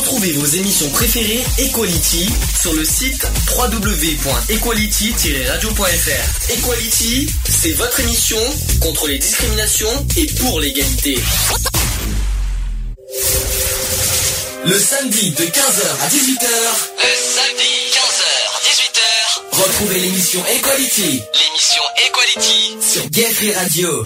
Retrouvez vos émissions préférées Equality sur le site www.equality-radio.fr. Equality, c'est votre émission contre les discriminations et pour l'égalité. Le samedi de 15h à 18h. Le samedi 15h à 18h. Retrouvez l'émission Equality. L'émission Equality sur Gay Free Radio.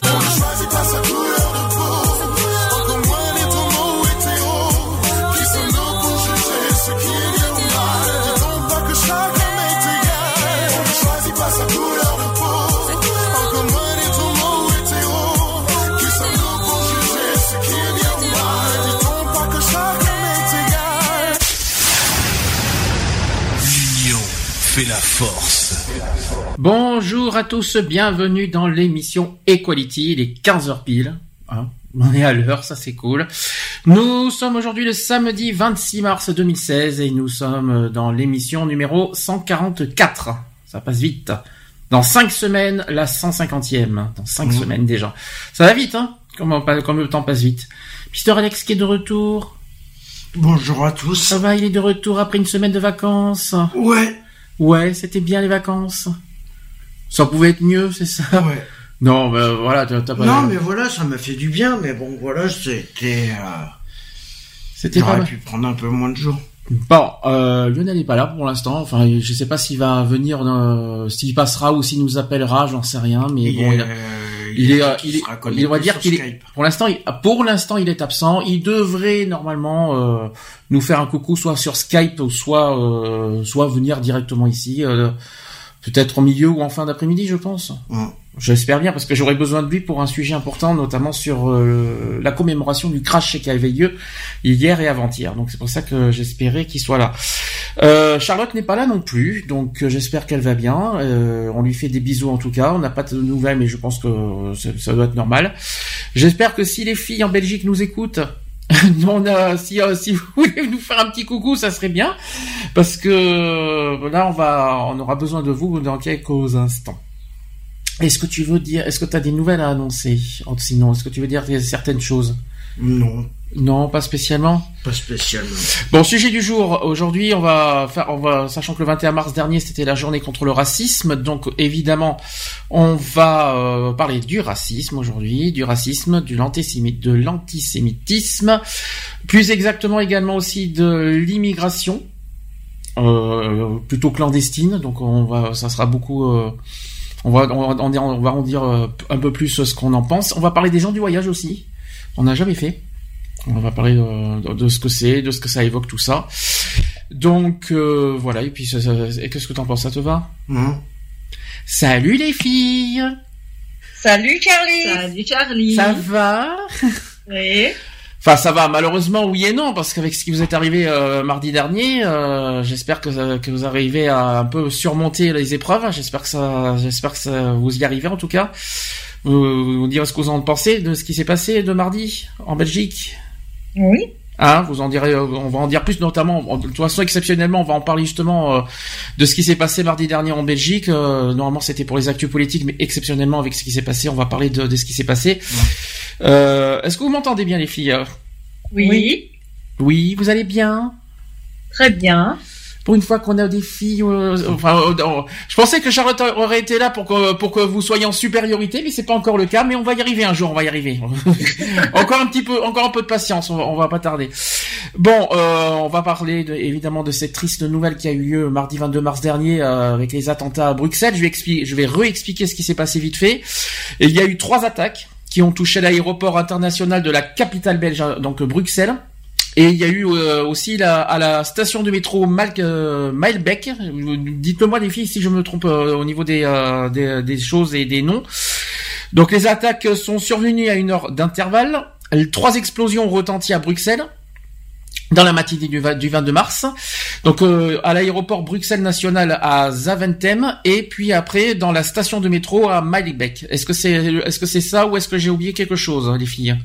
Fait la force. Bonjour à tous, bienvenue dans l'émission Equality, il est 15h pile, hein, on est à l'heure, ça c'est cool. Nous sommes aujourd'hui le samedi 26 mars 2016 et nous sommes dans l'émission numéro 144, ça passe vite. Dans 5 semaines, la 150e, dans 5 semaines déjà. Ça va vite, hein, comme le temps passe vite. Mister Alex qui est de retour. Bonjour à tous. Ça va, il est de retour après une semaine de vacances. Ouais, c'était bien les vacances. Ça pouvait être mieux, c'est ça? Ouais. Non, ben voilà, t'as pas... Non, mais voilà, ça m'a fait du bien, mais bon, voilà, c'était J'aurais pu prendre un peu moins de jours. Bon, Lionel n'est pas là pour l'instant. Enfin, je sais pas s'il va venir, s'il passera ou s'il nous appellera, j'en sais rien. Mais on va dire qu'il est, pour l'instant, il est absent. Il devrait normalement nous faire un coucou, soit sur Skype ou soit venir directement ici. Peut-être au milieu ou en fin d'après-midi, je pense. J'espère bien, parce que j'aurais besoin de lui pour un sujet important, notamment sur la commémoration du crash qui avait lieu hier et avant-hier. Donc c'est pour ça que j'espérais qu'il soit là. Charlotte n'est pas là non plus, donc j'espère qu'elle va bien. On lui fait des bisous en tout cas. On n'a pas de nouvelles, mais je pense que ça doit être normal. J'espère que si les filles en Belgique nous écoutent, si vous voulez nous faire un petit coucou, ça serait bien, parce que là on aura besoin de vous dans quelques instants. Est-ce que tu as des nouvelles à annoncer? Sinon, est-ce que tu veux dire certaines choses? Non, pas spécialement. Pas spécialement. Bon, sujet du jour. Aujourd'hui, sachant que le 21 mars dernier, c'était la journée contre le racisme. Donc, évidemment, on va parler du racisme aujourd'hui, de l'antisémitisme. Plus exactement, également aussi de l'immigration, plutôt clandestine. Donc, ça sera beaucoup, on va en dire un peu plus ce qu'on en pense. On va parler des gens du voyage aussi. On n'a jamais fait. On va parler de ce que c'est, de ce que ça évoque, tout ça. Donc voilà. Et puis, et qu'est-ce que t'en penses? Ça te va? Salut les filles. Salut Charlie. Ça va? Oui. Enfin, ça va. Malheureusement, oui et non, parce qu'avec ce qui vous est arrivé mardi dernier, j'espère que vous arrivez à un peu surmonter les épreuves. J'espère que ça vous y arrivez en tout cas. Vous direz ce que vous en pensez de ce qui s'est passé de mardi en Belgique. Oui. Vous en direz, on va en dire plus, notamment, de toute façon, exceptionnellement, on va en parler justement de ce qui s'est passé mardi dernier en Belgique. Normalement, c'était pour les actus politiques, mais exceptionnellement, avec ce qui s'est passé, on va parler de ce qui s'est passé. Est-ce que vous m'entendez bien, les filles? Oui. Oui, vous allez bien? Très bien. Pour une fois qu'on a des filles, je pensais que Charlotte aurait été là pour que vous soyez en supériorité, mais c'est pas encore le cas, mais on va y arriver un jour, on va y arriver. encore un peu de patience, on va pas tarder. Bon, on va parler évidemment de cette triste nouvelle qui a eu lieu mardi 22 mars dernier, avec les attentats à Bruxelles. Je vais réexpliquer ce qui s'est passé vite fait. Et il y a eu 3 attaques qui ont touché l'aéroport international de la capitale belge, donc Bruxelles. Et il y a eu aussi à la station de métro Mailbeek. Dites-moi les filles si je me trompe au niveau des choses et des noms. Donc les attaques sont survenues à 1 heure d'intervalle. 3 explosions ont retenti à Bruxelles dans la matinée du 22 mars. Donc à l'aéroport Bruxelles National à Zaventem et puis après dans la station de métro à Mailbeek. Est-ce que c'est ça ou est-ce que j'ai oublié quelque chose, les filles?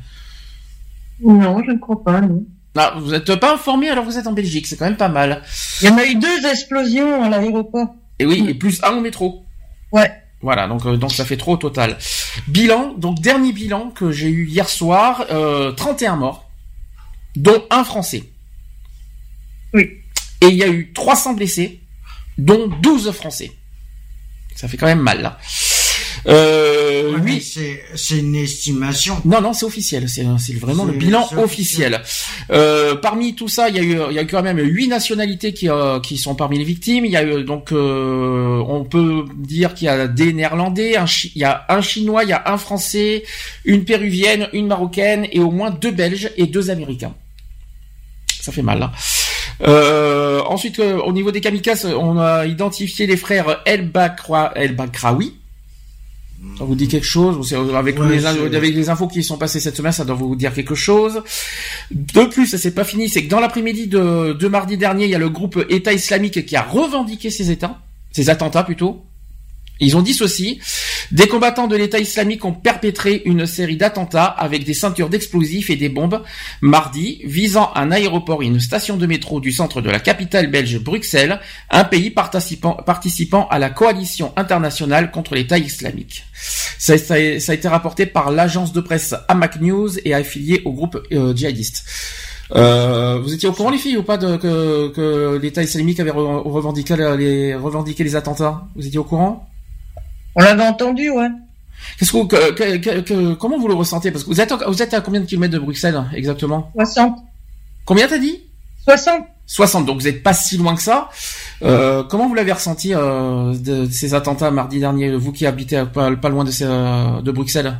Non, je ne crois pas, non. Ah, vous êtes pas informés alors vous êtes en Belgique, c'est quand même pas mal. Il y en a eu 2 explosions à l'aéroport. Et oui, et plus 1 au métro. Ouais. Voilà, donc ça fait 3 au total. Bilan, donc dernier bilan que j'ai eu hier soir, 31 morts, dont un Français. Oui. Et il y a eu 300 blessés, dont 12 Français. Ça fait quand même mal, là. Oui, c'est une estimation. Non, c'est officiel. C'est vraiment le bilan officiel. Parmi tout ça, il y a eu quand même 8 nationalités qui sont parmi les victimes. Il y a eu donc, on peut dire qu'il y a des Néerlandais, il y a un Chinois, il y a un Français, une Péruvienne, une Marocaine et au moins 2 Belges et 2 Américains. Ça fait mal, hein. Ensuite, au niveau des kamikazes, on a identifié les frères El Bakraoui. Ça vous dit quelque chose? Avec les infos qui sont passées cette semaine, ça doit vous dire quelque chose. De plus, ça c'est pas fini, c'est que dans l'après-midi de mardi dernier, il y a le groupe État islamique qui a revendiqué ces attentats plutôt. Ils ont dit ceci: des combattants de l'État islamique ont perpétré une série d'attentats avec des ceintures d'explosifs et des bombes mardi, visant un aéroport et une station de métro du centre de la capitale belge Bruxelles, un pays participant à la coalition internationale contre l'État islamique. Ça a été rapporté par l'agence de presse Amaq News et affilié au groupe djihadiste. Vous étiez au courant, les filles, ou pas, que l'État islamique avait revendiqué les attentats? Vous étiez au courant? On l'avait entendu, ouais. Comment vous le ressentez? Parce que vous êtes à combien de kilomètres de Bruxelles, exactement? 60. Combien t'as dit? 60. Donc vous n'êtes pas si loin que ça. Comment vous l'avez ressenti, de ces attentats mardi dernier, vous qui habitez pas loin de Bruxelles?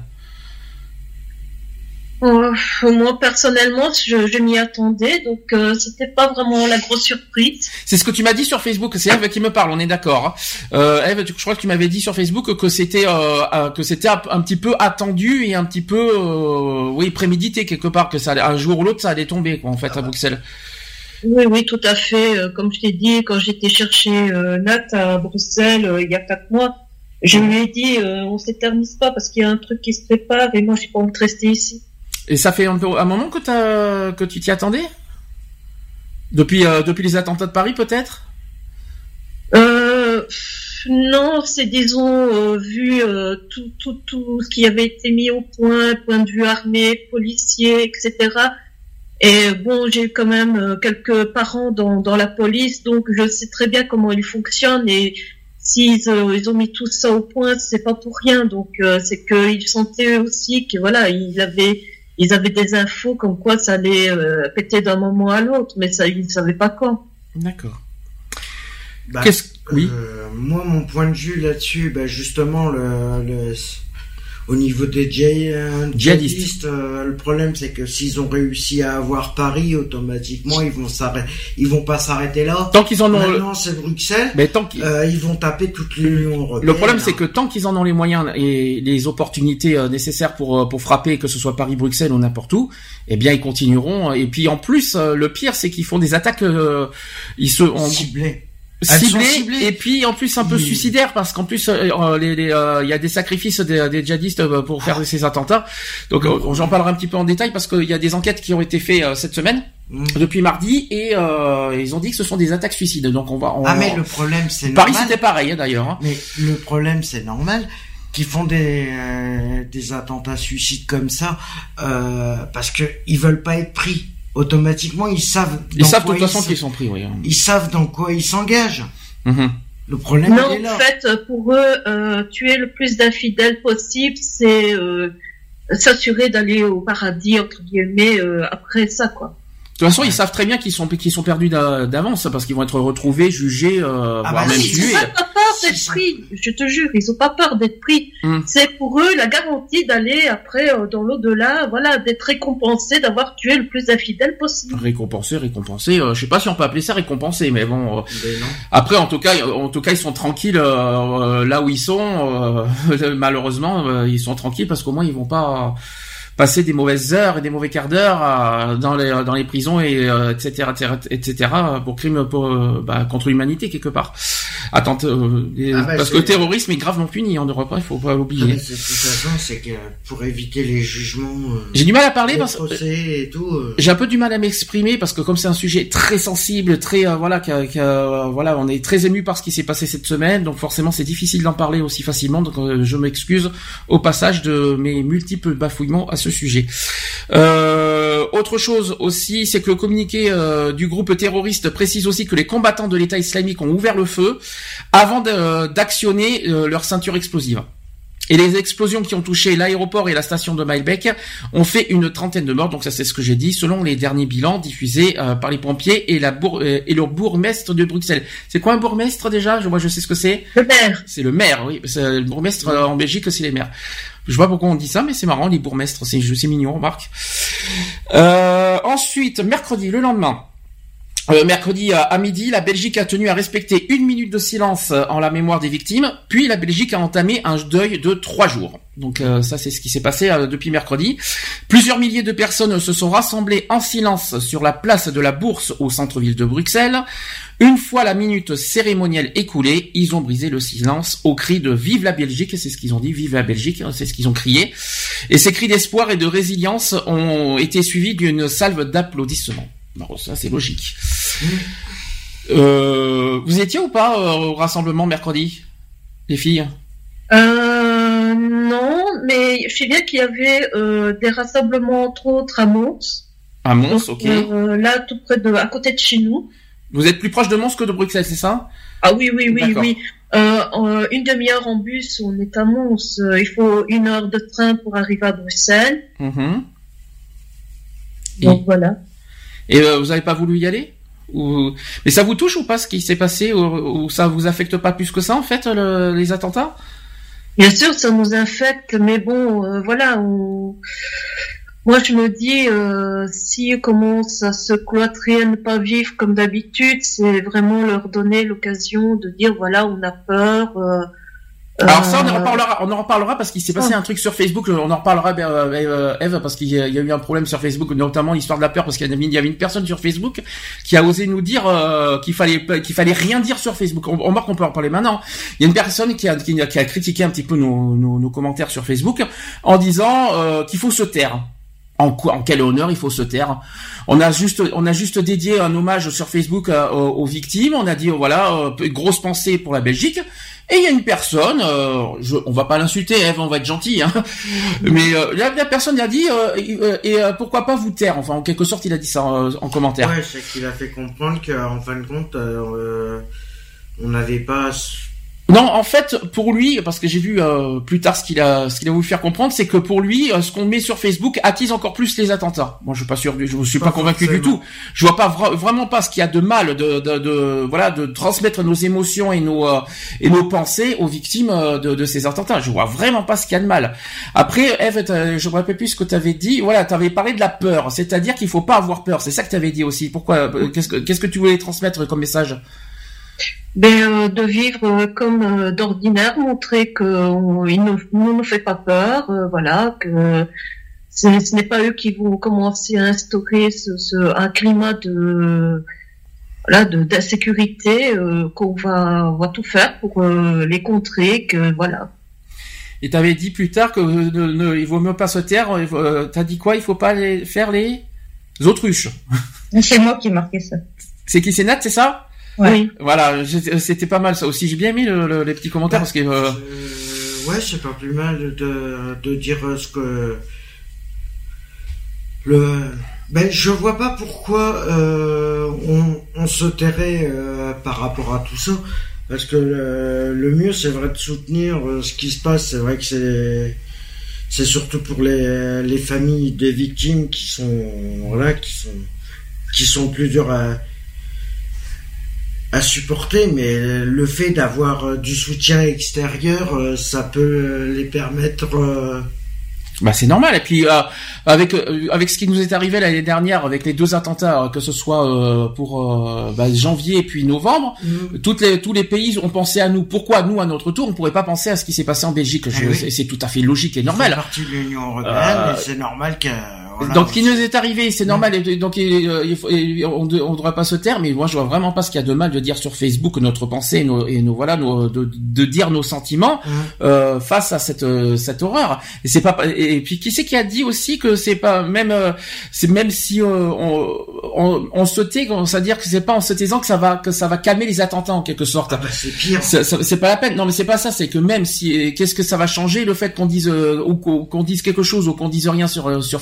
Moi personnellement, je m'y attendais, donc c'était pas vraiment la grosse surprise. C'est ce que tu m'as dit sur Facebook. C'est Eve qui me parle, on est d'accord. Eve, je crois que tu m'avais dit sur Facebook que c'était un petit peu attendu et un petit peu prémédité quelque part, que ça allait, un jour ou l'autre ça allait tomber, quoi, en fait, à Bruxelles. Oui, tout à fait. Comme je t'ai dit, quand j'étais chercher Nat à Bruxelles il y a 4 mois, je lui ai dit on s'éternise pas parce qu'il y a un truc qui se prépare et moi j'ai pas envie de rester ici. Et ça fait un moment que tu t'y attendais? Depuis les attentats de Paris, peut-être? Non, c'est disons vu tout ce qui avait été mis au point de vue armée, policier, etc. Et bon, j'ai quand même quelques parents dans la police, donc je sais très bien comment ils fonctionnent, et s'ils ils ont mis tout ça au point, c'est pas pour rien. Donc c'est qu'ils sentaient aussi que voilà, ils avaient des infos comme quoi ça allait péter d'un moment à l'autre, mais ça, ils ne savaient pas quand. D'accord. Oui. Moi, mon point de vue là-dessus, justement, au niveau des djihadistes, le problème c'est que s'ils ont réussi à avoir Paris, automatiquement ils vont pas s'arrêter là. Tant qu'ils en ont. Maintenant c'est Bruxelles. Mais ils vont taper toute l'Union européenne. Le problème c'est que tant qu'ils en ont les moyens et les opportunités nécessaires pour frapper, que ce soit Paris, Bruxelles ou n'importe où, eh bien ils continueront. Et puis en plus, le pire c'est qu'ils font des attaques, ciblées, et puis en plus un peu suicidaires, parce qu'en plus il y a des sacrifices des djihadistes pour faire ces attentats. Donc j'en parlerai un petit peu en détail, parce qu'il y a des enquêtes qui ont été faites cette semaine, depuis mardi, et ils ont dit que ce sont des attaques suicides. Donc mais le problème c'est Paris normal. C'était pareil, d'ailleurs. Hein. Mais le problème c'est normal qu'ils font des attentats suicides comme ça, parce que ils veulent pas être pris. Automatiquement, ils savent de toute façon qu'ils sont pris, oui. Ils savent dans quoi ils s'engagent. Mm-hmm. Le problème non, est là. En fait, pour eux, tuer le plus d'infidèles possible, c'est s'assurer d'aller au paradis, entre guillemets, après ça, quoi. De toute façon, ils savent très bien qu'ils sont perdus d'avance, parce qu'ils vont être retrouvés, jugés, voire même tués. Ils n'ont pas peur d'être pris, je te jure, ils n'ont pas peur d'être pris. C'est pour eux la garantie d'aller après dans l'au-delà, voilà, d'être récompensés, d'avoir tué le plus d'infidèles possible. Récompensés, je sais pas si on peut appeler ça récompensé, mais bon. Après, en tout cas, ils sont tranquilles là où ils sont. Malheureusement, ils sont tranquilles parce qu'au moins ils vont pas passer des mauvaises heures et des mauvais quarts d'heure dans les prisons et etc. pour crimes contre l'humanité quelque part. Parce que le terrorisme est gravement puni en Europe, il faut pas l'oublier. De toute façon, c'est que pour éviter les jugements, j'ai du mal à parler parce que et tout. J'ai un peu du mal à m'exprimer parce que comme c'est un sujet très sensible, très on est très ému par ce qui s'est passé cette semaine, donc forcément c'est difficile d'en parler aussi facilement. Donc je m'excuse au passage de mes multiples bafouillements à ce sujet. autre chose aussi, c'est que le communiqué du groupe terroriste précise aussi que les combattants de l'État islamique ont ouvert le feu avant d'actionner leur ceinture explosive. Et les explosions qui ont touché l'aéroport et la station de Maelbeek ont fait une 30aine de morts. Donc ça, c'est ce que j'ai dit, selon les derniers bilans diffusés par les pompiers et le bourgmestre de Bruxelles. C'est quoi un bourgmestre déjà? Moi, je sais ce que c'est. Le maire. C'est le maire, oui. Le bourgmestre en Belgique, c'est les maires. Je sais pas pourquoi on dit ça, mais c'est marrant, les bourgmestres. C'est mignon, remarque. Ensuite, mercredi, le lendemain. Mercredi à midi, la Belgique a tenu à respecter 1 minute de silence en la mémoire des victimes, puis la Belgique a entamé un deuil de 3 jours. Donc ça, c'est ce qui s'est passé depuis mercredi. Plusieurs milliers de personnes se sont rassemblées en silence sur la place de la Bourse au centre-ville de Bruxelles. Une fois la minute cérémonielle écoulée, ils ont brisé le silence au cri de « Vive la Belgique », c'est ce qu'ils ont dit, « Vive la Belgique », c'est ce qu'ils ont crié. Et ces cris d'espoir et de résilience ont été suivis d'une salve d'applaudissements. Bon, ça c'est logique. Vous étiez ou pas au rassemblement mercredi, les filles? Non, mais je sais bien qu'il y avait des rassemblements entre autres à Mons. À Mons, ok. Là, tout près à côté de chez nous. Vous êtes plus proche de Mons que de Bruxelles, c'est ça? Ah oui. Une demi-heure en bus, on est à Mons. Il faut 1 heure de train pour arriver à Bruxelles. Donc voilà. Et vous n'avez pas voulu y aller? Mais ça vous touche ou pas ce qui s'est passé, ou ça vous affecte pas plus que ça en fait, les attentats? Bien sûr, ça nous affecte, mais bon, voilà. Moi, je me dis, si on commence à se cloîtrer, à ne pas vivre comme d'habitude, c'est vraiment leur donner l'occasion de dire, voilà, on a peur. Alors ça, on en reparlera parce qu'il s'est passé un truc sur Facebook. On en reparlera, Eve, parce qu'il y a eu un problème sur Facebook, notamment l'histoire de la peur, parce qu'il y avait une personne sur Facebook qui a osé nous dire qu'il fallait rien dire sur Facebook. On remarque qu'on peut en parler maintenant. Il y a une personne qui a critiqué un petit peu nos commentaires sur Facebook en disant qu'il faut se taire. En quel honneur il faut se taire? On a juste dédié un hommage sur Facebook aux victimes. On a dit voilà, grosse pensée pour la Belgique. Et il y a une personne, on va pas l'insulter, Eve, on va être gentil, hein. Mais la personne a dit pourquoi pas vous taire. Enfin, en quelque sorte, il a dit ça en commentaire. Ouais, c'est qu'il a fait comprendre qu'en fin de compte, on n'avait pas. Non, en fait, pour lui, parce que j'ai vu plus tard ce qu'il a voulu faire comprendre, c'est que pour lui, ce qu'on met sur Facebook attise encore plus les attentats. Moi, je suis pas sûr, je suis pas convaincu du tout. Je vois pas vraiment pas ce qu'il y a de mal de transmettre nos émotions et nos pensées aux victimes de ces attentats. Je vois vraiment pas ce qu'il y a de mal. Après, Eve, je me rappelle plus ce que tu avais dit. Voilà, tu avais parlé de la peur, c'est-à-dire qu'il faut pas avoir peur. C'est ça que tu avais dit aussi. Pourquoi? Qu'est-ce que tu voulais transmettre comme message? De vivre comme d'ordinaire, montrer que ne nous fait pas peur, voilà, que ce n'est pas eux qui vont commencer à instaurer un climat d'insécurité, qu'on va tout faire pour les contrer, que voilà. Et t'avais dit plus tard que il vaut mieux pas se taire. T'as dit quoi? Il faut pas faire les autruches. C'est moi qui ai marqué ça. C'est qui? C'est Nat, c'est ça? Ouais. Oui. Voilà, c'était pas mal ça aussi. J'ai bien mis les petits commentaires parce que. Ouais, c'est pas plus mal de dire ce que je vois pas pourquoi on se tairait par rapport à tout ça, parce que le mieux c'est vrai de soutenir ce qui se passe. C'est vrai que c'est surtout pour les familles des victimes qui sont plus dures à supporter, mais le fait d'avoir du soutien extérieur, ça peut les permettre. Bah c'est normal. Et puis avec ce qui nous est arrivé l'année dernière, avec les 2 attentats, que ce soit pour janvier et puis novembre, tous les pays ont pensé à nous. Pourquoi nous, à notre tour, on pourrait pas penser à ce qui s'est passé en Belgique? C'est tout à fait logique et normal. C'est partie de l'Union européenne, et c'est normal que. Voilà, donc, ce qui nous est arrivé, c'est normal, et donc on devrait pas se taire, mais moi je vois vraiment pas ce qu'il y a de mal de dire sur Facebook notre pensée de dire nos sentiments face à cette horreur. Et c'est pas, et puis qui c'est qui a dit aussi que c'est pas même si on se tait, c'est-à-dire que c'est pas en se taisant que ça va calmer les attentats en quelque sorte. Ah bah c'est pire. C'est pas la peine. Non mais c'est pas ça, c'est que même si qu'est-ce que ça va changer le fait qu'on dise ou qu'on dise quelque chose ou qu'on dise rien sur Facebook, parce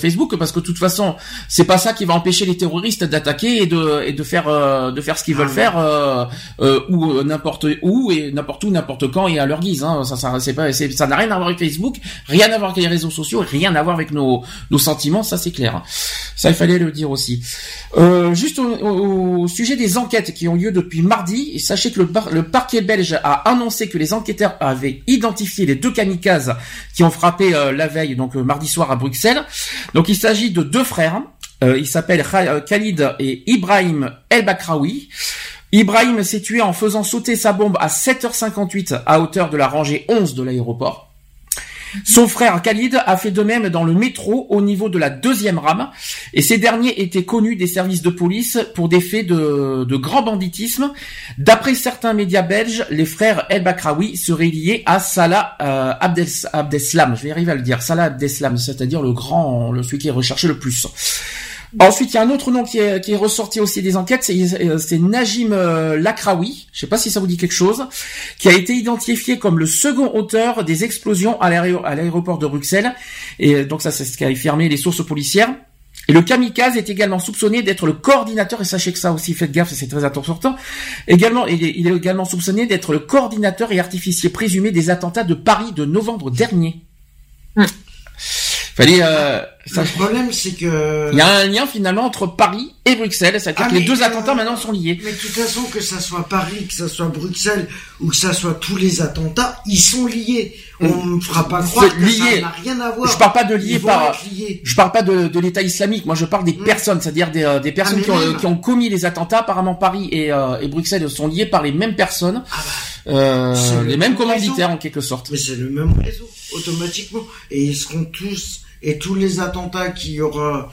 parce que de toute façon, c'est pas ça qui va empêcher les terroristes d'attaquer et de faire ce qu'ils veulent faire ou n'importe où, n'importe quand et à leur guise. Hein. Ça n'a rien à voir avec Facebook, rien à voir avec les réseaux sociaux, rien à voir avec nos sentiments. Ça, c'est clair. Ça, il fallait le dire aussi. Juste au sujet des enquêtes qui ont lieu depuis mardi, sachez que le parquet belge a annoncé que les enquêteurs avaient identifié les 2 kamikazes qui ont frappé la veille, donc mardi soir à Bruxelles. Donc il s'agit de 2 frères. Ils s'appellent Khalid et Ibrahim El Bakraoui. Ibrahim s'est tué en faisant sauter sa bombe à 7h58 à hauteur de la rangée 11 de l'aéroport. Son frère Khalid a fait de même dans le métro au niveau de la 2e rame, et ces derniers étaient connus des services de police pour des faits de grand banditisme. D'après certains médias belges, les frères El Bakraoui seraient liés à Salah Abdeslam, je vais arriver à le dire, Salah Abdeslam, c'est-à-dire celui qui est recherché le plus. Ensuite, il y a un autre nom qui est ressorti aussi des enquêtes, c'est Najim Lakraoui, je sais pas si ça vous dit quelque chose, qui a été identifié comme le second auteur des explosions à l'aéroport de Bruxelles, et donc ça c'est ce qu'a affirmé les sources policières. Et le kamikaze est également soupçonné d'être le coordinateur, et sachez que ça aussi, faites gaffe, c'est très important. Il est également soupçonné d'être le coordinateur et artificier présumé des attentats de Paris de novembre dernier. Le problème, c'est que... Il y a un lien, finalement, entre Paris et Bruxelles. C'est-à-dire que les 2 attentats, maintenant, sont liés. Mais de toute façon, que ça soit Paris, que ça soit Bruxelles, ou que ça soit tous les attentats, ils sont liés. On ne fera pas croire que ça n'a rien à voir. Je parle pas de je parle pas de l'État islamique. Moi, je parle des personnes, c'est-à-dire des personnes qui ont commis les attentats. Apparemment, Paris et Bruxelles sont liés par les mêmes personnes. Les mêmes commanditaires, en quelque sorte. Mais c'est le même réseau, automatiquement. Et ils seront tous... Et tous les attentats qu'il y aura,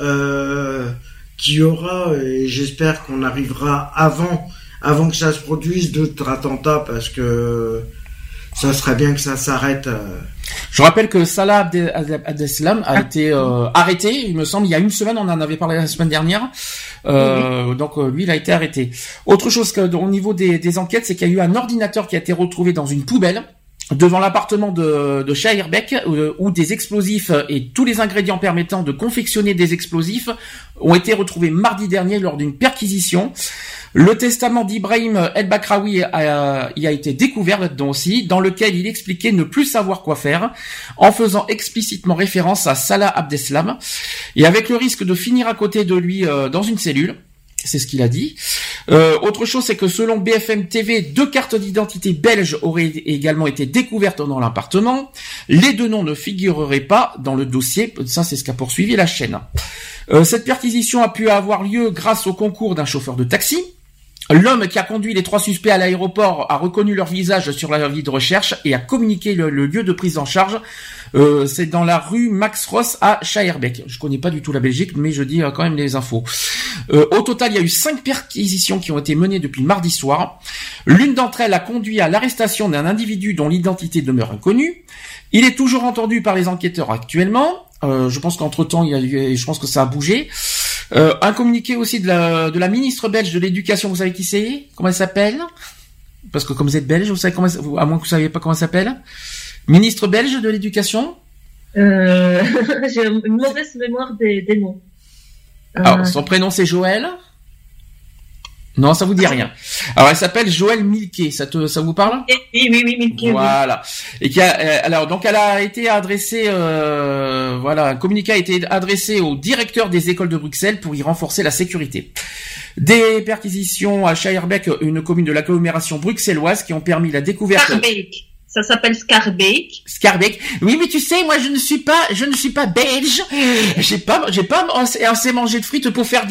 et j'espère qu'on arrivera avant que ça se produise, d'autres attentats, parce que ça serait bien que ça s'arrête. Je rappelle que Salah Abdeslam a été arrêté, il me semble, il y a 1 semaine, on en avait parlé la semaine dernière. Donc lui, il a été arrêté. Autre chose au niveau des enquêtes, c'est qu'il y a eu un ordinateur qui a été retrouvé dans une poubelle devant l'appartement de Schaerbeek, où des explosifs et tous les ingrédients permettant de confectionner des explosifs ont été retrouvés mardi dernier lors d'une perquisition. Le testament d'Ibrahim El Bakraoui y a été découvert là-dedans aussi, dans lequel il expliquait ne plus savoir quoi faire, en faisant explicitement référence à Salah Abdeslam, et avec le risque de finir à côté de lui dans une cellule. C'est ce qu'il a dit. Autre chose, c'est que selon BFM TV, 2 cartes d'identité belges auraient également été découvertes dans l'appartement. Les 2 noms ne figureraient pas dans le dossier. Ça, c'est ce qu'a poursuivi la chaîne. Cette perquisition a pu avoir lieu grâce au concours d'un chauffeur de taxi. L'homme qui a conduit les 3 suspects à l'aéroport a reconnu leur visage sur la vie de recherche et a communiqué le lieu de prise en charge. C'est dans la rue Max Ross à Schaerbeek. Je connais pas du tout la Belgique, mais je dis quand même les infos. Au total, il y a eu 5 perquisitions qui ont été menées depuis mardi soir. L'une d'entre elles a conduit à l'arrestation d'un individu dont l'identité demeure inconnue. Il est toujours entendu par les enquêteurs actuellement. Je pense qu'entre-temps, je pense que ça a bougé. Un communiqué aussi de la ministre belge de l'Éducation, vous savez qui c'est? Comment elle s'appelle? Parce que comme vous êtes belge, vous savez à moins que vous saviez pas comment elle s'appelle? Ministre belge de l'Éducation? J'ai une mauvaise mémoire des noms. Alors, son prénom c'est Joël? Non, ça vous dit rien. Alors, elle s'appelle Joël Milquet. Ça vous parle? Oui, Milquet. Voilà. Et donc, elle a été adressée, un communiqué a été adressé au directeur des écoles de Bruxelles pour y renforcer la sécurité. Des perquisitions à Schaerbeek, une commune de l'agglomération bruxelloise, qui ont permis la découverte. Schaerbeek. Ça s'appelle Schaerbeek. Schaerbeek. Oui, mais tu sais, moi, je ne suis pas belge. J'ai pas assez mangé de frites pour faire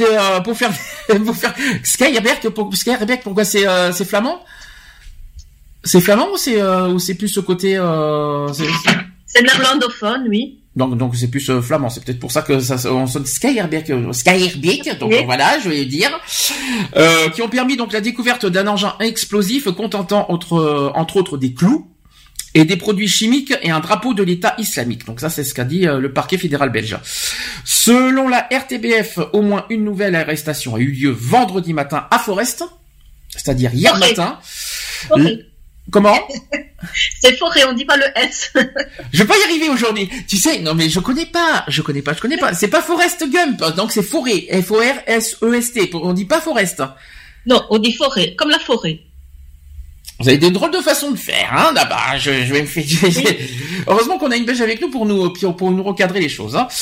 Schaerbeek, pourquoi c'est flamand? C'est flamand ou c'est plus ce côté, C'est néerlandophone, oui. Donc c'est plus flamand, c'est peut-être pour ça que on sonne Schaerbeek, donc oui. Voilà, je vais dire, qui ont permis donc la découverte d'un engin explosif contenant entre autres des clous et des produits chimiques et un drapeau de l'État islamique. Donc ça, c'est ce qu'a dit le parquet fédéral belge. Selon la RTBF, au moins une nouvelle arrestation a eu lieu vendredi matin à Forest, c'est-à-dire hier matin. Comment? C'est forêt, on dit pas le S. Je vais pas y arriver aujourd'hui. Tu sais, non mais je connais pas. C'est pas Forrest Gump, donc c'est forêt. F-O-R-S-E-S-T. On dit pas Forest. Non, on dit forêt, comme la forêt. Vous avez des drôles de façons de faire, hein, là-bas. Je vais me faire. Heureusement qu'on a une Belge avec nous pour nous recadrer les choses, hein.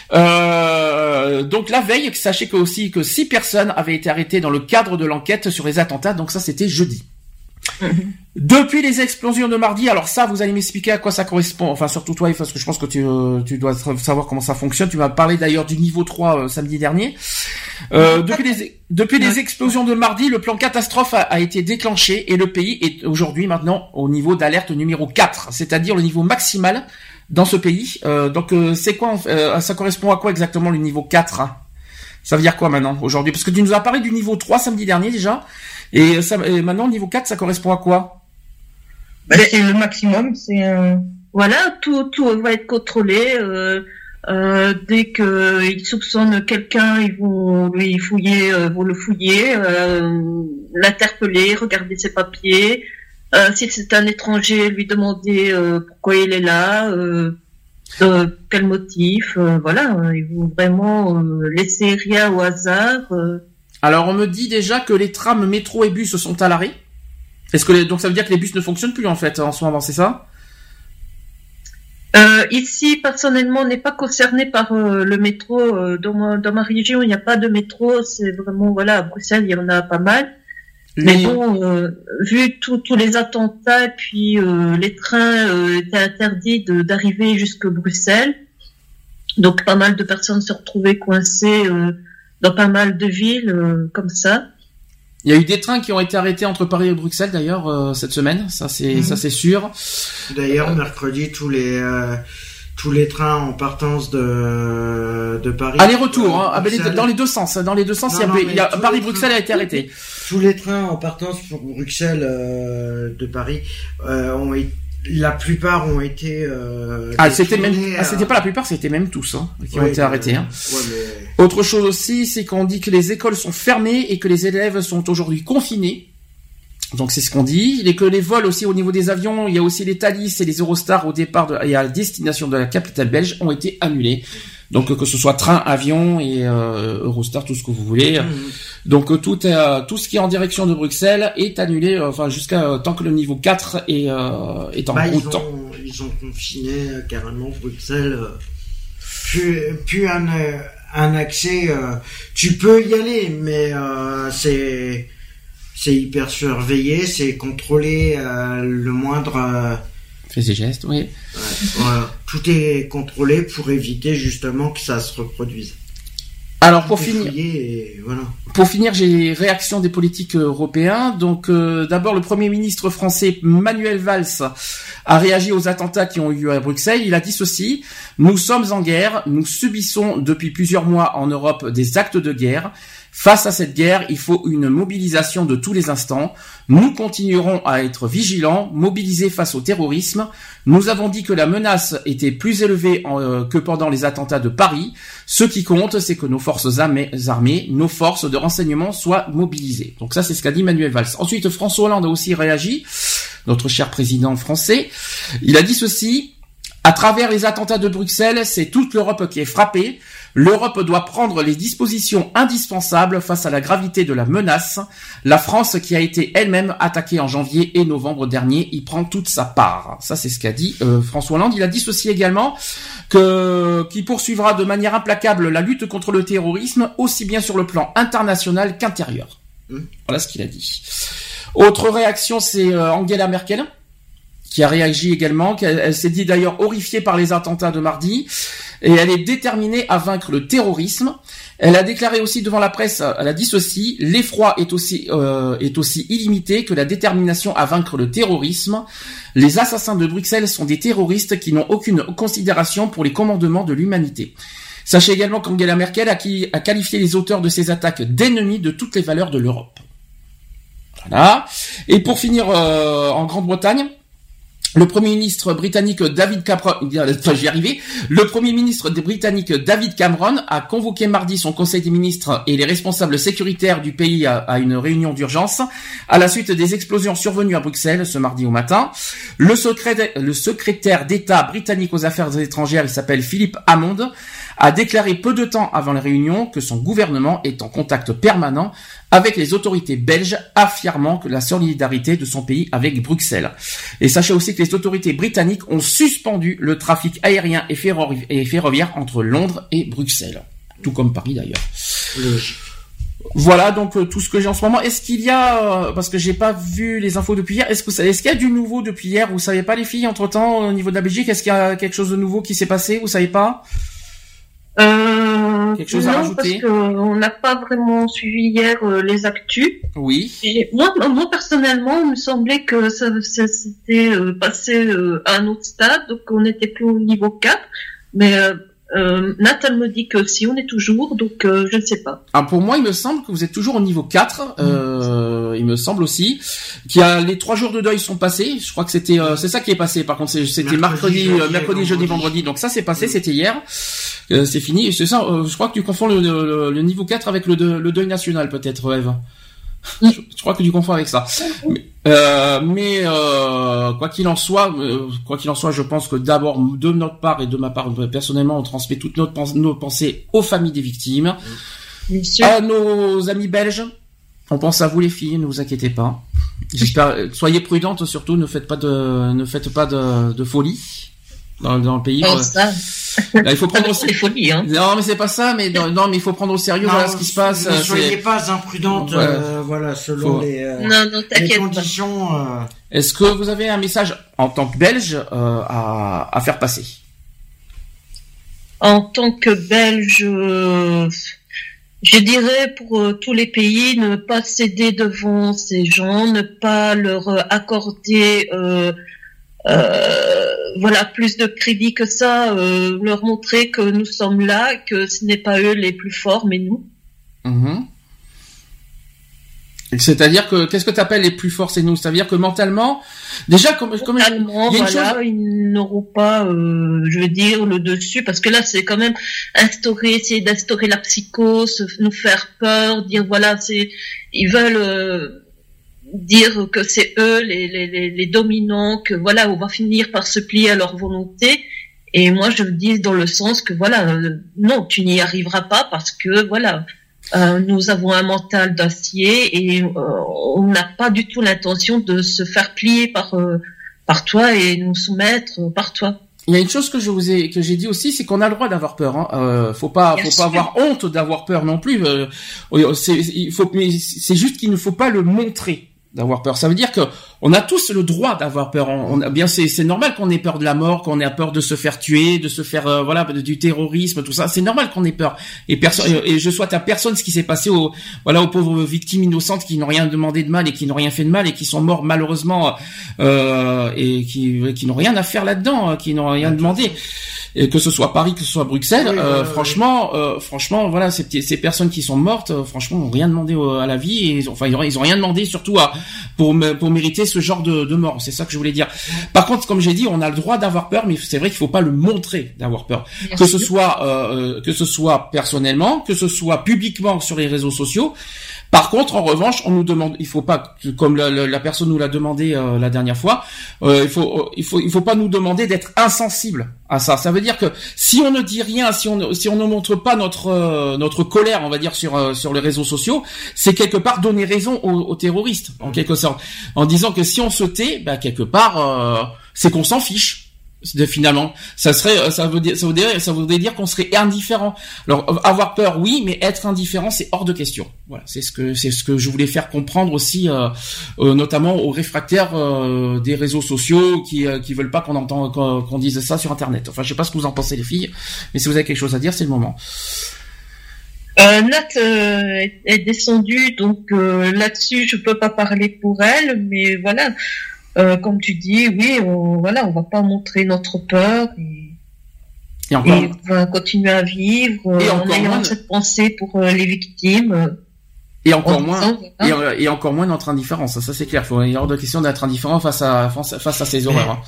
Donc la veille, sachez que 6 personnes avaient été arrêtées dans le cadre de l'enquête sur les attentats. Donc ça, c'était jeudi. Depuis les explosions de mardi, alors ça, vous allez m'expliquer à quoi ça correspond, enfin surtout toi, parce que je pense que tu dois savoir comment ça fonctionne. Tu m'as parlé d'ailleurs du niveau 3 samedi dernier. Depuis les explosions de mardi, le plan catastrophe a été déclenché et le pays est aujourd'hui maintenant au niveau d'alerte numéro 4, c'est-à-dire le niveau maximal dans ce pays. Donc c'est quoi, ça correspond à quoi exactement le niveau 4, hein? Ça veut dire quoi maintenant, aujourd'hui? Parce que tu nous as parlé du niveau 3 samedi dernier déjà. Et maintenant, niveau 4, ça correspond à quoi? C'est le maximum, Voilà, tout va être contrôlé. Dès qu'ils soupçonnent quelqu'un, ils vont lui fouiller, vont le fouiller, l'interpeller, regarder ses papiers. Si c'est un étranger, lui demander pourquoi il est là, quel motif. Voilà, ils vont vraiment laisser rien au hasard. Alors on me dit déjà que les trams, métro et bus sont à l'arrêt. Est-ce que donc ça veut dire que les bus ne fonctionnent plus en fait en ce moment, c'est ça? Ici personnellement, on n'est pas concerné par le métro. Dans ma région, il n'y a pas de métro. C'est vraiment à Bruxelles, il y en a pas mal. Mais bon, vu tous les attentats, et puis les trains étaient interdits d'arriver jusque Bruxelles. Donc pas mal de personnes se retrouvaient coincées dans pas mal de villes comme ça. Il y a eu des trains qui ont été arrêtés entre Paris et Bruxelles d'ailleurs cette semaine, ça c'est sûr. D'ailleurs mercredi tous les trains en partance de Paris. Aller-retour, dans les deux sens. Dans les deux sens, Paris-Bruxelles a été arrêté. Tous les trains en partance pour Bruxelles de Paris la plupart ont été. C'était pas la plupart, c'était même tous qui ont été arrêtés. Hein. Ouais, mais... Autre chose aussi, c'est qu'on dit que les écoles sont fermées et que les élèves sont aujourd'hui confinés. Donc c'est ce qu'on dit. Et que les vols aussi au niveau des avions, il y a aussi les Thalys et les Eurostar au départ et à la destination de la capitale belge ont été annulés. Donc que ce soit train, avion et Eurostar, tout ce que vous voulez. Donc tout ce qui est en direction de Bruxelles est annulé, jusqu'à tant que le niveau 4 est en route. Ils ont confiné carrément Bruxelles. Plus un accès. Tu peux y aller, mais c'est hyper surveillé, c'est contrôlé le moindre. Fait ses gestes, oui. Voilà. Tout est contrôlé pour éviter justement que ça se reproduise. Alors pour finir, j'ai réaction des politiques européens. Donc d'abord le Premier ministre français Manuel Valls a réagi aux attentats qui ont eu lieu à Bruxelles. Il a dit ceci: nous sommes en guerre, nous subissons depuis plusieurs mois en Europe des actes de guerre. Face à cette guerre, il faut une mobilisation de tous les instants. Nous continuerons à être vigilants, mobilisés face au terrorisme. Nous avons dit que la menace était plus élevée que pendant les attentats de Paris. Ce qui compte, c'est que nos forces armées, nos forces de renseignement soient mobilisées. Donc ça, c'est ce qu'a dit Manuel Valls. Ensuite, François Hollande a aussi réagi, notre cher président français. Il a dit ceci: à travers les attentats de Bruxelles, c'est toute l'Europe qui est frappée. L'Europe doit prendre les dispositions indispensables face à la gravité de la menace. La France, qui a été elle-même attaquée en janvier et novembre dernier, y prend toute sa part. Ça, c'est ce qu'a dit François Hollande. Il a dit ceci également, qu'il poursuivra de manière implacable la lutte contre le terrorisme, aussi bien sur le plan international qu'intérieur. Voilà ce qu'il a dit. Autre réaction, c'est Angela Merkel, qui a réagi également. Elle s'est dit d'ailleurs horrifiée par les attentats de mardi. Et elle est déterminée à vaincre le terrorisme. Elle a déclaré aussi devant la presse, elle a dit ceci: l'effroi est aussi illimité que la détermination à vaincre le terrorisme. Les assassins de Bruxelles sont des terroristes qui n'ont aucune considération pour les commandements de l'humanité. Sachez également qu'Angela Merkel a qualifié les auteurs de ces attaques d'ennemis de toutes les valeurs de l'Europe. Voilà. Et pour finir, en Grande-Bretagne, Le Premier ministre britannique David Cameron, Le Premier ministre britannique David Cameron a convoqué mardi son Conseil des ministres et les responsables sécuritaires du pays à une réunion d'urgence à la suite des explosions survenues à Bruxelles ce mardi au matin. Le secrétaire d'État britannique aux affaires étrangères, il s'appelle Philip Hammond, a déclaré peu de temps avant la réunion que son gouvernement est en contact permanent avec les autorités belges, affirmant que la solidarité de son pays avec Bruxelles. Et sachez aussi que les autorités britanniques ont suspendu le trafic aérien et ferroviaire entre Londres et Bruxelles. Tout comme Paris d'ailleurs. Voilà donc tout ce que j'ai en ce moment. Est-ce qu'il y a, parce que j'ai pas vu les infos depuis hier, est-ce qu'il y a du nouveau depuis hier? Vous savez pas les filles entre-temps au niveau de la Belgique? Est-ce qu'il y a quelque chose de nouveau qui s'est passé? Vous savez pas? Quelque chose à rajouter? Parce qu'on n'a pas vraiment suivi hier les actus. Oui. Et moi personnellement, il me semblait que ça s'était passé à un autre stade, donc on n'était plus au niveau 4. Mais Nathan me dit que si, on est toujours, donc je ne sais pas. Ah, pour moi, il me semble que vous êtes toujours au niveau 4. Il me semble aussi qu'il y a les 3 jours de deuil sont passés. Je crois que c'était c'est ça qui est passé. Par contre, c'était mercredi, jeudi, vendredi. Donc ça, c'est passé. C'était hier. C'est fini. C'est ça. Je crois que tu confonds le niveau 4 avec le deuil national, peut-être, Eve. Je crois que tu confonds avec ça. Mais quoi qu'il en soit, je pense que d'abord de notre part et de ma part personnellement, on transmet toutes nos pensées aux familles des victimes, à nos amis belges. On pense à vous les filles, ne vous inquiétez pas. J'espère, soyez prudentes surtout, ne faites pas de folie dans le pays. Oh, ça. Là, il faut prendre aussi les folies, hein. Non, mais c'est pas ça, mais non, mais il faut prendre au sérieux ce qui se passe. Ne soyez pas imprudente, selon les conditions. Est-ce que vous avez un message en tant que Belge à faire passer? En tant que Belge, je dirais pour tous les pays, ne pas céder devant ces gens, ne pas leur accorder plus de crédit que ça, leur montrer que nous sommes là, que ce n'est pas eux les plus forts, mais nous. Mmh. C'est-à-dire que qu'est-ce que tu appelles les plus forts, c'est nous? C'est-à-dire que mentalement, déjà mentalement, ils n'auront pas, je veux dire, le dessus, parce que là c'est quand même essayer d'instaurer la psychose, nous faire peur, dire ils veulent dire que c'est eux les dominants, que on va finir par se plier à leur volonté. Et moi je le dis dans le sens que non, tu n'y arriveras pas, parce que nous avons un mental d'acier et on n'a pas du tout l'intention de se faire plier par toi et nous soumettre par toi. Il y a une chose que j'ai dit aussi, c'est qu'on a le droit d'avoir peur. Hein. Faut pas avoir honte d'avoir peur non plus. C'est juste qu'il ne faut pas le montrer. D'avoir peur, ça veut dire que on a tous le droit d'avoir peur. C'est normal qu'on ait peur de la mort, qu'on ait peur de se faire tuer, de se faire du terrorisme, tout ça. C'est normal qu'on ait peur. Et je souhaite à personne ce qui s'est passé aux pauvres victimes innocentes qui n'ont rien demandé de mal et qui n'ont rien fait de mal et qui sont morts malheureusement et qui n'ont rien à faire là-dedans, qui n'ont rien demandé. Et que ce soit Paris, que ce soit Bruxelles, franchement, ces personnes qui sont mortes, franchement, n'ont rien demandé à la vie. Et ils ont rien demandé, surtout pour mériter ce genre de mort. C'est ça que je voulais dire. Par contre, comme j'ai dit, on a le droit d'avoir peur, mais c'est vrai qu'il faut pas le montrer d'avoir peur. Que ce soit personnellement, que ce soit publiquement sur les réseaux sociaux. Par contre, en revanche, on nous demande, il faut pas, comme la personne nous l'a demandé la dernière fois, il faut pas nous demander d'être insensible à ça. Ça veut dire que si on ne dit rien, si on ne montre pas notre colère, on va dire sur les réseaux sociaux, c'est quelque part donner raison aux terroristes, en quelque sorte, en disant que si on se tait, quelque part, c'est qu'on s'en fiche. Finalement, ça voudrait dire qu'on serait indifférent. Alors avoir peur, oui, mais être indifférent, c'est hors de question. Voilà, c'est ce que je voulais faire comprendre aussi, notamment aux réfractaires des réseaux sociaux qui veulent pas qu'on dise ça sur Internet. Enfin, je sais pas ce que vous en pensez les filles, mais si vous avez quelque chose à dire, c'est le moment. Nat est descendue, donc là-dessus, je peux pas parler pour elle, mais voilà. Comme tu dis, oui, on va pas montrer notre peur et on va continuer à vivre en ayant cette pensée pour les victimes. Et encore moins notre indifférence. Ça c'est clair. Il y a hors de question d'être indifférent face à ces horreurs.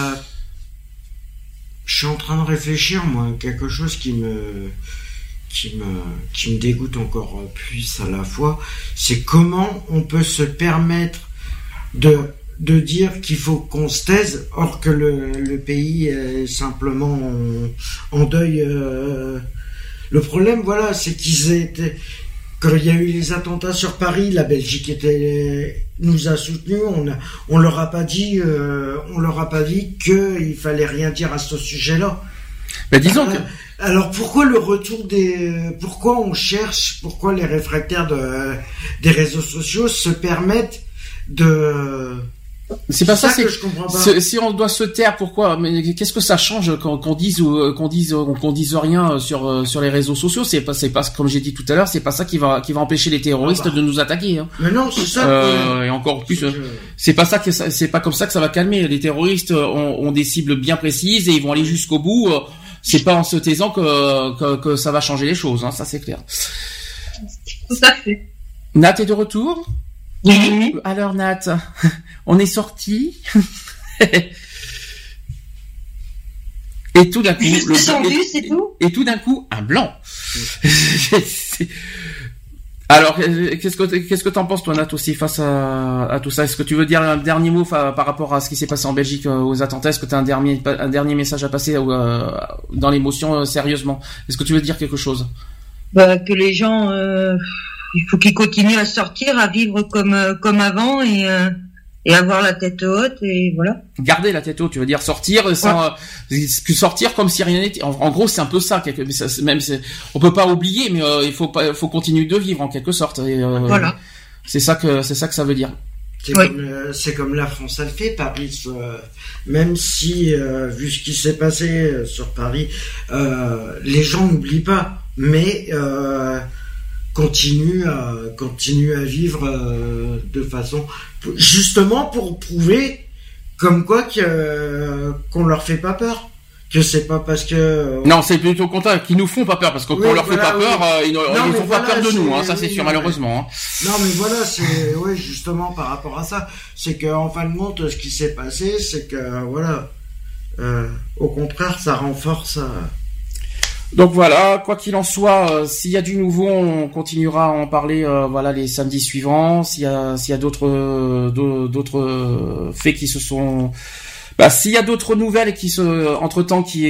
Je suis en train de réfléchir, moi, quelque chose qui me dégoûte encore plus à la fois, c'est comment on peut se permettre de dire qu'il faut qu'on se taise, or que le pays est simplement en deuil. Le problème, voilà, c'est quand il y a eu les attentats sur Paris, la Belgique nous a soutenus. On leur a pas dit qu'il fallait rien dire à ce sujet-là. Mais disons que. Alors pourquoi pourquoi les réfractaires des réseaux sociaux se permettent de. C'est pas ça, que je comprends pas. Si on doit se taire, pourquoi? Mais qu'est-ce que ça change qu'on dise rien sur les réseaux sociaux? C'est pas comme j'ai dit tout à l'heure, c'est pas ça qui va empêcher les terroristes de nous attaquer. Hein. Mais non, c'est ça. Et encore plus, c'est pas comme ça que ça va calmer. Les terroristes ont des cibles bien précises et ils vont aller jusqu'au bout. C'est pas en se taisant que ça va changer les choses. Hein, ça c'est clair. Tout à fait. Nat est de retour. Oui. Alors Nat, on est sorti. Et tout d'un coup, et tout d'un coup, un blanc. Alors, qu'est-ce que t'en penses, toi, Nat, aussi, face à tout ça? Est-ce que tu veux dire un dernier mot par rapport à ce qui s'est passé en Belgique, aux attentats? Est-ce que t'as un dernier message à passer dans l'émotion, sérieusement? Est-ce que tu veux dire quelque chose? Que les gens, il faut qu'ils continuent à sortir, à vivre comme avant et avoir la tête haute et voilà. Garder la tête haute, tu veux dire sortir sans sortir comme si rien n'était. En gros, c'est un peu ça. On peut pas oublier, mais il faut continuer de vivre en quelque sorte. Et, voilà. C'est ça que ça veut dire. C'est comme la France a le fait, Paris. Même si, vu ce qui s'est passé sur Paris, les gens n'oublient pas, mais continue à vivre de façon justement pour prouver comme quoi qu'on leur fait pas peur, que c'est pas parce que non, c'est plutôt le contraire, qu'ils nous font pas peur, parce qu'on leur fait pas peur, ils font pas peur de nous, hein, ça c'est sûr, malheureusement. Hein. Non mais voilà, c'est justement par rapport à ça, c'est que en fin de compte, ce qui s'est passé, c'est que voilà, au contraire, ça renforce. Donc voilà, quoi qu'il en soit, s'il y a du nouveau, on continuera à en parler les samedis suivants. S'il y a d'autres faits qui se sont s'il y a d'autres nouvelles qui entre-temps qui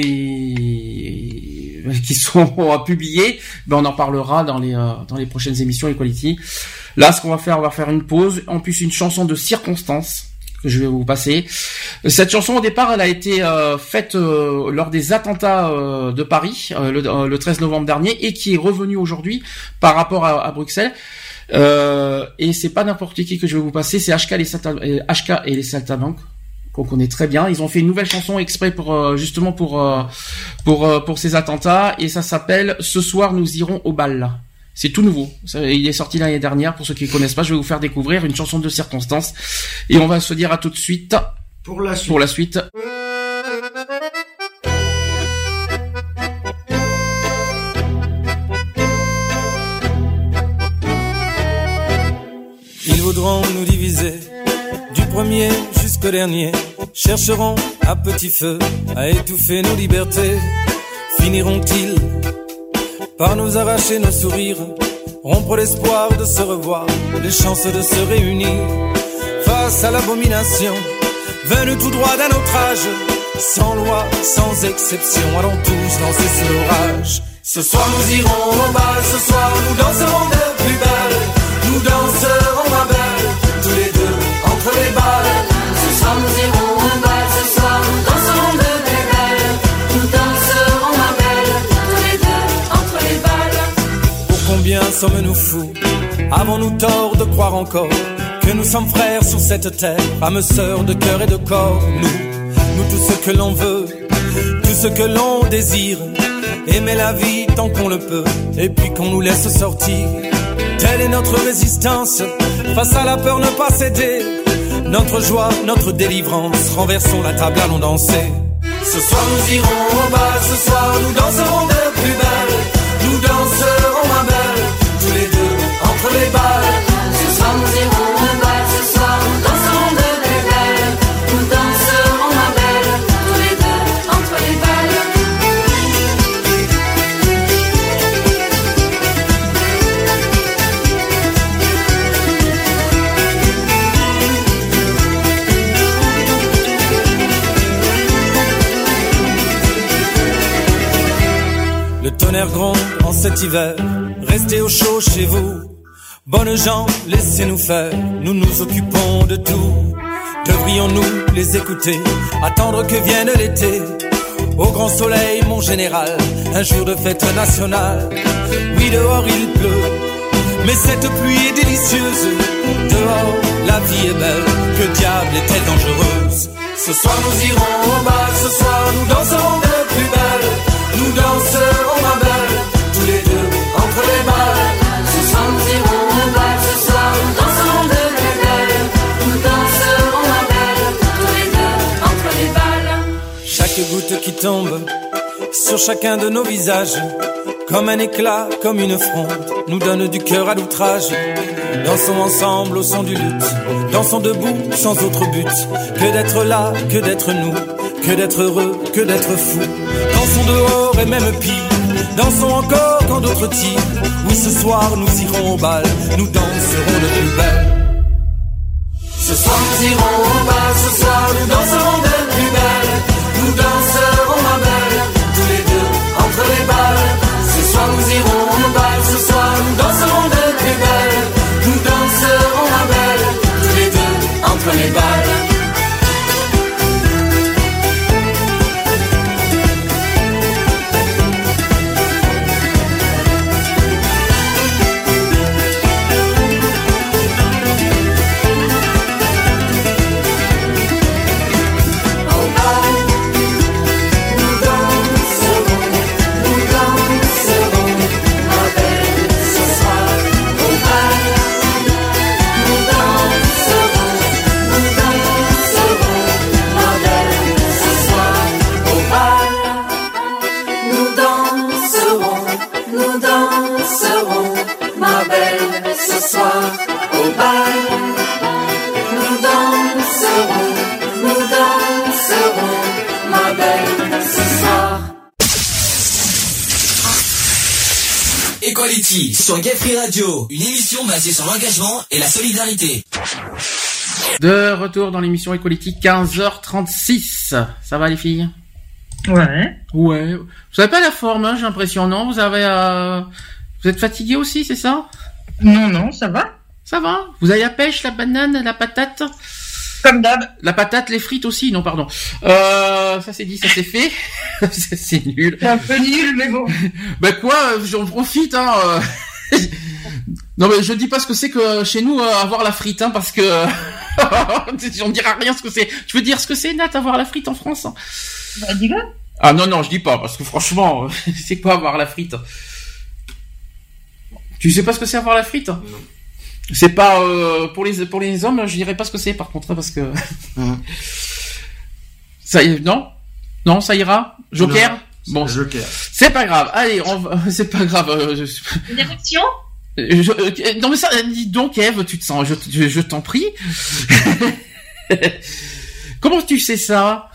sont publiées, on en parlera dans les prochaines émissions Equality. Là, ce qu'on va faire, on va faire une pause, en plus une chanson de circonstance que je vais vous passer. Cette chanson, au départ, elle a été faite lors des attentats de Paris, le 13 novembre dernier, et qui est revenue aujourd'hui par rapport à Bruxelles. Et c'est pas n'importe qui que je vais vous passer, c'est HK et les Saltimbanques, qu'on connaît très bien. Ils ont fait une nouvelle chanson exprès pour justement pour ces attentats, et ça s'appelle Ce soir nous irons au bal. C'est tout nouveau. Il est sorti l'année dernière. Pour ceux qui ne connaissent pas, je vais vous faire découvrir une chanson de circonstance. Et on va se dire à tout de suite. Pour la suite. Ils voudront nous diviser, du premier jusqu'au dernier. Chercheront à petit feu à étouffer nos libertés. Finiront-ils par nous arracher nos sourires, rompre l'espoir de se revoir, les chances de se réunir face à l'abomination venue tout droit d'un autre âge, sans loi, sans exception, allons tous danser sous l'orage. Ce soir nous irons au bal, ce soir nous danserons de plus belle, nous danserons à belle, tous les deux entre les balles. Ce soir nous irons au bal, ce soir nous danserons de plus belle, nous danserons à belle, tous les deux entre les balles. Pour combien sommes-nous fous, avons-nous tort de croire encore que nous sommes frères sur cette terre, âmes sœurs de cœur et de corps. Nous tout ce que l'on veut, tout ce que l'on désire, aimer la vie tant qu'on le peut, et puis qu'on nous laisse sortir. Telle est notre résistance, face à la peur ne pas céder. Notre joie, notre délivrance, renversons la table, allons danser. Ce soir nous irons au bal, ce soir nous danserons de plus belle, nous danserons à belle, tous les deux entre les balles. cet hiver, restez au chaud chez vous. Bonnes gens, laissez-nous faire, nous nous occupons de tout. Devrions-nous les écouter, attendre que vienne l'été? Au grand soleil, mon général, un jour de fête nationale. Oui, dehors il pleut, mais cette pluie est délicieuse. Dehors, la vie est belle, que diable est-elle dangereuse? Ce soir nous irons au bal, ce soir nous danserons de plus belle. Nous danserons ma belle, tous les deux entre les balles. Ce soir nous irons au bal, ce soir nous danserons de plus belle. Nous danserons ma belle, tous les deux entre les balles. Chaque goutte qui tombe sur chacun de nos visages, comme un éclat, comme une fronde, nous donne du cœur à l'outrage. Dansons ensemble au son du luth, dansons debout sans autre but que d'être là, que d'être nous, que d'être heureux, que d'être fou. Dansons dehors et même pire, dansons encore quand d'autres tirent. Oui, ce soir nous irons au bal, nous danserons de plus belle. Ce soir nous irons au bal, ce soir nous danserons de plus belle. Nous danserons ma belle, tous les deux entre les balles. Ce soir nous irons au bal, ce soir nous danserons de plus belle. Nous danserons ma belle, tous les deux entre les balles. Equality sur Gay Free Radio, une émission basée sur l'engagement et la solidarité. De retour dans l'émission Equality, 15h36. Ça va les filles? Ouais. Ouais. Vous avez pas la forme, hein, j'ai l'impression, non? Vous êtes fatigué aussi, c'est ça? Non, ça va. Ça va? Vous avez la pêche, la banane, la patate? Comme d'hab. La patate, les frites aussi, non, pardon. Ça c'est dit, ça c'est fait. C'est nul. C'est un peu nul, mais bon. Ben quoi, j'en profite, hein. Non mais je dis pas ce que c'est que chez nous avoir la frite, hein, parce que j'en dirai rien ce que c'est. Tu veux dire ce que c'est, Nat, avoir la frite en France? Bah dis-le. Ah non, je dis pas, parce que franchement, c'est quoi avoir la frite? Tu sais pas ce que c'est avoir la frite? Non. C'est pas pour les hommes, je dirais pas ce que c'est par contre, parce que ça non ça ira. Joker. Non, bon, Joker. C'est pas grave. Allez, c'est pas grave. Une érection? Non mais ça, dis donc Eve, tu te sens, je t'en prie. Comment tu sais ça?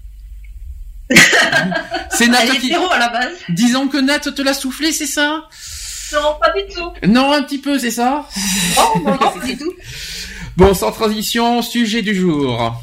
C'est Nat qui. À la base. Disons que Nat te l'a soufflé, c'est ça? Non, pas du tout. Non, un petit peu, c'est ça? Non, pas du tout. Bon, sans transition, sujet du jour.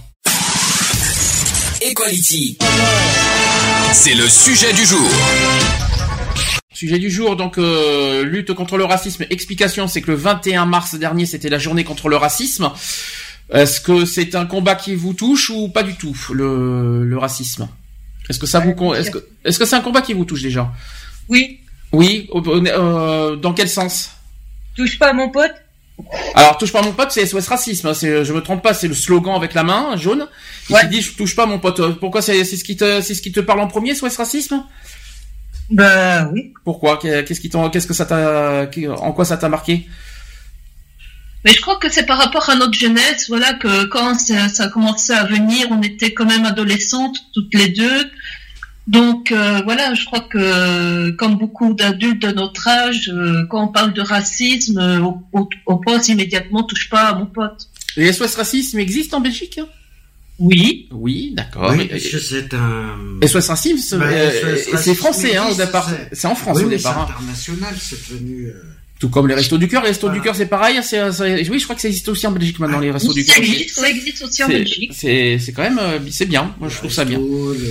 Equality. C'est le sujet du jour. Sujet du jour, donc lutte contre le racisme. Explication, c'est que le 21 mars dernier, c'était la journée contre le racisme. Est-ce que c'est un combat qui vous touche ou pas du tout, le racisme? Est-ce que ça est-ce que c'est un combat qui vous touche déjà? Oui. Oui, dans quel sens? Touche pas à mon pote. Alors, touche pas à mon pote, c'est SOS Racisme. Je me trompe pas, c'est le slogan avec la main jaune qui dit je touche pas à mon pote. Pourquoi c'est ce qui te parle en premier, SOS Racisme? Bah oui. Pourquoi? En quoi ça t'a marqué? Mais je crois que c'est par rapport à notre jeunesse, voilà, que quand ça a commencé à venir, on était quand même adolescentes toutes les deux. Donc voilà, je crois que comme beaucoup d'adultes de notre âge, quand on parle de racisme, on pense immédiatement touche pas à mon pote. Et SOS Racisme existe en Belgique? Oui. Oui, d'accord. Oui, parce que c'est un... SOS Racisme, c'est français, hein, au départ. C'est en France, au départ. C'est international, c'est devenu... Tout comme les Restos du Cœur. Les Restos du Cœur, c'est pareil. Oui, je crois que ça existe aussi en Belgique maintenant, les Restos du Cœur. Ça existe aussi en Belgique. C'est quand même, c'est bien. Moi, je trouve ça bien.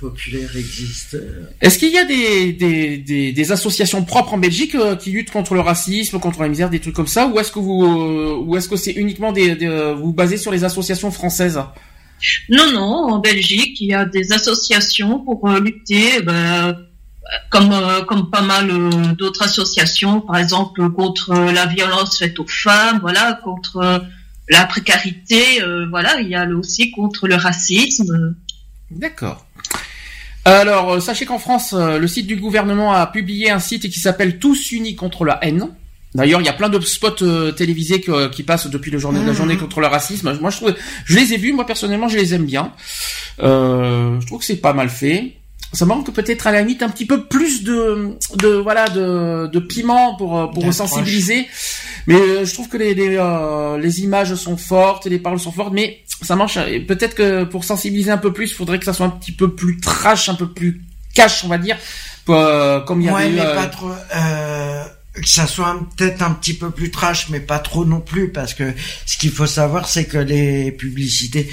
populaire existe. Est-ce qu'il y a des associations propres en Belgique qui luttent contre le racisme, contre la misère, des trucs comme ça, ou est-ce que c'est uniquement vous basez sur les associations françaises? Non, en Belgique, il y a des associations pour lutter, comme pas mal d'autres associations, par exemple contre la violence faite aux femmes, voilà, contre la précarité, voilà, il y a aussi contre le racisme. D'accord. Alors, sachez qu'en France, le site du gouvernement a publié un site qui s'appelle Tous unis contre la haine. D'ailleurs, il y a plein de spots télévisés qui passent depuis la journée contre le racisme. Moi, je les ai vus. Moi, personnellement, je les aime bien. Je trouve que c'est pas mal fait. Ça manque peut-être à la limite un petit peu plus de piment pour sensibiliser. Mais je trouve que les images sont fortes, les paroles sont fortes, mais ça marche. Peut-être que pour sensibiliser un peu plus, il faudrait que ça soit un petit peu plus trash, un peu plus cash, on va dire, comme il y avait. Ouais, mais pas trop. Que ça soit peut-être un petit peu plus trash, mais pas trop non plus, parce que ce qu'il faut savoir, c'est que les publicités,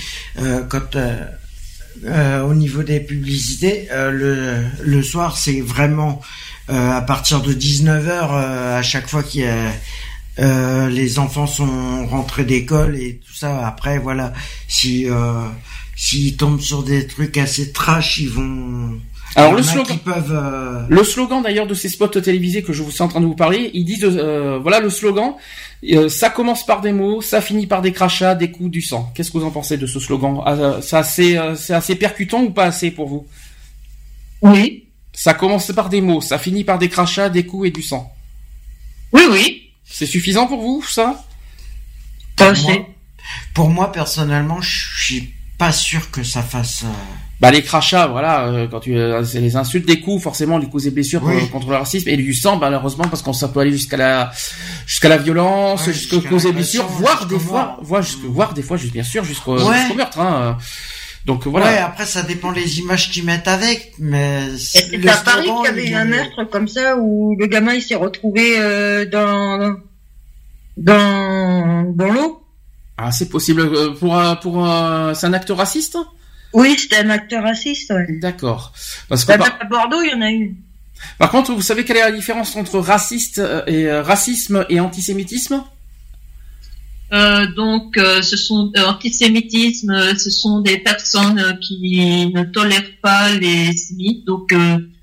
au niveau des publicités, le soir, c'est vraiment à partir de 19h, à chaque fois qu'il y a les enfants sont rentrés d'école et tout ça. Après, voilà, s'ils tombent sur des trucs assez trash, ils vont. Alors le slogan d'ailleurs de ces spots télévisés que je vous suis en train de vous parler, ils disent voilà le slogan, ça commence par des mots, ça finit par des crachats, des coups, du sang. Qu'est-ce que vous en pensez de ce slogan? C'est assez percutant ou pas assez pour vous? Oui. Ça commence par des mots, ça finit par des crachats, des coups et du sang. Oui. C'est suffisant pour vous, ça? Pour moi personnellement, je suis pas sûr que ça fasse. Les crachats, voilà, c'est les insultes, des coups, forcément, les coups et blessures contre le racisme, et du sang, malheureusement, parce qu'on ça peut aller jusqu'à la violence, jusqu'aux coups et blessures, voire des fois, bien sûr, jusqu'au meurtre, hein. Donc voilà. Ouais, après ça dépend les images qu'ils mettent avec, mais. C'est à Paris qu'il y avait un meurtre comme ça où le gamin il s'est retrouvé dans l'eau. Ah, c'est possible c'est un acte raciste? Oui, c'était un acteur raciste, ouais. D'accord. Parce que à Bordeaux, il y en a une. Par contre, vous savez quelle est la différence entre racisme et antisémitisme? Antisémitisme, ce sont des personnes qui ne tolèrent pas les sémites, donc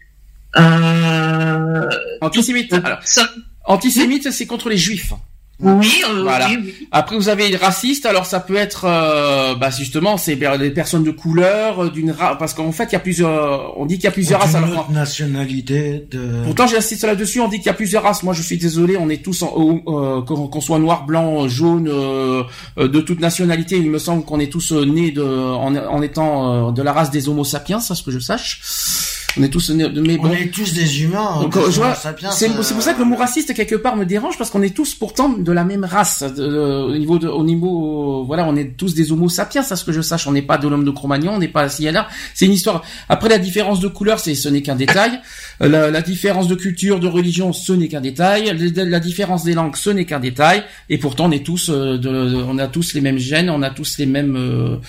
antisémite. Alors, antisémite, c'est contre les juifs. Oui, voilà. Oui. Après, vous avez raciste. Alors, ça peut être, justement, c'est des personnes de couleur, d'une race, parce qu'en fait, il y a plusieurs. On dit qu'il y a plusieurs races. Alors, nationalité. Pourtant, j'insiste là-dessus. On dit qu'il y a plusieurs races. Moi, je suis désolé. On est tous qu'on soit noir, blanc, jaune, de toute nationalité. Il me semble qu'on est tous nés en étant de la race des Homo sapiens, ça, ce que je sache. On est tous on est tous des humains. Donc, c'est pour ça que le mot raciste quelque part me dérange, parce qu'on est tous pourtant de la même race. Au niveau, voilà, on est tous des Homo sapiens, ça, ce que je sache. On n'est pas de l'homme de Cro-Magnon, on n'est pas ci et là. C'est une histoire. Après, la différence de couleur, ce n'est qu'un détail. La différence de culture, de religion, ce n'est qu'un détail. La différence des langues, ce n'est qu'un détail. Et pourtant, on est tous, on a tous les mêmes gènes, on a tous les mêmes.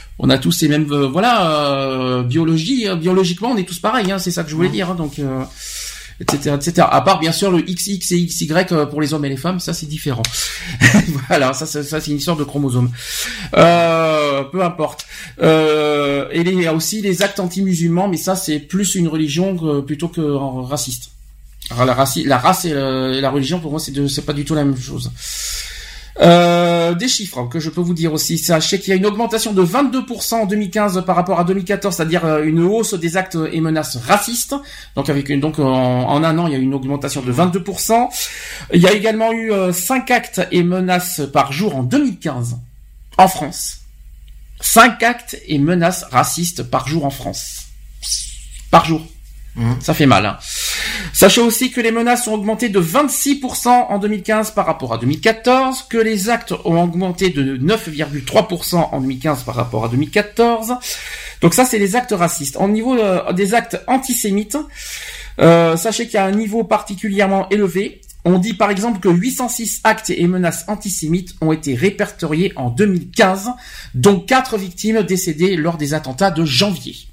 Biologiquement, on est tous pareils, hein, c'est ça que je voulais dire, hein, donc, etc. À part, bien sûr, le XX et XY pour les hommes et les femmes, ça, c'est différent. Voilà, ça, c'est une histoire de chromosomes. Peu importe. Et il y a aussi les actes anti-musulmans, mais ça, c'est plus une religion plutôt que raciste. Alors, la race et la religion, pour moi, c'est pas du tout la même chose. Des chiffres que je peux vous dire aussi. Sachez qu'il y a une augmentation de 22% en 2015 par rapport à 2014, c'est-à-dire une hausse des actes et menaces racistes. Donc en un an, il y a une augmentation de 22%. Il y a également eu 5 actes et menaces par jour en 2015 en France. 5 actes et menaces racistes par jour en France. Par jour. Ça fait mal, hein. Sachez aussi que les menaces ont augmenté de 26% en 2015 par rapport à 2014, que les actes ont augmenté de 9,3% en 2015 par rapport à 2014. Donc ça, c'est les actes racistes. Au niveau des actes antisémites, sachez qu'il y a un niveau particulièrement élevé. On dit par exemple que 806 actes et menaces antisémites ont été répertoriés en 2015, dont 4 victimes décédées lors des attentats de janvier.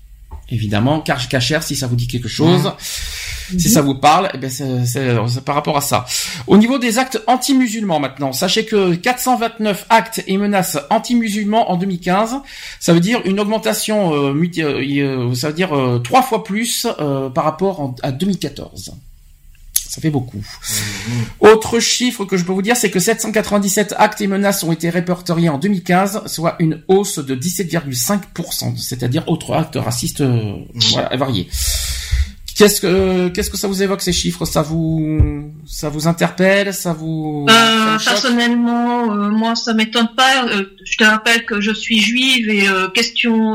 évidemment, Kacher, si ça vous dit quelque chose. Si ça vous parle, eh ben c'est par rapport à ça. Au niveau des actes anti-musulmans maintenant, sachez que 429 actes et menaces anti-musulmans en 2015, ça veut dire une augmentation, ça veut dire 3 fois plus par rapport à 2014. Ça fait beaucoup. Autre chiffre que je peux vous dire, c'est que 797 actes et menaces ont été répertoriés en 2015, soit une hausse de 17,5%, c'est-à-dire autres actes racistes variés. Qu'est-ce que ça vous évoque, ces chiffres? Ça vous interpelle? Ça vous personnellement, moi ça m'étonne pas. Je te rappelle que je suis juive et question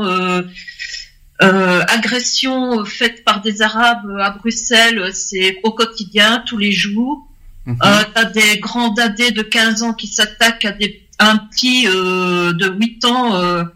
agression faite par des Arabes à Bruxelles, c'est au quotidien, tous les jours. T'as des grands dadés de 15 ans qui s'attaquent à un petit de 8 ans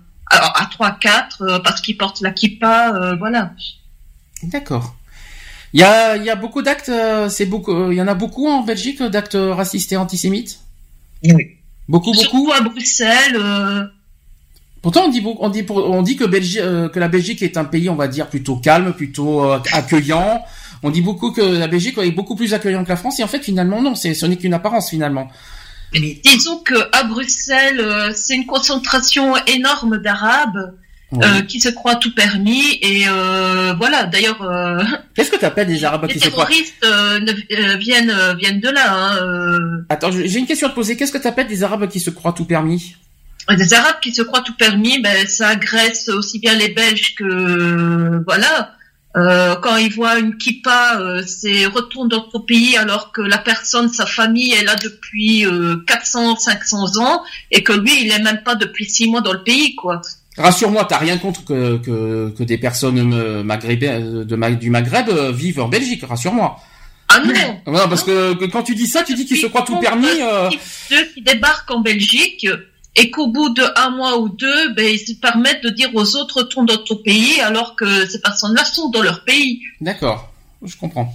à 3-4 parce qu'il porte la kippa, voilà. D'accord. Il y a beaucoup d'actes, il y en a beaucoup en Belgique d'actes racistes et antisémites. Oui. Beaucoup. Surtout à Bruxelles. Pourtant on dit que la Belgique est un pays, on va dire, plutôt calme, plutôt accueillant. On dit beaucoup que la Belgique est beaucoup plus accueillant que la France, et en fait finalement non, ce n'est qu'une apparence finalement. Disons que à Bruxelles, c'est une concentration énorme d'Arabes. Qui se croient tout permis et voilà. D'ailleurs, qu'est-ce que tu appelles des Arabes qui se croient? Les terroristes viennent de là. Attends, j'ai une question à te poser. Qu'est-ce que tu appelles des Arabes qui se croient tout permis? Des Arabes qui se croient tout permis, ça agresse aussi bien les Belges que voilà. Quand ils voient une kippa, c'est retourne dans ton pays alors que la personne, sa famille est là depuis 400-500 ans et que lui, il est même pas depuis 6 mois dans le pays, quoi. Rassure-moi, t'as rien contre que des personnes maghrébines du Maghreb vivent en Belgique, rassure-moi. Ah non. Non, parce que quand tu dis ça, tu dis qu'ils se croient tout permis. Ceux qui débarquent en Belgique et qu'au bout de 1 mois ou 2, ils se permettent de dire aux autres retourne dans ton pays alors que ces personnes-là sont dans leur pays. D'accord, je comprends.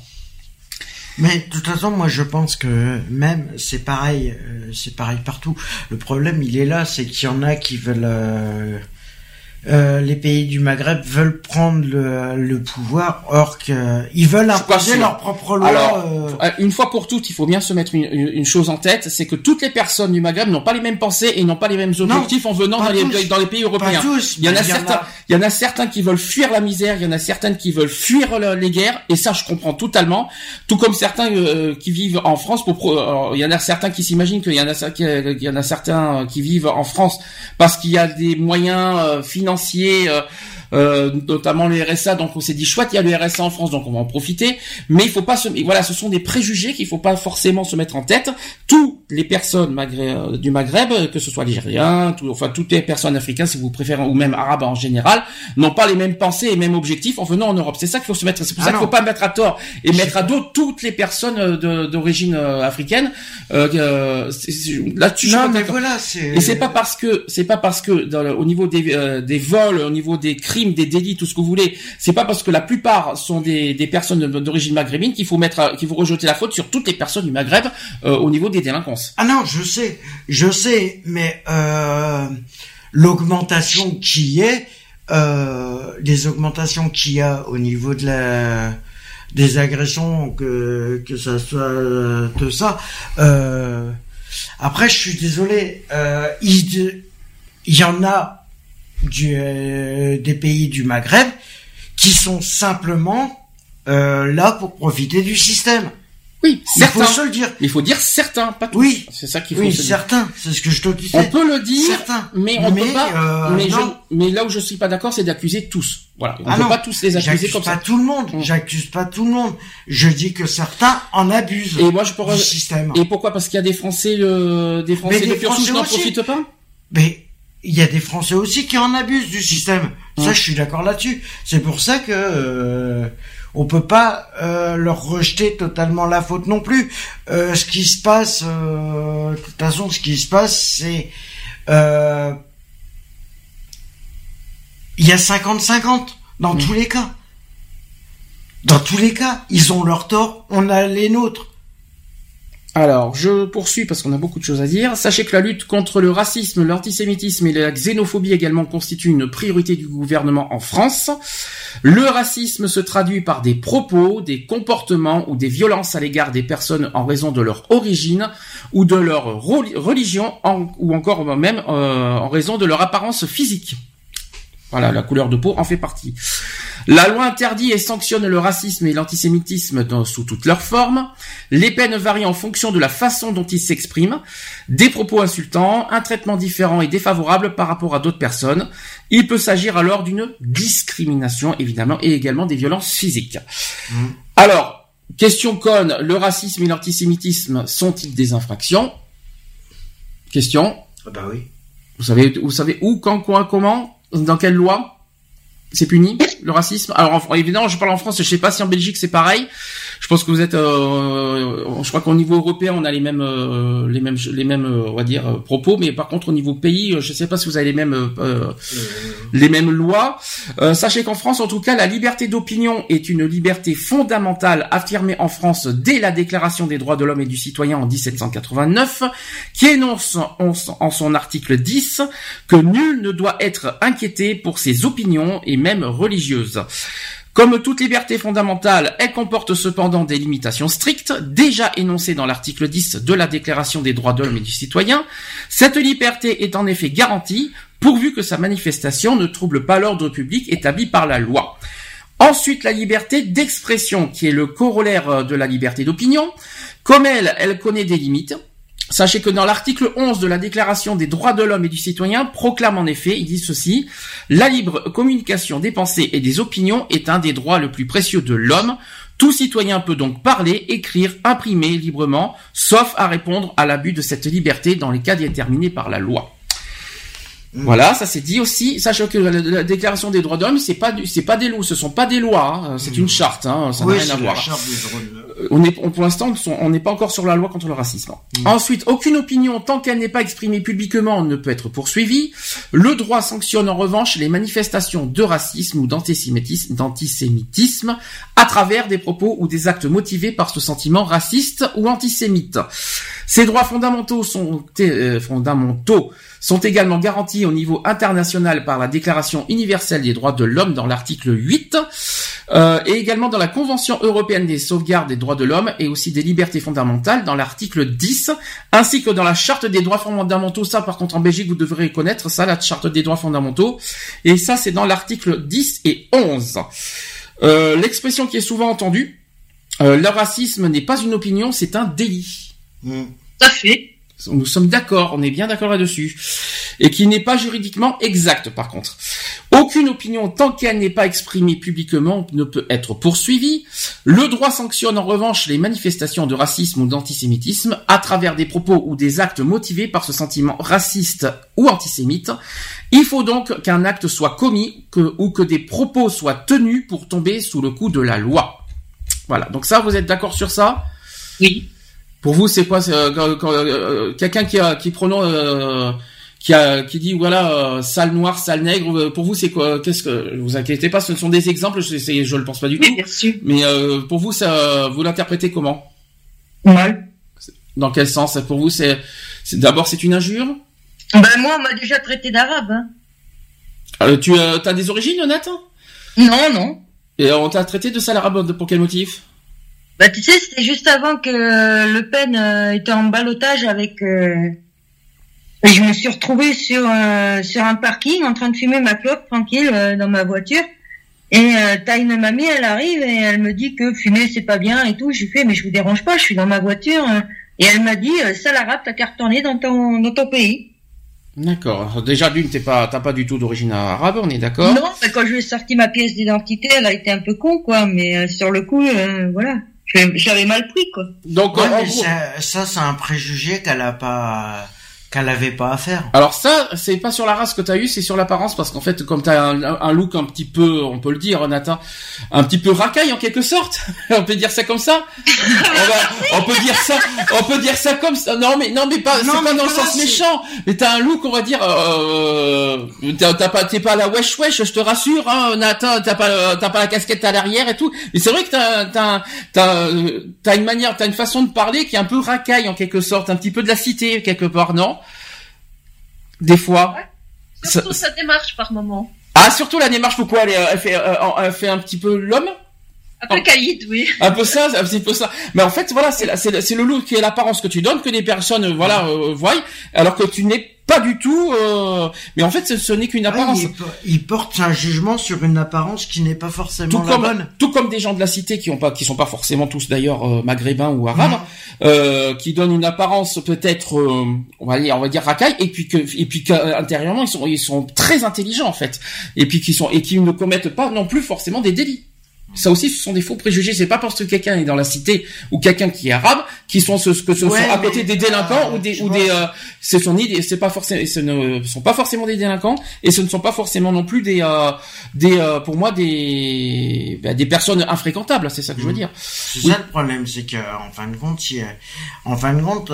Mais de toute façon, moi je pense que même c'est pareil partout. Le problème, il est là, c'est qu'il y en a qui veulent les pays du Maghreb veulent prendre le pouvoir, or qu'ils veulent imposer leur propre loi. Alors, une fois pour toutes, il faut bien se mettre une chose en tête, c'est que toutes les personnes du Maghreb n'ont pas les mêmes pensées et n'ont pas les mêmes objectifs en venant dans les pays européens. Tous, il y en a certains qui veulent fuir la misère, il y en a certaines qui veulent fuir les guerres, et ça je comprends totalement. Tout comme certains qui vivent en France, il y en a certains qui s'imaginent qu'il y en a certains qui vivent en France parce qu'il y a des moyens financiers, notamment le RSA, donc on s'est dit chouette, il y a le RSA en France, donc on va en profiter, mais il faut pas ce sont des préjugés qu'il faut pas forcément se mettre en tête. Toutes les personnes du Maghreb, que ce soit algériens, toutes les personnes africaines si vous préférez, ou même arabes en général, n'ont pas les mêmes pensées et les mêmes objectifs en venant en Europe. C'est ça qu'il faut se mettre, c'est pour ça qu'il faut pas mettre à tort et mettre à dos toutes les personnes d'origine africaine. Là-dessus, non, mais voilà, et c'est pas parce que au niveau des vols, au niveau des crimes, des délits, tout ce que vous voulez, c'est pas parce que la plupart sont des personnes d'origine maghrébine qu'il faut rejeter la faute sur toutes les personnes du Maghreb au niveau des délinquances. Ah non, je sais, mais l'augmentation qui est, les augmentations qu'il y a au niveau des agressions, que ça soit de ça. Après, je suis désolé, il y en a des pays du Maghreb qui sont simplement là pour profiter du système. Oui, certains. Il faut se le dire. Il faut dire certains, pas tous. Oui, c'est ça qu'il faut. Oui, se certains. Dire. C'est ce que je te dis. On peut le dire, certains. Mais on peut pas. Mais là où je suis pas d'accord, c'est d'accuser tous. Voilà, on peut pas tous les accuser comme ça. J'accuse pas tout le monde. J'accuse pas tout le monde. Je dis que certains en abusent. Et moi, je pourrais. Du système. Et pourquoi? Parce qu'il y a des Français de pure souche n'en profitent pas. Mais il y a des Français aussi qui en abusent du système. Ça, je suis d'accord là-dessus. C'est pour ça que on peut pas leur rejeter totalement la faute non plus. Ce qui se passe, de toute façon, c'est il y a 50-50 dans tous les cas. Dans tous les cas, ils ont leur tort, on a les nôtres. Alors, je poursuis parce qu'on a beaucoup de choses à dire. Sachez que la lutte contre le racisme, l'antisémitisme et la xénophobie également constitue une priorité du gouvernement en France. Le racisme se traduit par des propos, des comportements ou des violences à l'égard des personnes en raison de leur origine ou de leur religion ou encore même en raison de leur apparence physique. Voilà, la couleur de peau en fait partie. La loi interdit et sanctionne le racisme et l'antisémitisme sous toutes leurs formes. Les peines varient en fonction de la façon dont ils s'expriment. Des propos insultants, un traitement différent et défavorable par rapport à d'autres personnes. Il peut s'agir alors d'une discrimination, évidemment, et également des violences physiques. Alors, question conne, le racisme et l'antisémitisme sont-ils des infractions? Question. Ah bah oui. Vous savez où, quand, quoi, comment? Dans quelle loi c'est puni, le racisme? Alors évidemment, je parle en France, je sais pas si en Belgique c'est pareil. Je pense que vous êtes, je crois qu'au niveau européen, on a les mêmes, on va dire propos, mais par contre au niveau pays, je sais pas si vous avez les mêmes lois. Sachez qu'en France, en tout cas, la liberté d'opinion est une liberté fondamentale affirmée en France dès la Déclaration des droits de l'homme et du citoyen en 1789, qui énonce en son article 10 que nul ne doit être inquiété pour ses opinions et même religieuses. Comme toute liberté fondamentale, elle comporte cependant des limitations strictes, déjà énoncées dans l'article 10 de la Déclaration des droits de l'homme et du citoyen. Cette liberté est en effet garantie, pourvu que sa manifestation ne trouble pas l'ordre public établi par la loi. Ensuite, la liberté d'expression, qui est le corollaire de la liberté d'opinion. Comme elle connaît des limites. Sachez que dans l'article 11 de la Déclaration des droits de l'homme et du citoyen proclame en effet, il dit ceci: la libre communication des pensées et des opinions est un des droits le plus précieux de l'homme. Tout citoyen peut donc parler, écrire, imprimer librement, sauf à répondre à l'abus de cette liberté dans les cas déterminés par la loi. Voilà, ça c'est dit aussi. Sachez que la Déclaration des droits de l'homme, c'est pas des lois, ce sont pas des lois, hein, c'est une charte, hein, ça n'a rien à voir. Pour l'instant, on n'est pas encore sur la loi contre le racisme. Ensuite, aucune opinion, tant qu'elle n'est pas exprimée publiquement, ne peut être poursuivie. Le droit sanctionne en revanche les manifestations de racisme ou d'antisémitisme à travers des propos ou des actes motivés par ce sentiment raciste ou antisémite. Ces droits fondamentaux sont également garantis au niveau international par la Déclaration universelle des droits de l'homme dans l'article 8 et également dans la Convention européenne des sauvegardes des droits de l'homme et aussi des libertés fondamentales dans l'article 10 ainsi que dans la Charte des droits fondamentaux. Ça par contre en Belgique vous devrez connaître ça, la Charte des droits fondamentaux, et ça c'est dans l'article 10 et 11. L'expression qui est souvent entendue, le racisme n'est pas une opinion, c'est un délit. Tout à fait. Nous sommes d'accord, on est bien d'accord là-dessus. Et qui n'est pas juridiquement exact, par contre. Aucune opinion, tant qu'elle n'est pas exprimée publiquement, ne peut être poursuivie. Le droit sanctionne en revanche les manifestations de racisme ou d'antisémitisme à travers des propos ou des actes motivés par ce sentiment raciste ou antisémite. Il faut donc qu'un acte soit commis ou que des propos soient tenus pour tomber sous le coup de la loi. Voilà, donc ça, vous êtes d'accord sur ça? Oui. Pour vous, c'est quoi? Quelqu'un qui dit voilà sale noir, sale nègre. Pour vous, c'est quoi? Qu'est-ce que vous inquiétez pas, ce sont des exemples. Je le pense pas du tout. Oui, bien sûr. Mais pour vous, ça, vous l'interprétez comment? Mal. Dans quel sens? Pour vous, d'abord c'est une injure? Ben moi, on m'a déjà traité d'arabe. Hein. Tu as des origines, honnêtes? Non. Et on t'a traité de sale arabe pour quel motif? Bah tu sais, c'était juste avant que Le Pen était en ballottage avec. Et je me suis retrouvée sur un parking en train de fumer ma clope tranquille dans ma voiture. Et t'as une mamie, elle arrive et elle me dit que fumer c'est pas bien et tout. Je lui fais mais je vous dérange pas, je suis dans ma voiture. Et elle m'a dit sale arabe, t'as qu'à retourner dans ton pays. D'accord. Alors, déjà d'une, t'as pas du tout d'origine arabe, on est d'accord? Non, mais quand je lui ai sorti ma pièce d'identité, elle a été un peu con quoi. Mais sur le coup, voilà. J'avais mal pris quoi. Donc ouais, ça c'est un préjugé qu'elle a qu'elle avait pas à faire. Alors ça, c'est pas sur la race que t'as eu, c'est sur l'apparence, parce qu'en fait, comme t'as un look un petit peu, on peut le dire, Nathan, un petit peu racaille en quelque sorte. On peut dire ça comme ça. On peut dire ça comme ça. Non mais pas, c'est pas dans le sens méchant. Mais t'as un look, on va dire, t'es pas à la wesh, je te rassure, hein, Nathan, t'as pas la casquette à l'arrière et tout. Mais c'est vrai que t'as une manière, t'as une façon de parler qui est un peu racaille en quelque sorte, un petit peu de la cité quelque part, non? Des fois. Ouais. Surtout sa démarche par moment. Ah, surtout la démarche, pourquoi elle fait un petit peu l'homme? Un peu caïd, oui. Un peu ça, un petit peu ça. Mais en fait, voilà, c'est le look et l'apparence que tu donnes, que des personnes, voient, alors que tu n'es pas du tout, mais en fait, ce n'est qu'une apparence. Il porte un jugement sur une apparence qui n'est pas forcément la bonne. Tout comme des gens de la cité qui sont pas forcément tous d'ailleurs maghrébins ou arabes, qui donnent une apparence peut-être, on va dire racaille, et puis qu'intérieurement ils sont très intelligents en fait, et puis qui ne commettent pas non plus forcément des délits. Ça aussi, ce sont des faux préjugés. C'est pas parce que quelqu'un est dans la cité ou quelqu'un qui est arabe qui sont sont à côté des délinquants ce ne sont pas forcément des délinquants, et ce ne sont pas forcément non plus pour moi des personnes infréquentables. C'est ça que je veux dire. C'est ça le problème, c'est que en fin de compte,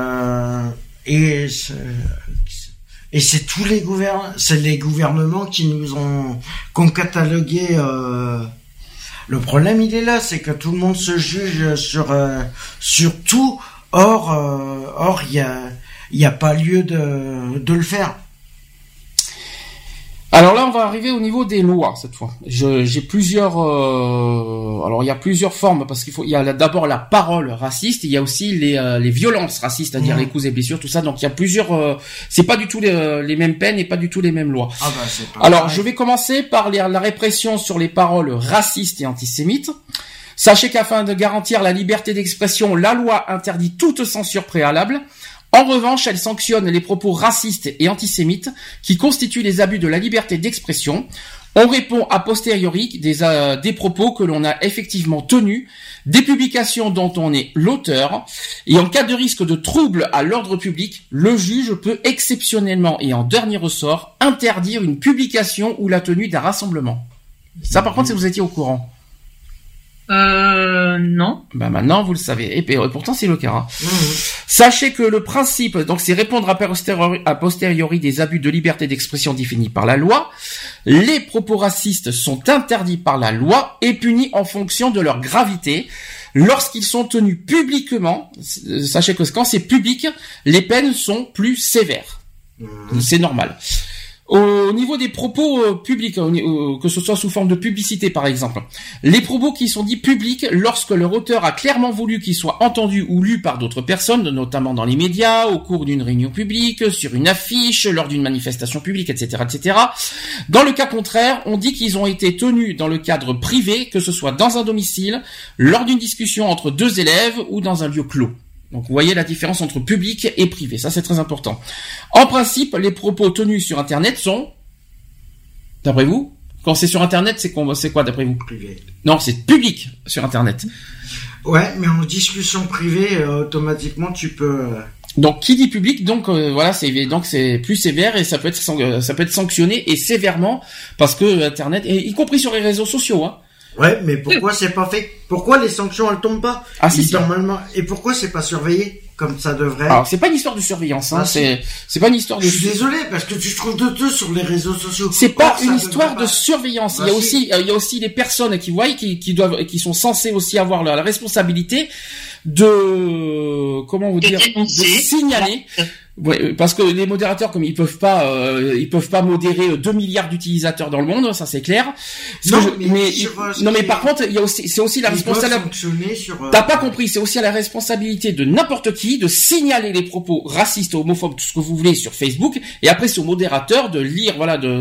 et c'est tous les gouvernements qui nous ont catalogué. Le problème, il est là, c'est que tout le monde se juge sur tout. Or, il y a pas lieu de le faire. Alors là, on va arriver au niveau des lois cette fois. J'ai plusieurs. Alors il y a plusieurs formes, parce il y a d'abord la parole raciste, il y a aussi les violences racistes, c'est-à-dire les coups et blessures, tout ça. Donc il y a plusieurs. C'est pas du tout les mêmes peines et pas du tout les mêmes lois. C'est pas Alors pareil. je vais commencer par la répression sur les paroles racistes et antisémites. Sachez qu'afin de garantir la liberté d'expression, la loi interdit toute censure préalable. En revanche, elle sanctionne les propos racistes et antisémites qui constituent les abus de la liberté d'expression. On répond a posteriori des propos que l'on a effectivement tenus, des publications dont on est l'auteur, et en cas de risque de trouble à l'ordre public, le juge peut exceptionnellement et en dernier ressort interdire une publication ou la tenue d'un rassemblement. Ça, par contre, si vous étiez au courant. Non. Maintenant vous le savez, et pourtant c'est le cas. Hein. Sachez que le principe, donc, c'est répondre a posteriori des abus de liberté d'expression définis par la loi. Les propos racistes sont interdits par la loi et punis en fonction de leur gravité. Lorsqu'ils sont tenus publiquement, sachez que quand c'est public, les peines sont plus sévères. C'est normal. Au niveau des propos publics, que ce soit sous forme de publicité par exemple, les propos qui sont dits publics lorsque leur auteur a clairement voulu qu'ils soient entendus ou lus par d'autres personnes, notamment dans les médias, au cours d'une réunion publique, sur une affiche, lors d'une manifestation publique, etc., etc. Dans le cas contraire, on dit qu'ils ont été tenus dans le cadre privé, que ce soit dans un domicile, lors d'une discussion entre deux élèves ou dans un lieu clos. Donc vous voyez la différence entre public et privé, ça c'est très important. En principe, les propos tenus sur Internet sont, d'après vous, quand c'est sur Internet, c'est quoi d'après vous? Privé. Non, c'est public sur Internet. Ouais, mais en discussion privée, automatiquement tu peux. Donc qui dit public, donc c'est plus sévère, et ça peut être sanctionné et sévèrement, parce que Internet, et y compris sur les réseaux sociaux, hein. Ouais, mais pourquoi c'est pas fait? Pourquoi les sanctions elles tombent pas? Si. Normalement. Et pourquoi c'est pas surveillé comme ça devrait? Alors c'est pas une histoire de surveillance, hein. C'est pas une histoire de. Je suis désolé parce que tu trouves de tout sur les réseaux sociaux. C'est pas une histoire de surveillance. Il y a aussi les personnes qui voient, qui sont censées aussi avoir la responsabilité de, comment vous dire, de signaler. Ouais, parce que les modérateurs, comme ils peuvent pas modérer 2 milliards d'utilisateurs dans le monde, ça c'est clair. Mais par contre, c'est aussi la responsabilité. T'as pas compris, c'est aussi à la responsabilité de n'importe qui de signaler les propos racistes, homophobes, tout ce que vous voulez sur Facebook, et après c'est au modérateur de lire,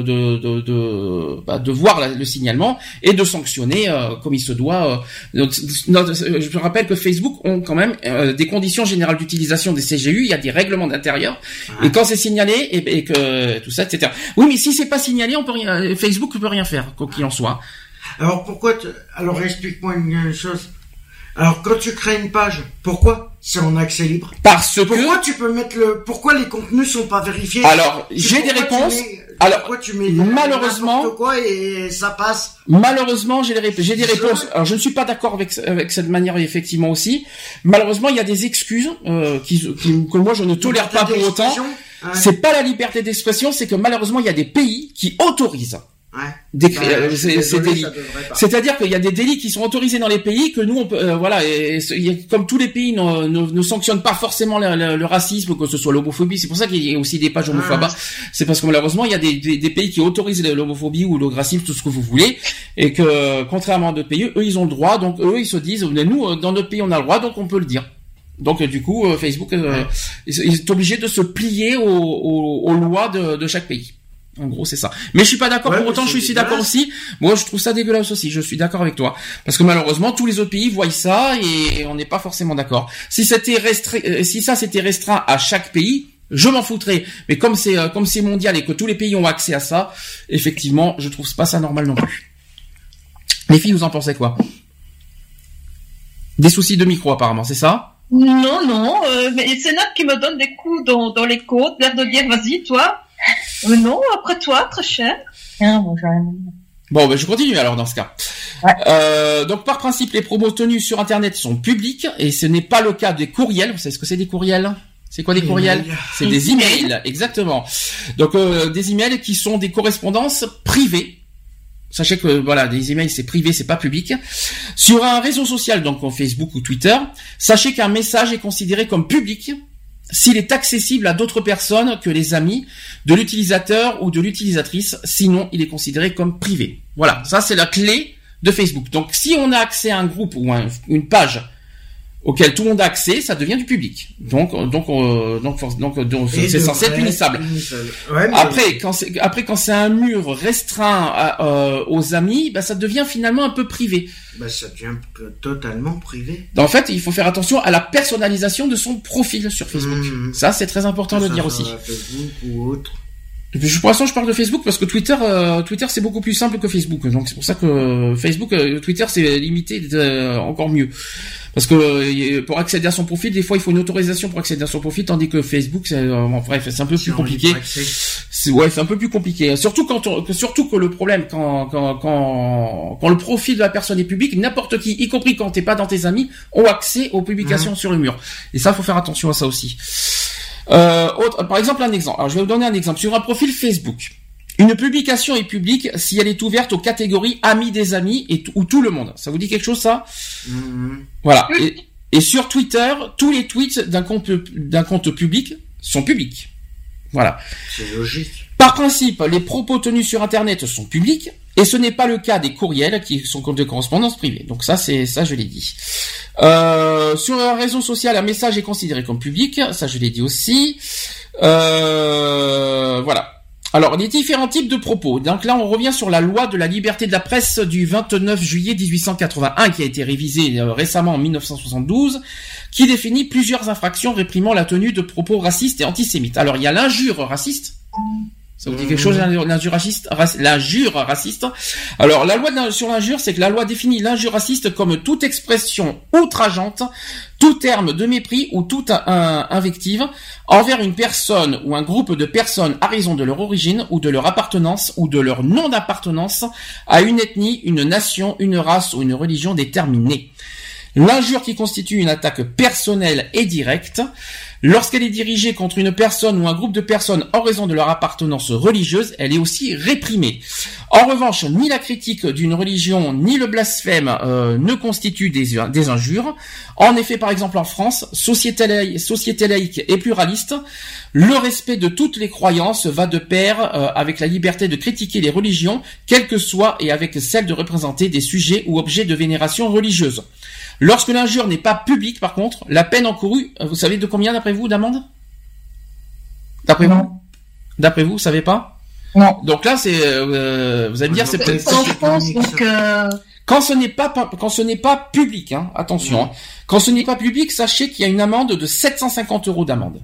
de voir le signalement et de sanctionner comme il se doit. Je rappelle que Facebook ont quand même des conditions générales d'utilisation des CGU, il y a des règlements d'intérieur. Et quand c'est signalé et que tout ça, etc. Oui, mais si c'est pas signalé, on peut rien. Facebook ne peut rien faire, quoi qu'il en soit. Alors pourquoi Alors explique-moi une chose. Alors quand tu crées une page, pourquoi C'est en accès libre. Pourquoi tu peux mettre pourquoi les contenus sont pas vérifiés? Alors, j'ai des réponses. Pourquoi tu mets malheureusement n'importe quoi et ça passe? Malheureusement, j'ai des réponses. Alors, je ne suis pas d'accord avec cette manière, effectivement, aussi. Malheureusement, il y a des excuses, que moi je ne tolère pas pour autant. Ouais. C'est pas la liberté d'expression, c'est que malheureusement, il y a des pays qui autorisent. Ouais. Ces délits. C'est-à-dire qu'il y a des délits qui sont autorisés dans les pays que nous on peut, comme tous les pays ne sanctionnent pas forcément le racisme, que ce soit l'homophobie. C'est pour ça qu'il y a aussi des pages homophobes. C'est parce que malheureusement il y a des pays qui autorisent l'homophobie ou le racisme, tout ce que vous voulez, et que contrairement à d'autres pays, eux ils ont le droit. Donc eux ils se disent, nous dans notre pays on a le droit, donc on peut le dire. Donc du coup Facebook est obligé de se plier aux lois de chaque pays. En gros, c'est ça. Mais je suis pas d'accord. Pour autant, je suis d'accord aussi. Moi, je trouve ça dégueulasse aussi. Je suis d'accord avec toi. Parce que malheureusement, tous les autres pays voient ça et on n'est pas forcément d'accord. Si ça c'était restreint à chaque pays, je m'en foutrais. Mais comme c'est mondial et que tous les pays ont accès à ça, effectivement, je trouve pas ça normal non plus. Les filles, vous en pensez quoi? Des soucis de micro, apparemment, c'est ça? Non, mais c'est Nat qui me donne des coups dans les côtes, l'air de dire, vas-y, toi. Non, après toi, très cher. Bon, je continue alors dans ce cas. Ouais. Donc par principe, les promos tenus sur Internet sont publics et ce n'est pas le cas des courriels. Vous savez ce que c'est des courriels? C'est quoi des courriels? C'est des emails, exactement. Donc des emails qui sont des correspondances privées. Sachez que des emails c'est privé, c'est pas public. Sur un réseau social, donc Facebook ou Twitter, sachez qu'un message est considéré comme public s'il est accessible à d'autres personnes que les amis de l'utilisateur ou de l'utilisatrice, sinon il est considéré comme privé. Voilà, ça c'est la clé de Facebook. Donc si on a accès à un groupe ou une page auquel tout le monde a accès, ça devient du public. Donc c'est censé être punissable. Ouais, après quand c'est un mur restreint aux amis, ça devient finalement un peu privé. Ça devient totalement privé. En fait, il faut faire attention à la personnalisation de son profil sur Facebook. Ça, c'est très important de le dire aussi. Facebook ou autre. Pour l'instant, je parle de Facebook parce que Twitter, c'est beaucoup plus simple que Facebook. Donc, c'est pour ça que Facebook, Twitter, c'est limité encore mieux. Parce que pour accéder à son profil, des fois, il faut une autorisation pour accéder à son profil, tandis que Facebook, c'est un peu plus compliqué. C'est un peu plus compliqué. Surtout que le problème, quand le profil de la personne est public, n'importe qui, y compris quand t'es pas dans tes amis, ont accès aux publications sur le mur. Et ça, faut faire attention à ça aussi. Par exemple, un exemple. Alors, je vais vous donner un exemple. Sur un profil Facebook, une publication est publique si elle est ouverte aux catégories amis des amis ou tout le monde. Ça vous dit quelque chose, ça? Voilà. Et sur Twitter, tous les tweets d'un compte public sont publics. Voilà. C'est logique. Par principe, les propos tenus sur Internet sont publics, et ce n'est pas le cas des courriels qui sont de correspondance privée. Donc ça, je l'ai dit. Sur un réseau social, un message est considéré comme public. Ça, je l'ai dit aussi. Voilà. Alors, les différents types de propos. Donc là, on revient sur la loi de la liberté de la presse du 29 juillet 1881, qui a été révisée récemment en 1972, qui définit plusieurs infractions réprimant la tenue de propos racistes et antisémites. Alors, il y a l'injure raciste. Ça vous dit quelque chose, l'injure raciste? Alors, la loi sur l'injure, c'est que la loi définit l'injure raciste comme toute expression outrageante, tout terme de mépris ou toute invective envers une personne ou un groupe de personnes à raison de leur origine ou de leur appartenance ou de leur non-appartenance à une ethnie, une nation, une race ou une religion déterminée. L'injure qui constitue une attaque personnelle et directe, lorsqu'elle est dirigée contre une personne ou un groupe de personnes en raison de leur appartenance religieuse, elle est aussi réprimée. En revanche, ni la critique d'une religion ni le blasphème ne constituent des injures. En effet, par exemple en France, société laïque et pluraliste, le respect de toutes les croyances va de pair avec la liberté de critiquer les religions, quelles que soient, et avec celle de représenter des sujets ou objets de vénération religieuse. Lorsque l'injure n'est pas publique, par contre, la peine encourue, vous savez de combien d'après vous d'amende? D'après vous, savez pas? Non. Donc là, c'est, vous allez me dire, c'est peut-être en France, donc. Quand ce n'est pas public, hein, attention. Hein, quand ce n'est pas public, sachez qu'il y a une amende de 750 € d'amende.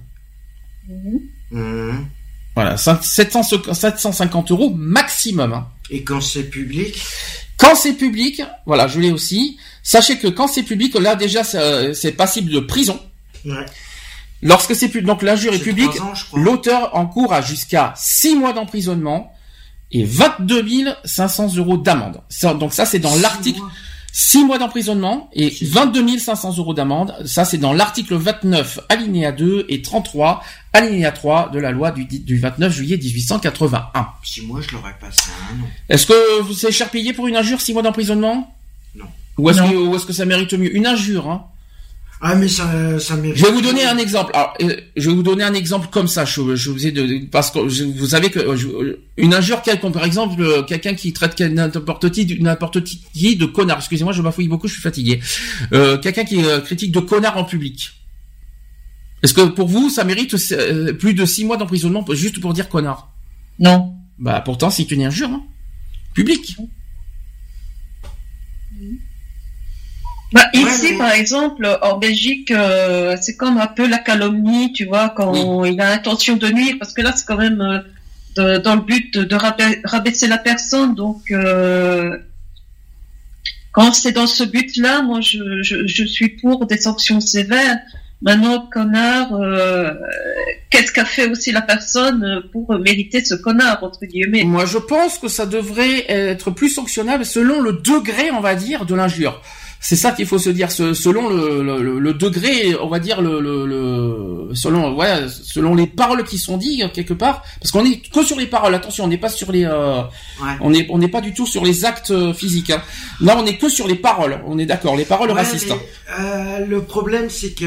Voilà, 750 € maximum. Hein. Et quand c'est public? Quand c'est public, voilà, je l'ai aussi. Sachez que quand c'est public, là déjà, c'est passible de prison. Ouais. Lorsque c'est donc l'injure est publique, l'auteur encourt à jusqu'à 6 mois d'emprisonnement et 22 500 € d'amende. Donc ça, c'est dans l'article 6 mois d'emprisonnement et 22 500 € d'amende. Ça, c'est dans l'article 29, alinéa 2 et 33, alinéa 3 de la loi du 29 juillet 1881. 6 mois, je l'aurais passé un an. Est-ce que vous êtes cher payé pour une injure 6 mois d'emprisonnement? Non. Ou est-ce que ça mérite mieux? Une injure, hein? Ah, mais ça mérite. Je vais vous donner un exemple. Alors, je vais vous donner un exemple comme ça. Je vous ai parce que vous savez que une injure quelconque, par exemple, quelqu'un qui traite n'importe qui de connard. Excusez-moi, je bafouille beaucoup, je suis fatigué. Quelqu'un qui critique de connard en public. Est-ce que pour vous, ça mérite plus de 6 mois d'emprisonnement juste pour dire connard? Non. Bah, pourtant, c'est une injure, hein. Publique. Bah, ici, par exemple, en Belgique, c'est comme un peu la calomnie, tu vois, quand il a l'intention de nuire, parce que là, c'est quand même dans le but de rabaisser la personne. Donc, quand c'est dans ce but-là, moi, je suis pour des sanctions sévères. Maintenant, connard, qu'est-ce qu'a fait aussi la personne pour mériter ce connard, entre guillemets? Moi, je pense que ça devrait être plus sanctionnable selon le degré, on va dire, de l'injure. C'est ça qu'il faut se dire, selon le degré, on va dire selon les paroles qui sont dites quelque part, parce qu'on est que sur les paroles. Attention, on n'est pas sur les, on n'est pas du tout sur les actes physiques. Hein. Là, on est que sur les paroles. On est d'accord, les paroles racistes. Mais, le problème, c'est que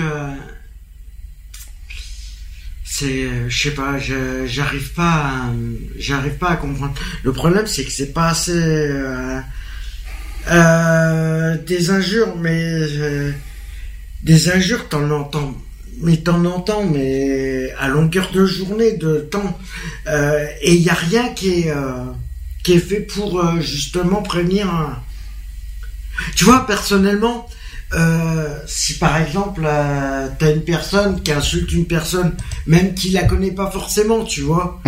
je sais pas, j'arrive pas à comprendre. Le problème, c'est que c'est pas assez. Des injures, mais des injures, t'en entends, mais à longueur de journée, de temps, et il y a rien qui est fait pour justement prévenir. Tu vois, personnellement, si par exemple t'as une personne qui insulte une personne, même qui la connaît pas forcément, tu vois,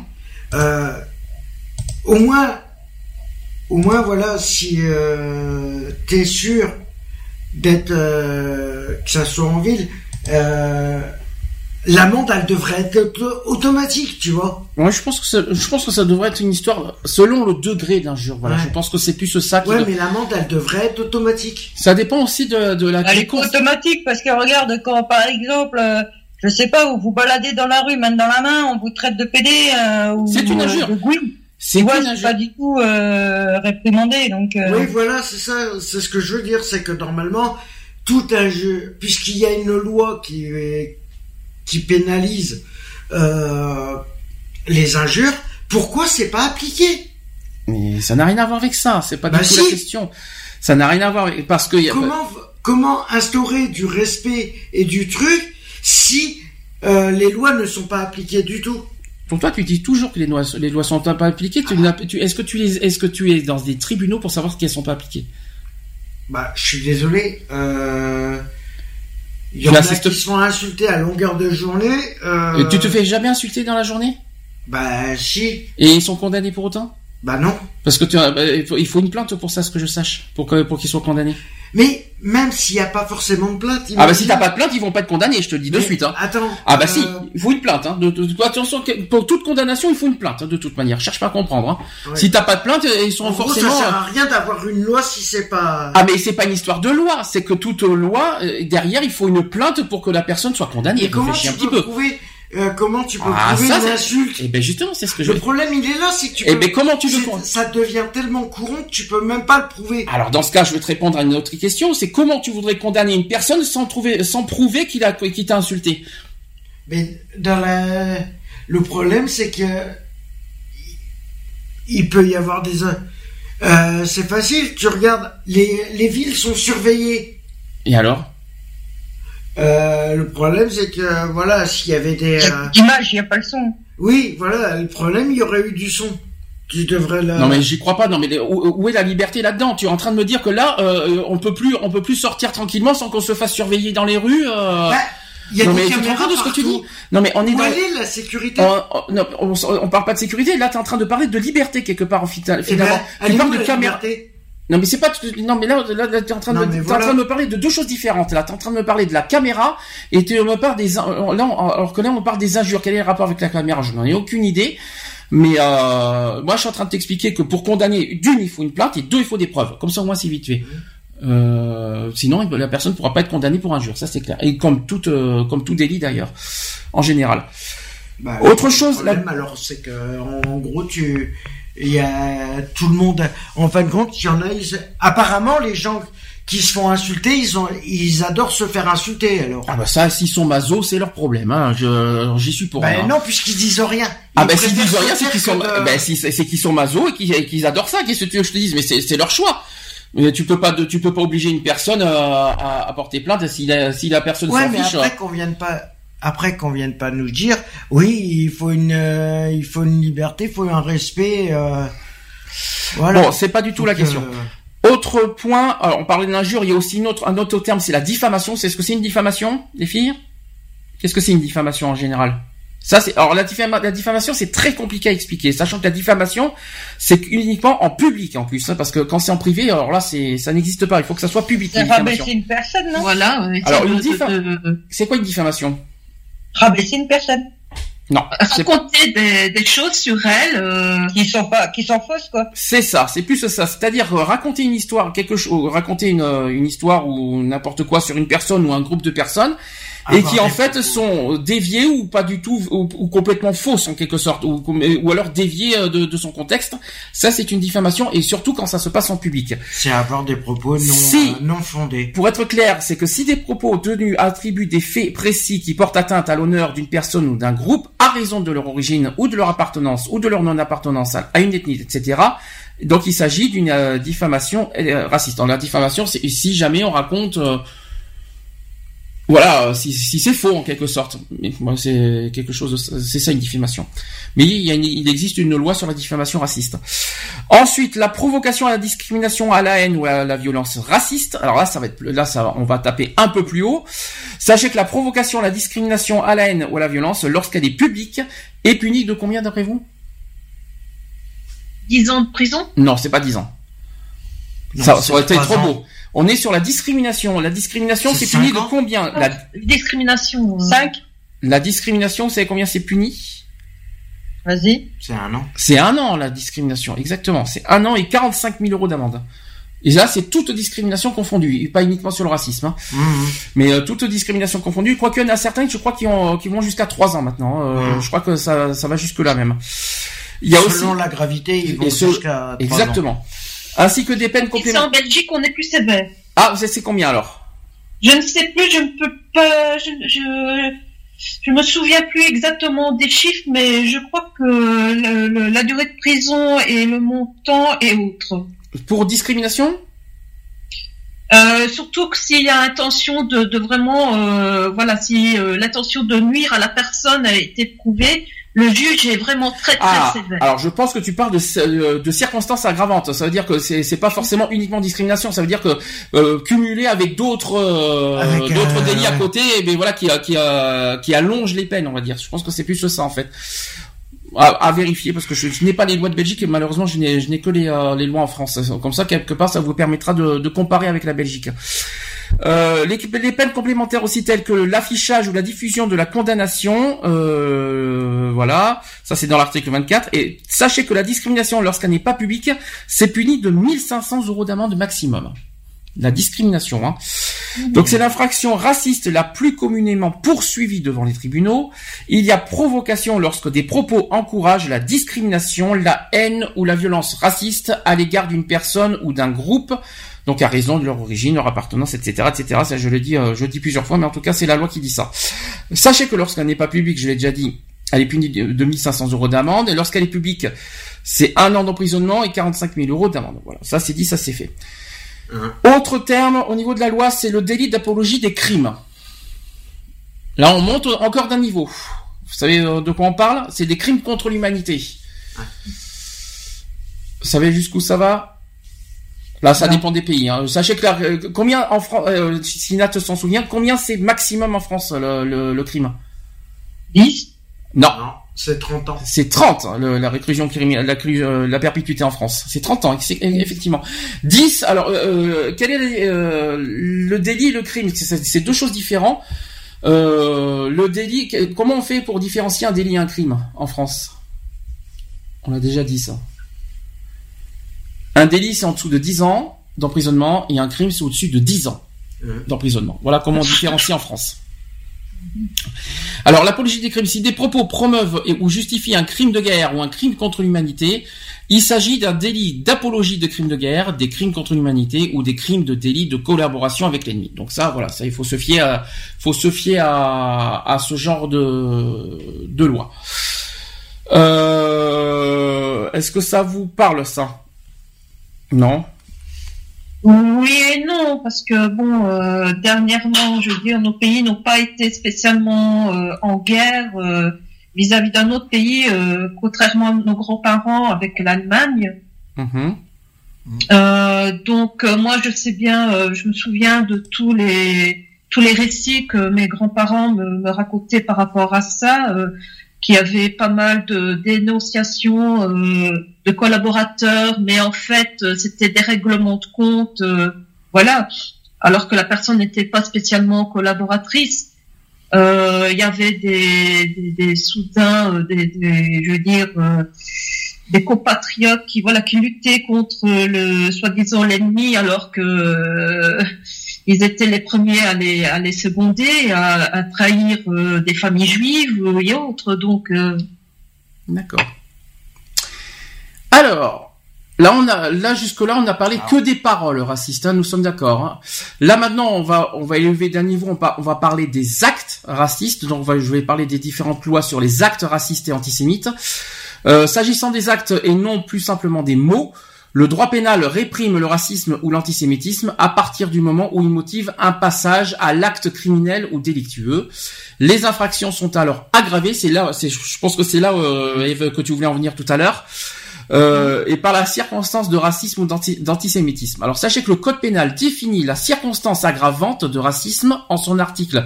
au moins, voilà, si t'es sûr d'être que ça soit en ville, l'amende, elle devrait être automatique, tu vois. Ouais, je pense que ça devrait être une histoire selon le degré d'injure. Voilà, je pense que c'est plus ça qui. Ouais, mais l'amende, elle devrait être automatique. Ça dépend aussi de la. Elle est automatique parce que regarde, quand par exemple, je sais pas, vous vous baladez dans la rue, main dans la main, on vous traite de pédé c'est une injure. C'est pas du tout réprimandé, donc. Oui, voilà, c'est ça, c'est ce que je veux dire, c'est que normalement tout injure, puisqu'il y a une loi qui pénalise les injures, pourquoi c'est pas appliqué? Mais ça n'a rien à voir avec ça, c'est pas du tout la question. Ça n'a rien à voir avec, parce que comment instaurer du respect et du truc si les lois ne sont pas appliquées du tout? Pour toi, tu dis toujours que les lois sont pas appliquées. Est-ce que tu es dans des tribunaux pour savoir qu'elles sont pas appliquées? Bah, je suis désolé. Il y en a qui se font insulter à longueur de journée. Et tu te fais jamais insulter dans la journée? Bah, si. Et ils sont condamnés pour autant? Bah non. Parce que il faut une plainte pour ça, ce que je sache, pour qu'ils soient condamnés. Mais même s'il n'y a pas forcément de plainte, ah bah si t'as pas de plainte, ils vont pas être condamnés, je te le dis de suite. Hein. Attends. Ah bah si, il faut une plainte. Hein. Attention, pour toute condamnation, il faut une plainte. Hein, de toute manière, cherche pas à comprendre. Hein. Ouais. Si t'as pas de plainte, ils sont forcément. Ça sert à rien d'avoir une loi si c'est pas. Ah mais c'est pas une histoire de loi, c'est que toute loi derrière, il faut une plainte pour que la personne soit condamnée. Et comment tu peux prouver? Comment tu peux prouver une insulte? Eh ben justement, c'est ce que le problème il est là, c'est que tu peux... comment tu veux ça devient tellement courant que tu peux même pas le prouver. Alors dans ce cas, je vais te répondre à une autre question, c'est comment tu voudrais condamner une personne sans prouver qu'il t'a insulté? Mais le problème c'est que il peut y avoir des c'est facile, tu regardes les villes sont surveillées. Et alors? Le problème c'est que voilà, s'il y avait des images, il y a pas le son. Oui, voilà, le problème il y aurait eu du son. Tu devrais là. Non mais j'y crois pas. Non mais où est la liberté là-dedans? Tu es en train de me dire que là on peut plus sortir tranquillement sans qu'on se fasse surveiller dans les rues. Il y a non des mais tu te rends compte de ce que tu dis? Non mais on est dans. Où est la sécurité? On parle pas de sécurité. Là t'es en train de parler de liberté quelque part finalement. Tu parles de caméra. Non mais c'est pas non mais là t'es en train de me parler de deux choses différentes. Là t'es en train de me parler de la caméra et tu me parles alors que là on parle des injures. Quel est le rapport avec la caméra? Je n'en ai aucune idée. Mais moi je suis en train de t'expliquer que pour condamner, d'une il faut une plainte et deux il faut des preuves. Comme ça au moins c'est vite fait. Sinon la personne pourra pas être condamnée pour injure, ça c'est clair. Et comme tout délit d'ailleurs en général. Autre chose. Problème, alors c'est que en gros il y a tout le monde. En fin de compte, il y en a. Apparemment, les gens qui se font insulter, ils adorent se faire insulter. Alors. Ah bah ça, s'ils sont masos, c'est leur problème. Hein. J'y suis pour rien. Non, puisqu'ils disent rien. S'ils disent rien, c'est qu'ils sont. C'est qu'ils sont masos et qu'ils adorent ça. Qu'est-ce que tu veux que je te dise? Mais c'est leur choix. Mais tu peux pas obliger une personne à porter plainte si la personne s'en fiche. Après qu'on vienne pas nous dire, oui, il faut une liberté, il faut un respect. Voilà. Bon, c'est pas du tout la question. Autre point, alors on parlait de l'injure, il y a aussi un autre terme, c'est la diffamation. C'est ce que c'est une diffamation, les filles? Qu'est-ce que c'est une diffamation en général? Alors la diffamation, c'est très compliqué à expliquer, sachant que la diffamation, c'est uniquement en public en plus, hein, parce que quand c'est en privé, alors là, ça n'existe pas. Il faut que ça soit public. C'est rabaisser une personne, non? Voilà. Alors c'est quoi une diffamation? Rabaisser une personne. Non. Raconter des choses sur elle qui sont fausses, quoi. C'est ça, c'est plus ça. C'est-à-dire raconter une histoire, raconter une histoire ou n'importe quoi sur une personne ou un groupe de personnes. Et qui en fait sont déviés ou pas du tout ou complètement fausses en quelque sorte ou alors déviés de son contexte. Ça c'est une diffamation et surtout quand ça se passe en public. C'est avoir des propos non fondés. Pour être clair, c'est que si des propos tenus attribuent des faits précis qui portent atteinte à l'honneur d'une personne ou d'un groupe à raison de leur origine ou de leur appartenance ou de leur non-appartenance à une ethnie, etc. Donc il s'agit d'une diffamation raciste. Dans la diffamation, c'est si jamais on raconte voilà, si c'est faux en quelque sorte, mais moi c'est quelque chose, c'est ça une diffamation. Mais il existe une loi sur la diffamation raciste. Ensuite, la provocation à la discrimination, à la haine ou à la violence raciste. Alors là, on va taper un peu plus haut. Sachez que la provocation à la discrimination, à la haine ou à la violence, lorsqu'elle est publique, est punie de combien d'après vous? 10 ans de prison? Non, c'est pas 10 ans. Non, ça aurait été trop beau. On est sur la discrimination. La discrimination, c'est puni de combien? La discrimination, 5. La discrimination, vous savez combien c'est puni? Vas-y. C'est 1 an. C'est 1 an, la discrimination. Exactement. C'est 1 an et 45 000 € d'amende. Et là, c'est toute discrimination confondue. Et pas uniquement sur le racisme, hein. Mais toute discrimination confondue. Quoique, il y en a certains, je crois, qui vont jusqu'à 3 ans maintenant. Je crois que ça va jusque là même. Il y a selon la gravité, ils vont jusqu'à 3 exactement. ans. Ainsi que des peines complémentaires. En Belgique, on est plus sévère. Ah, c'est combien alors? Je ne sais plus, je ne peux pas, je me souviens plus exactement des chiffres, mais je crois que la durée de prison et le montant est autre. Pour discrimination? Surtout que s'il y a intention de vraiment, voilà, si l'intention de nuire à la personne a été prouvée, le juge est vraiment très sévère. Alors je pense que tu parles de circonstances aggravantes. Ça veut dire que c'est pas forcément uniquement discrimination. Ça veut dire que cumulé avec d'autres délits à côté, mais voilà qui allonge les peines, on va dire. Je pense que c'est plus ça en fait. À vérifier parce que je n'ai pas les lois de Belgique et malheureusement je n'ai que les lois en France. Comme ça quelque part ça vous permettra de comparer avec la Belgique. Les peines complémentaires aussi telles que l'affichage ou la diffusion de la condamnation, voilà, ça c'est dans l'article 24. Et sachez que la discrimination lorsqu'elle n'est pas publique, c'est puni de 1 500 € d'amende maximum. La discrimination, hein. Donc c'est l'infraction raciste la plus communément poursuivie devant les tribunaux. Il y a provocation lorsque des propos encouragent la discrimination, la haine ou la violence raciste à l'égard d'une personne ou d'un groupe. Donc à raison de leur origine, leur appartenance, etc., etc. Ça je le dis plusieurs fois, mais en tout cas c'est la loi qui dit ça. Sachez que lorsqu'elle n'est pas publique, je l'ai déjà dit, elle est punie de 1 500 € d'amende, et lorsqu'elle est publique, c'est 1 an d'emprisonnement et 45 000 € d'amende. Voilà, ça c'est dit, ça c'est fait. Autre terme au niveau de la loi, c'est le délit d'apologie des crimes. Là on monte encore d'un niveau. Vous savez de quoi on parle? C'est des crimes contre l'humanité. Vous savez jusqu'où ça va? Là, ça dépend des pays. Hein. Sachez que combien en France, si Nat s'en souvient, combien c'est maximum en France le crime? 10. Non. C'est 30 ans. C'est 30, la réclusion criminelle, la perpétuité en France. C'est 30 ans, effectivement. 10, alors, quel est le délit et le crime? C'est deux choses différentes. Le délit, comment on fait pour différencier un délit et un crime en France? On a déjà dit ça. Un délit, c'est en dessous de 10 ans d'emprisonnement, et un crime, c'est au-dessus de 10 ans d'emprisonnement. Voilà comment on différencie en France. Alors, l'apologie des crimes, si des propos promeuvent ou justifient un crime de guerre ou un crime contre l'humanité, il s'agit d'un délit d'apologie de crimes de guerre, des crimes contre l'humanité ou des crimes de délit de collaboration avec l'ennemi. Donc ça, voilà, ça, il faut se fier à ce genre de loi. Est-ce que ça vous parle, ça? Non? Oui et non, parce que dernièrement, je veux dire, nos pays n'ont pas été spécialement en guerre vis-à-vis d'un autre pays, contrairement à nos grands-parents avec l'Allemagne. Donc moi, je sais bien, je me souviens de tous les récits que mes grands-parents me racontaient par rapport à ça, qui avait pas mal de dénonciations de collaborateurs, mais en fait c'était des règlements de compte, voilà, alors que la personne n'était pas spécialement collaboratrice. Il y avait des soudains, je veux dire, des compatriotes qui luttaient contre le soi-disant l'ennemi, alors que ils étaient les premiers à les seconder, à trahir des familles juives et autres. Donc, d'accord. Alors, là jusque-là, on n'a parlé que des paroles racistes. Hein, nous sommes d'accord. Hein. Là maintenant, on va élever d'un niveau. On va parler des actes racistes. Donc, je vais parler des différentes lois sur les actes racistes et antisémites. S'agissant des actes et non plus simplement des mots. Le droit pénal réprime le racisme ou l'antisémitisme à partir du moment où il motive un passage à l'acte criminel ou délictueux. Les infractions sont alors aggravées. Je pense que c'est là, Eve, que tu voulais en venir tout à l'heure. Et par la circonstance de racisme ou d'antisémitisme. Alors sachez que le code pénal définit la circonstance aggravante de racisme en son article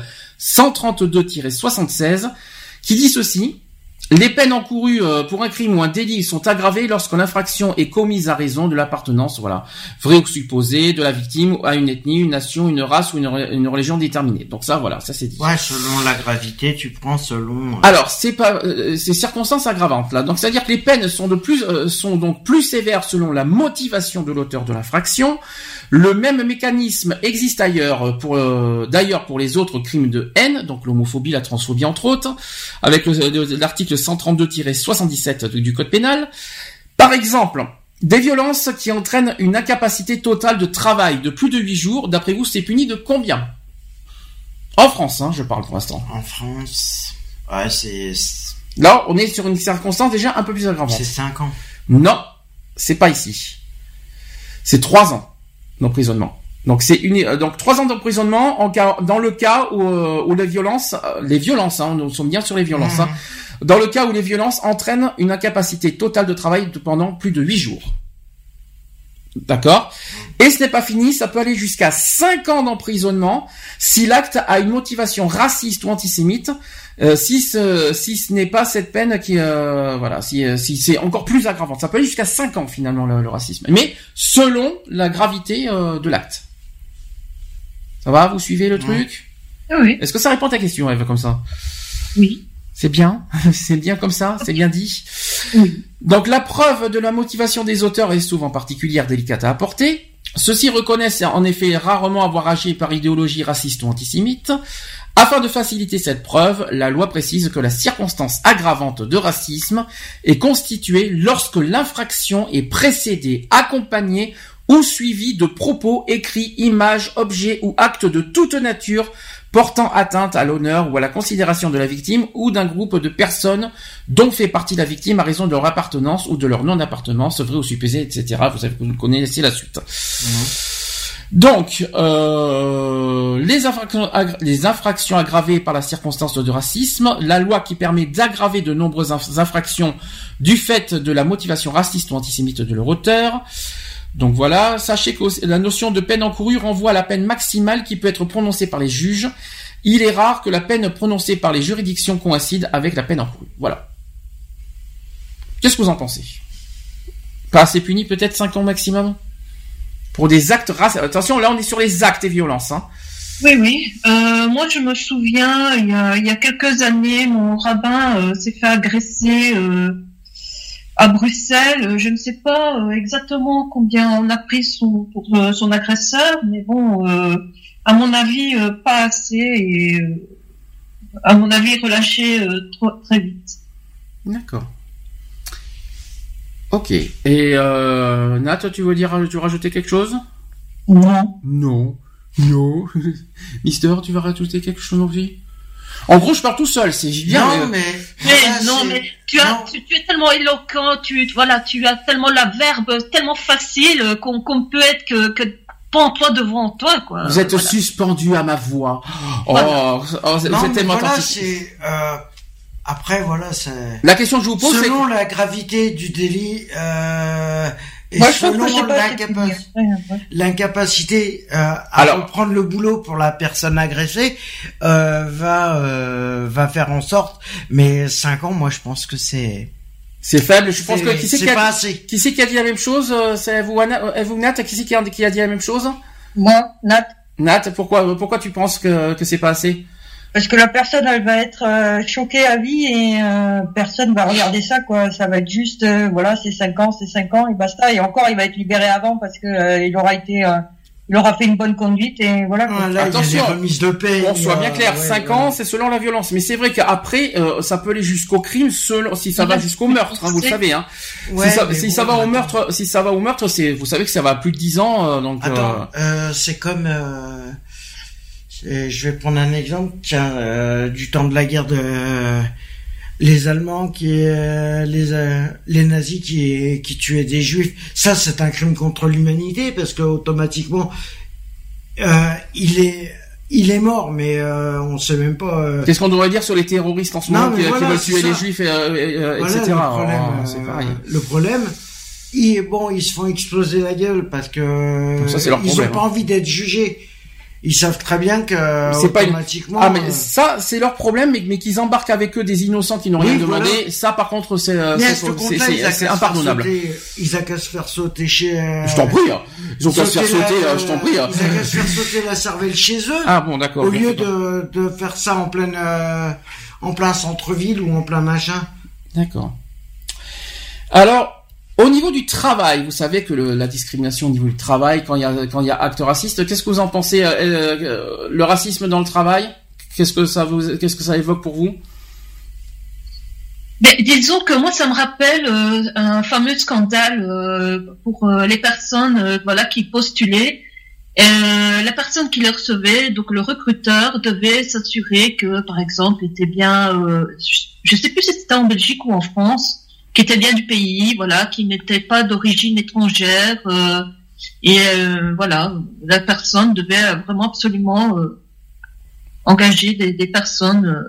132-76, qui dit ceci. Les peines encourues pour un crime ou un délit sont aggravées lorsque l'infraction est commise à raison de l'appartenance, vraie ou supposée, de la victime à une ethnie, une nation, une race ou une religion déterminée. Donc ça, ça c'est dit. Ouais, selon la gravité, tu prends selon. Alors c'est pas ces circonstances aggravantes là. Donc c'est-à-dire que les peines sont donc plus sévères selon la motivation de l'auteur de l'infraction. Le même mécanisme existe d'ailleurs pour les autres crimes de haine, donc l'homophobie, la transphobie entre autres, avec l'article 132-77 du code pénal. Par exemple, des violences qui entraînent une incapacité totale de travail de plus de 8 jours, d'après vous, c'est puni de combien? En France, je parle pour l'instant. En France, ouais, c'est... Là, on est sur une circonstance déjà un peu plus aggravante. C'est 5 ans. Non, c'est pas ici. C'est 3 ans d'emprisonnement. Donc donc 3 ans d'emprisonnement dans le cas où les violences, nous sommes bien sur les violences, dans le cas où les violences entraînent une incapacité totale de travail pendant plus de 8 jours. D'accord? Et ce n'est pas fini, ça peut aller jusqu'à 5 ans d'emprisonnement si l'acte a une motivation raciste ou antisémite, si ce n'est pas cette peine qui, si c'est encore plus aggravant. Ça peut aller jusqu'à 5 ans finalement le racisme. Mais selon la gravité de l'acte. Ça va? Vous suivez le truc? Oui. Est-ce que ça répond à ta question, Eve, comme ça? Oui. C'est bien? C'est bien comme ça? C'est bien dit? Oui. Donc la preuve de la motivation des auteurs est souvent particulière, délicate à apporter. Ceux-ci reconnaissent en effet rarement avoir agi par idéologie raciste ou antisémite. Afin de faciliter cette preuve, la loi précise que la circonstance aggravante de racisme est constituée lorsque l'infraction est précédée, accompagnée ou suivie de propos, écrits, images, objets ou actes de toute nature portant atteinte à l'honneur ou à la considération de la victime ou d'un groupe de personnes dont fait partie la victime à raison de leur appartenance ou de leur non-appartenance, vrai ou supposé, etc. Vous connaissez la suite. Donc, les infractions aggravées par la circonstance de racisme, la loi qui permet d'aggraver de nombreuses infractions du fait de la motivation raciste ou antisémite de leur auteur. Donc voilà, sachez que la notion de peine encourue renvoie à la peine maximale qui peut être prononcée par les juges. Il est rare que la peine prononcée par les juridictions coïncide avec la peine encourue. Voilà. Qu'est-ce que vous en pensez? Pas assez puni, peut-être 5 ans maximum? Pour des actes racistes. Attention, là on est sur les actes et violences. Hein. Oui. Moi je me souviens, il y a quelques années, mon rabbin s'est fait agresser à Bruxelles. Je ne sais pas exactement combien on a pris pour son agresseur, mais bon, à mon avis, pas assez, et à mon avis, relâché très vite. D'accord. Ok. Et Nat, tu veux rajouter quelque chose? Non. Mister, tu vas rajouter quelque chose aussi? En gros, je parle tout seul, c'est bien. Non, mais tu es tellement éloquent, tu as tellement la verbe tellement facile qu'on peut être que pends-toi devant toi, quoi. Vous êtes suspendu à ma voix. C'est tellement attentif. Après, voilà, c'est... La question que je vous pose, selon la gravité du délit, et moi, selon l'incapacité à reprendre le boulot pour la personne agressée, va faire en sorte. Mais 5 ans, moi, je pense que c'est faible. Je pense que qui c'est qui a dit la même chose? C'est vous, Nat? Qui c'est qui a dit la même chose? Moi, Nat. Nat, pourquoi tu penses que c'est pas assez? Parce que la personne, elle va être choquée à vie et personne va regarder ça, quoi. Ça va être juste, c'est 5 ans et basta. Et encore, il va être libéré avant parce que il aura fait une bonne conduite et voilà. Quoi. Là, attention, remise de paix. On soit bien clair, 5 ans, c'est selon la violence. Mais c'est vrai qu'après, ça peut aller jusqu'au crime, si ça va jusqu'au meurtre, hein, vous le savez. Hein. Ouais, si ça va au meurtre, vous savez que ça va à plus de 10 ans. Donc. Attends, c'est comme. Je vais prendre un exemple, du temps de la guerre de les Allemands les nazis qui tuaient des Juifs. Ça, c'est un crime contre l'humanité parce que automatiquement il est mort, mais on sait même pas. Qu'est-ce qu'on devrait dire sur les terroristes en ce moment qui veulent tuer les Juifs, etc. C'est pareil. Le problème, ils se font exploser la gueule parce que ça, c'est leur ils ont pas envie d'être jugés. Ils savent très bien que c'est automatiquement. Mais ça, c'est leur problème, mais qu'ils embarquent avec eux des innocents qui n'ont rien demandé. Voilà. Ça, par contre, c'est impardonnable. Ils ont qu'à se faire sauter chez. Je t'en prie. Ils ont qu'à se faire sauter. Je t'en prie. Ils ont qu'à se faire sauter la cervelle chez eux. Ah bon, d'accord. Au lieu de faire ça en plein centre-ville ou en plein machin. D'accord. Alors. Au niveau du travail, vous savez que la discrimination au niveau du travail, quand il y a acte raciste, qu'est-ce que vous en pensez? Le racisme dans le travail, qu'est-ce que ça évoque pour vous? Disons que moi, ça me rappelle un fameux scandale pour les personnes qui postulaient. La personne qui les recevait, donc le recruteur, devait s'assurer que, par exemple, était bien, je sais plus si c'était en Belgique ou en France, qui était bien du pays, qui n'était pas d'origine étrangère, la personne devait vraiment absolument engager des personnes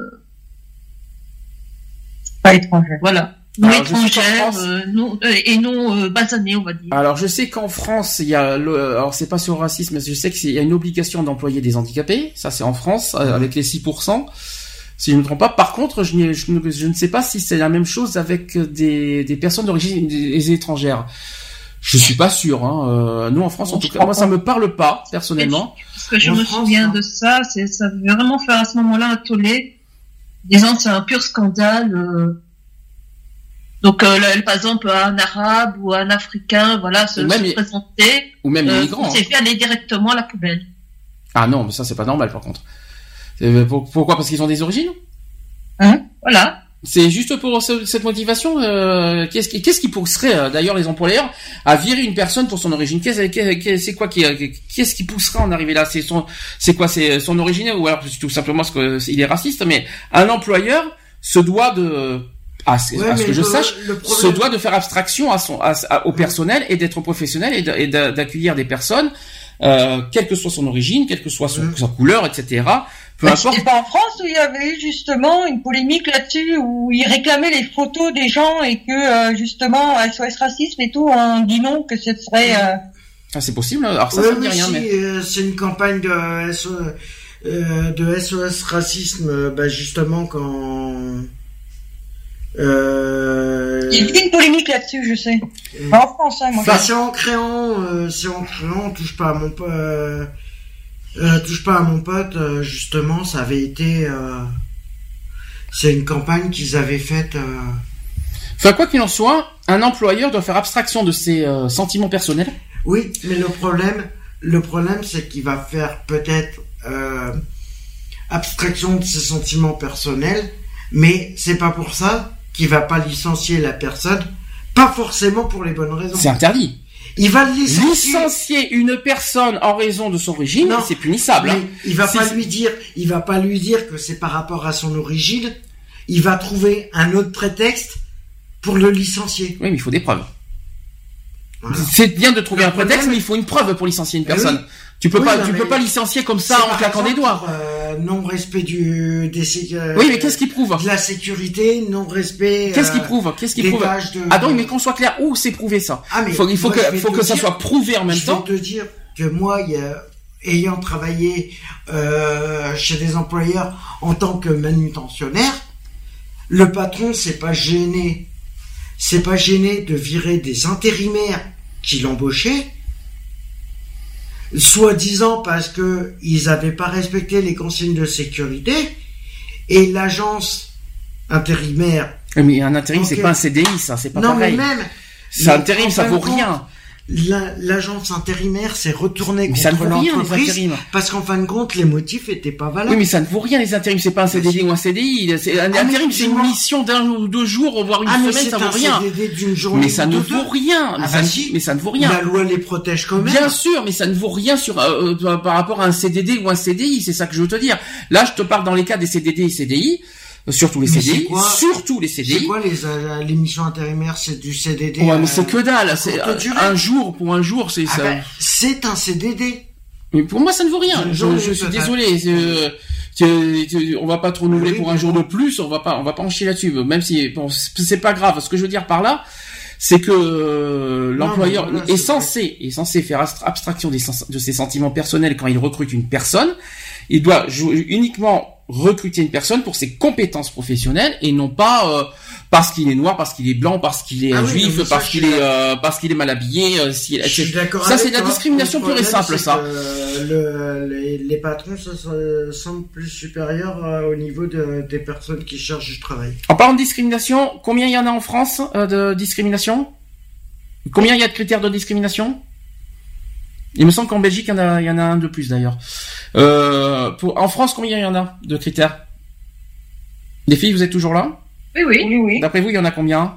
pas étrangères. Non étrangères, non basanées, on va dire. Alors je sais qu'en France, il y a alors c'est pas sur le racisme, mais je sais qu'il y a une obligation d'employer des handicapés, ça c'est en France avec les 6%. Si je ne me trompe pas. Par contre, je ne sais pas si c'est la même chose avec des personnes d'origine étrangères. Je suis pas sûr. Nous, en France, en tout cas, moi, ça me parle pas, personnellement. Parce que je me souviens de ça. Ça veut vraiment faire à ce moment-là un tollé. Disant que c'est un pur scandale. Donc, par exemple, un arabe ou un africain, se présenter. Ou même les migrants. C'est fait aller directement à la poubelle. Ah non, mais ça, c'est pas normal, par contre. Pourquoi? Parce qu'ils ont des origines? Voilà. C'est juste pour cette motivation. Qu'est-ce qui pousserait d'ailleurs les employeurs à virer une personne pour son origine? C'est quoi qu'est-ce qui pousserait à en arriver là? C'est son origine, ou alors tout simplement parce qu'il est raciste? Mais un employeur se doit de se doit de faire abstraction au personnel et d'être professionnel et d'accueillir des personnes, quelle que soit son origine, quelle que soit sa couleur, etc. Peu importe. C'était pas en France où il y avait eu justement une polémique là-dessus, où ils réclamaient les photos des gens et que justement SOS Racisme et tout on dit non, que ce serait. Ah, c'est possible. Alors ça me dit rien. C'est une campagne de de SOS Racisme, justement quand il y a une polémique là-dessus, je sais. En France, moi. C'est en créant, touche pas à mon pote, justement, ça avait été, c'est une campagne qu'ils avaient faite. Enfin, quoi qu'il en soit, un employeur doit faire abstraction de ses sentiments personnels. Oui, mais le problème, c'est qu'il va faire peut-être abstraction de ses sentiments personnels, mais c'est pas pour ça qu'il va pas licencier la personne, pas forcément pour les bonnes raisons. C'est interdit. Il va licencier une personne en raison de son origine, c'est punissable. Il va pas lui dire que c'est par rapport à son origine. Il va trouver un autre prétexte pour le licencier. Oui, mais il faut des preuves. Voilà. C'est bien de trouver un prétexte, mais il faut une preuve pour licencier une personne. Oui. Tu peux pas licencier comme ça en claquant des doigts. Non-respect oui, mais qu'est-ce qui prouve? De la sécurité, non-respect. Qu'est-ce qui prouve? Attends, mais qu'on soit clair, où c'est prouvé ça? Il faut que ça soit prouvé en même temps. Je vais te dire que moi, ayant travaillé chez des employeurs en tant que manutentionnaire, le patron c'est pas gêné de virer des intérimaires qui l'embauchaient, soi-disant parce que ils avaient pas respecté les consignes de sécurité, et l'agence intérimaire. Mais un intérim, c'est pas un CDI, ça, c'est pas pareil. Non, mais même. C'est intérim, ça vaut rien. L'agence intérimaire s'est retournée contre l'entreprise parce qu'en fin de compte les motifs étaient pas valables. Oui, mais ça ne vaut rien les intérims, c'est pas un CDD ou un CDI. Un intérim, c'est une mission d'un ou 2 jours, voire une semaine, ça vaut rien. Mais ça ne vaut rien. Mais ça ne vaut rien. La loi les protège quand même. Bien sûr, mais ça ne vaut rien par rapport à un CDD ou un CDI, c'est ça que je veux te dire. Là, je te parle dans les cas des CDD et CDI. Surtout les CDI. C'est quoi les missions intérimaires? C'est du CDD. Ouais, mais c'est que dalle. C'est un jour pour un jour, c'est ça. C'est un CDD. Mais pour moi, ça ne vaut rien. Je suis désolé. On va pas te renouveler pour un jour de plus. On va pas en chier là-dessus. Même si, bon, c'est pas grave. Ce que je veux dire par là, c'est que l'employeur est censé faire abstraction de ses sentiments personnels quand il recrute une personne. Il doit uniquement recruter une personne pour ses compétences professionnelles et non pas parce qu'il est noir, parce qu'il est blanc, parce qu'il est juif, parce qu'il est mal habillé. Je suis d'accord. Ça, c'est de la discrimination pure et simple, ça. Les patrons se semblent plus supérieurs au niveau des personnes qui cherchent du travail. En parlant de discrimination, combien il y en a en France de discrimination? Combien il y a de critères de discrimination? Il me semble qu'en Belgique, il y en a un de plus d'ailleurs. En France, combien il y en a de critères? Les filles, vous êtes toujours là? Oui. D'après vous, il y en a combien?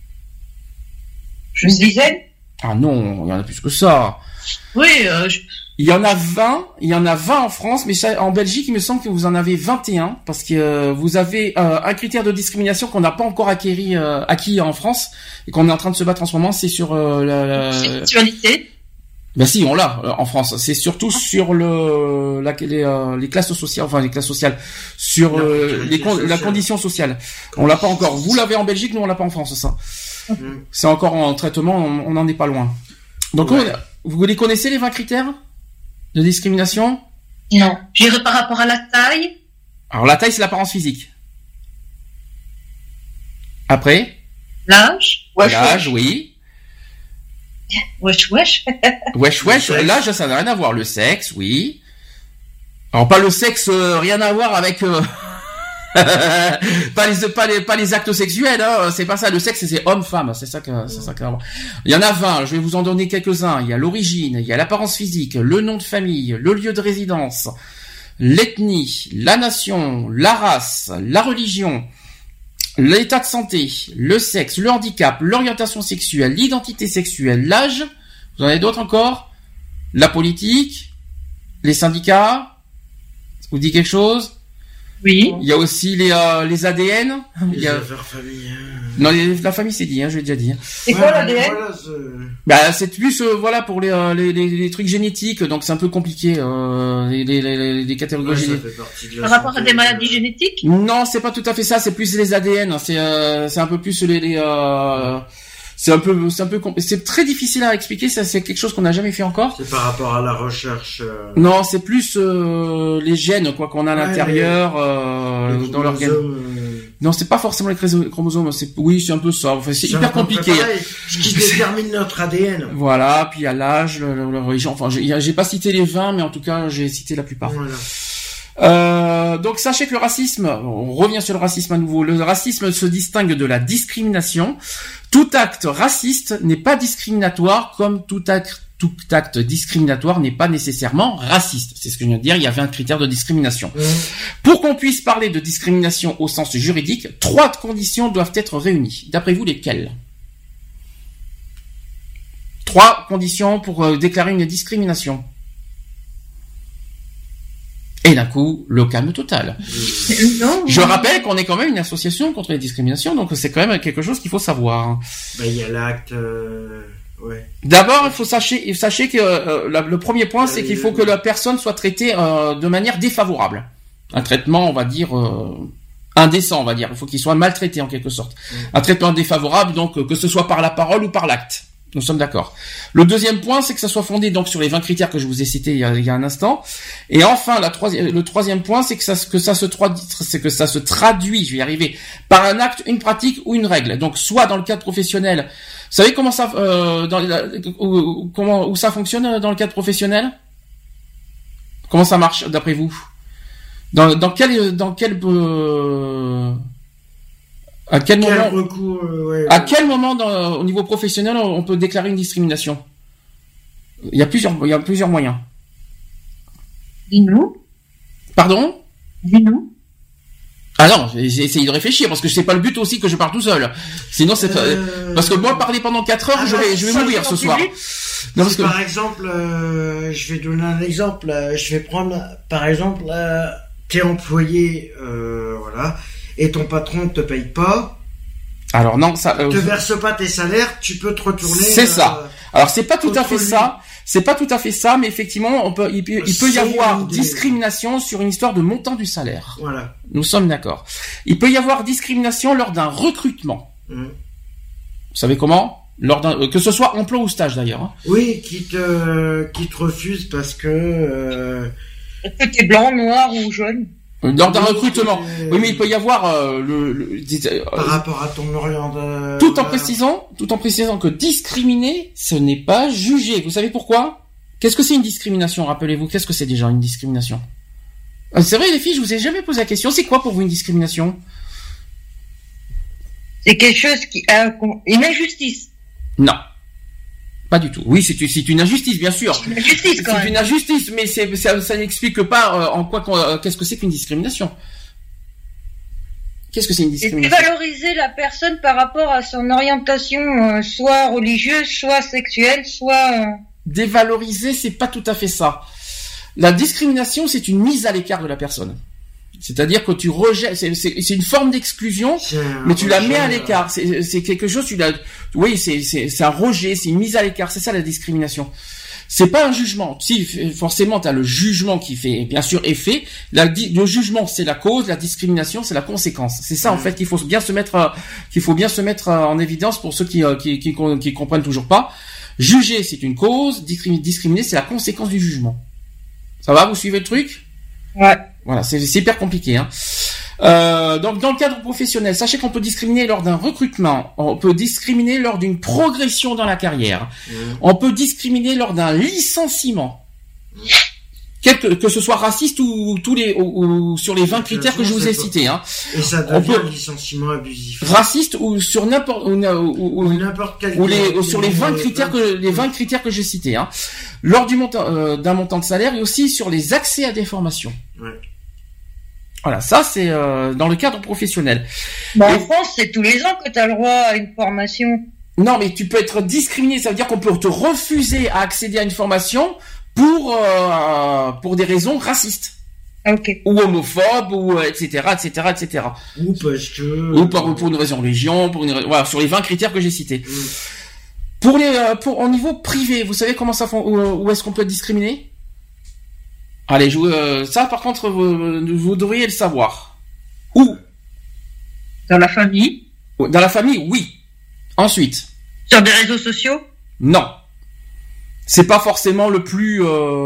Une dizaine. Ah non, il y en a plus que ça. Oui. Il y en a 20. Il y en a 20 en France, mais en Belgique, il me semble que vous en avez 21 parce que vous avez un critère de discrimination qu'on n'a pas encore acquis en France et qu'on est en train de se battre en ce moment. C'est sur la sexualité. Ben si, on l'a en France. C'est surtout sur les classes sociales, sur la condition sociale. On l'a pas encore. Vous l'avez en Belgique, nous on l'a pas en France, ça. C'est encore en traitement, on n'en est pas loin. Donc vous les connaissez les 20 critères de discrimination? Non. J'irai par rapport à la taille. Alors la taille, c'est l'apparence physique. Après? L'âge. L'âge, oui. Wesh. L'âge, ça n'a rien à voir. Le sexe, oui. Alors pas le sexe, rien à voir avec pas les actes sexuels, hein. C'est pas ça. Le sexe, c'est homme-femme. C'est ça que. Il y en a 20. Je vais vous en donner quelques-uns. Il y a l'origine, il y a l'apparence physique, le nom de famille, le lieu de résidence, l'ethnie, la nation, la race, la religion, l'état de santé, le sexe, le handicap, l'orientation sexuelle, l'identité sexuelle, l'âge. Vous en avez d'autres encore? La politique, les syndicats. Ça vous dit quelque chose? Oui. Il y a aussi les ADN. Les affaires famille. Non, la famille c'est dit, je l'ai déjà dit. C'est quoi l'ADN? Bah c'est plus pour les trucs génétiques, donc c'est un peu compliqué les catégories génétiques. Par rapport à des maladies génétiques? Non, c'est pas tout à fait ça, c'est plus les ADN, c'est un peu plus c'est très difficile à expliquer. Ça, c'est quelque chose qu'on n'a jamais fait encore. C'est par rapport à la recherche. Non, c'est plus les gènes, quoi, qu'on a à l'intérieur, dans l'organisme. Non, c'est pas forcément les chromosomes. C'est un peu ça. Enfin, c'est hyper compliqué. Ce qui détermine notre ADN. Voilà. Puis il y a l'âge, l'origine. Enfin, j'ai pas cité les 20, mais en tout cas, j'ai cité la plupart. Voilà. Donc sachez que le racisme, on revient sur le racisme à nouveau, le racisme se distingue de la discrimination. Tout acte raciste n'est pas discriminatoire, comme tout acte discriminatoire n'est pas nécessairement raciste. C'est ce que je viens de dire, il y avait un critère de discrimination. Pour qu'on puisse parler de discrimination au sens juridique, 3 conditions doivent être réunies. D'après vous, lesquelles? 3 conditions pour déclarer une discrimination. Et d'un coup, le calme total. Je rappelle qu'on est quand même une association contre les discriminations, donc c'est quand même quelque chose qu'il faut savoir. Il y a l'acte... Ouais. D'abord, il faut sachez que le premier point, c'est qu'il faut que la personne soit traitée de manière défavorable. Un traitement, on va dire, indécent, on va dire. Il faut qu'il soit maltraité en quelque sorte. Un traitement défavorable, donc que ce soit par la parole ou par l'acte. Nous sommes d'accord. Le deuxième point, c'est que ça soit fondé donc sur les 20 critères que je vous ai cités il y a un instant. Et enfin, le troisième point, c'est que ça se traduit, je vais y arriver, par un acte, une pratique ou une règle. Donc, soit dans le cadre professionnel. Vous savez comment ça, où ça fonctionne dans le cadre professionnel? Comment ça marche d'après vous? À quel moment au niveau professionnel on peut déclarer une discrimination? Il y a plusieurs moyens. Dis-nous. Pardon? Dis-nous. Ah non, j'ai essayé de réfléchir parce que c'est pas le but aussi que je parle tout seul. Sinon c'est parce que moi parler pendant 4 heures, je vais mourir ce soir. Non, parce que par exemple, je vais donner un exemple. Je vais prendre par exemple, t'es employé, voilà, et ton patron te paye pas. Alors non, ça te verse pas tes salaires, tu peux te retourner. C'est ça. Alors c'est pas tout à fait ça. C'est pas tout à fait ça, mais effectivement, il peut y avoir discrimination sur une histoire de montant du salaire. Voilà. Nous sommes d'accord. Il peut y avoir discrimination lors d'un recrutement. Vous savez comment? Que ce soit emploi ou stage d'ailleurs. Hein. Oui, qui te refuse parce que t'es blanc, noir ou jaune. Lors d'un recrutement. Oui, mais il peut y avoir par rapport à ton orientation. Tout en précisant que discriminer, ce n'est pas juger. Vous savez pourquoi? Qu'est-ce que c'est une discrimination? Rappelez-vous, qu'est-ce que c'est déjà une discrimination? C'est vrai les filles, je vous ai jamais posé la question. C'est quoi pour vous une discrimination? C'est quelque chose une injustice. Non. Pas du tout. Oui, c'est une injustice, bien sûr. C'est une injustice, quand même. C'est une injustice, mais ça n'explique pas en quoi qu'est-ce que c'est qu'une discrimination. Qu'est-ce que c'est une discrimination? C'est dévaloriser la personne par rapport à son orientation, soit religieuse, soit sexuelle, soit... Dévaloriser, c'est pas tout à fait ça. La discrimination, c'est une mise à l'écart de la personne. C'est-à-dire que tu rejettes, c'est une forme d'exclusion, mais tu la mets à l'écart. C'est quelque chose, oui, c'est un rejet, c'est une mise à l'écart. C'est ça la discrimination. C'est pas un jugement. Si, forcément, t'as le jugement qui fait, bien sûr, effet. Le jugement, c'est la cause, la discrimination, c'est la conséquence. C'est ça, en fait, qu'il faut bien se mettre en évidence pour ceux qui comprennent toujours pas. Juger, c'est une cause, discriminer, c'est la conséquence du jugement. Ça va, vous suivez le truc? Ouais. Voilà, c'est hyper compliqué, hein. Donc, dans le cadre professionnel, sachez qu'on peut discriminer lors d'un recrutement, on peut discriminer lors d'une progression dans la carrière, on peut discriminer lors d'un licenciement, que ce soit raciste ou sur les 20 critères que je vous ai cités, hein. Et ça devient un licenciement abusif. Raciste ou sur n'importe quel sur les 20 critères que j'ai cités, hein. Lors d'un montant de salaire et aussi sur les accès à des formations. Ouais. Voilà, ça c'est dans le cadre professionnel. En France, c'est tous les ans que tu as le droit à une formation. Non, mais tu peux être discriminé, ça veut dire qu'on peut te refuser à accéder à une formation pour des raisons racistes. Ok. Ou homophobes, ou etc. Ou parce que... Ou pour une raison religion, voilà, sur les 20 critères que j'ai cités. Au niveau privé, vous savez comment ça où est-ce qu'on peut être discriminé? Allez, ça par contre, vous devriez le savoir. Où? Dans la famille? Dans la famille, oui. Ensuite, Sur des réseaux sociaux? Non. C'est pas forcément le plus...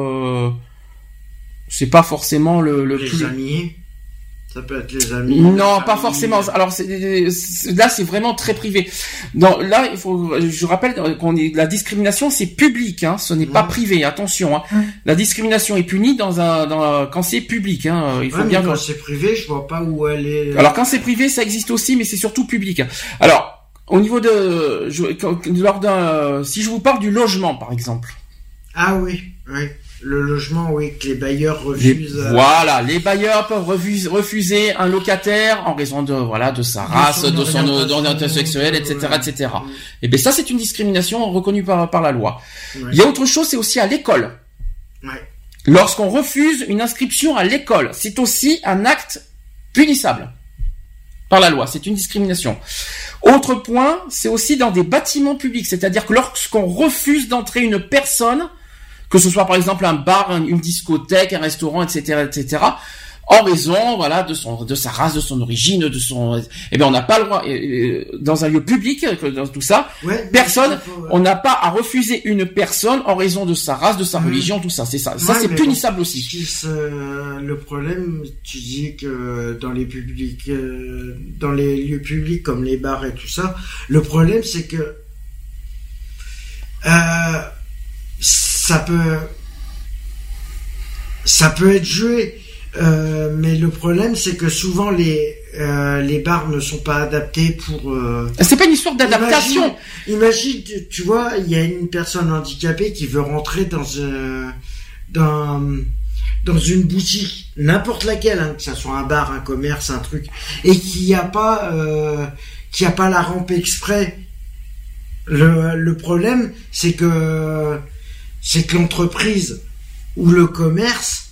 C'est pas forcément le les plus... amis. Ça peut être les amis. Non, pas forcément. Alors là, c'est vraiment très privé. Là, je rappelle la discrimination, c'est public, hein. Ce n'est pas privé. Attention, hein. La discrimination est punie quand c'est public, hein. Il faut bien. Quand c'est privé, je vois pas où elle est. Alors quand c'est privé, ça existe aussi, mais c'est surtout public. Alors, au niveau si je vous parle du logement, par exemple. Ah oui. Le logement, oui, que les bailleurs refusent. Voilà, les bailleurs peuvent refuser un locataire en raison de sa race, de son orientation sexuelle, etc., etc. Et bien ça, c'est une discrimination reconnue par la loi. Ouais. Il y a autre chose, c'est aussi à l'école. Ouais. Lorsqu'on refuse une inscription à l'école, c'est aussi un acte punissable par la loi. C'est une discrimination. Autre point, c'est aussi dans des bâtiments publics, c'est-à-dire que lorsqu'on refuse d'entrer une personne, que ce soit par exemple un bar, une discothèque, un restaurant, etc., etc., en raison, de sa race, de son origine, on n'a pas le droit, dans un lieu public, dans tout ça, on n'a pas à refuser une personne en raison de sa race, de sa religion, tout ça, c'est ça. Ça, c'est punissable aussi. Le problème, tu dis que dans les publics, dans les lieux publics comme les bars et tout ça, le problème, c'est que, ça peut être joué, mais le problème c'est que souvent les bars ne sont pas adaptés pour. C'est pas une histoire d'adaptation. Imagine, tu vois, il y a une personne handicapée qui veut rentrer dans une boutique, n'importe laquelle, hein, que ça soit un bar, un commerce, un truc, et qui a pas la rampe exprès. Le problème c'est que l'entreprise ou le commerce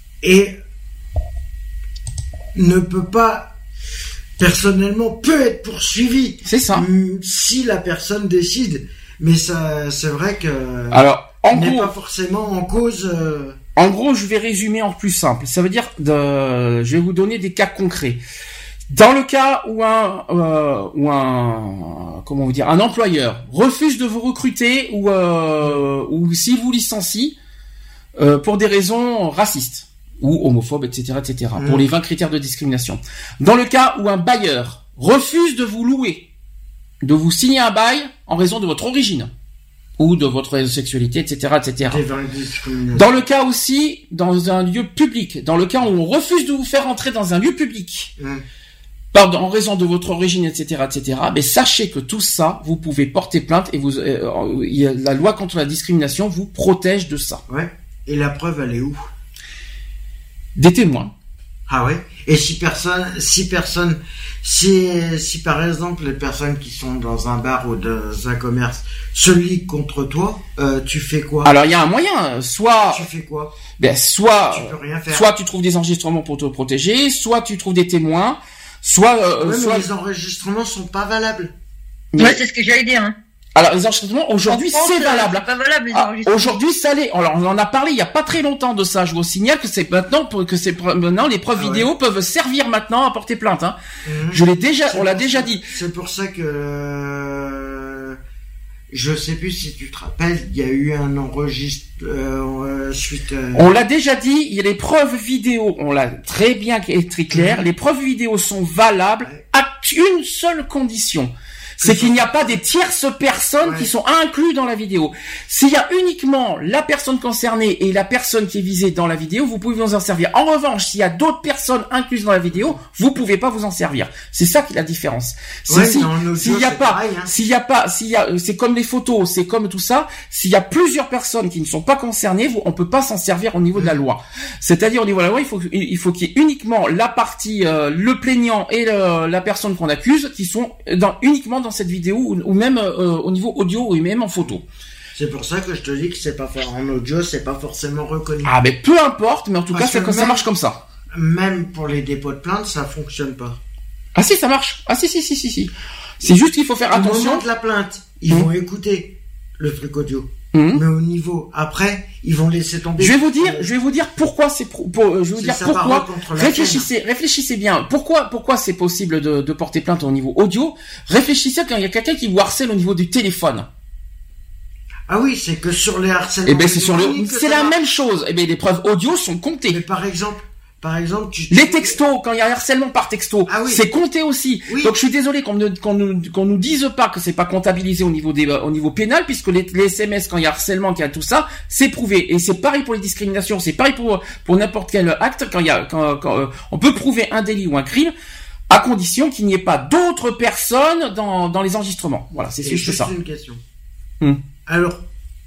ne peut pas, personnellement, peut être poursuivi. C'est ça. Si la personne décide. Mais ça, c'est vrai que. Alors, n'est pas forcément en cause. En gros, je vais résumer en plus simple. Ça veut dire je vais vous donner des cas concrets. Dans le cas où un employeur refuse de vous recruter ou s'il vous licencie pour des raisons racistes ou homophobes, etc., etc., pour les 20 critères de discrimination. Dans le cas où un bailleur refuse de vous louer, de vous signer un bail en raison de votre origine ou de votre sexualité, etc., etc. Dans le cas aussi, dans un lieu public, dans le cas où on refuse de vous faire entrer dans un lieu public, en raison de votre origine, etc., etc., mais sachez que tout ça, vous pouvez porter plainte et la loi contre la discrimination vous protège de ça. Ouais. Et la preuve, elle est où? Des témoins. Ah ouais. Et si par exemple les personnes qui sont dans un bar ou dans un commerce se liguent contre toi, tu fais quoi? Alors il y a un moyen, soit tu fais quoi? Soit tu peux rien faire. Soit tu trouves des enregistrements pour te protéger, soit tu trouves des témoins, soit mais les enregistrements sont pas valables. Ouais, c'est ce que j'allais dire. Hein. Alors les enregistrements aujourd'hui c'est valable. C'est pas valable les enregistrements. Aujourd'hui ça l'est. Alors on en a parlé il y a pas très longtemps de ça. Je vous signale que c'est maintenant les preuves vidéo peuvent servir maintenant à porter plainte. Hein. On l'a déjà dit. C'est pour ça que je sais plus si tu te rappelles, il y a eu un enregistrement suite. On l'a déjà dit. Il y a les preuves vidéo. On l'a très bien et très clair. Les preuves vidéo sont valables à une seule condition. C'est qu'il n'y a pas des tierces personnes qui sont incluses dans la vidéo. S'il y a uniquement la personne concernée et la personne qui est visée dans la vidéo, vous pouvez vous en servir. En revanche, s'il y a d'autres personnes incluses dans la vidéo, vous pouvez pas vous en servir. C'est ça qui est la différence. C'est comme les photos, c'est comme tout ça. S'il y a plusieurs personnes qui ne sont pas concernées, on peut pas s'en servir au niveau de la loi. C'est-à-dire au niveau de la loi, il faut qu'il y ait uniquement la partie, le plaignant et la personne qu'on accuse qui sont uniquement dans cette vidéo ou même au niveau audio ou même en photo. C'est pour ça que je te dis que c'est pas en audio, c'est pas forcément reconnu. Ah mais peu importe, mais en tout cas ça marche comme ça. Même pour les dépôts de plainte, ça fonctionne pas. Ah si, ça marche. Ah si. C'est juste qu'il faut faire attention. Au moment de la plainte, ils vont écouter. le truc audio. Mais au niveau après, ils vont laisser tomber. Je vais vous dire pourquoi c'est pourquoi. Réfléchissez bien. Pourquoi c'est possible de porter plainte au niveau audio? Réfléchissez quand il y a quelqu'un qui vous harcèle au niveau du téléphone. Ah oui, c'est que sur les harcèlements. C'est la même chose. Les preuves audio sont comptées. Mais par exemple, les textos, quand il y a harcèlement par texto, c'est compté aussi. Oui. Donc je suis désolé qu'on nous dise pas que c'est pas comptabilisé au niveau pénal, puisque les SMS, quand il y a harcèlement, qu'il y a tout ça, c'est prouvé. Et c'est pareil pour les discriminations, c'est pareil pour n'importe quel acte, quand on peut prouver un délit ou un crime, à condition qu'il n'y ait pas d'autres personnes dans les enregistrements. Voilà, c'est juste ça. Une question. Alors,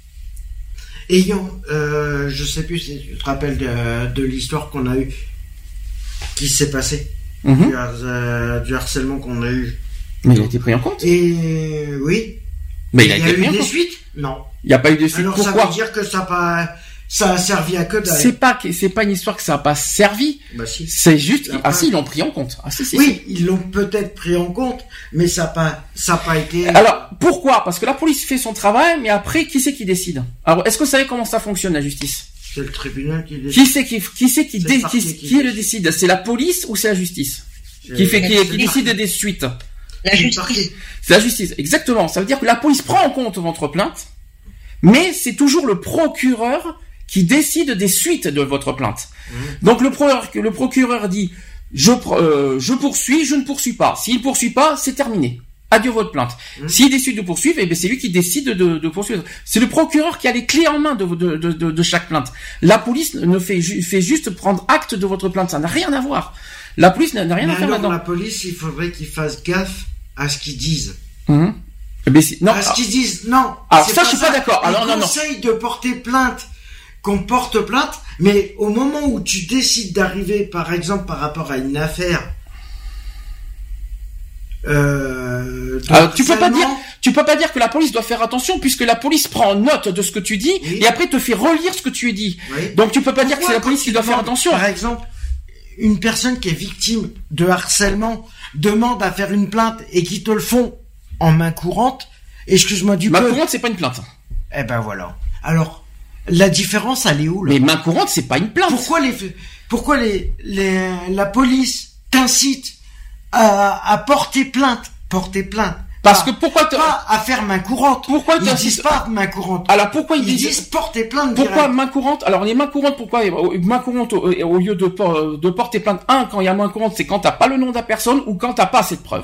je sais plus si tu te rappelles de l'histoire qu'on a eue, qui s'est passé, du harcèlement qu'on a eu. Mais il a été pris en compte. Et oui. Mais il a été pris en compte. Il y a eu des suites? Non. Il n'y a pas eu de suite. Alors pourquoi? Ça veut dire que ça a servi à que dalle. C'est pas une histoire que ça a pas servi. Bah si. C'est juste, ils l'ont pris en compte. Ils l'ont peut-être pris en compte, mais ça a pas été. Alors, pourquoi? Parce que la police fait son travail, mais après, qui c'est qui décide? Alors, est-ce que vous savez comment ça fonctionne, la justice? C'est le tribunal qui décide. Qui le décide? C'est la police ou c'est la justice? Qui décide des suites? La justice. C'est la justice, exactement. Ça veut dire que la police prend en compte votre plainte, mais c'est toujours le procureur qui décide des suites de votre plainte. Donc le procureur dit je poursuis, je ne poursuis pas. S'il poursuit pas, c'est terminé. Adieu votre plainte. S'il décide de poursuivre, c'est lui qui décide de poursuivre. C'est le procureur qui a les clés en main de chaque plainte. La police fait juste prendre acte de votre plainte. Ça n'a rien à voir. La police n'a rien à faire là-dedans. La police, il faudrait qu'ils fassent gaffe à ce qu'ils disent. Non. À ce qu'ils disent, non. Alors ça, je suis pas d'accord. Alors non. Conseille de porter plainte. Qu'on porte plainte, mais au moment où tu décides d'arriver, par exemple, par rapport à une affaire, tu peux pas dire que la police doit faire attention, puisque la police prend note de ce que tu dis et après te fait relire ce que tu dis. Donc tu peux pas dire que c'est la police qui doit faire attention. Par exemple, une personne qui est victime de harcèlement demande à faire une plainte et qui te le font en main courante. Excuse-moi du peu. Main courante, c'est pas une plainte. Eh ben voilà. Alors. La différence, elle est où, là? Mais main courante, c'est pas une plainte. Pourquoi la police t'incite à porter plainte? Parce que pourquoi pas à faire main courante? Pourquoi ils disent pas main courante? Alors pourquoi ils disent porter plainte? Pourquoi main courante? Alors les mains courantes, pourquoi main courante au lieu de porter plainte? Quand il y a main courante, c'est quand t'as pas le nom de la personne ou quand t'as pas assez de preuves.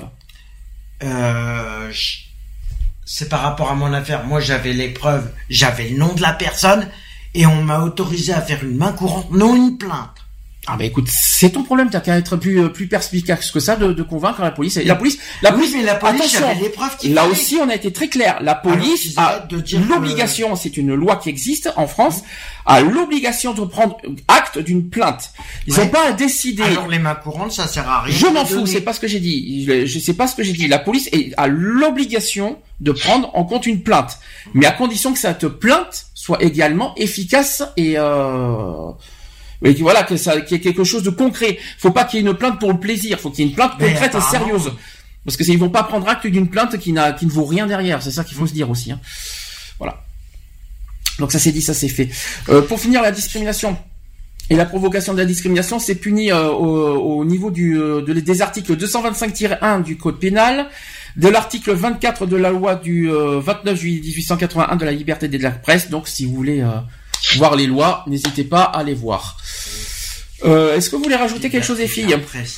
C'est par rapport à mon affaire. Moi, j'avais les preuves, j'avais le nom de la personne, et on m'a autorisé à faire une main courante, non une plainte. Ah bah écoute, c'est ton problème, t'as qu'à être plus perspicace que ça de convaincre la police. La police, attention, j'avais les preuves là aussi on a été très clair. La police a l'obligation, c'est une loi qui existe en France, a l'obligation de prendre acte d'une plainte. Ils n'ont pas à décider. Alors les mains courantes, ça sert à rien. Je m'en fous, c'est pas ce que j'ai dit. Je sais pas ce que j'ai dit. La police a l'obligation de prendre en compte une plainte, mais à condition que cette plainte soit également efficace et voilà, qu'il y ait quelque chose de concret. Faut pas qu'il y ait une plainte pour le plaisir. Faut qu'il y ait une plainte concrète et sérieuse. Parce que ils vont pas prendre acte d'une plainte qui ne vaut rien derrière. C'est ça qu'il faut se dire aussi, hein. Voilà. Donc ça c'est dit, ça c'est fait. Pour finir, la discrimination et la provocation de la discrimination, c'est puni au niveau des articles 225-1 du Code pénal, de l'article 24 de la loi du 29 juillet 1881 de la liberté de la presse. Donc si vous voulez voir les lois, n'hésitez pas à les voir. Est-ce que vous voulez rajouter quelque chose, les filles?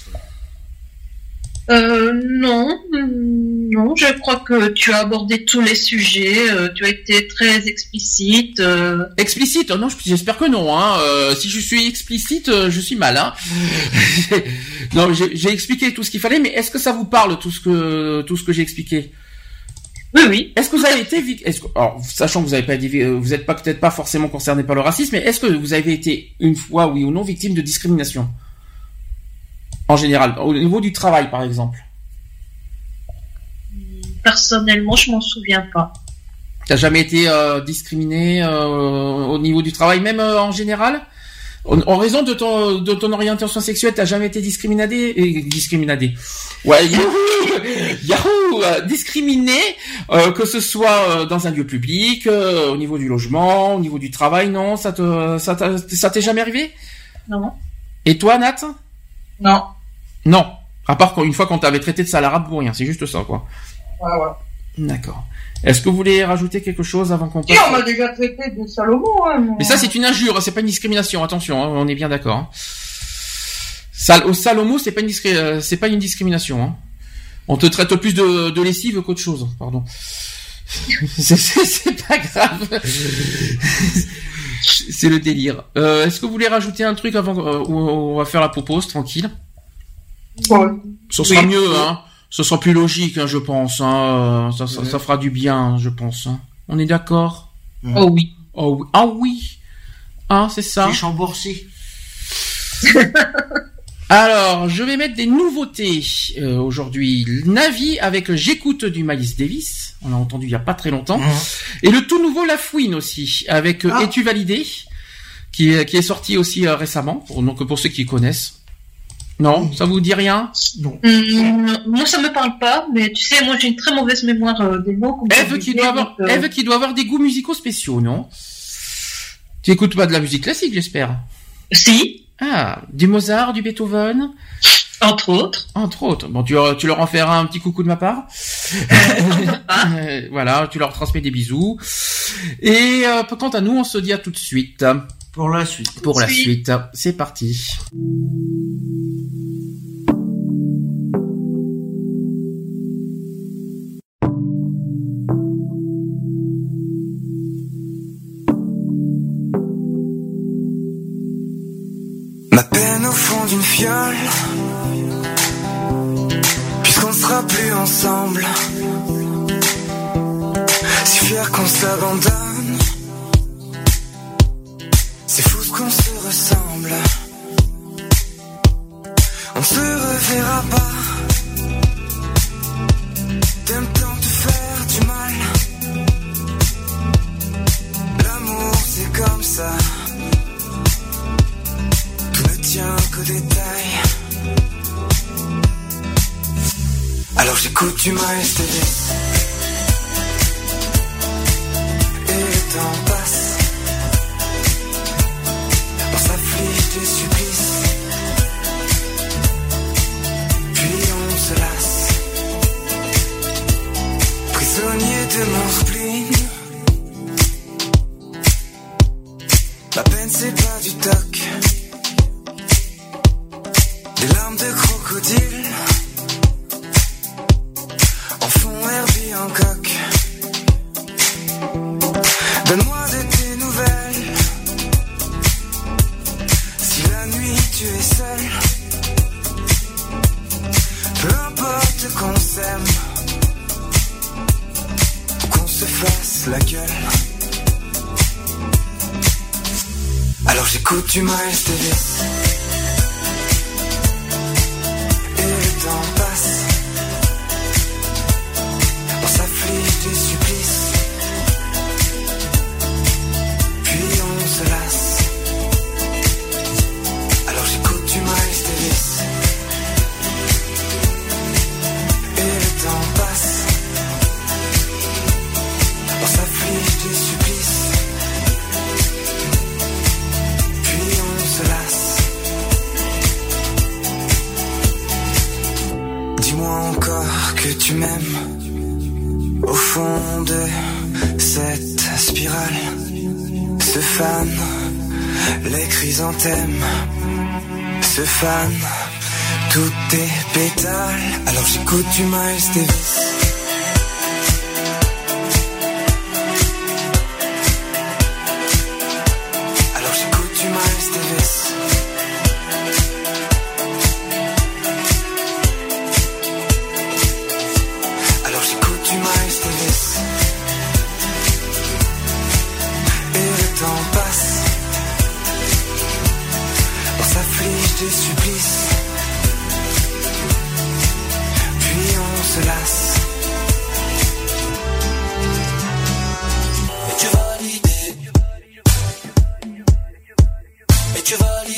Non, je crois que tu as abordé tous les sujets, tu as été très explicite. Explicite? Non, j'espère que non, hein. Si je suis explicite, je suis mal, hein. Non, j'ai expliqué tout ce qu'il fallait, mais est-ce que ça vous parle, tout ce que j'ai expliqué? Oui. Est-ce que vous avez été alors, sachant que vous êtes peut-être pas forcément concerné par le racisme, mais est-ce que vous avez été une fois, oui ou non, victime de discrimination? En général, au niveau du travail, par exemple. Personnellement, je m'en souviens pas. T'as jamais été discriminé au niveau du travail, même en général? En raison de ton orientation sexuelle, t'as jamais été discriminé. Ouais, discriminé, que ce soit dans un lieu public, au niveau du logement, au niveau du travail, non, ça t'est jamais arrivé? Non. Et toi, Nat? Non. Non. À part une fois qu'on t'avait traité de salarabe pour rien, c'est juste ça, quoi. Ouais. D'accord. Est-ce que vous voulez rajouter quelque chose avant qu'on passe? Et on m'a déjà traité de Salomon, hein. Mais ça, c'est une injure, c'est pas une discrimination, attention, hein, on est bien d'accord. Hein. Salomo, c'est pas une discrimination, hein. On te traite plus de lessive qu'autre chose, pardon. c'est pas grave. C'est le délire. Est-ce que vous voulez rajouter un truc avant on va faire la propose, tranquille? Ouais. Ce sera mieux, hein. Ce sera plus logique, hein, je pense. Hein. Ça fera du bien, je pense. Hein. On est d'accord? Oh oui. Oh oui. Ah oui. Hein, c'est ça. C'est Chambourcy. Alors, je vais mettre des nouveautés aujourd'hui. Navi avec J'écoute du Miles Davis. On l'a entendu il y a pas très longtemps. Et le tout nouveau La Fouine aussi avec Es-tu validé qui est sorti aussi récemment. Donc pour ceux qui connaissent. Non, ça vous dit rien? Non. Moi, ça me parle pas, mais tu sais, moi, j'ai une très mauvaise mémoire des mots. Eve qui doit avoir des goûts musicaux spéciaux, non? Tu écoutes pas de la musique classique, j'espère? Si. Ah, du Mozart, du Beethoven? Entre autres. Bon, tu leur en feras un petit coucou de ma part. Voilà, tu leur transmets des bisous. Et quant à nous, on se dit à tout de suite. Pour la suite. C'est parti. Ma peine au fond d'une fiole, puisqu'on ne sera plus ensemble. Si fier qu'on s'abandonne, c'est fou ce qu'on se ressemble. On se reverra pas. T'aimes tant te faire du mal. L'amour c'est comme ça. Tiens qu'aux détails. Alors j'écoute du Miles Davis. Et le temps passe. On s'afflige des supplices. Puis on se lasse. Prisonnier de mon spleen. La peine c'est pas du toc. Des larmes de crocodile en fond Herbie Hancock. Donne-moi de tes nouvelles. Si la nuit tu es seul, peu importe qu'on s'aime ou qu'on se fasse la gueule. Alors j'écoute du Miles Davis. Le temps passe, on s'afflige des supplices, puis on se lasse. Alors j'écoute du Miles Davis. Et le temps passe, on s'afflige des supplices, puis on se lasse. Dis-moi encore que tu m'aimes au fond de cette spirale. Se fanent les chrysanthèmes, se fanent tous tes pétales. Alors j'écoute du Miles Davis. Alors j'écoute du Miles Davis. Des supplices, puis on se lasse. Es-tu validé? Es-tu validé?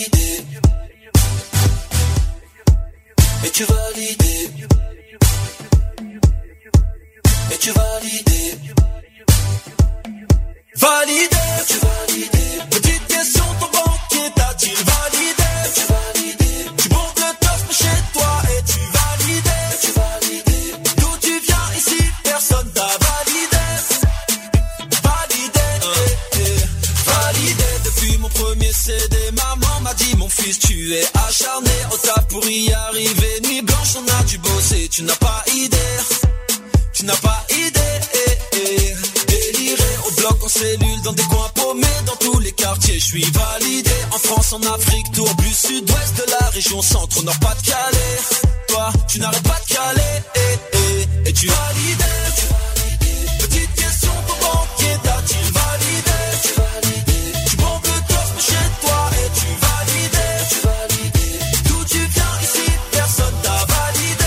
validé, tu validé. Petite question, ton banquier t'a-t-il validé, tu validé. Tu bombes le top chez toi et tu validé, tu validé. D'où tu viens ici, personne t'a validé, validé, validé. Depuis mon premier CD, maman m'a dit mon fils tu es acharné au taf pour y arriver. Nuit blanche on a dû bosser, tu n'as pas idée. Tu n'as pas idée, déliré au bloc, en cellule, dans des coins paumés, dans tous les quartiers, je suis validé. En France, en Afrique, tourbus, sud-ouest de la région centre, au nord, pas de Calais. Toi, tu n'arrêtes pas de caler, et tu validé, tu validé. Petite question, ton banquier t'a-t-il validé, tu validé. Tu bombes le top chez toi et tu validé, tu validé. D'où tu viens ici, personne t'a validé.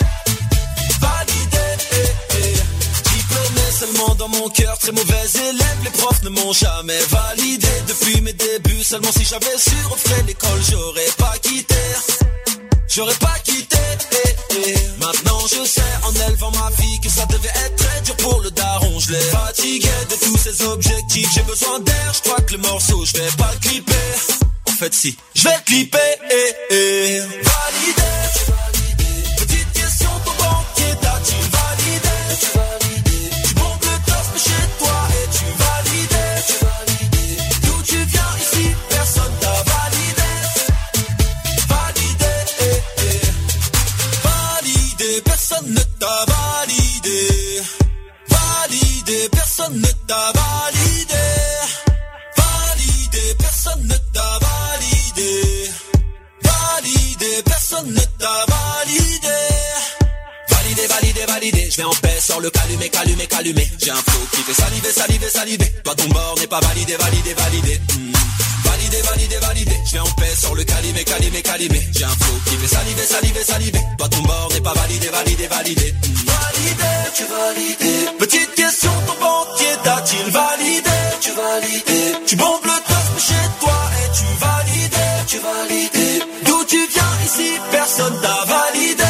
Seulement dans mon cœur, très mauvais élève, les profs ne m'ont jamais validé. Depuis mes débuts, seulement si j'avais su refaire l'école, j'aurais pas quitté. Maintenant je sais, en élevant ma fille, que ça devait être très dur pour le daron. Je l'ai fatigué de tous ces objectifs, j'ai besoin d'air, je crois que le morceau, je vais pas le clipper. En fait si, je vais le clipper, validé, tu validé. Petite question, ton banquier t'a-t-il validé, tu validé. Chez toi et tu validé, tu validé. D'où tu viens ici, personne t'a validé, validé, validé, personne ne t'a validé, validé, personne ne t'a validé, validé, personne ne t'a validé, validé, personne ne t'a validé. Validé, je vais en paix, sors le calumet. J'ai un flow qui fait saliver. Toi ton bord n'est pas validé. Validé, je vais en paix, sors le calumet. J'ai un flow qui fait saliver. Toi ton bord n'est pas validé. Validé, tu validé. Petite question, ton banquier t'a-t-il validé, tu validé. Tu bombes le top chez toi et tu validé. D'où tu viens ici, personne t'a validé.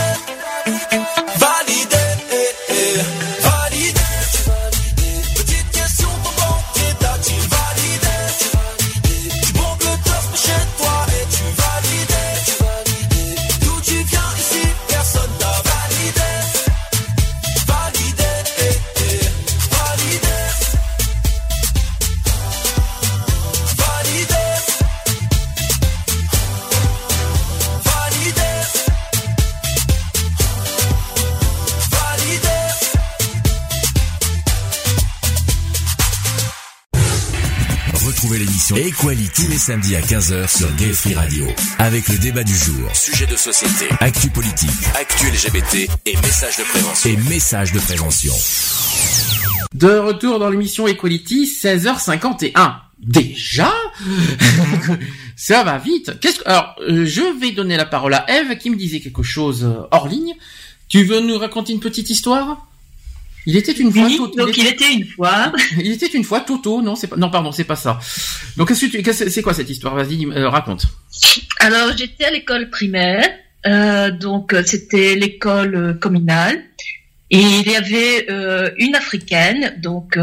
Retrouvez l'émission Equality les samedis à 15h sur Gay Free Radio. Avec le débat du jour, sujet de société, actu politique, actu LGBT et messages de prévention. De retour dans l'émission Equality, 16h51. Déjà? Ça va vite. Alors, je vais donner la parole à Eve qui me disait quelque chose hors ligne. Tu veux nous raconter une petite histoire? Il était une fois. Il était une fois Toto. Non, c'est pas ça. Donc, c'est quoi cette histoire? Vas-y, raconte. Alors, j'étais à l'école primaire. Donc, c'était l'école communale. Et il y avait une africaine, donc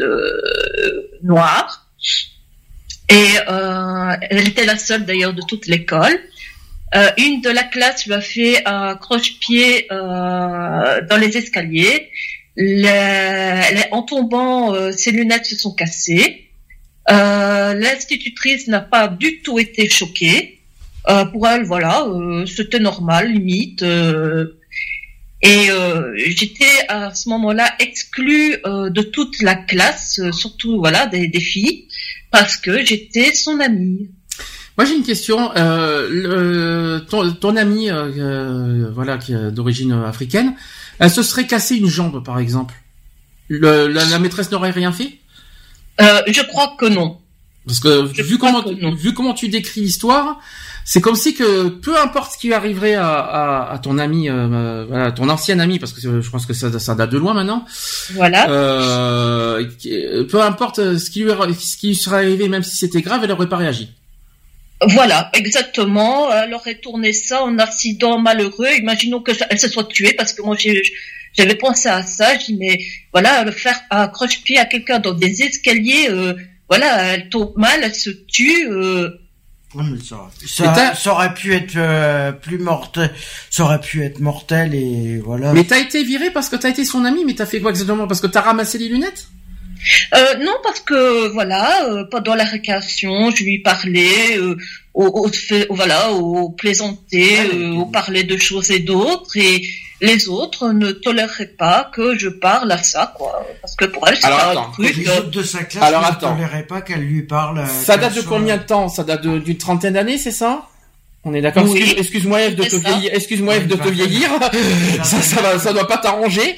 noire. Et elle était la seule d'ailleurs de toute l'école. Une de la classe lui a fait un croche-pied dans les escaliers. En tombant, ses lunettes se sont cassées. L'institutrice n'a pas du tout été choquée. Pour elle, voilà, c'était normal, limite. Et j'étais à ce moment-là exclue de toute la classe, surtout voilà des filles, parce que j'étais son amie. Moi j'ai une question. Ton amie, voilà, qui est d'origine africaine, elle se serait cassée une jambe, par exemple. La maîtresse n'aurait rien fait? Je crois que non. Parce que vu comment tu décris l'histoire, c'est comme si que peu importe ce qui arriverait à ton ami, voilà, ton ancienne amie, parce que je pense que ça date de loin maintenant. Voilà. Peu importe ce qui lui serait arrivé, même si c'était grave, elle n'aurait pas réagi. Voilà, exactement. Elle aurait tourné ça en accident malheureux. Imaginons qu'elle se soit tuée, parce que moi J'avais pensé à ça. Je dis mais voilà, le faire un croche-pied à quelqu'un dans des escaliers, voilà, elle tombe mal, elle se tue. Ça aurait pu être plus mortel. Ça aurait pu être mortel et voilà. Mais t'as été viré parce que t'as été son ami, mais t'as fait quoi exactement? Parce que t'as ramassé les lunettes? Non, parce que voilà, pendant la récréation, je lui parlais, au plaisanter, au parler de choses et d'autres, et les autres ne toléreraient pas que je parle à ça, quoi. Parce que pour elle, c'est pas un truc. Les autres de sa classe ne toléraient pas qu'elle lui parle. Ça date de combien de temps? Ça date d'une trentaine d'années, c'est ça? On est d'accord. Oui. Excuse-moi Eve de te vieillir. Excuse-moi Eve de te vieillir. Ça doit pas t'arranger.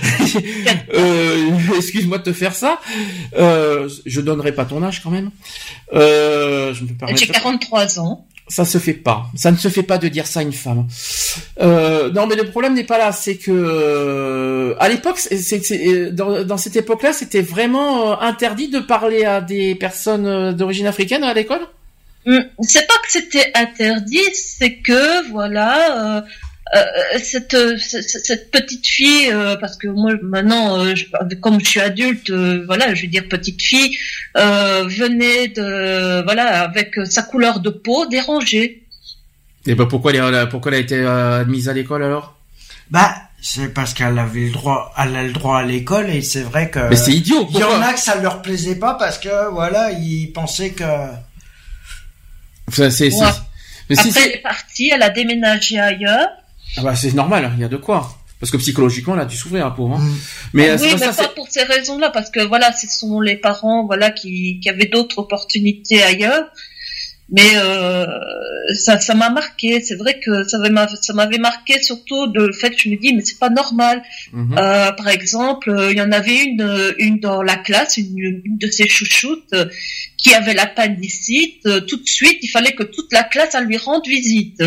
Excuse-moi de te faire ça. Je donnerai pas ton âge quand même. Je me permets. J'ai 43 ans. Ça se fait pas. Ça ne se fait pas de dire ça à une femme. Non, mais le problème n'est pas là. C'est que à l'époque, dans cette époque-là, c'était vraiment interdit de parler à des personnes d'origine africaine à l'école. C'est pas que c'était interdit, c'est que voilà, cette petite fille, parce que moi maintenant, comme je suis adulte, voilà, je veux dire petite fille, venait de voilà avec sa couleur de peau dérangée. Et bah pourquoi elle a été admise à l'école alors? Bah c'est parce qu'elle avait le droit, elle a le droit à l'école et c'est vrai que. Mais c'est idiot. Il y en a que ça leur plaisait pas parce que voilà, ils pensaient que. Mais après, elle est partie, elle a déménagé ailleurs. Ah bah, c'est normal, il y a de quoi. Parce que psychologiquement, elle a dû souffrir, hein, pauvre. Mais oui, mais pas pour ces raisons-là, parce que voilà, ce sont les parents, voilà, qui avaient d'autres opportunités ailleurs. Mais ça m'a marqué. C'est vrai que ça m'avait marqué surtout de le fait que je me dis mais c'est pas normal. Par exemple, il y en avait une dans la classe, une de ses chouchoutes qui avait l'appendicite. Tout de suite, il fallait que toute la classe elle lui rende visite.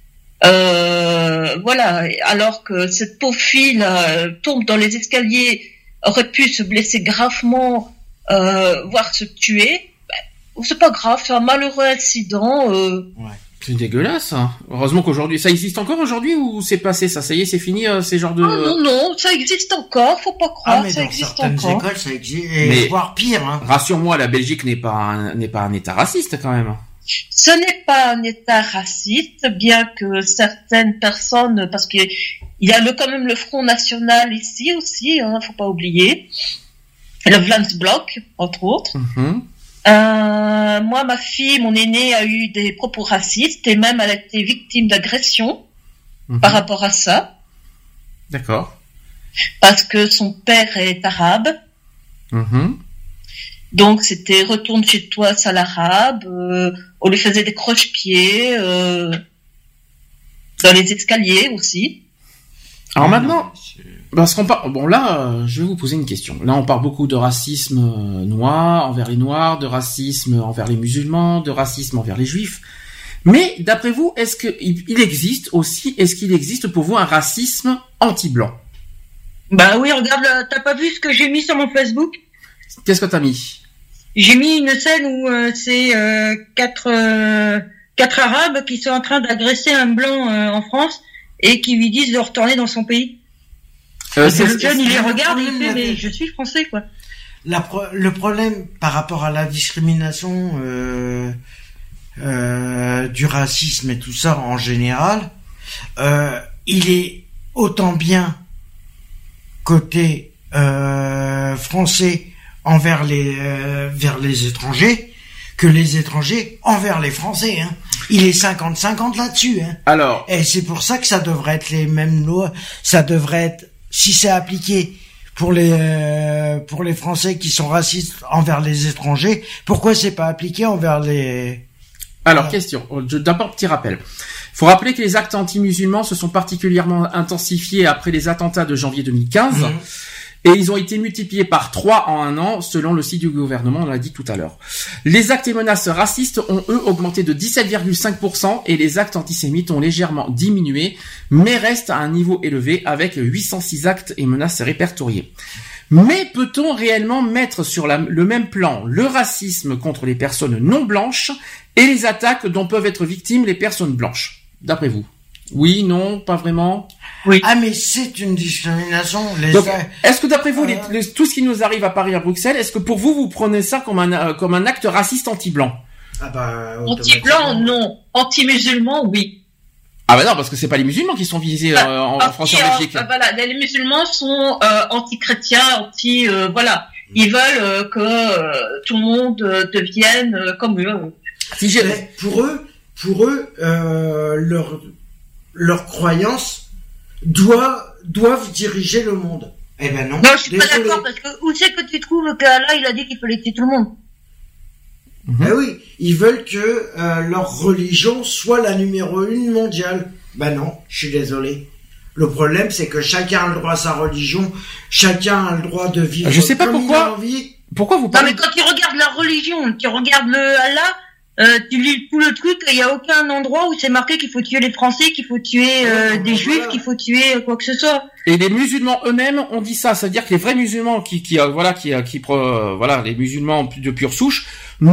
Voilà. Alors que cette pauvre fille là, tombe dans les escaliers, aurait pu se blesser gravement, voire se tuer. C'est pas grave, c'est un malheureux incident. Ouais. C'est dégueulasse. Hein. Heureusement qu'aujourd'hui, ça existe encore aujourd'hui ou c'est passé ça? Ça y est, c'est fini ces genres de. Ah non, ça existe encore. Faut pas croire. Mais ça dans existe certaines encore. écoles, ça existe, et voire pire. Hein. Rassure-moi, la Belgique n'est pas un État raciste quand même. Ce n'est pas un État raciste, bien que certaines personnes, parce qu'il y a quand même le Front National ici aussi, hein, faut pas oublier, le Vlaams-Blok entre autres. Moi, ma fille, mon aînée a eu des propos racistes et même elle a été victime d'agression par rapport à ça. D'accord. Parce que son père est arabe. Donc c'était retourne chez toi, sale arabe. On lui faisait des croche-pieds dans les escaliers aussi. Alors maintenant, parce qu'on parle, bon là, je vais vous poser une question. Là, on parle beaucoup de racisme noir envers les noirs, de racisme envers les musulmans, de racisme envers les juifs. Mais d'après vous, est-ce qu'il existe pour vous un racisme anti-blanc? Bah oui, regarde, t'as pas vu ce que j'ai mis sur mon Facebook? Qu'est-ce que t'as mis? J'ai mis une scène où c'est quatre Arabes qui sont en train d'agresser un blanc en France et qui lui disent de retourner dans son pays. Le jeune, il les regarde et il fait mais je suis français quoi. Le problème par rapport à la discrimination, du racisme et tout ça en général, il est autant bien côté français envers les étrangers que les étrangers envers les Français. Hein. Il est 50-50 là-dessus. Hein. Alors, et c'est pour ça que ça devrait être les mêmes lois. Ça devrait être, si c'est appliqué pour les Français qui sont racistes envers les étrangers, pourquoi c'est pas appliqué envers les... Alors, question. D'abord, petit rappel. Faut rappeler que les actes anti-musulmans se sont particulièrement intensifiés après les attentats de janvier 2015. Et ils ont été multipliés par 3 en un an, selon le site du gouvernement, on l'a dit tout à l'heure. Les actes et menaces racistes ont, eux, augmenté de 17,5% et les actes antisémites ont légèrement diminué, mais restent à un niveau élevé avec 806 actes et menaces répertoriés. Mais peut-on réellement mettre sur le même plan le racisme contre les personnes non blanches et les attaques dont peuvent être victimes les personnes blanches, d'après vous? Oui, non, pas vraiment. Oui. Ah, mais c'est une discrimination. Donc, est-ce que d'après vous, tout ce qui nous arrive à Paris, à Bruxelles, est-ce que pour vous, vous prenez ça comme un acte raciste anti-blanc? Ah bah, anti-blanc, non. Anti-musulman, oui. Ah bah non, parce que c'est pas les musulmans qui sont visés en France et en Belgique. Voilà, les musulmans sont anti-chrétiens, voilà. Ils veulent que tout le monde devienne comme eux. Pour eux, leur croyance doivent diriger le monde. Eh ben non. Non, je suis pas d'accord, parce que où c'est que tu trouves qu'Allah, il a dit qu'il fallait tuer tout le monde? Eh oui, ils veulent que leur religion soit la numéro 1 mondiale. Ben non, je suis désolé. Le problème, c'est que chacun a le droit à sa religion, chacun a le droit de vivre. Je sais pas pourquoi. Pourquoi vous parlez? Non, mais quand tu regardes la religion, tu regardes le Allah, tu lis tout le truc, il y a aucun endroit où c'est marqué qu'il faut tuer les Français, qu'il faut tuer des Juifs, qu'il faut tuer quoi que ce soit. Et les musulmans eux-mêmes ont dit ça, c'est-à-dire que les vrais musulmans les musulmans de pure souche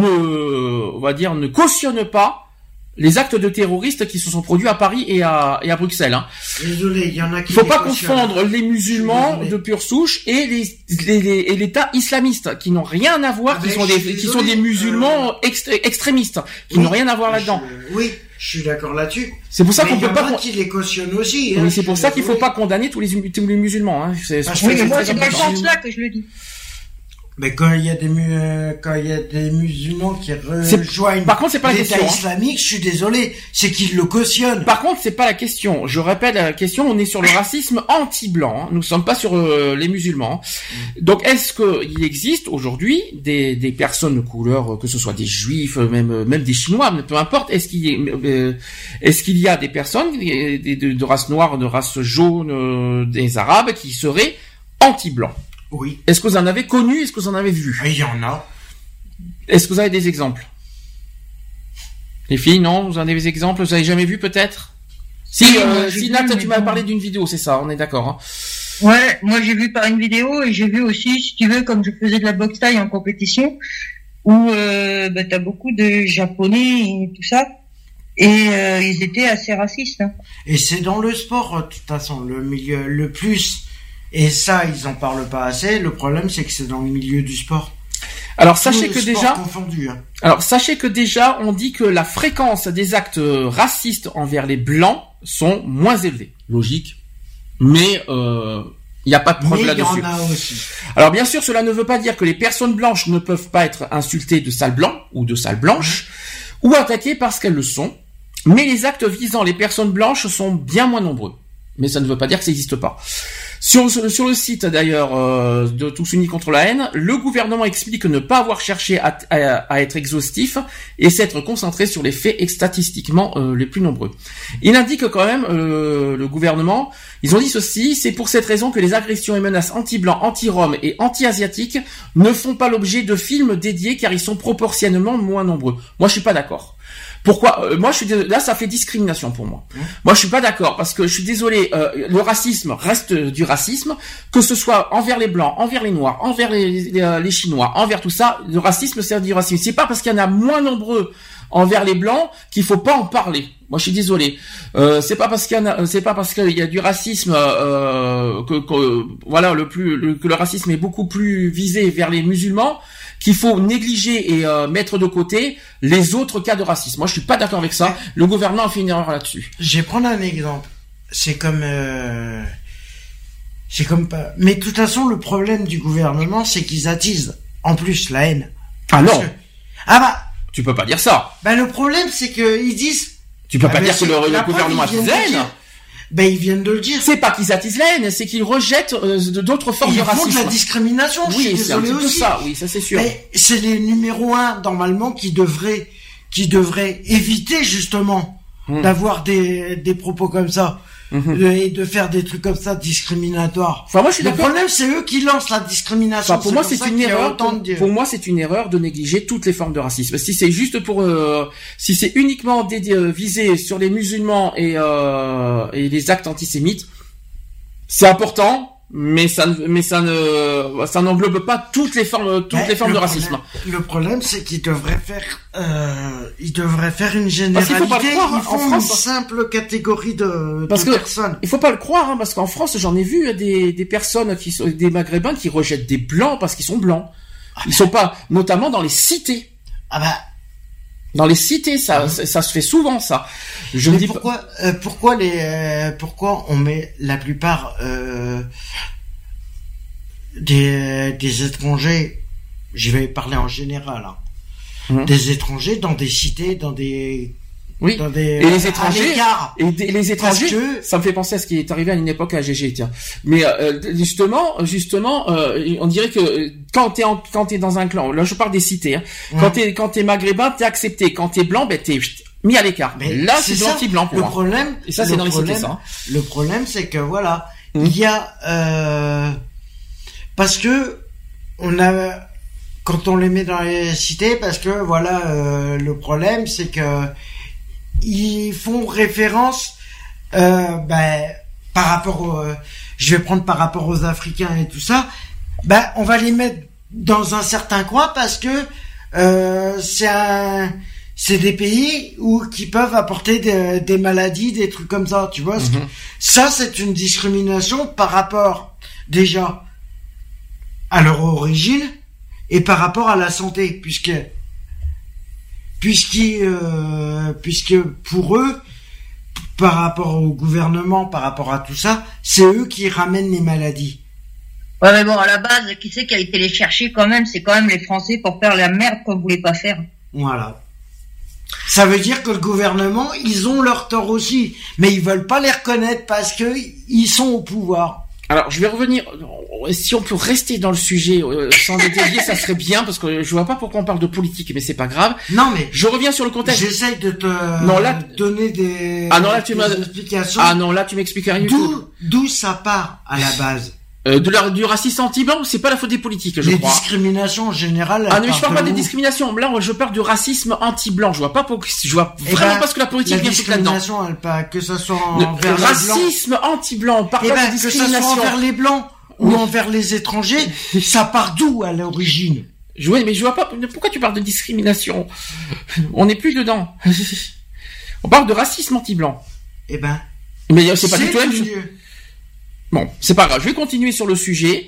ne cautionnent pas les actes de terroristes qui se sont produits à Paris et à Bruxelles. Hein. Désolé, il y en a qui. Il faut pas confondre les musulmans de pure souche et l'État islamiste qui n'ont rien à voir, qui sont des musulmans extrémistes, qui n'ont rien à voir là-dedans. Oui, je suis d'accord là-dessus. C'est pour ça qu'on peut pas. Qui les cautionnent aussi. Oui, c'est pour ça qu'il faut pas condamner tous les musulmans. Hein. Oui, mais moi c'est dans le sens là que je le dis. Mais quand il y a des musulmans qui rejoignent l'État islamique, je suis désolé, c'est qu'ils le cautionnent. Par contre, c'est pas la question. Je répète la question, on est sur le racisme anti-blanc. Hein. Nous sommes pas sur les musulmans. Donc, est-ce qu'il existe aujourd'hui des personnes de couleur, que ce soit des juifs, même des chinois, peu importe, est-ce qu'il y a des personnes de race noire, de race jaune, des arabes qui seraient anti-blancs? Oui. Est-ce que vous en avez connu? Est-ce que vous en avez vu? Il y en a. Est-ce que vous avez des exemples? Les filles, non? Vous en avez des exemples? Vous avez jamais vu peut-être? Si Nat, tu m'as parlé d'une vidéo, c'est ça, on est d'accord. Hein. Ouais, moi j'ai vu par une vidéo et j'ai vu aussi, si tu veux, comme je faisais de la boxe taille en compétition, où t'as beaucoup de Japonais et tout ça, et ils étaient assez racistes. Hein. Et c'est dans le sport, de toute façon, le milieu le plus. Et ça, ils en parlent pas assez. Le problème, c'est que c'est dans le milieu du sport. Alors sachez que déjà, confondu, hein. Alors sachez que déjà, on dit que la fréquence des actes racistes envers les blancs sont moins élevées. Logique, mais il n'y a pas de preuve là-dessus. Il y en a aussi. Alors bien sûr, cela ne veut pas dire que les personnes blanches ne peuvent pas être insultées de sales blancs ou de sales blanches ou attaquées parce qu'elles le sont. Mais les actes visant les personnes blanches sont bien moins nombreux. Mais ça ne veut pas dire que ça n'existe pas. Sur le site d'ailleurs de Tous Unis contre la haine, le gouvernement explique ne pas avoir cherché à être exhaustif et s'être concentré sur les faits statistiquement les plus nombreux. Il indique quand même, le gouvernement, ils ont dit ceci, c'est pour cette raison que les agressions et menaces anti-blancs, anti-roms et anti-asiatiques ne font pas l'objet de films dédiés car ils sont proportionnellement moins nombreux. Moi je suis pas d'accord. Pourquoi moi je suis désolé, là ça fait discrimination pour moi. Moi je suis pas d'accord parce que je suis désolé, le racisme reste du racisme, que ce soit envers les blancs, envers les noirs, envers les chinois, envers tout ça, le racisme c'est du racisme. C'est pas parce qu'il y en a moins nombreux envers les blancs qu'il faut pas en parler. Moi je suis désolé. C'est pas parce qu'il y a du racisme que le racisme est beaucoup plus visé vers les musulmans qu'il faut négliger et mettre de côté les autres cas de racisme. Moi, je suis pas d'accord avec ça. Le gouvernement a fait une erreur là-dessus. Je vais prendre un exemple. C'est comme pas. Mais de toute façon, le problème du gouvernement, c'est qu'ils attisent en plus la haine. Ah non. Tu peux pas dire ça. Le problème, c'est que ils disent. Tu peux pas dire que le gouvernement attise la haine. Ils viennent de le dire. C'est pas qu'ils attisent la haine, c'est qu'ils rejettent d'autres formes de racisme. Ils font de la discrimination. Oui, c'est un petit peu ça. Oui, ça c'est sûr. Mais c'est les numéros 1 normalement qui devraient éviter justement d'avoir des propos comme ça. Et de faire des trucs comme ça discriminatoires. Enfin, moi, je suis d'accord. Le problème, c'est eux qui lancent la discrimination. Pour moi, c'est une erreur. Pour moi, c'est une erreur de négliger toutes les formes de racisme. Si c'est juste si c'est uniquement visé sur les musulmans et les actes antisémites, c'est important, mais ça n'englobe pas toutes les formes de racisme. Le problème, c'est qu'ils devraient faire une généralité. Faut pas le croire, ils font une simple catégorie de personnes. Il faut pas le croire, parce qu'en France, j'en ai vu des personnes des Maghrébins qui rejettent des blancs parce qu'ils sont blancs. Ils sont pas, notamment dans les cités. Dans les cités, ça se fait souvent, ça. Pourquoi on met la plupart des étrangers, je vais parler en général, des étrangers dans des cités, dans des et les étrangers, ça me fait penser à ce qui est arrivé à une époque à GG, tiens. Mais justement, on dirait que quand t'es dans un clan, là je parle des cités, quand t'es maghrébin, t'es accepté. Quand t'es blanc, t'es mis à l'écart. Mais là, c'est anti-blanc pour moi. Problème, et ça c'est dans les cités, ça. Le problème, c'est que voilà, il y a parce que quand on les met dans les cités, parce que voilà, le problème, c'est que ils font référence par rapport je vais prendre par rapport aux Africains et tout ça, on va les mettre dans un certain coin parce que c'est des pays qui peuvent apporter des maladies, des trucs comme ça, tu vois. Ça, c'est une discrimination par rapport déjà à leur origine et par rapport à la santé, puisque pour eux, par rapport au gouvernement, par rapport à tout ça, c'est eux qui ramènent les maladies. Ouais, mais bon, à la base, qui c'est qui a été les chercher quand même? C'est quand même les Français pour faire la merde qu'on voulait pas faire. Voilà. Ça veut dire que le gouvernement, ils ont leur tort aussi, mais ils veulent pas les reconnaître parce que ils sont au pouvoir. Alors, je vais revenir, si on peut rester dans le sujet sans les dévier, ça serait bien, parce que je vois pas pourquoi on parle de politique, mais c'est pas grave. Non, mais je reviens sur le contexte. J'essaye de te donner des explications. Ah non, là tu m'expliques rien du tout. D'où ça part à la base? Du racisme anti-blanc, c'est pas la faute des politiques, je crois. Les discriminations en général. Ah non, mais je parle pas des discriminations. Là, je parle du racisme anti-blanc. Je vois vraiment pas ce que la politique vient foutre là-dedans. La discrimination, que ça soit envers les blancs. Racisme anti-blanc, par contre, que ça soit envers les blancs ou envers les étrangers, ça part d'où à l'origine? Oui, mais je vois pas, pourquoi tu parles de discrimination? On n'est plus dedans. On parle de racisme anti-blanc. Mais c'est pas du tout la même chose. Bon, c'est pas grave. Je vais continuer sur le sujet,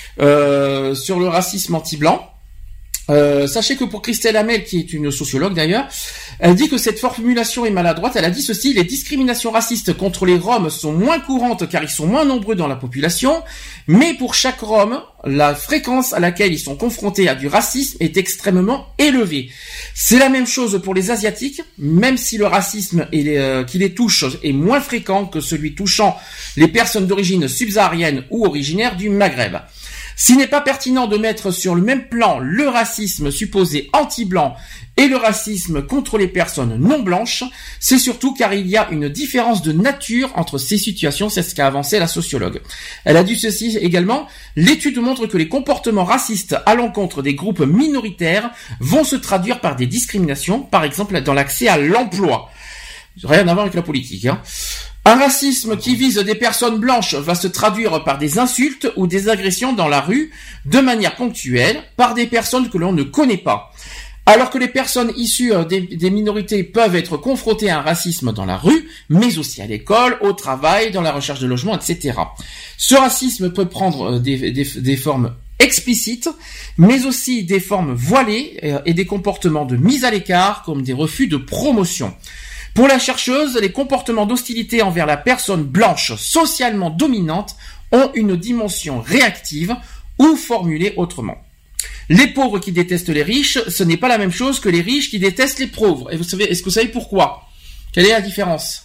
sur le racisme anti-blanc. Sachez que pour Christelle Hamel, qui est une sociologue d'ailleurs, elle dit que cette formulation est maladroite. Elle a dit ceci: les discriminations racistes contre les Roms sont moins courantes car ils sont moins nombreux dans la population, mais pour chaque Rome, la fréquence à laquelle ils sont confrontés à du racisme est extrêmement élevée. C'est la même chose pour les Asiatiques, même si le racisme qui les touche est moins fréquent que celui touchant les personnes d'origine subsaharienne ou originaires du Maghreb. S'il n'est pas pertinent de mettre sur le même plan le racisme supposé anti-blanc et le racisme contre les personnes non blanches, c'est surtout car il y a une différence de nature entre ces situations, c'est ce qu'a avancé la sociologue. Elle a dit ceci également: l'étude montre que les comportements racistes à l'encontre des groupes minoritaires vont se traduire par des discriminations, par exemple dans l'accès à l'emploi. Rien à voir avec la politique, Un racisme qui vise des personnes blanches va se traduire par des insultes ou des agressions dans la rue de manière ponctuelle par des personnes que l'on ne connaît pas. Alors que les personnes issues des minorités peuvent être confrontées à un racisme dans la rue, mais aussi à l'école, au travail, dans la recherche de logement, etc. Ce racisme peut prendre des formes explicites, mais aussi des formes voilées et des comportements de mise à l'écart, comme des refus de promotion. Pour la chercheuse, les comportements d'hostilité envers la personne blanche socialement dominante ont une dimension réactive ou formulée autrement. Les pauvres qui détestent les riches, ce n'est pas la même chose que les riches qui détestent les pauvres. Et est-ce que vous savez pourquoi? Quelle est la différence?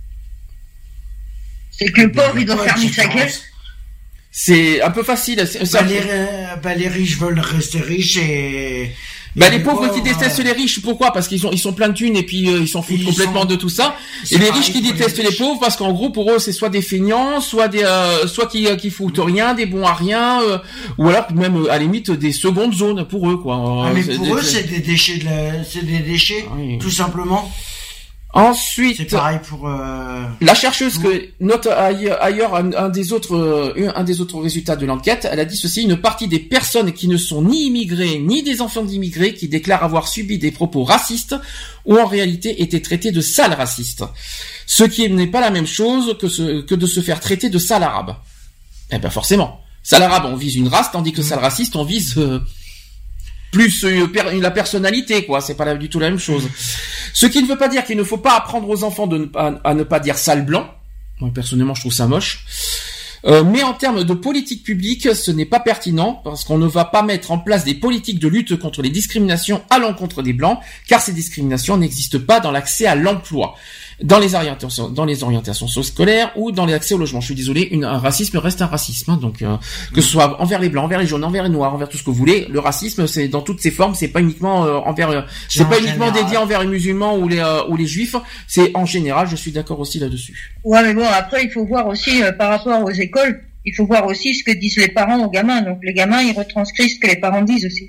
C'est que le pauvre, il doit fermer sa gueule. C'est un peu facile. Les riches veulent rester riches et... les pauvres qui détestent les riches, pourquoi? Parce qu'ils sont plein de thunes et puis ils s'en foutent complètement de tout ça. Et les riches qui détestent les pauvres parce qu'en gros pour eux c'est soit des feignants, soit qui foutent rien, des bons à rien, ou alors même à la limite des secondes zones pour eux quoi. Mais pour eux c'est des déchets, tout simplement. Ensuite, c'est pareil pour la chercheuse que note ailleurs un des autres résultats de l'enquête. Elle a dit ceci: une partie des personnes qui ne sont ni immigrées ni des enfants d'immigrés qui déclarent avoir subi des propos racistes ou en réalité été traités de sales racistes. Ce qui n'est pas la même chose que de se faire traiter de sale arabe. Eh ben forcément, sale arabe on vise une race, tandis que sale raciste on vise plus la personnalité, quoi. C'est pas du tout la même chose. Ce qui ne veut pas dire qu'il ne faut pas apprendre aux enfants à ne pas dire sale blanc. Moi, personnellement, je trouve ça moche. Mais en termes de politique publique, ce n'est pas pertinent parce qu'on ne va pas mettre en place des politiques de lutte contre les discriminations à l'encontre des blancs, car ces discriminations n'existent pas dans l'accès à l'emploi, dans les orientations scolaires ou dans l'accès au logement. Je suis désolé, un racisme reste un racisme, hein, donc que ce soit envers les blancs, envers les jaunes, envers les noirs, envers tout ce que vous voulez, le racisme c'est dans toutes ses formes, c'est pas uniquement c'est pas uniquement dédié envers les musulmans ou les juifs, c'est en général. Je suis d'accord aussi là-dessus. Ouais, mais bon, après il faut voir aussi par rapport aux écoles, il faut voir aussi ce que disent les parents aux gamins. Donc les gamins ils retranscrivent ce que les parents disent aussi.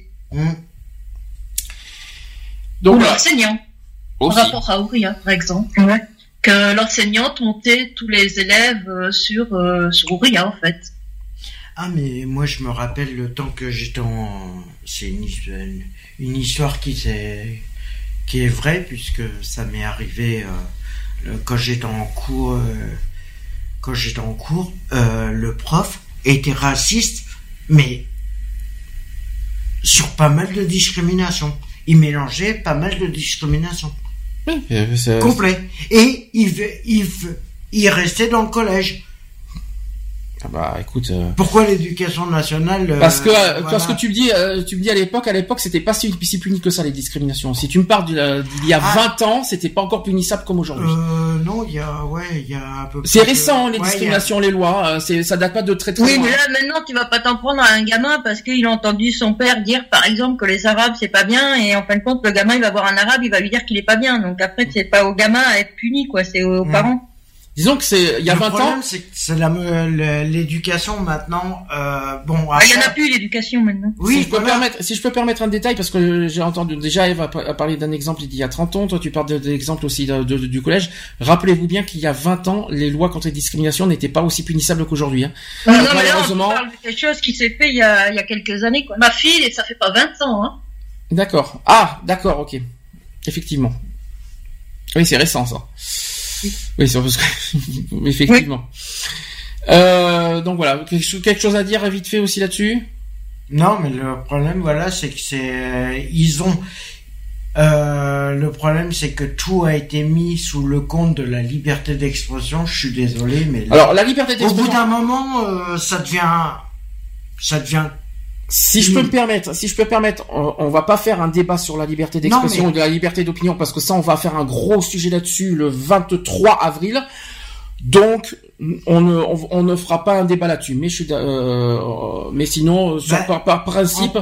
Donc ou l'enseignant. Aussi. Par rapport à Ouria, par exemple, que l'enseignante montait tous les élèves sur Ouria, en fait. Ah, mais moi, je me rappelle le temps que j'étais c'est une histoire qui est vraie, puisque ça m'est arrivé quand j'étais en cours. Le prof était raciste, mais sur pas mal de discrimination. Il mélangeait pas mal de discrimination. Complet. Et il restait dans le collège. Ah bah écoute. Pourquoi l'éducation nationale Parce que parce que tu me dis à l'époque c'était pas si puni que ça les discriminations. Si tu me parles d'il y a 20 ans, c'était pas encore punissable comme aujourd'hui. Non, il y a un peu. C'est récent les discriminations, les lois. Ça date pas de très très. Oui, mais là maintenant tu vas pas t'en prendre à un gamin parce qu'il a entendu son père dire par exemple que les Arabes c'est pas bien et en fin de compte le gamin il va voir un Arabe, il va lui dire qu'il est pas bien. Donc après c'est pas au gamin à être puni quoi, c'est aux parents. Disons que il y a 20 ans. Le problème, c'est que c'est l'éducation maintenant, il y en a plus l'éducation maintenant. Oui, si je peux permettre un détail, parce que j'ai entendu, déjà Eve a parlé d'un exemple il y a 30 ans, toi tu parles de l'exemple aussi du collège. Rappelez-vous bien qu'il y a 20 ans, les lois contre les discriminations n'étaient pas aussi punissables qu'aujourd'hui, hein. Non, mais là, on parle de quelque chose qui s'est fait il y a quelques années, quoi. Ma fille, ça fait pas 20 ans, hein. D'accord. Ah, d'accord, ok. Effectivement. Oui, c'est récent, ça. Oui, c'est parce que effectivement. Oui. Donc voilà, quelque chose à dire vite fait aussi là-dessus? Non, mais le problème, voilà, c'est que le problème, c'est que tout a été mis sous le compte de la liberté d'expression. Je suis désolé, mais alors la liberté d'expression. Au bout d'un moment, ça devient. Si je peux me permettre, on va pas faire un débat sur la liberté d'expression ou de la liberté d'opinion parce que ça, on va faire un gros sujet là-dessus le 23 avril. Donc, on ne fera pas un débat là-dessus. Mais mais sinon, par principe,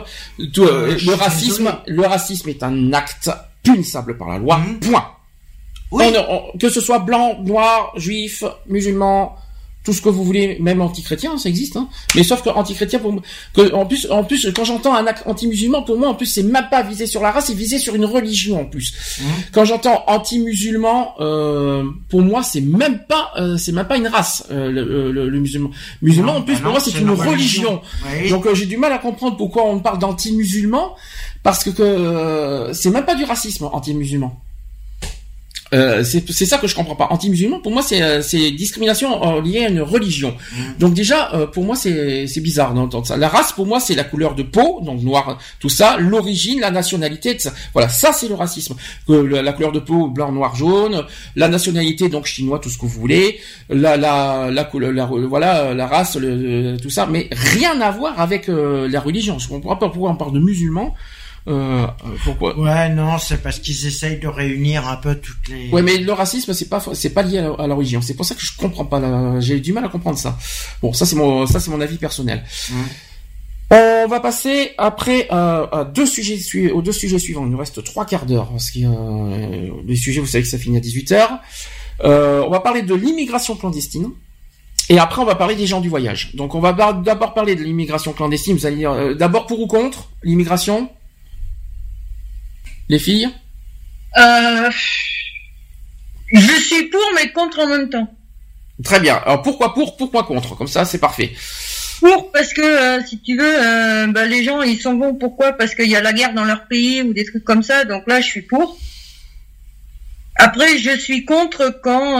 le racisme est un acte punissable par la loi. Point. Oui. Que ce soit blanc, noir, juif, musulman, tout ce que vous voulez, même anti-chrétien, ça existe, hein. Mais sauf que anti-chrétien, en plus, quand j'entends un acte anti-musulman, pour moi, en plus, c'est même pas visé sur la race, c'est visé sur une religion, en plus. Quand j'entends anti-musulman, pour moi, c'est même pas une race, le musulman. Musulman, en plus, pour moi, c'est une religion. Oui. Donc, j'ai du mal à comprendre pourquoi on parle d'anti-musulman, parce que c'est même pas du racisme, anti-musulman. C'est ça que je comprends pas. Anti-musulman, pour moi, c'est discrimination liée à une religion. Donc déjà, pour moi, c'est bizarre d'entendre ça. La race, pour moi, c'est la couleur de peau, donc noir, tout ça, l'origine, la nationalité, tout ça. Voilà, ça c'est le racisme. La couleur de peau, blanc, noir, jaune, la nationalité, donc chinois, tout ce que vous voulez, la race, tout ça, mais rien à voir avec la religion. Je comprends pas pourquoi on parle de musulmans. Pourquoi? Ouais, non, c'est parce qu'ils essayent de réunir un peu toutes les. Ouais, mais le racisme, c'est pas lié à la religion. C'est pour ça que je comprends pas. J'ai du mal à comprendre ça. Bon, ça c'est mon avis personnel. On va passer après aux deux sujets suivants. Il nous reste 3 quarts d'heure parce que les sujets, vous savez que ça finit à 18h. On va parler de l'immigration clandestine. Et après, on va parler des gens du voyage. Donc, on va d'abord parler de l'immigration clandestine. Vous allez dire, d'abord pour ou contre l'immigration? Les filles? Je suis pour, mais contre en même temps. Très bien. Alors pourquoi pour, pourquoi contre? Comme ça, c'est parfait. Pour, parce que si tu veux, les gens ils s'en vont. Pourquoi? Parce qu'il y a la guerre dans leur pays ou des trucs comme ça. Donc là, je suis pour. Après, je suis contre quand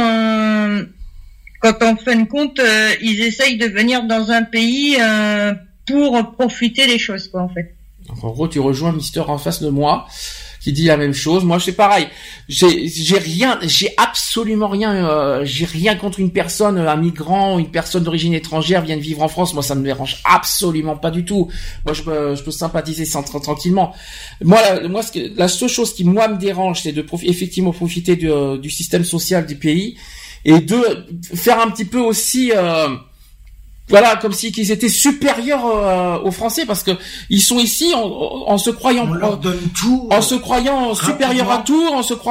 en fin de compte, ils essayent de venir dans un pays pour profiter des choses, quoi, en fait. Donc, en gros, tu rejoins Mister en face de moi, qui dit la même chose. Moi, c'est pareil. J'ai absolument rien, j'ai rien contre une personne, un migrant, une personne d'origine étrangère vienne vivre en France. Moi, ça ne me dérange absolument pas du tout. Moi, je peux sympathiser tranquillement. Moi, la seule chose qui, moi, me dérange, c'est de effectivement profiter du système social du pays et de faire un petit peu aussi, voilà, comme si qu'ils étaient supérieurs aux Français, parce que ils sont ici en se croyant, on leur donne tout, en se croyant supérieurs à tout, en se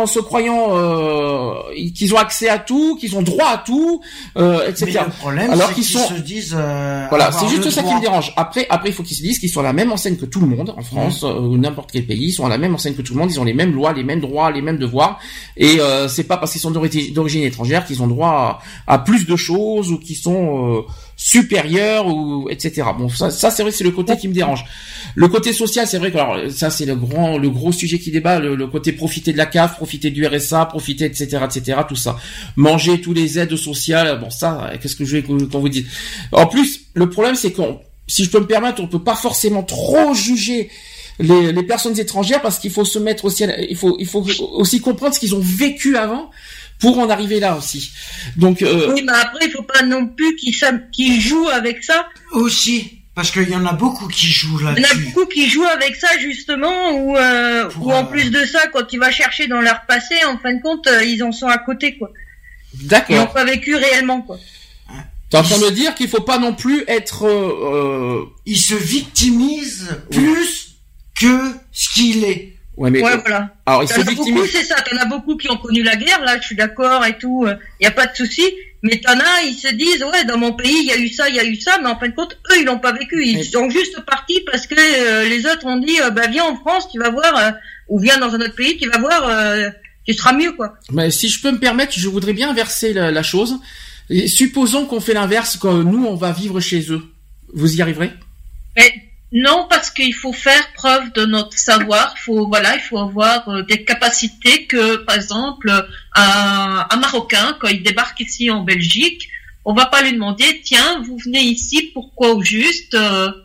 croyant qu'ils ont accès à tout, qu'ils ont droit à tout, etc. Mais le problème, alors c'est qu'ils se disent, voilà, c'est juste ça qui me dérange. Après, il faut qu'ils se disent qu'ils sont à la même enseigne que tout le monde en France ou n'importe quel pays. Ils sont à la même enseigne que tout le monde. Ils ont les mêmes lois, les mêmes droits, les mêmes devoirs. Et c'est pas parce qu'ils sont d'origine étrangère qu'ils ont droit à plus de choses ou qu'ils sont supérieur ou etc. Bon, ça c'est vrai, c'est le côté qui me dérange. Le côté social, c'est vrai que alors ça c'est le gros sujet qui débat, le côté profiter de la CAF, profiter du RSA, profiter etc. tout ça, manger tous les aides sociales. Bon, ça, qu'est-ce que je vais qu'on vous dise. En plus, le problème c'est qu'on, si je peux me permettre, on peut pas forcément trop juger les personnes étrangères, parce qu'il faut se mettre aussi, il faut aussi comprendre ce qu'ils ont vécu avant pour en arriver là aussi. Donc oui, mais après il faut pas non plus qu'ils jouent avec ça aussi, parce qu'il y en a beaucoup qui jouent là-dessus. Il y en a beaucoup qui jouent avec ça justement, ou en plus de ça, quand tu vas chercher dans leur passé, en fin de compte, ils en sont à côté, quoi. D'accord. Ils n'ont pas vécu réellement, quoi. T'es en train de me dire qu'il faut pas non plus être ils se victimisent plus que ce qu'il est. Ouais, mais voilà. Alors, ils se victimisent. C'est ça. T'en as beaucoup qui ont connu la guerre. Là, je suis d'accord et tout. Y a pas de souci. Mais t'en as, ils se disent, ouais, dans mon pays, il y a eu ça. Mais en fin de compte, eux, ils l'ont pas vécu. Ils sont juste partis parce que les autres ont dit, viens en France, tu vas voir, ou viens dans un autre pays, tu vas voir, tu seras mieux, quoi. Mais si je peux me permettre, je voudrais bien inverser la chose. Et supposons qu'on fait l'inverse, quand nous, on va vivre chez eux. Vous y arriverez? Non, parce qu'il faut faire preuve de notre savoir. Il faut avoir des capacités que, par exemple, un Marocain, quand il débarque ici en Belgique, on va pas lui demander, tiens, vous venez ici, pourquoi au juste,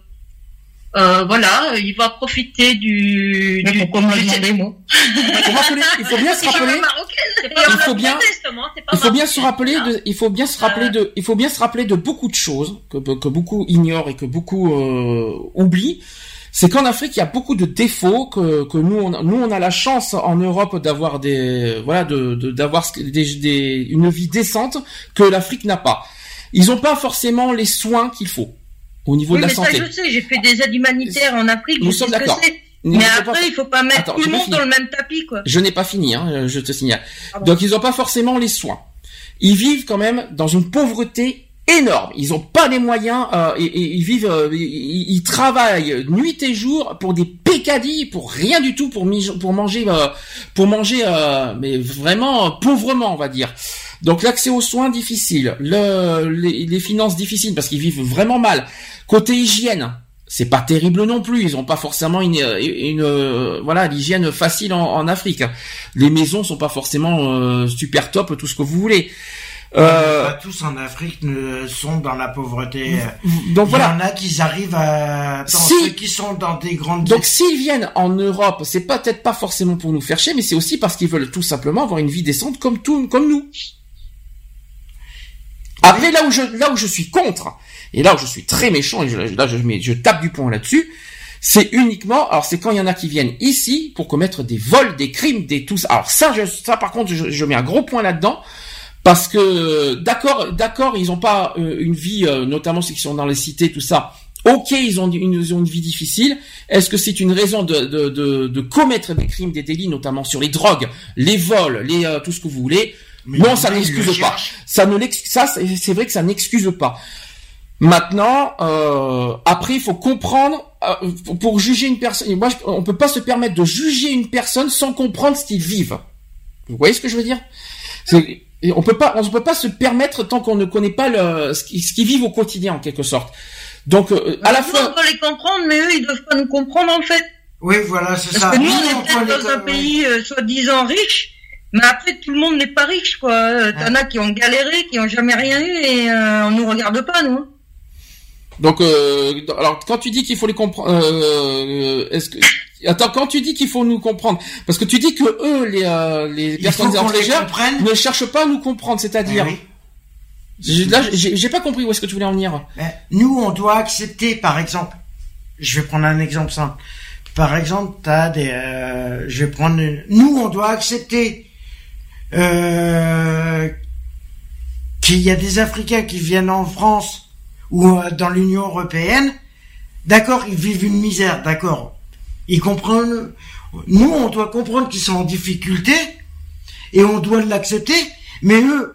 voilà, il va profiter du pourquoi me demander, moi? Il faut bien se rappeler. Il faut bien se rappeler de beaucoup de choses que beaucoup ignorent et que beaucoup oublient. C'est qu'en Afrique, il y a beaucoup de défauts que nous on a la chance en Europe d'avoir d'avoir une vie décente que l'Afrique n'a pas. Ils ont pas forcément les soins qu'il faut au niveau de la santé. Ça, je sais, j'ai fait des aides humanitaires en Afrique. Nous sommes d'accord. Mais après, il faut pas mettre tout le monde dans le même tapis, quoi. Je n'ai pas fini, je te signale. Donc, ils ont pas forcément les soins. Ils vivent quand même dans une pauvreté énorme. Ils ont pas les moyens, et ils vivent, ils travaillent nuit et jour pour des pécadilles, pour rien du tout, pour manger, mais vraiment pauvrement, on va dire. Donc, l'accès aux soins difficile, les finances difficiles parce qu'ils vivent vraiment mal. Côté hygiène, c'est pas terrible non plus. Ils ont pas forcément l'hygiène facile en Afrique. Les maisons sont pas forcément super top, tout ce que vous voulez. Pas tous en Afrique sont dans la pauvreté. Donc il y en a qui arrivent ceux qui sont dans des grandes. Donc s'ils viennent en Europe, c'est peut-être pas forcément pour nous faire chier, mais c'est aussi parce qu'ils veulent tout simplement avoir une vie décente comme nous. Après, là où je suis contre, et là où je suis très méchant, et je tape du poing là-dessus, c'est uniquement, alors c'est quand il y en a qui viennent ici pour commettre des vols, des crimes, tout ça. Alors ça par contre, je mets un gros point là-dedans, parce que, d'accord, ils ont pas une vie, notamment ceux qui sont dans les cités, tout ça. Ok, ils ont une vie difficile. Est-ce que c'est une raison de commettre des crimes, des délits, notamment sur les drogues, les vols, tout ce que vous voulez? Mais non, ça n'excuse pas. C'est vrai que ça n'excuse pas. Maintenant, après, il faut comprendre, pour juger une personne, moi, on peut pas se permettre de juger une personne sans comprendre ce qu'ils vivent. Vous voyez ce que je veux dire? On peut pas se permettre tant qu'on ne connaît pas ce qu'ils vivent au quotidien en quelque sorte. Donc à la fois on doit les comprendre, mais eux ils doivent pas nous comprendre en fait. Oui, voilà, c'est ça. Parce que nous on est peut-être dans un pays soi-disant riche, mais après tout le monde n'est pas riche quoi. T'en as qui ont galéré, qui ont jamais rien eu et on nous regarde pas nous. Donc alors quand tu dis qu'il faut les comprendre, quand tu dis qu'il faut nous comprendre, parce que tu dis que eux, les personnes étrangères ne cherchent pas à nous comprendre, c'est-à-dire. Oui. Là, j'ai pas compris où est-ce que tu voulais en venir. Nous, on doit accepter, par exemple. Je vais prendre un exemple simple. Par exemple, nous, on doit accepter qu'il y a des Africains qui viennent en France ou dans l'Union européenne. D'accord, ils vivent une misère, d'accord. Ils comprennent. Nous, on doit comprendre qu'ils sont en difficulté et on doit l'accepter. Mais eux,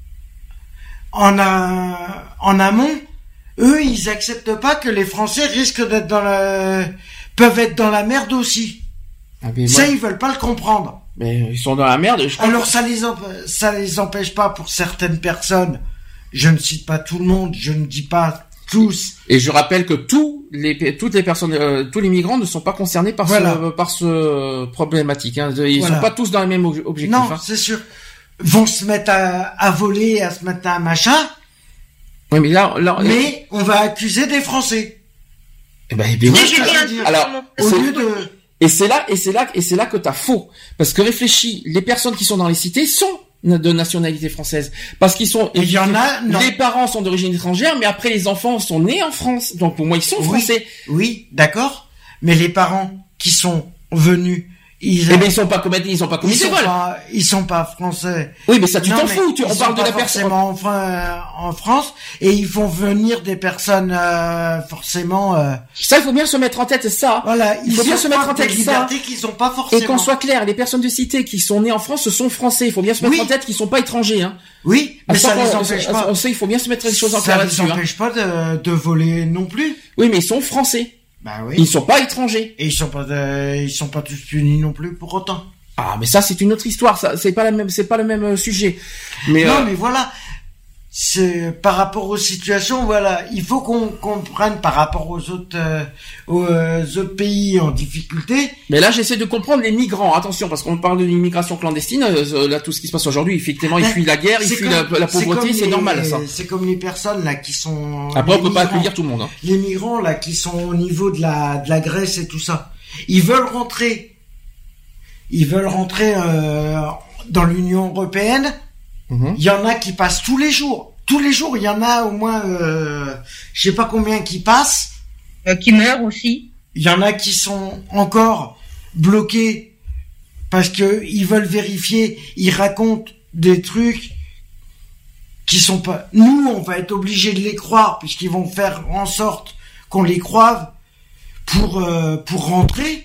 en amont, eux, ils acceptent pas que les Français risquent d'être peuvent être dans la merde aussi. Ça, ils veulent pas le comprendre. Mais ils sont dans la merde. Alors, ça les empêche pas pour certaines personnes. Je ne cite pas tout le monde. Je ne dis pas tous. Et je rappelle que toutes les personnes, tous les migrants ne sont pas concernés par ce problématique. Hein. Ils sont pas tous dans le même objectif. Non, c'est sûr. Vont se mettre à voler, à se mettre à un machin. Oui, mais là, mais on va accuser des Français. Eh ben, alors, au lieu de. Et c'est là que t'as faux. Parce que réfléchis, les personnes qui sont dans les cités sont de nationalité française. Parce qu'ils sont, il y en a, non. Les parents sont d'origine étrangère, mais après les enfants sont nés en France. Donc pour moi, ils sont français. Oui, d'accord. Mais les parents qui sont venus, ils sont pas commis des vols. Ils sont pas français. Oui, mais ça, tu t'en fous. On parle de la personne. En France, et ils font venir des personnes, forcément, Ça, il faut bien se mettre en tête ça. Voilà. Il faut bien se mettre en tête ça. Qu'ils ont pas forcément. Et qu'on soit clair, les personnes de cité qui sont nées en France, ce sont français. Il faut bien se mettre en tête qu'ils sont pas étrangers, hein. Oui, mais ça les empêche pas. On sait, il faut bien se mettre les choses en clair là-dessus. Ça les empêche pas de voler non plus. Oui, mais ils sont français. Bah oui. Ils sont pas étrangers. Et ils sont pas tous unis non plus pour autant. Ah, mais ça, c'est une autre histoire, ça, c'est pas le même sujet. Mais non, mais voilà. C'est par rapport aux situations, voilà, il faut qu'on comprenne par rapport aux autres pays en difficulté. Mais là, j'essaie de comprendre les migrants. Attention, parce qu'on parle de l'immigration clandestine. Là, tout ce qui se passe aujourd'hui, effectivement, ils fuient la guerre, ils fuient la pauvreté, c'est normal, ça. C'est comme les personnes là qui sont. Après, on peut pas accueillir tout le monde. Hein. Les migrants là qui sont au niveau de la Grèce et tout ça, ils veulent rentrer dans l'Union européenne. Il y en a qui passent tous les jours. Tous les jours, il y en a au moins, je sais pas combien qui passent. Qui meurent aussi. Il y en a qui sont encore bloqués parce que ils veulent vérifier. Ils racontent des trucs qui sont pas. Nous, on va être obligés de les croire puisqu'ils vont faire en sorte qu'on les croive pour rentrer.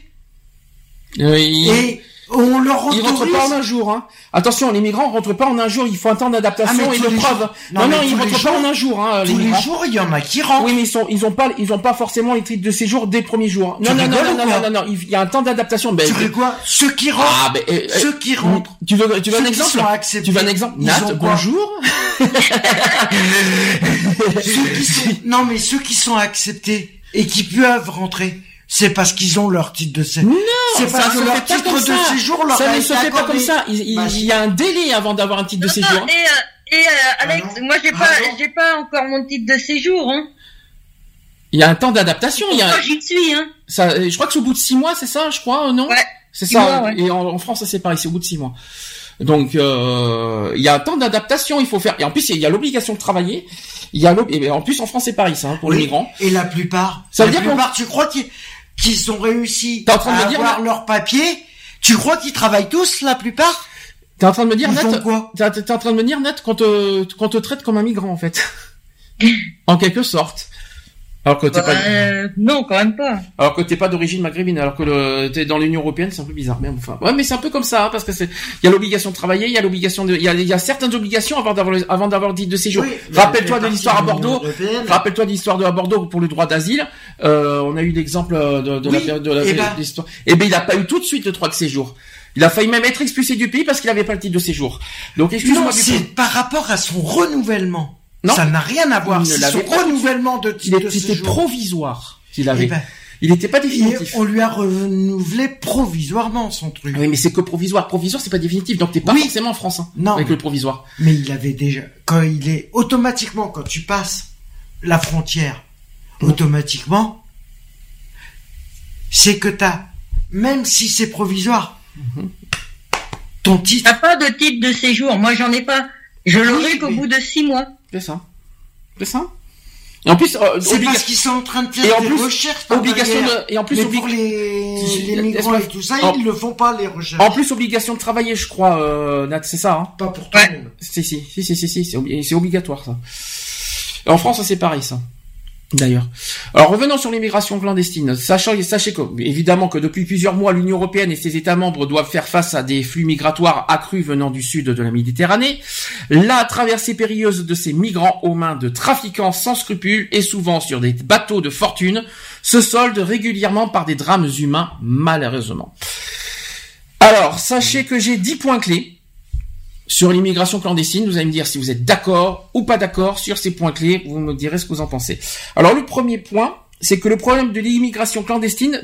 Et on leur autorise. Ils rentrent pas en un jour, hein. Attention, les migrants rentrent pas en un jour, il faut un temps d'adaptation et de preuve. Non, ils rentrent pas en un jour, hein, les migrants. Tous les jours, il y en a qui rentrent. Oui, mais ils ont pas forcément les titres de séjour dès le premier jour. Non, il y a un temps d'adaptation. Tu fais quoi? Ceux qui rentrent. Ceux qui rentrent. Tu veux un exemple? Tu veux un exemple? Nat, bonjour. Ceux qui sont acceptés et qui peuvent rentrer. C'est parce qu'ils ont leur titre de séjour. Non, c'est parce que leur titre de séjour leur ça ne se fait pas comme ça. Il y a un délai avant d'avoir un titre de séjour. Alex, moi j'ai pas encore mon titre de séjour, hein. Il y a un temps d'adaptation. Moi j'y suis, hein. Ça, je crois que c'est au bout de 6 mois, c'est ça, je crois, non? Ouais. C'est ça. Mois, ouais. Et en France, c'est pareil, c'est au bout de 6 mois. Donc, il y a un temps d'adaptation, il faut faire. Et en plus, il y a l'obligation de travailler. Et en plus, en France, c'est pareil, ça, hein, pour les migrants. Et la plupart. Tu crois qu'ils ont réussi à avoir leur papier? Tu crois qu'ils travaillent tous, la plupart? T'es en train de me dire, Nat, t'es en train de me dire, Nat, qu'on te traite comme un migrant, en fait. En quelque sorte. Alors que non, quand même pas. Alors que t'es pas d'origine maghrébine, alors que t'es dans l'Union européenne, c'est un peu bizarre. Mais enfin, ouais, mais c'est un peu comme ça, hein, parce que il y a l'obligation de travailler, il y a l'obligation il y a certaines obligations avant d'avoir le titre de séjour. Oui, rappelle-toi de l'histoire à Bordeaux. Rappelle-toi de l'histoire à Bordeaux pour le droit d'asile. On a eu l'exemple de la période de l'histoire. Et ben, il a pas eu tout de suite le droit de séjour. Il a failli même être expulsé du pays parce qu'il avait pas le titre de séjour. Donc, excuse-moi. Non, c'est par rapport à son renouvellement. Non, ça n'a rien à voir. C'est son renouvellement de titre de séjour. C'était provisoire qu'il avait. Il n'était pas définitif. On lui a renouvelé provisoirement son truc. Oui, mais c'est que provisoire. Provisoire, c'est pas définitif. Donc t'es pas forcément en France, hein, non, avec le provisoire. Mais il avait déjà, quand tu passes la frontière, automatiquement, c'est que même si c'est provisoire, ton titre. T'as pas de titre de séjour. Moi, j'en ai pas. Je l'aurai qu'au bout de 6 mois. C'est ça. Et en plus, c'est parce qu'ils sont en train de faire des recherches. Et en plus, pour les migrants et tout ça, ils le font pas, les recherches. En plus, obligation de travailler, je crois, Nat, c'est ça, hein. Pas pour tout le monde. Si, c'est obligatoire, ça. En France, c'est pareil, ça. D'ailleurs. Alors, revenons sur l'immigration clandestine. Sachez que, évidemment, que depuis plusieurs mois, l'Union européenne et ses États membres doivent faire face à des flux migratoires accrus venant du sud de la Méditerranée. La traversée périlleuse de ces migrants aux mains de trafiquants sans scrupules et souvent sur des bateaux de fortune se solde régulièrement par des drames humains, malheureusement. Alors, sachez que j'ai 10 points clés sur l'immigration clandestine. Vous allez me dire si vous êtes d'accord ou pas d'accord sur ces points clés. Vous me direz ce que vous en pensez. Alors, le premier point, c'est que le problème de l'immigration clandestine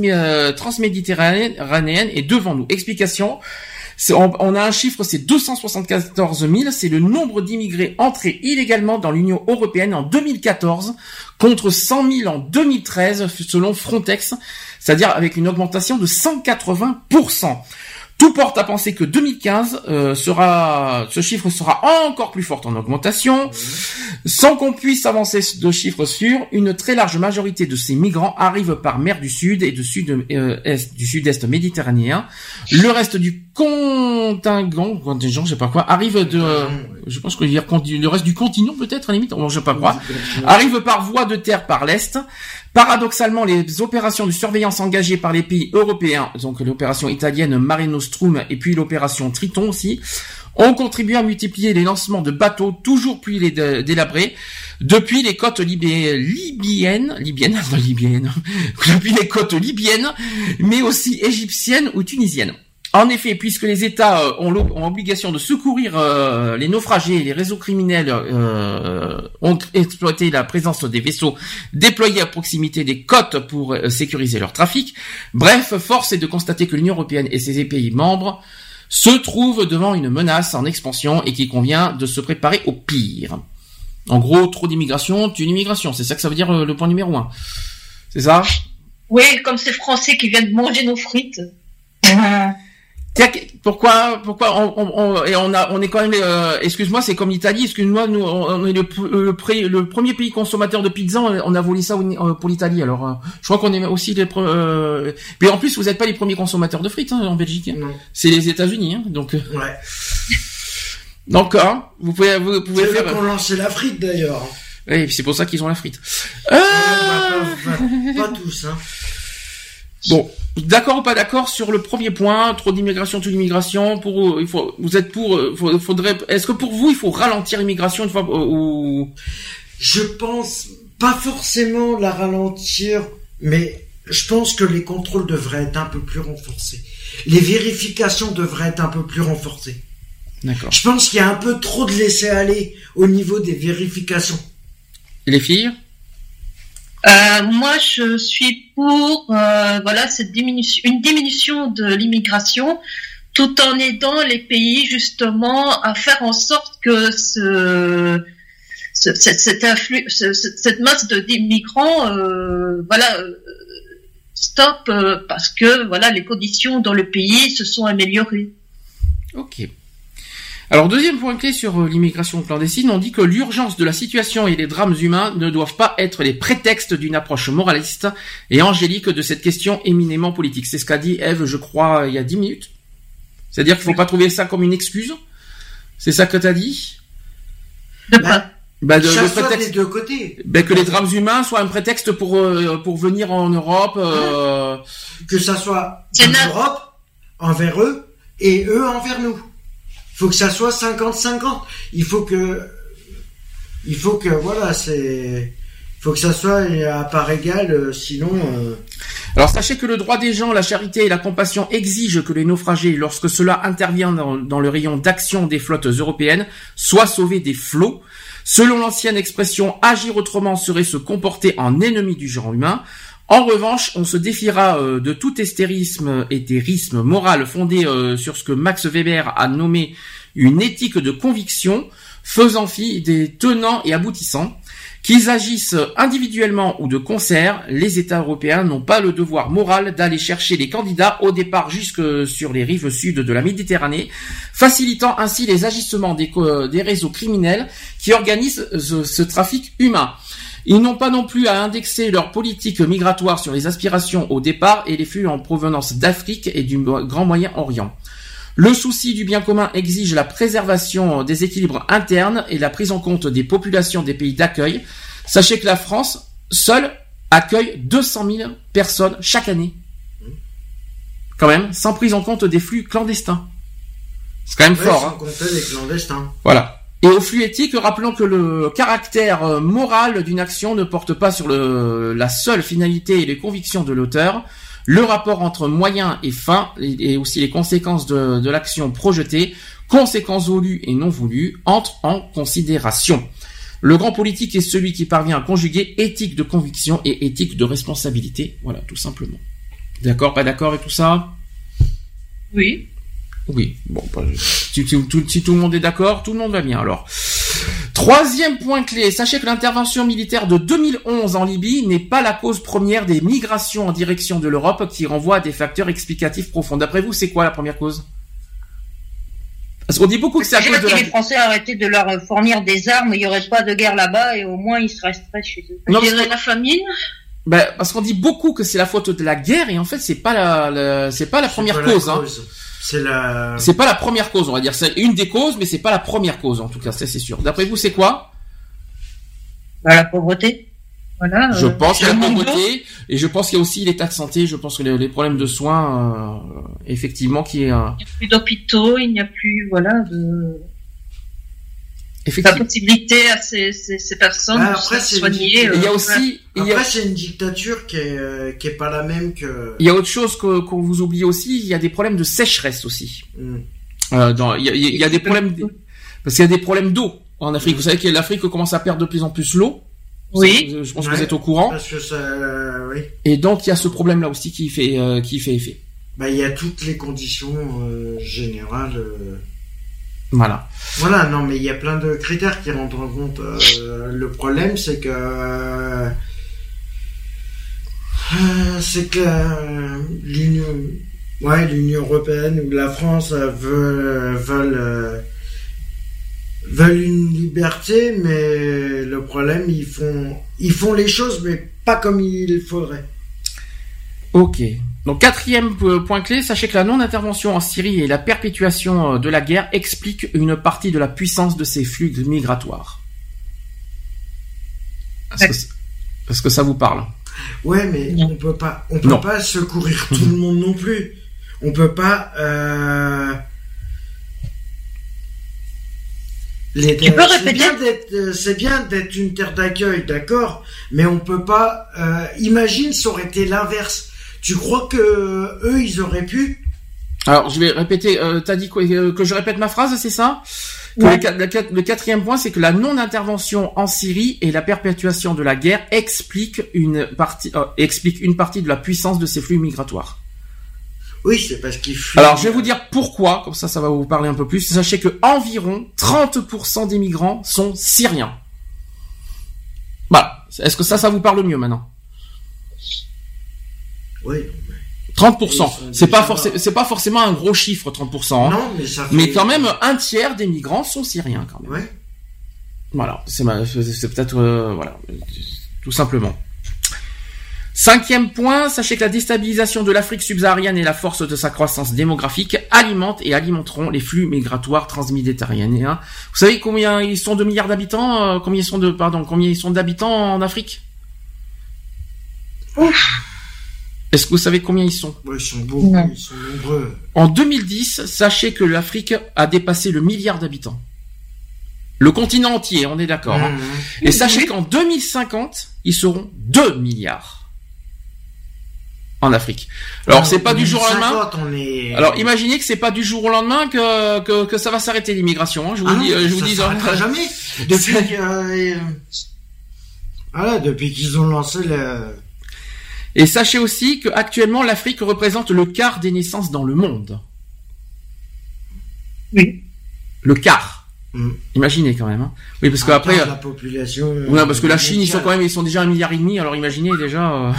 transméditerranéenne est devant nous. Explication. On a un chiffre, c'est 274 000. C'est le nombre d'immigrés entrés illégalement dans l'Union européenne en 2014 contre 100 000 en 2013 selon Frontex. C'est-à-dire avec une augmentation de 180%. Tout porte à penser que 2015 ce chiffre sera encore plus fort en augmentation. Sans qu'on puisse avancer de chiffres sûrs, une très large majorité de ces migrants arrivent par mer du Sud et du sud-est méditerranéen. Le reste du contingent, je sais pas quoi, arrive je pense que dire le reste du continent peut-être à la limite, je sais pas quoi, arrive par voie de terre par l'est. Paradoxalement, les opérations de surveillance engagées par les pays européens, donc l'opération italienne Mare Nostrum et puis l'opération Triton aussi, ont contribué à multiplier les lancements de bateaux toujours plus délabrés depuis les côtes libyennes, depuis les côtes libyennes, mais aussi égyptiennes ou tunisiennes. En effet, puisque les États ont l'obligation de secourir les naufragés et les réseaux criminels ont exploité la présence des vaisseaux déployés à proximité des côtes pour sécuriser leur trafic. Bref, force est de constater que l'Union européenne et ses pays membres se trouvent devant une menace en expansion et qu'il convient de se préparer au pire. En gros, trop d'immigration tue l'immigration. C'est ça que ça veut dire le point numéro 1. C'est ça? Oui, comme ces Français qui viennent manger nos frites. Pourquoi on est quand même excuse-moi, c'est comme l'Italie, excuse-moi, nous on est le premier pays consommateur de pizza, on a volé ça pour l'Italie. Alors je crois qu'on est aussi mais en plus vous êtes pas les premiers consommateurs de frites en Belgique. Hein. C'est les États-Unis donc ouais. Donc vous pouvez c'est faire pour lancer la frite d'ailleurs. Oui, c'est pour ça qu'ils ont la frite. Pas tous hein. Bon, d'accord ou pas d'accord sur le premier point, trop d'immigration, toute l'immigration, est-ce que pour vous, il faut ralentir l'immigration une fois, ou? Je pense pas forcément la ralentir, mais je pense que les contrôles devraient être un peu plus renforcés. Les vérifications devraient être un peu plus renforcées. D'accord. Je pense qu'il y a un peu trop de laisser-aller au niveau des vérifications. Et les filles? Moi, je suis pour cette une diminution de l'immigration, tout en aidant les pays justement à faire en sorte que cette masse d'immigrants, stop, parce que les conditions dans le pays se sont améliorées. Ok. Alors, deuxième point clé sur l'immigration clandestine, on dit que l'urgence de la situation et les drames humains ne doivent pas être les prétextes d'une approche moraliste et angélique de cette question éminemment politique. C'est ce qu'a dit Ève, je crois, il y a 10 minutes. C'est-à-dire qu'il faut pas trouver ça comme une excuse. C'est ça que t'as dit? le prétexte des deux côtés. Que les drames humains soient un prétexte pour venir en Europe. Que ça soit en Europe envers eux et eux envers nous. Il faut que ça soit 50-50. Il faut que voilà, faut que ça soit à part égale, sinon. Alors sachez que le droit des gens, la charité et la compassion exigent que les naufragés, lorsque cela intervient dans le rayon d'action des flottes européennes, soient sauvés des flots. Selon l'ancienne expression, agir autrement serait se comporter en ennemi du genre humain. En revanche, on se défiera de tout hystérisme moral fondé sur ce que Max Weber a nommé une éthique de conviction, faisant fi des tenants et aboutissants. Qu'ils agissent individuellement ou de concert, les États européens n'ont pas le devoir moral d'aller chercher les candidats au départ jusque sur les rives sud de la Méditerranée, facilitant ainsi les agissements des réseaux criminels qui organisent ce trafic humain. Ils n'ont pas non plus à indexer leur politique migratoire sur les aspirations au départ et les flux en provenance d'Afrique et du Grand Moyen-Orient. Le souci du bien commun exige la préservation des équilibres internes et la prise en compte des populations des pays d'accueil. Sachez que la France, seule, accueille 200 000 personnes chaque année. Quand même, sans prise en compte des flux clandestins. C'est quand même fort. Sans compter les clandestins. Voilà. Et au flux éthique, rappelons que le caractère moral d'une action ne porte pas sur la seule finalité et les convictions de l'auteur. Le rapport entre moyens et fins, et aussi les conséquences de l'action projetée, conséquences voulues et non voulues, entrent en considération. Le grand politique est celui qui parvient à conjuguer éthique de conviction et éthique de responsabilité. Voilà, tout simplement. D'accord, pas d'accord et tout ça ? Oui. Oui, bon, si tout le monde est d'accord, tout le monde va bien alors. Troisième point clé, sachez que l'intervention militaire de 2011 en Libye n'est pas la cause première des migrations en direction de l'Europe qui renvoie à des facteurs explicatifs profonds. D'après vous, c'est quoi la première cause ? Parce qu'on dit beaucoup que c'est à cause de les Français arrêtaient de leur fournir des armes, il n'y aurait pas de guerre là-bas et au moins ils se resteraient chez eux. Non, je dirais la famine. Parce qu'on dit beaucoup que c'est la faute de la guerre et en fait c'est pas la première cause. C'est pas la première cause, on va dire. C'est une des causes, mais c'est pas la première cause, en tout cas, ça c'est sûr. D'après vous, c'est quoi ? La pauvreté. Voilà. Je pense qu'il y a la pauvreté, et je pense qu'il y a aussi l'état de santé, je pense que les problèmes de soins, effectivement, qui est... Il n'y a plus d'hôpitaux, il n'y a plus, effectivement. La possibilité à ces personnes de se soigner. Il y a aussi... c'est une dictature qui est pas la même que... Il y a autre chose qu'on vous oublie aussi, il y a des problèmes de sécheresse aussi. Il y a des problèmes... Parce qu'il y a des problèmes d'eau en Afrique. Vous savez que l'Afrique commence à perdre de plus en plus l'eau. Oui. Je pense que vous êtes au courant. Parce que oui. Et donc, il y a ce problème-là aussi qui fait effet. Il y a toutes les conditions générales... Voilà, non, mais il y a plein de critères qui rentrent en compte. Le problème, c'est que l'Union européenne ou la France veulent une liberté, mais le problème, ils font les choses, mais pas comme il faudrait. Ok. Donc, quatrième point clé, sachez que la non-intervention en Syrie et la perpétuation de la guerre expliquent une partie de la puissance de ces flux migratoires. Est-ce que ça vous parle ? Ouais, mais on peut pas secourir tout le monde non plus. On peut pas, Tu peux répéter ? C'est bien d'être une terre d'accueil, d'accord, mais on peut pas, imagine ça aurait été l'inverse. Tu crois que eux, ils auraient pu ? Alors, je vais répéter. T'as dit quoi, que je répète ma phrase, c'est ça ? Ouais. Le quatrième point, c'est que la non-intervention en Syrie et la perpétuation de la guerre expliquent une partie de la puissance de ces flux migratoires. Oui, c'est parce qu'ils fuient. Alors, je vais vous dire pourquoi, comme ça va vous parler un peu plus. Sachez que environ 30% des migrants sont syriens. Voilà. Est-ce que ça vous parle mieux maintenant ? Oui. 30%. C'est pas forcément un gros chiffre, 30%. Hein. Non, mais ça fait... Mais quand même, un tiers des migrants sont syriens, quand même. Ouais. Voilà. C'est peut-être, tout simplement. 5e point, sachez que la déstabilisation de l'Afrique subsaharienne et la force de sa croissance démographique alimentent et alimenteront les flux migratoires transméditerranéens. Vous savez combien ils sont de milliards d'habitants, combien ils sont d'habitants en Afrique? Ouf. Est-ce que vous savez combien ils sont? Ouais, ils sont beaucoup, ils sont nombreux. En 2010, sachez que l'Afrique a dépassé le milliard d'habitants. Le continent entier, on est d'accord. Hein. Et sachez qu'en 2050, ils seront 2 milliards. En Afrique. Alors c'est pas du jour au lendemain. Alors imaginez que c'est pas du jour au lendemain que ça va s'arrêter l'immigration. Hein. Je vous dis jamais. Depuis qu'ils ont lancé le. Et sachez aussi que actuellement l'Afrique représente le quart des naissances dans le monde. Oui. Le quart. Imaginez quand même. Hein. Oui, parce qu'après la population. Ouais, parce que la Chine, ils sont déjà 1,5 milliard. Alors imaginez déjà.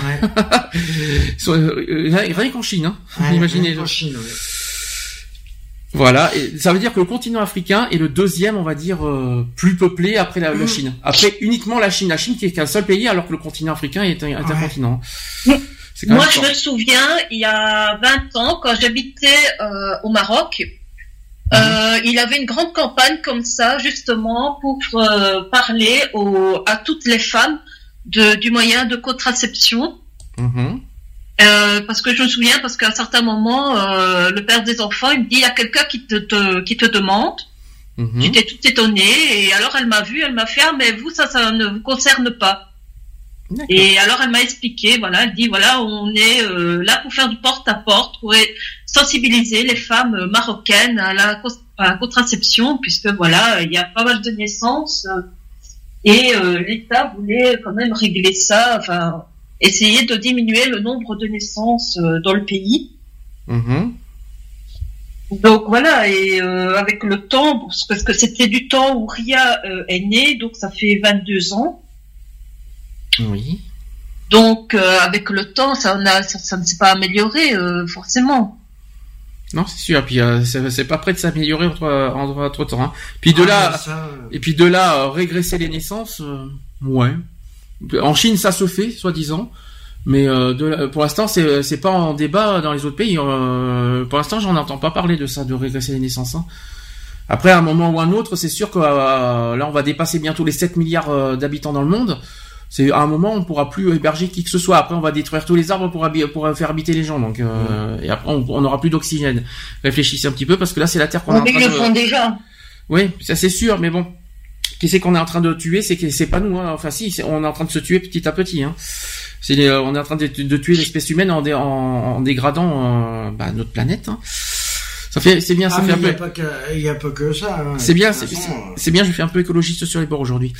Rien qu'en Chine, hein. Ouais, imaginez. En Chine, ouais. Voilà, et ça veut dire que le continent africain est le deuxième, on va dire, plus peuplé après la Chine. Après uniquement la Chine qui est qu'un seul pays, alors que le continent africain est un continent. Moi, je me souviens, il y a 20 ans, quand j'habitais au Maroc. Il avait une grande campagne comme ça, justement, pour parler à toutes les femmes du moyen de contraception. Parce que je me souviens, parce qu'à un certain moment, le père des enfants, il me dit, il y a quelqu'un qui te demande. J'étais toute étonnée, et alors elle m'a vu, elle m'a fait, mais vous, ça ne vous concerne pas. D'accord. Et alors elle m'a expliqué, voilà, elle dit, voilà, on est là pour faire du porte-à-porte, pour sensibiliser les femmes marocaines à la contraception, puisque voilà, il y a pas mal de naissances, et l'État voulait quand même régler ça, enfin, essayer de diminuer le nombre de naissances dans le pays. Donc voilà, et avec le temps, parce que c'était du temps où Ria est née, donc ça fait 22 ans. Oui. Donc avec le temps, ça ne s'est pas amélioré forcément. Non, c'est sûr. Puis c'est pas prêt de s'améliorer entre temps. Hein. Puis de là, régresser les naissances, ouais. En Chine, ça se fait, soi-disant. Mais pour l'instant, c'est pas en débat dans les autres pays. Pour l'instant, j'en entends pas parler de ça, de régresser les naissances. Hein. Après, à un moment ou un autre, c'est sûr que là, on va dépasser bientôt les 7 milliards d'habitants dans le monde. C'est à un moment, on pourra plus héberger qui que ce soit. Après, on va détruire tous les arbres pour faire habiter les gens. Donc, et après, on n'aura plus d'oxygène. Réfléchissez un petit peu, parce que là, c'est la terre qu'on est en train de. Ils le font déjà. Oui, ça c'est sûr, mais bon. Qui c'est qu'on est en train de tuer? C'est pas nous. Hein. Enfin, si, on est en train de se tuer petit à petit. Hein. On est en train de tuer l'espèce humaine en dégradant notre planète. Hein. C'est bien, ça fait un peu. Il y a pas que ça. Hein. C'est bien, c'est bien. Je fais un peu écologiste sur les bords aujourd'hui.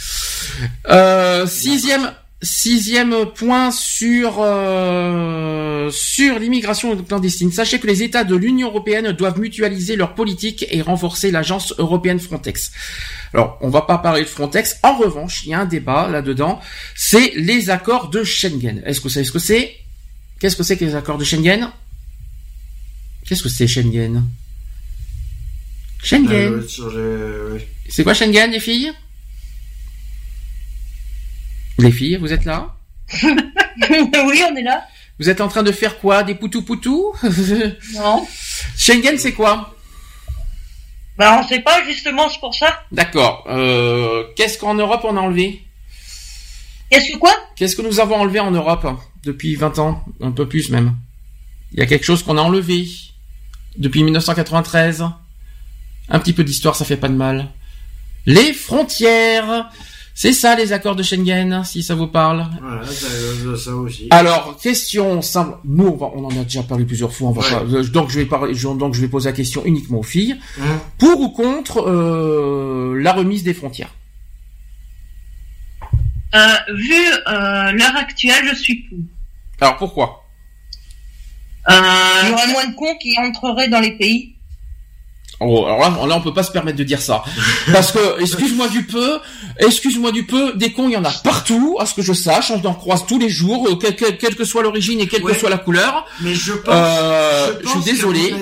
Sixième point sur l'immigration clandestine. Sachez que les États de l'Union européenne doivent mutualiser leur politique et renforcer l'agence européenne Frontex. Alors, on va pas parler de Frontex. En revanche, il y a un débat là-dedans. C'est les accords de Schengen. Est-ce que vous savez ce que c'est? Qu'est-ce que c'est que les accords de Schengen? Qu'est-ce que c'est Schengen? Schengen. C'est quoi Schengen, les filles? Les filles, vous êtes là? Oui, on est là. Vous êtes en train de faire quoi? Des poutou-poutou? Non. Schengen, c'est quoi? On sait pas, justement, c'est pour ça. D'accord. Qu'est-ce qu'en Europe on a enlevé? Qu'est-ce que quoi? Qu'est-ce que nous avons enlevé en Europe depuis 20 ans? Un peu plus même. Il y a quelque chose qu'on a enlevé depuis 1993. Un petit peu d'histoire, ça fait pas de mal. Les frontières. C'est ça, les accords de Schengen, si ça vous parle. Voilà, ça aussi. Alors, question simple. Nous, on en a déjà parlé plusieurs fois. Donc, je vais poser la question uniquement aux filles. Pour ou contre la remise des frontières? Vu l'heure actuelle, je suis pour. Alors, pourquoi? Il y aurait moins de cons qui entreraient dans les pays. Oh, alors là, on peut pas se permettre de dire ça. Parce que, excuse-moi du peu, des cons, il y en a partout, à ce que je sache, on en croise tous les jours, quelle que soit l'origine et quelle que soit la couleur. Mais je pense je suis désolé.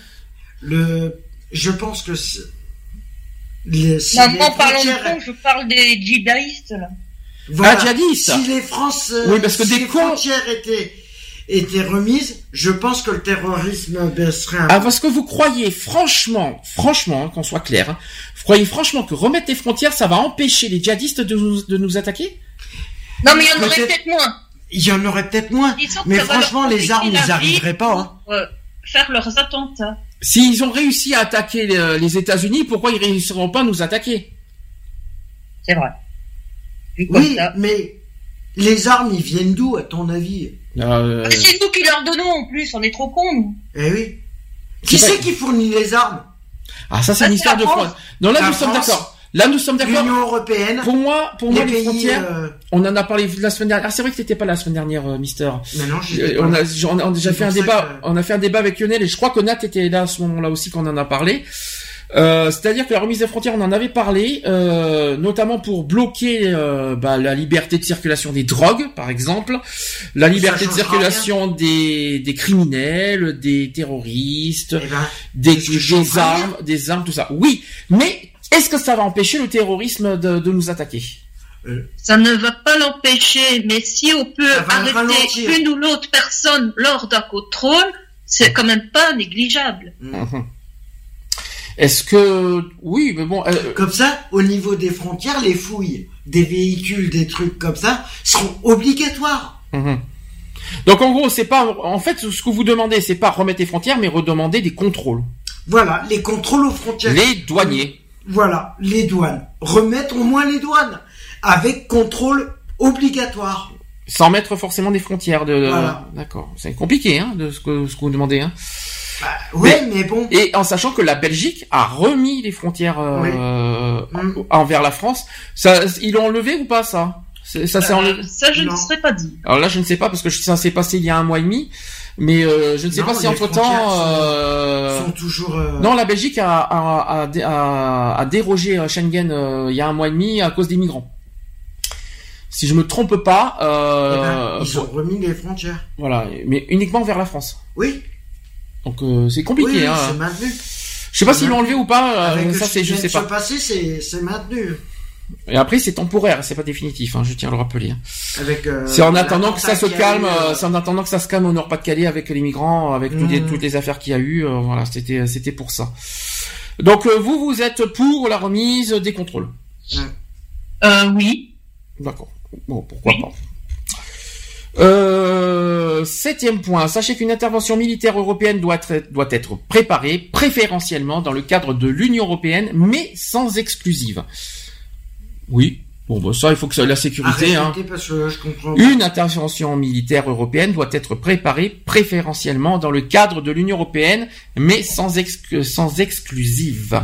Je pense que en parlant de cons, je parle des djihadistes, là. Voilà. Djihadistes. Si les frontières étaient remises, je pense que le terrorisme baisserait un peu. Parce que vous croyez franchement, qu'on soit clair, vous croyez franchement que remettre les frontières, ça va empêcher les djihadistes de nous attaquer? Non, mais il y en aurait peut-être moins. Il y en aurait peut-être moins. Mais franchement, les armes, ils arriveraient pas. Faire leurs attentats. S'ils ont réussi à attaquer les États-Unis, pourquoi ils réussiront pas à nous attaquer? C'est vrai. Oui, mais les armes, ils viennent d'où, à ton avis? C'est nous qui leur donnons, en plus, on est trop cons, nous. Eh oui. Qui c'est qui fournit les armes? Ah, ça, c'est une histoire de France. Non, là, nous sommes d'accord. L'Union européenne. Pour moi, les frontières, on en a parlé la semaine dernière. Ah, c'est vrai que t'étais pas la semaine dernière, Mister. Mais non, on a déjà fait un débat. On a fait un débat avec Lionel et je crois que Nat était là à ce moment-là aussi qu'on en a parlé. C'est-à-dire que la remise des frontières, on en avait parlé, notamment pour bloquer la liberté de circulation des drogues, par exemple, la liberté de circulation des criminels, des terroristes, des armes, tout ça. Oui, mais est-ce que ça va empêcher le terrorisme de nous attaquer? Ça ne va pas l'empêcher, mais si on peut arrêter une ou l'autre personne lors d'un contrôle, c'est quand même pas négligeable. Est-ce que... Oui, mais bon... Comme ça, au niveau des frontières, les fouilles des véhicules, des trucs comme ça, seront obligatoires. Donc en gros, c'est pas... En fait, ce que vous demandez, c'est pas remettre les frontières, mais redemander des contrôles. Voilà, les contrôles aux frontières. Les douaniers. Voilà, les douanes. Remettre au moins les douanes, avec contrôle obligatoire. Sans mettre forcément des frontières. Voilà. D'accord. C'est compliqué, de ce que vous demandez, Oui, mais bon. Et en sachant que la Belgique a remis les frontières envers la France, ils l'ont enlevé ou pas ça? Ça s'est enlevé. Ça, je ne saurais pas dire. Alors là, je ne sais pas parce que ça s'est passé il y a 1 mois et demi, mais je ne sais pas si entre temps. Sont toujours. Non, la Belgique a dérogé à Schengen il y a 1 mois et demi à cause des migrants. Si je me trompe pas. Ils ont remis les frontières. Voilà, mais uniquement vers la France. Oui. Donc c'est compliqué. Oui, c'est maintenu. Je sais pas s'ils l'ont enlevé ou pas. Avec ça c'est, je sais pas. Passer, c'est maintenu. Et après c'est temporaire, c'est pas définitif. Je tiens à le rappeler. Avec. C'est en attendant que ça se calme. C'est en attendant que ça se calme au Nord-Pas-de-Calais avec les migrants, avec toutes les affaires qu'il y a eu. Voilà, c'était pour ça. Donc vous êtes pour la remise des contrôles. Oui. D'accord. Bon, pourquoi pas. 7e point. Sachez qu'une intervention militaire européenne doit être préparée, préférentiellement dans le cadre de l'Union européenne, mais sans exclusive. Oui. Bon, ça, il faut que la sécurité, parce que je comprends. Une intervention militaire européenne doit être préparée préférentiellement dans le cadre de l'Union européenne, mais sans exclusive.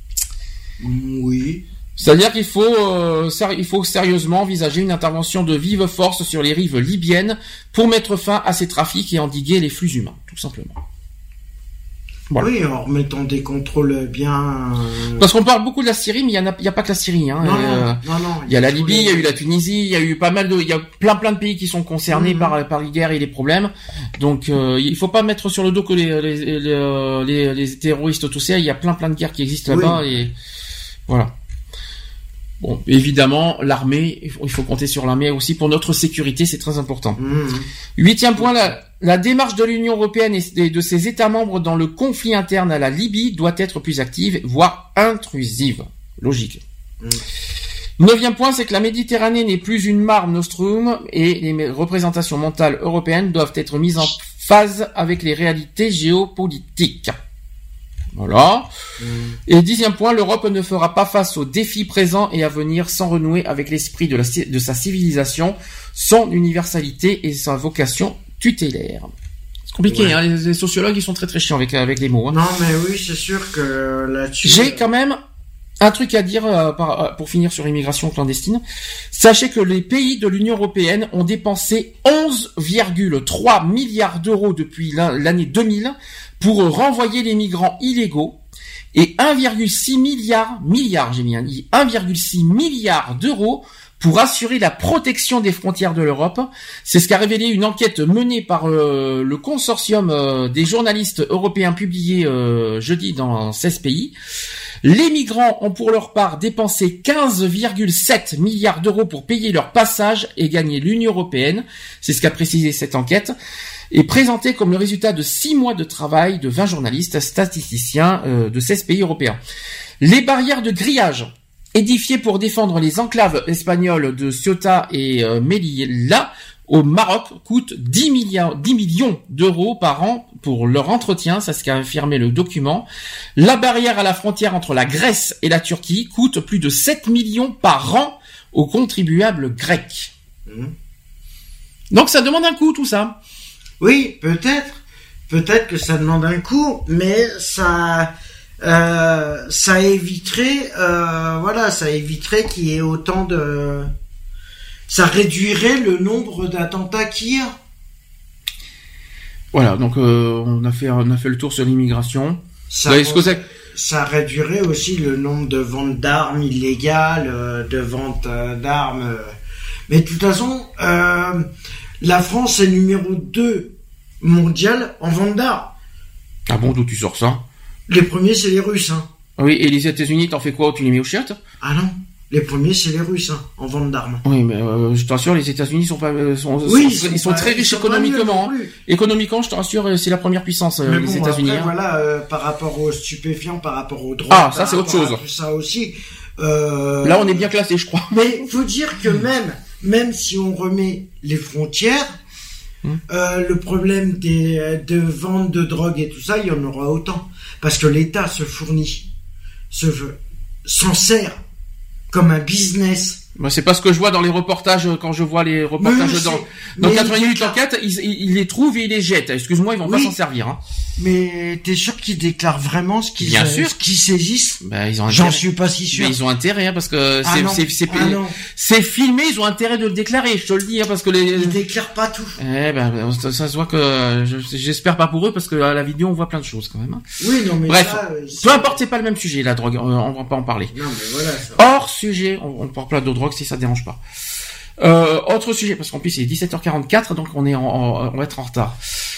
Oui. C'est-à-dire qu'il faut sérieusement envisager une intervention de vive force sur les rives libyennes pour mettre fin à ces trafics et endiguer les flux humains, tout simplement. Voilà. Oui, en remettant des contrôles bien. Parce qu'on parle beaucoup de la Syrie, mais il y a pas que la Syrie. Non. Il y a la Libye, il y a eu la Tunisie, il y a eu il y a plein de pays qui sont concernés par les guerres et les problèmes. Donc il faut pas mettre sur le dos que les terroristes tout ça. Il y a plein de guerres qui existent là-bas et voilà. Bon, évidemment, l'armée, il faut compter sur l'armée aussi pour notre sécurité, c'est très important. 8e point, la démarche de l'Union européenne et de ses États membres dans le conflit interne à la Libye doit être plus active, voire intrusive. Logique. 9e point, c'est que la Méditerranée n'est plus une mare nostrum et les représentations mentales européennes doivent être mises en phase avec les réalités géopolitiques. Voilà. Et 10e point, l'Europe ne fera pas face aux défis présents et à venir sans renouer avec l'esprit de sa civilisation, son universalité et sa vocation tutélaire. C'est compliqué, les sociologues, ils sont très chiants avec les mots. Non, mais oui, c'est sûr que là-dessus... J'ai quand même un truc à dire pour finir sur l'immigration clandestine. Sachez que les pays de l'Union européenne ont dépensé 11,3 milliards d'euros depuis l'année 2000 pour renvoyer les migrants illégaux et 1,6 milliard d'euros pour assurer la protection des frontières de l'Europe. C'est ce qu'a révélé une enquête menée par le consortium des journalistes européens publiée jeudi dans 16 pays. Les migrants ont pour leur part dépensé 15,7 milliards d'euros pour payer leur passage et gagner l'Union européenne. C'est ce qu'a précisé cette enquête. Et présenté comme le résultat de 6 mois de travail de 20 journalistes statisticiens de 16 pays européens. Les barrières de grillage édifiées pour défendre les enclaves espagnoles de Ceuta et Melilla au Maroc coûtent 10 millions d'euros par an pour leur entretien, c'est ce qu'a affirmé le document. La barrière à la frontière entre la Grèce et la Turquie coûte plus de 7 millions par an aux contribuables grecs. Donc ça demande un coût tout ça. Oui, peut-être que ça demande un coût, mais ça éviterait, ça éviterait qu'il y ait autant de, ça réduirait le nombre d'attentats qu'il y a. Voilà, donc on a fait le tour sur l'immigration. Ça réduirait aussi le nombre de ventes d'armes illégales, de ventes d'armes. Mais de toute façon, la France est numéro 2 mondial en vente d'armes. Ah bon, d'où tu sors ça? Les premiers, c'est les Russes. Hein. Oui, et les États-Unis, t'en fais quoi? Tu les mets aux chiottes? Ah non, les premiers, c'est les Russes en vente d'armes. Oui, mais je te rassure, les États-Unis sont très riches économiquement. Économiquement, je te rassure, c'est la première puissance, les États-Unis. Après, voilà, par rapport aux stupéfiants, par rapport aux drogues. Ah, ça c'est autre chose. Tout ça aussi. Là, on est bien classé, je crois. Mais faut dire que même si on remet les frontières, le problème de vente de drogue et tout ça, il y en aura autant. Parce que l'État s'en sert comme un business. Bah, c'est pas ce que je vois dans les reportages, quand je vois les reportages dans 88 enquêtes, ils les trouvent et ils les jettent. Excuse-moi, ils vont pas s'en servir, hein. Mais t'es sûr qu'ils déclarent vraiment ce qu'ils saisissent? Bah, ils ont J'en suis pas si sûr. Mais ils ont intérêt, hein, parce que c'est filmé, ils ont intérêt de le déclarer, je te le dis, hein, parce que ils déclarent pas tout. Ça se voit que, j'espère pas pour eux, parce que à la vidéo, on voit plein de choses, quand même. Oui, non, mais bref. Peu importe, c'est pas le même sujet, la drogue, on va pas en parler. Non, mais voilà, ça. Hors sujet, on parle plein d'autres drogues si ça dérange pas. Autre sujet, parce qu'en plus, il est 17h44, donc on va être en retard.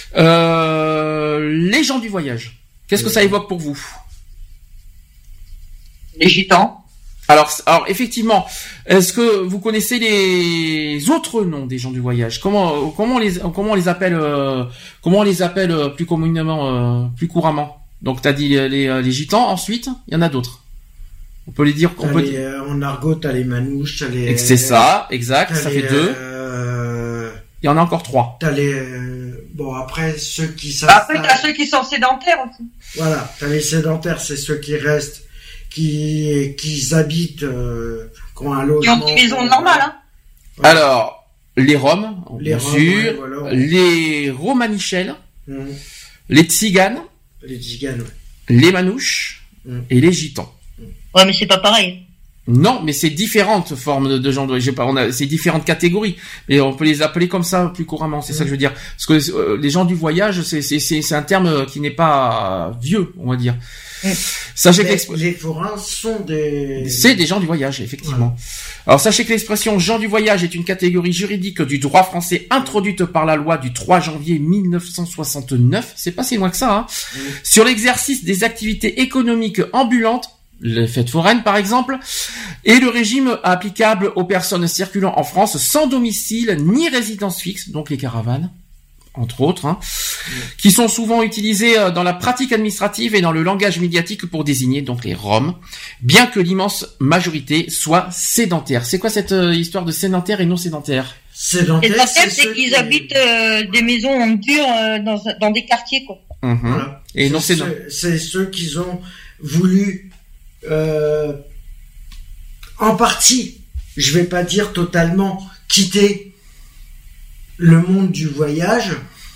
Les gens du voyage. Qu'est-ce que ça évoque pour vous? Les gitans. Alors effectivement, est-ce que vous connaissez les autres noms des gens du voyage? Comment on les appelle plus communément, plus couramment? Donc t'as dit les gitans. Ensuite, il y en a d'autres. On peut les dire. En argot, t'as les manouches, t'as les. C'est ça, exact. Ça fait 2. Il y en a encore 3. T'as les. Bon, après ceux qui savent. Après t'as ceux qui sont sédentaires aussi. Voilà, t'as les sédentaires, c'est ceux qui restent, qui habitent, qui ont un logement. Qui ont une maison normale, hein. Voilà. Alors, les Roms, bien sûr, ouais, voilà. les Romanichels, les Tziganes, les Manouches et les Gitans. Ouais, mais c'est pas pareil. Non, mais c'est différentes formes de gens. C'est différentes catégories, mais on peut les appeler comme ça plus couramment. C'est ça que je veux dire. Parce que les gens du voyage, c'est un terme qui n'est pas vieux, on va dire. Sachez que les forains sont c'est des gens du voyage, effectivement. Ouais. Alors sachez que l'expression gens du voyage est une catégorie juridique du droit français introduite par la loi du 3 janvier 1969. C'est pas si loin que ça, hein. Sur l'exercice des activités économiques ambulantes, les fêtes foraines par exemple, et le régime applicable aux personnes circulant en France sans domicile ni résidence fixe, donc les caravanes, entre autres, hein, qui sont souvent utilisées dans la pratique administrative et dans le langage médiatique pour désigner donc les Roms, bien que l'immense majorité soit sédentaire. C'est quoi cette histoire de sédentaire et non sédentaire? Sédentaire, c'est qu'ils habitent des maisons en dur dans des quartiers, quoi. Voilà. Et non sédentaire. C'est ceux qui ont voulu en partie, je vais pas dire totalement, quitter le monde du voyage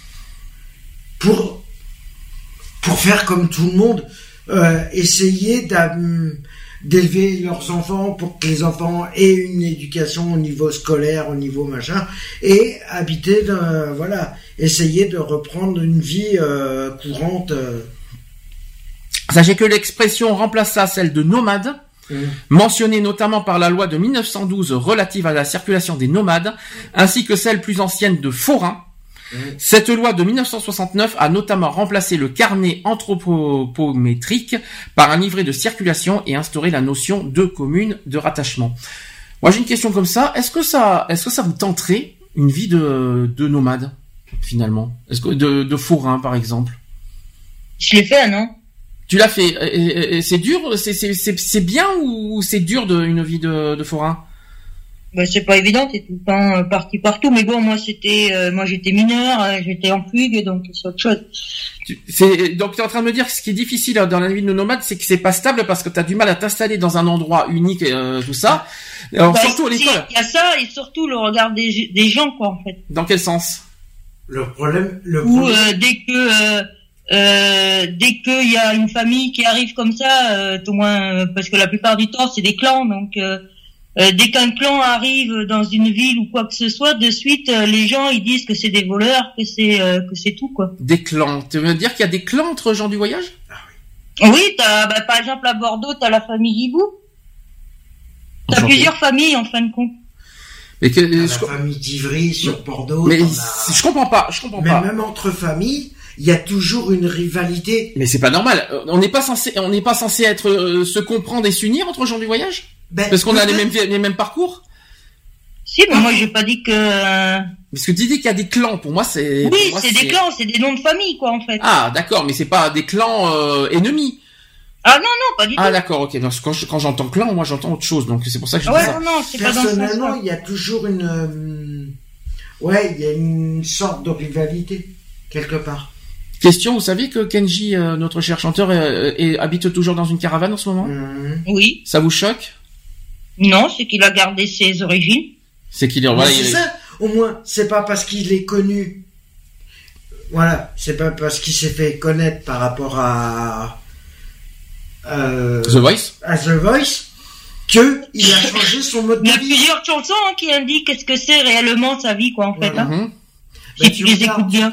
pour faire comme tout le monde, essayer d'élever leurs enfants pour que les enfants aient une éducation au niveau scolaire, au niveau machin, et habiter essayer de reprendre une vie courante. Sachez que l'expression remplaça celle de nomade, mentionnée notamment par la loi de 1912 relative à la circulation des nomades, ainsi que celle plus ancienne de forain, Cette loi de 1969 a notamment remplacé le carnet anthropométrique par un livret de circulation et instauré la notion de commune de rattachement. Moi, j'ai une question comme ça. Est-ce que ça vous tenterait une vie de nomade, finalement? Est-ce que de forain, par exemple? Je l'ai fait, non? Tu l'as fait. Et c'est dur? C'est bien ou c'est dur une vie de forain? Bah, c'est pas évident, t'es tout le temps parti partout, mais bon, moi j'étais mineur, j'étais en fugue, donc c'est autre chose. Donc t'es en train de me dire que ce qui est difficile dans la vie de nomade, c'est que c'est pas stable parce que t'as du mal à t'installer dans un endroit unique, tout ça. Alors, surtout à l'école. Il y a ça, et surtout le regard des gens, quoi, en fait. Dans quel sens? Le problème. Dès que il y a une famille qui arrive comme ça, au moins, parce que la plupart du temps c'est des clans, donc dès qu'un clan arrive dans une ville ou quoi que ce soit, de suite les gens ils disent que c'est des voleurs, que c'est tout, quoi. Des clans. Tu veux dire qu'il y a des clans entre gens du voyage? Oui, par exemple à Bordeaux, t'as la famille Hibou. T'as plusieurs familles en fin de compte. Mais la famille d'Ivry sur Bordeaux. Mais je comprends pas. Mais même entre familles, il y a toujours une rivalité. Mais c'est pas normal. On n'est pas censé être se comprendre et s'unir entre gens du voyage? Parce qu'on a les mêmes parcours? Si, mais moi j'ai pas dit que... Parce que tu dis qu'il y a des clans, pour moi c'est... Oui, c'est des clans, c'est des noms de famille, quoi, en fait. Ah, d'accord, mais c'est pas des clans ennemis. Ah non, pas du tout. Ah d'accord, ok. Donc, quand j'entends clan, moi j'entends autre chose, donc c'est pour ça que je dis ça. Non, c'est pas dans ce sens-là. Personnellement, il y a toujours il y a une sorte de rivalité, quelque part. Question, vous savez que Kenji, notre cher chanteur, habite toujours dans une caravane en ce moment? Oui. Ça vous choque? Non, c'est qu'il a gardé ses origines. C'est qu'il est... c'est ça, au moins, c'est pas parce qu'il est connu. Voilà, c'est pas parce qu'il s'est fait connaître par rapport à... The Voice. À The Voice, que il a changé son mode de vie. Il y a plusieurs chansons qui indiquent qu'est-ce que c'est réellement sa vie, quoi, en fait. Voilà. Si tu les écoutes bien.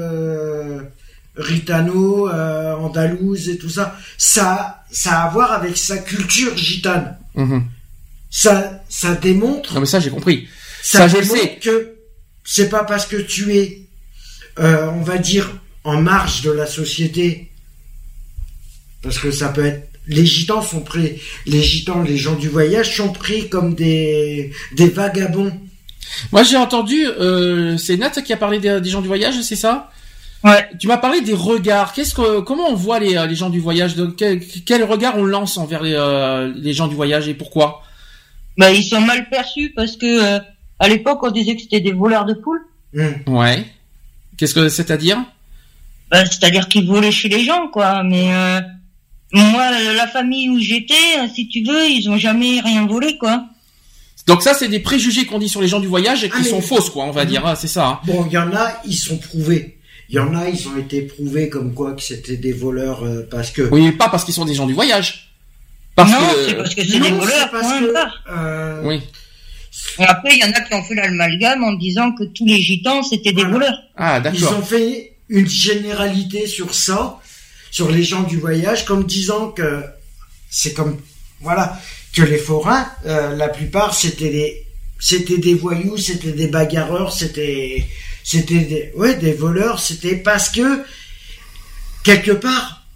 Ritano, Andalouse et tout ça, ça a à voir avec sa culture gitane. Ça démontre. Non mais ça j'ai compris. Ça je le sais. Que c'est pas parce que tu es, on va dire, en marge de la société. Parce que ça peut être... Les gitans, les gens du voyage sont pris comme des vagabonds. Moi, j'ai entendu, c'est Nat qui a parlé des gens du voyage, c'est ça? Ouais. Tu m'as parlé des regards. Comment on voit les gens du voyage? Quel regard on lance envers les gens du voyage et pourquoi? Ils sont mal perçus parce que, à l'époque, on disait que c'était des voleurs de poules. Ouais. Qu'est-ce que c'est-à-dire? C'est-à-dire qu'ils volaient chez les gens, quoi, mais, moi, la famille où j'étais, si tu veux, ils ont jamais rien volé, quoi. Donc ça, c'est des préjugés qu'on dit sur les gens du voyage et qui sont fausses, quoi, on va dire. C'est ça. Hein. Bon, il y en a, ils sont prouvés. Il y en a, ils ont été prouvés comme quoi que c'était des voleurs parce que... Oui, mais pas parce qu'ils sont des gens du voyage. C'est parce que c'est des voleurs, Oui. Et après, il y en a qui ont fait l'amalgame en disant que tous les gitans, c'était des voleurs. Ah, d'accord. Ils ont fait une généralité sur ça, sur les gens du voyage, comme disant que c'est comme... Voilà, que les forains, la plupart, c'était des voyous, c'était des bagarreurs, c'était des voleurs, c'était parce que, quelque part,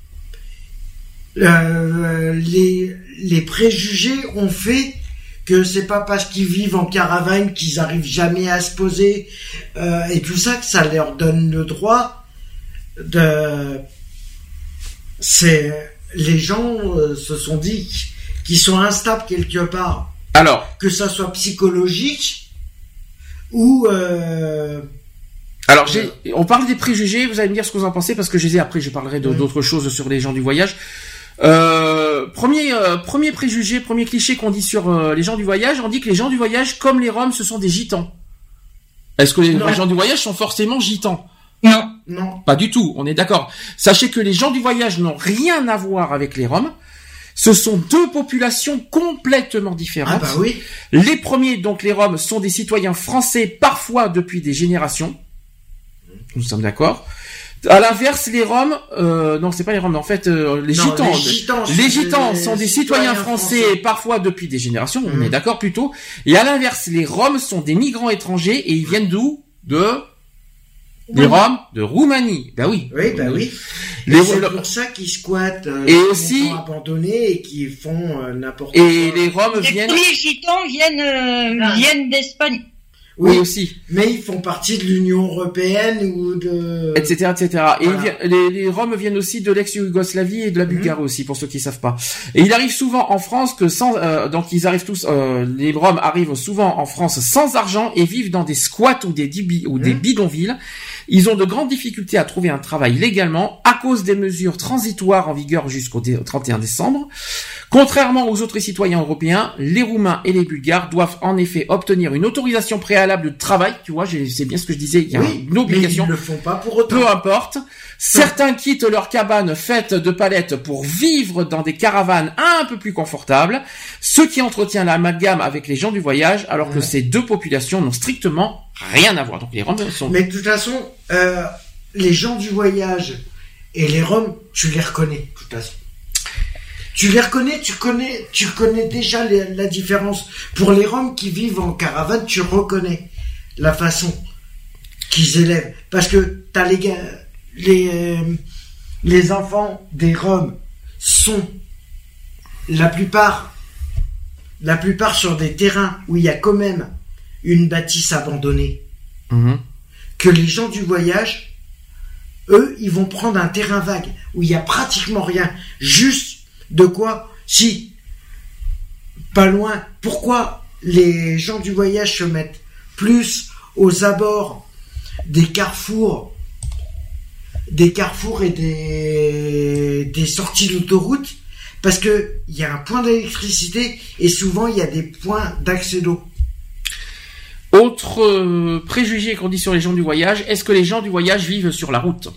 les préjugés ont fait que c'est pas parce qu'ils vivent en caravane qu'ils arrivent jamais à se poser, et tout ça, que ça leur donne le droit les gens se sont dit qu'ils sont instables quelque part. Alors, que ça soit psychologique ou alors on parle des préjugés, vous allez me dire ce que vous en pensez parce que après je parlerai d'autres choses sur les gens du voyage. Premier préjugé, premier cliché qu'on dit sur les gens du voyage, on dit que les gens du voyage, comme les Roms, ce sont des gitans. Est-ce que les gens du voyage sont forcément gitans? Non. Pas du tout, on est d'accord. Sachez que les gens du voyage n'ont rien à voir avec les Roms. Ce sont deux populations complètement différentes. Ah bah oui. Les premiers, donc les Roms, sont des citoyens français, parfois depuis des générations. Nous sommes d'accord. À l'inverse, les Roms, non, c'est pas les Roms, en fait, les Gitans. Les Gitans sont des citoyens français, parfois depuis des générations, on est d'accord plutôt. Et à l'inverse, les Roms sont des migrants étrangers et ils viennent d'où? Les Roms de Roumanie, bah oui. Oui, bah oui. C'est pour ça qu'ils squattent, et aussi sont abandonnés et qui font n'importe quoi. Et les Roms viennent. Les gitans viennent d'Espagne. Oui, aussi. Mais ils font partie de l'Union européenne ou de... etc., etc. Voilà. Et les Roms viennent aussi de l'ex-Yougoslavie et de la Bulgarie aussi, pour ceux qui savent pas. Et il arrive souvent en France que donc ils arrivent tous, les Roms arrivent souvent en France sans argent et vivent dans des squats ou des bidonvilles. Ils ont de grandes difficultés à trouver un travail légalement à cause des mesures transitoires en vigueur jusqu'au 31 décembre. Contrairement aux autres citoyens européens, les Roumains et les Bulgares doivent en effet obtenir une autorisation préalable de travail. Tu vois, c'est bien ce que je disais, il y a une obligation. Mais ils ne le font pas pour autant. Peu importe. Certains quittent leur cabane faite de palettes pour vivre dans des caravanes un peu plus confortables, ce qui entretient l'amalgame avec les gens du voyage, alors que ces deux populations n'ont strictement rien à voir. Donc les Roms sont... Mais de toute façon, les gens du voyage et les Roms, tu les reconnais, de toute façon. Tu les reconnais, tu connais déjà la différence. Pour les Roms qui vivent en caravane, tu reconnais la façon qu'ils élèvent. Parce que t'as les enfants des Roms sont la plupart sur des terrains où il y a quand même une bâtisse abandonnée. Que les gens du voyage, eux, ils vont prendre un terrain vague où il y a pratiquement rien, juste de quoi, si, pas loin. Pourquoi les gens du voyage se mettent plus aux abords des carrefours et des sorties d'autoroute? Parce que il y a un point d'électricité et souvent il y a des points d'accès d'eau. Autre préjugé qu'on dit sur les gens du voyage, est-ce que les gens du voyage vivent sur la route?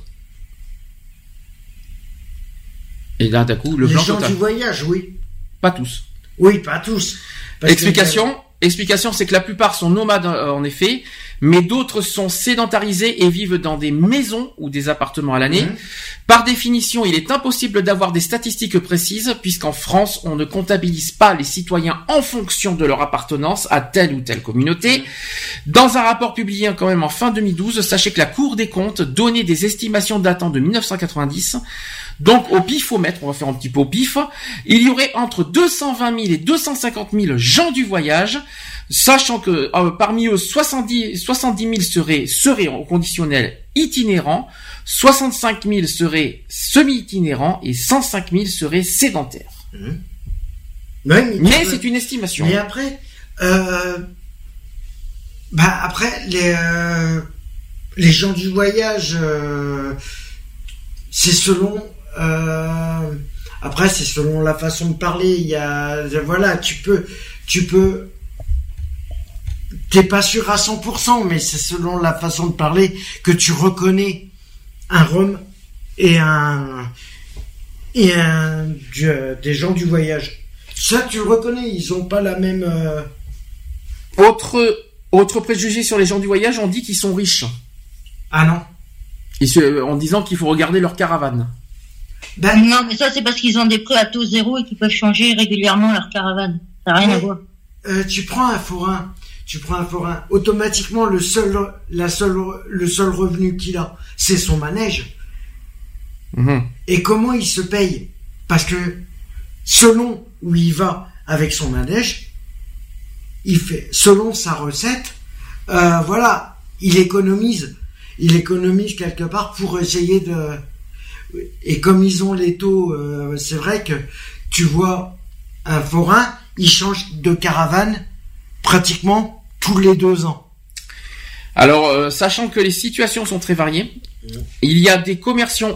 Et là, d'un coup, le blanc total. Les gens du voyage, oui. Pas tous. Oui, pas tous. Explication, c'est que la plupart sont nomades en effet, mais d'autres sont sédentarisés et vivent dans des maisons ou des appartements à l'année. Par définition, il est impossible d'avoir des statistiques précises, puisqu'en France, on ne comptabilise pas les citoyens en fonction de leur appartenance à telle ou telle communauté. Dans un rapport publié quand même en fin 2012, sachez que la Cour des comptes donnait des estimations datant de 1990. Donc au pifomètre, on va faire un petit peu au pif, il y aurait entre 220 000 et 250 000 gens du voyage, sachant que parmi eux 70 000 seraient au conditionnel itinérants, 65 000 seraient semi-itinérants et 105 000 seraient sédentaires. Mais c'est une estimation. Mais après, les gens du voyage, c'est selon. Après, c'est selon la façon de parler. Il y a, voilà, tu peux. T'es pas sûr à 100%, mais c'est selon la façon de parler que tu reconnais un Rom et des gens du voyage. Ça, tu le reconnais. Ils ont pas la même. Autre préjugé sur les gens du voyage, on dit qu'ils sont riches. Ah non. En disant qu'il faut regarder leur caravane. Non, mais ça, c'est parce qu'ils ont des prêts à taux zéro et qu'ils peuvent changer régulièrement leur caravane. Ça n'a rien à voir. Tu prends un forain. Automatiquement, le seul revenu qu'il a, c'est son manège. Et comment il se paye? Parce que, selon où il va avec son manège, il fait, selon sa recette, voilà, il économise quelque part pour essayer de... Et comme ils ont les taux, c'est vrai que tu vois un forain, il change de caravane pratiquement tous les 2 ans. Alors, sachant que les situations sont très variées, il y a des commerçants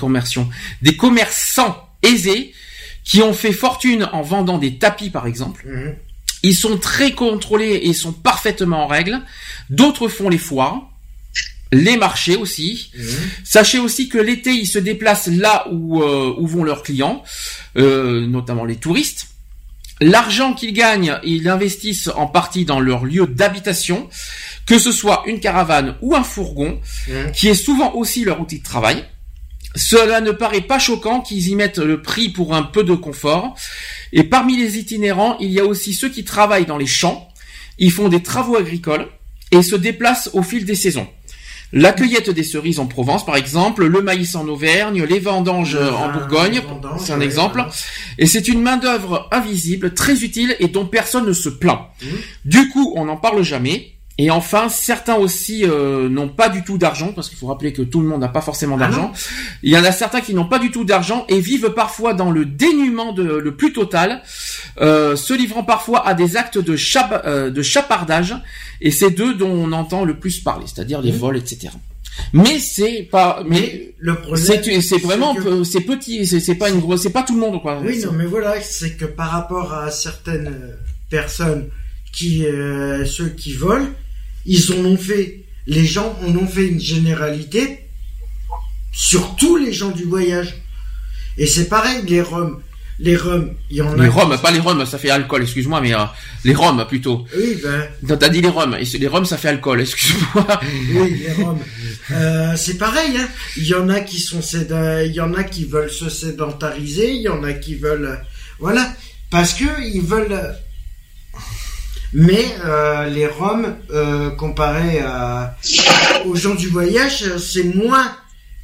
aisés qui ont fait fortune en vendant des tapis, par exemple. Ils sont très contrôlés et sont parfaitement en règle. D'autres font les foires. Les marchés aussi. Sachez aussi que l'été, ils se déplacent là où vont leurs clients, notamment les touristes. L'argent qu'ils gagnent, ils l'investissent en partie dans leur lieu d'habitation, que ce soit une caravane ou un fourgon, qui est souvent aussi leur outil de travail. Cela ne paraît pas choquant qu'ils y mettent le prix pour un peu de confort. Et parmi les itinérants, il y a aussi ceux qui travaillent dans les champs. Ils font des travaux agricoles et se déplacent au fil des saisons. La cueillette des cerises en Provence, par exemple, le maïs en Auvergne, les vendanges en Bourgogne, c'est un exemple. Et c'est une main-d'œuvre invisible, très utile et dont personne ne se plaint. Du coup, on n'en parle jamais. Et enfin, certains aussi n'ont pas du tout d'argent, parce qu'il faut rappeler que tout le monde n'a pas forcément d'argent. Il y en a certains qui n'ont pas du tout d'argent et vivent parfois dans le dénuement le plus total, se livrant parfois à des actes de chapardage. Et c'est d'eux dont on entend le plus parler, c'est-à-dire les vols, etc. Mais c'est pas, mais le problème, c'est vraiment, c'est petit, c'est pas une grosse, c'est pas tout le monde, quoi. Oui, non, mais voilà, c'est que par rapport à certaines personnes ceux qui volent, les gens en ont fait une généralité sur tous les gens du voyage. Et c'est pareil, les Roms, il y en a. Les Roms, pas les Roms, ça fait alcool, excuse-moi, mais les Roms plutôt. Oui, Non, t'as dit les Roms, et les Roms ça fait alcool, excuse-moi. Oui, les Roms. C'est pareil, hein. Il y en a qui veulent se sédentariser, il y en a qui veulent, voilà, parce que ils veulent. Mais les Roms, comparé aux gens du voyage, c'est moins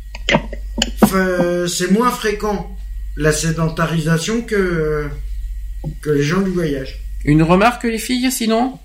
fréquent la sédentarisation que les gens du voyage. Une remarque, les filles, sinon?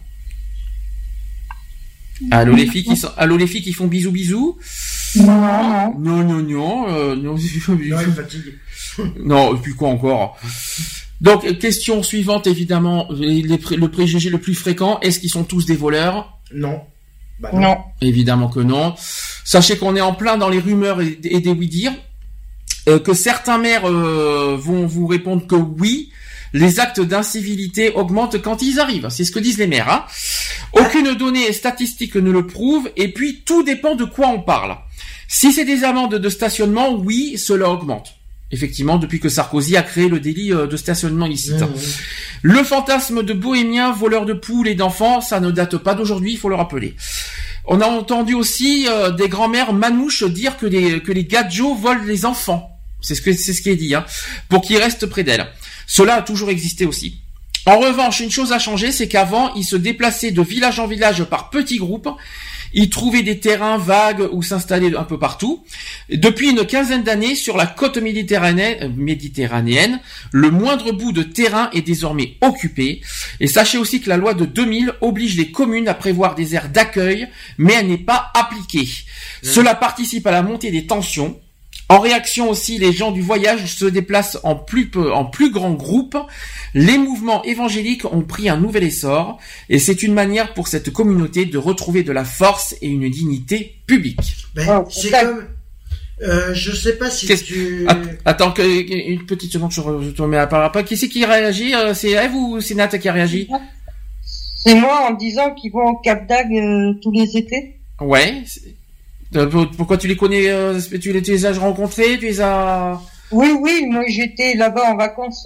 Allô les filles qui font bisous. Non. Non, il fatigue. Non, et puis quoi encore? Donc, question suivante, évidemment, le préjugé le plus fréquent, est-ce qu'ils sont tous des voleurs? Non. Non. Évidemment que non. Sachez qu'on est en plein dans les rumeurs et des oui-dire, que certains maires vont vous répondre que oui, les actes d'incivilité augmentent quand ils arrivent. C'est ce que disent les maires. Hein. Aucune donnée statistique ne le prouve, et puis tout dépend de quoi on parle. Si c'est des amendes de stationnement, oui, cela augmente. Effectivement, depuis que Sarkozy a créé le délit de stationnement illicite. Le fantasme de bohémiens, voleurs de poules et d'enfants, ça ne date pas d'aujourd'hui, il faut le rappeler. On a entendu aussi des grands-mères manouches dire que les gadjos volent les enfants. C'est ce qui est dit, hein, pour qu'ils restent près d'elles. Cela a toujours existé aussi. En revanche, une chose a changé, c'est qu'avant, ils se déplaçaient de village en village par petits groupes. Ils trouvaient des terrains vagues où s'installer un peu partout. Depuis une quinzaine d'années, sur la côte méditerranéenne, le moindre bout de terrain est désormais occupé. Et sachez aussi que la loi de 2000 oblige les communes à prévoir des aires d'accueil, mais elle n'est pas appliquée. Cela participe à la montée des tensions. En réaction aussi, les gens du voyage se déplacent en plus grand groupe. Les mouvements évangéliques ont pris un nouvel essor et c'est une manière pour cette communauté de retrouver de la force et une dignité publique. C'est comme... je sais pas si tu... Attends, une petite seconde, je te remets à part. Qui c'est qui réagit? C'est Ève ou c'est Nat qui a réagi? C'est moi en disant qu'ils vont au Cap d'Agde tous les étés. Ouais. Pourquoi tu les connais? Tu les as rencontrés? Tu les as... Oui, moi j'étais là-bas en vacances.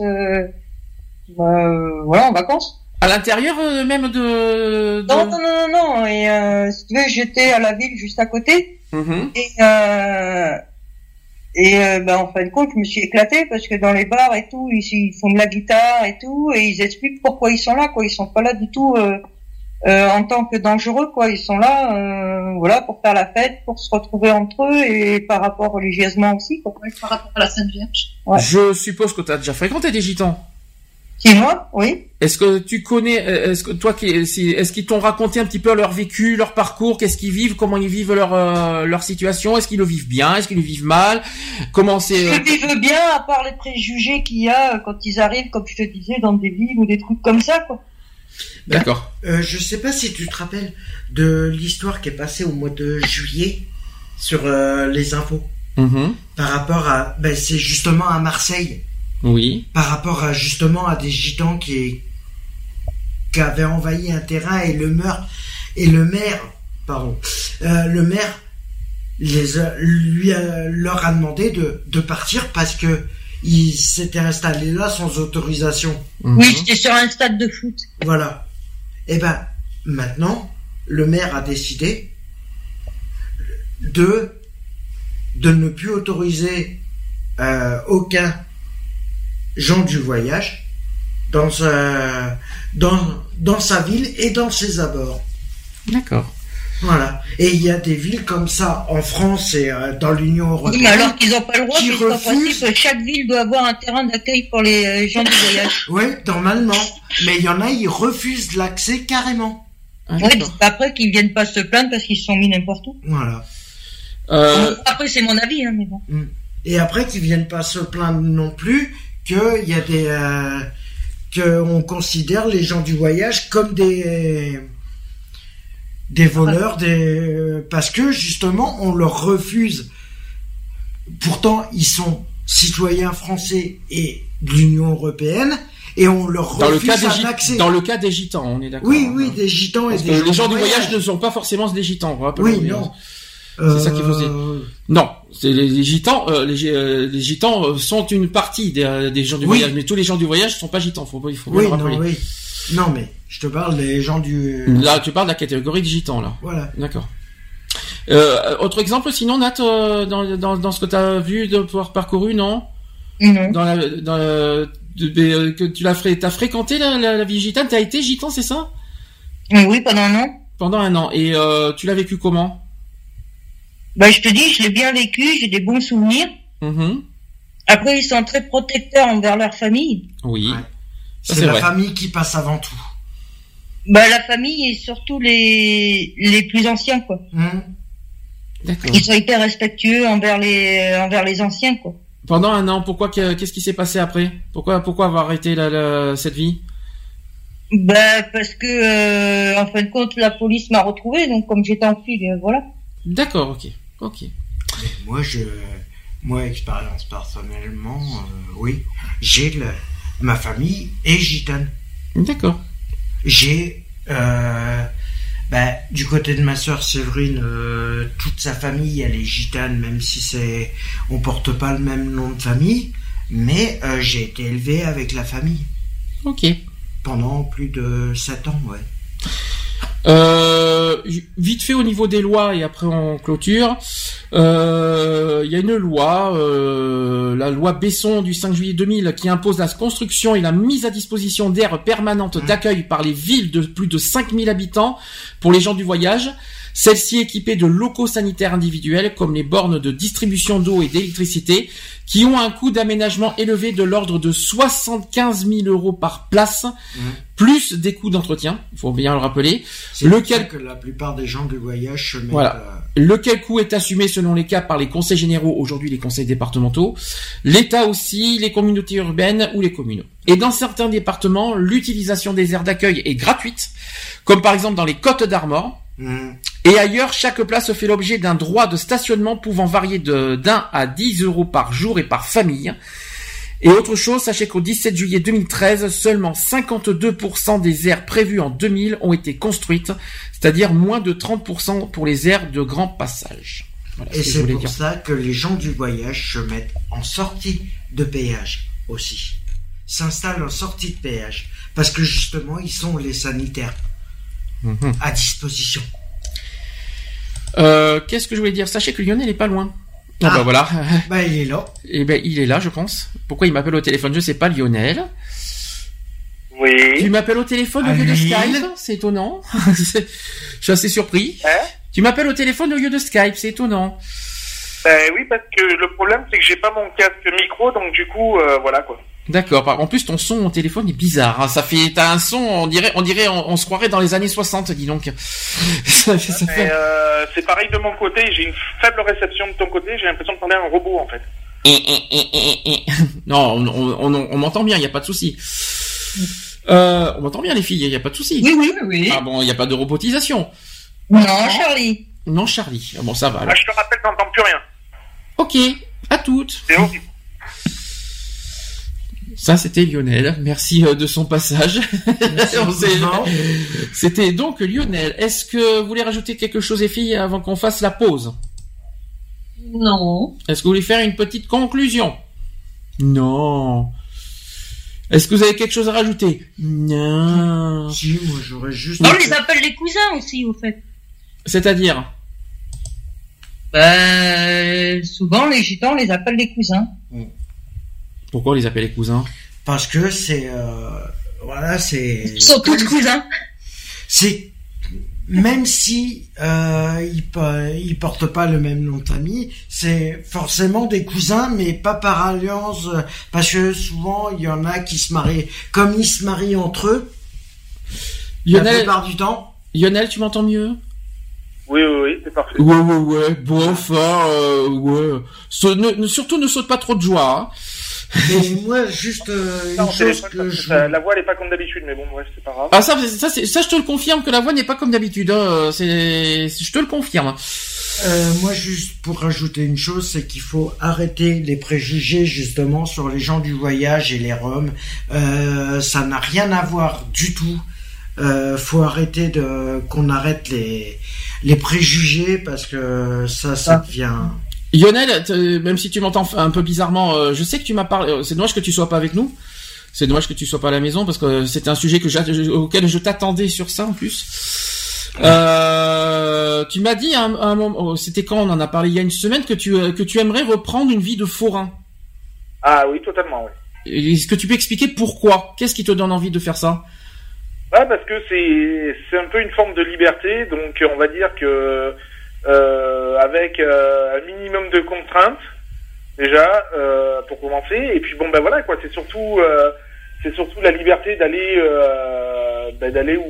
En vacances. À l'intérieur même de... Non. Et si tu veux, j'étais à la ville juste à côté. Et en fin de compte, je me suis éclaté parce que dans les bars et tout, ils font de la guitare et tout, et ils expliquent pourquoi ils sont là, quoi. Ils sont pas là du tout en tant que dangereux, quoi. Ils sont là, pour faire la fête, pour se retrouver entre eux et par rapport religieusement aussi, quoi. Par rapport à la Sainte Vierge. Ouais. Je suppose que tu as déjà fréquenté des gitans. Qui, moi? Oui. Est-ce que tu connais, est-ce qu'ils t'ont raconté un petit peu leur vécu, leur parcours, qu'est-ce qu'ils vivent, comment ils vivent leur situation, est-ce qu'ils le vivent bien, est-ce qu'ils le vivent mal, comment c'est... Ils le vivent bien, à part les préjugés qu'il y a quand ils arrivent, comme je te disais, dans des villes ou des trucs comme ça, quoi. D'accord. Je sais pas si tu te rappelles de l'histoire qui est passée au mois de juillet sur les infos. Par rapport à, c'est justement à Marseille. Oui. Par rapport à justement à des gitans qui avaient envahi un terrain et le maire leur a demandé de partir parce que ils s'étaient installés là sans autorisation. Oui, j'étais sur un stade de foot. Voilà. Et maintenant, le maire a décidé de ne plus autoriser aucun gens du voyage dans sa ville et dans ses abords. D'accord. Voilà. Et il y a des villes comme ça en France et dans l'Union européenne. Oui, mais alors qu'ils n'ont pas le droit, puisqu'en principe, chaque ville doit avoir un terrain d'accueil pour les gens du voyage. Oui, normalement. Mais il y en a, ils refusent l'accès carrément. Oui, donc après qu'ils viennent pas se plaindre parce qu'ils se sont mis n'importe où. Voilà. Après, c'est mon avis, hein, mais bon. Et après qu'ils viennent pas se plaindre non plus qu'il y a qu'on considère les gens du voyage comme des voleurs, parce que justement on leur refuse. Pourtant ils sont citoyens français et de l'Union européenne et on leur refuse un accès. Dans le cas des gitans, on est d'accord. Oui, des gitans et des gens les gens du voyage ne sont pas forcément des gitans. Oui, non. C'est ça qu'il faut dire. Non, c'est les gitans. Les gitans sont une partie des gens du voyage, mais tous les gens du voyage sont pas gitans. Il faut bien le rappeler. Non, mais je te parle des gens du. Là, tu parles de la catégorie de gitans, là. Voilà. D'accord. Autre exemple, sinon, Nat, dans ce que t'as vu de pouvoir parcouru, non? Non. Que t'as fréquenté la vie gitane, t'as été gitan, c'est ça? Oui, pendant un an. Pendant un an. Et tu l'as vécu comment? Bah, je te dis, je l'ai bien vécu, j'ai des bons souvenirs. Après, ils sont très protecteurs envers leur famille. Oui. Ouais. C'est la famille qui passe avant tout. Bah, la famille et surtout les plus anciens, quoi. D'accord. Ils sont hyper respectueux envers les anciens, quoi. Pendant un an, qu'est-ce qui s'est passé après? Pourquoi avoir arrêté cette vie? Bah, parce que, en fin de compte, la police m'a retrouvé, donc comme j'étais en fugue, voilà. D'accord, ok. Moi, expérience personnellement, oui, ma famille est gitane. D'accord. J'ai, du côté de ma sœur Séverine, toute sa famille, elle est gitane, même si on porte pas le même nom de famille, mais j'ai été élevé avec la famille. Ok. Pendant plus de 7 ans, ouais. Vite fait au niveau des lois et après on clôture. Il y a une loi, la loi Besson du 5 juillet 2000 qui impose la construction et la mise à disposition d'aires permanentes d'accueil par les villes de plus de 5000 habitants pour les gens du voyage. Celles-ci équipées de locaux sanitaires individuels comme les bornes de distribution d'eau et d'électricité qui ont un coût d'aménagement élevé de l'ordre de 75 000 euros par place, plus des coûts d'entretien, il faut bien le rappeler. C'est lequel que la plupart des gens du voyage se mettent... Voilà. Lequel coût est assumé selon les cas par les conseils généraux, aujourd'hui les conseils départementaux, l'État aussi, les communautés urbaines ou les communes. Et dans certains départements, l'utilisation des aires d'accueil est gratuite, comme par exemple dans les Côtes d'Armor. Et ailleurs, chaque place fait l'objet d'un droit de stationnement pouvant varier d'1 à 10 euros par jour et par famille. Et autre chose, sachez qu'au 17 juillet 2013, seulement 52% des aires prévues en 2000 ont été construites, c'est-à-dire moins de 30% pour les aires de grand passage. Voilà, et c'est pour ça que les gens du voyage se mettent en sortie de péage aussi. S'installent en sortie de péage. Parce que justement, ils sont les sanitaires. À disposition. Qu'est-ce que je voulais dire? Sachez que Lionel est pas loin. Bah voilà. Bah il est là. Et il est là, je pense. Pourquoi il m'appelle au téléphone? Je sais pas, Lionel. Oui. Tu m'appelles au téléphone au lieu de Skype? C'est étonnant. Je suis assez surpris. Tu m'appelles au téléphone au lieu de Skype, c'est étonnant. Oui, parce que le problème c'est que j'ai pas mon casque micro, donc du coup, voilà quoi. D'accord. En plus, ton son au téléphone est bizarre. Hein. T'as un son, on se croirait dans les années 60, dis donc. C'est pareil de mon côté. J'ai une faible réception de ton côté. J'ai l'impression de parler à un robot, en fait. Non, on m'entend bien. Il y a pas de souci. On m'entend bien, les filles. Il y a pas de souci. Oui. Ah bon, il y a pas de robotisation. Non, Charlie. Non, Charlie. Bon, ça va. Alors. Je te rappelle, j'entends plus rien. Ok. À toutes. C'est horrible. Ça, c'était Lionel. Merci de son passage. C'était donc Lionel. Est-ce que vous voulez rajouter quelque chose, les filles, avant qu'on fasse la pause? Non. Est-ce que vous voulez faire une petite conclusion? Non. Est-ce que vous avez quelque chose à rajouter? Non. Si, moi j'aurais juste... On les appelle les cousins aussi, au fait. C'est-à-dire? Souvent, les gitans les appellent les cousins. Pourquoi on les appelle les cousins? Parce que c'est... voilà, c'est... Ils sont tous cousins. C'est... même si ils portent pas le même nom de famille, c'est forcément des cousins, mais pas par alliance, parce que souvent il y en a qui se marient, comme ils se marient entre eux, Lionel, la plupart du temps. Lionel, tu m'entends mieux? Oui, c'est parfait. Ouais, bon, enfin, ouais. Surtout ne saute pas trop de joie, hein. Et moi, juste une chose que la voix elle est pas comme d'habitude, mais bon, bref, c'est pas grave. Ah ça, je te le confirme que la voix n'est pas comme d'habitude. Hein. Je te le confirme. Moi, juste pour rajouter une chose, c'est qu'il faut arrêter les préjugés justement sur les gens du voyage et les Roms. Ça n'a rien à voir du tout. Faut arrêter qu'on arrête les préjugés parce que ça devient. Lionel, même si tu m'entends un peu bizarrement, je sais que tu m'as parlé. C'est dommage que tu sois pas avec nous. C'est dommage que tu sois pas à la maison parce que c'était un sujet auquel je t'attendais sur ça en plus. Tu m'as dit à un moment, c'était quand on en a parlé il y a une semaine que tu aimerais reprendre une vie de forain. Ah oui, totalement, oui. Est-ce que tu peux expliquer pourquoi? Qu'est-ce qui te donne envie de faire ça? Ouais, parce que c'est un peu une forme de liberté, donc on va dire que avec un minimum de contraintes déjà pour commencer, et puis bon ben voilà quoi, c'est surtout la liberté d'aller où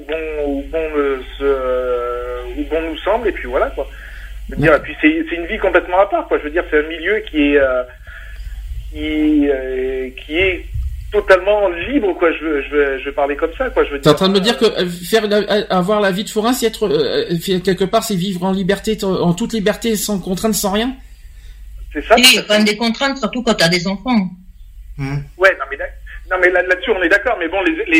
bon nous semble, et puis voilà quoi. Je veux dire, et puis c'est une vie complètement à part quoi. Je veux dire, c'est un milieu qui est totalement libre quoi. Je vais parler comme ça quoi. Je veux dire. T'es en train de me dire que avoir la vie de forain, c'est être quelque part, c'est vivre en liberté, en toute liberté, sans contrainte, sans rien. C'est ça. Oui, il y a quand même des contraintes, surtout quand t'as des enfants. Ouais, non mais là-dessus on est d'accord, mais bon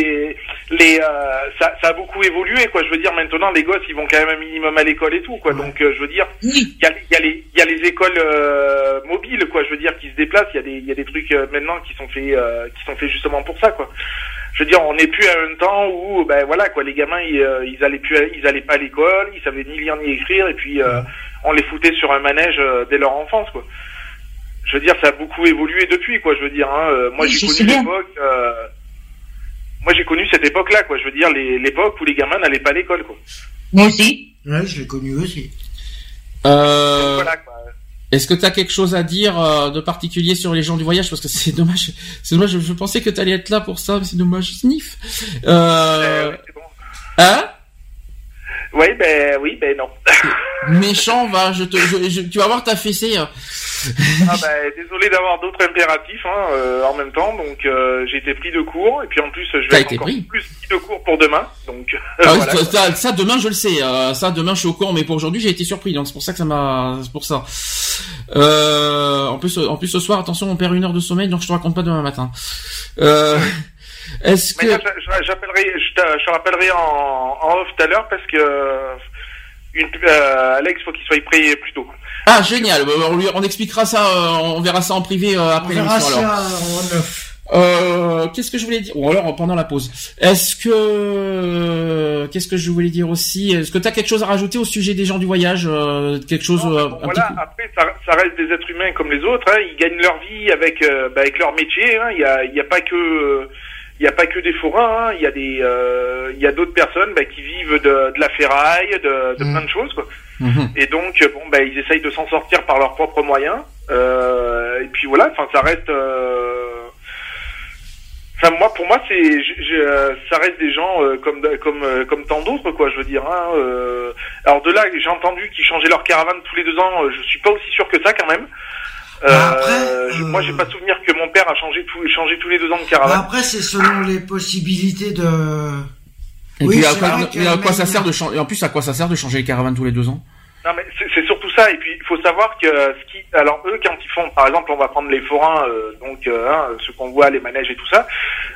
ça a beaucoup évolué quoi. Je veux dire, maintenant les gosses ils vont quand même un minimum à l'école et tout quoi. Donc je veux dire, il y a les écoles mobiles quoi. Je veux dire, qui se déplacent. Il y a des trucs maintenant qui sont faits justement pour ça quoi. Je veux dire, on n'est plus à un temps où ben voilà quoi, les gamins ils allaient pas à l'école, ils savaient ni lire ni écrire, et puis on les foutait sur un manège dès leur enfance quoi. Je veux dire, ça a beaucoup évolué depuis, quoi. Je veux dire, hein, moi j'ai connu l'époque. Moi j'ai connu cette époque-là, quoi. Je veux dire, l'époque où les gamins n'allaient pas à l'école, quoi. Moi aussi. Ouais, je l'ai connu aussi. Voilà, quoi. Est-ce que tu as quelque chose à dire de particulier sur les gens du voyage? Parce que c'est dommage. Je pensais que tu allais être là pour ça, mais c'est dommage. Sniff. C'est bon. Hein? Oui, ben non. Méchant, tu vas voir ta fessée. Désolé d'avoir d'autres impératifs en même temps, donc j'ai été pris de court, et puis en plus je vais être encore plus pris de court pour demain, donc voilà. Ça demain je le sais, ça demain je suis au courant, mais pour aujourd'hui j'ai été surpris, donc c'est pour ça que c'est pour ça. En plus ce soir, attention, on perd 1 heure de sommeil, donc je te raconte pas demain matin. Est-ce que je te rappellerai en off tout à l'heure, parce que Alex, faut qu'il soit prêt plus tôt. Ah, génial. On expliquera ça, on verra ça en privé après l'émission. Qu'est-ce que je voulais dire? Ou alors pendant la pause. Qu'est-ce que je voulais dire aussi? Est-ce que tu as quelque chose à rajouter au sujet des gens du voyage? Quelque chose voilà, après ça reste des êtres humains comme les autres, hein. Ils gagnent leur vie avec leur métier, hein. Il y a pas que des forains, hein. Il y a d'autres personnes qui vivent de la ferraille, de plein de choses quoi. Et donc ils essayent de s'en sortir par leurs propres moyens. Et puis voilà, enfin ça reste. Enfin pour moi ça reste des gens comme tant d'autres quoi. Je veux dire. Hein, alors de là, j'ai entendu qu'ils changeaient leur caravane tous les 2 ans. Je suis pas aussi sûr que ça quand même. Moi j'ai pas souvenir que mon père a changé tous les 2 ans de caravane. Après c'est selon les possibilités de. Et puis à quoi ça sert de changer? Et en plus, à quoi ça sert de changer les caravanes tous les 2 ans? Non, mais c'est surtout ça. Et puis, il faut savoir que alors eux, quand ils font, par exemple, on va prendre les forains, ceux qu'on voit, les manèges et tout ça.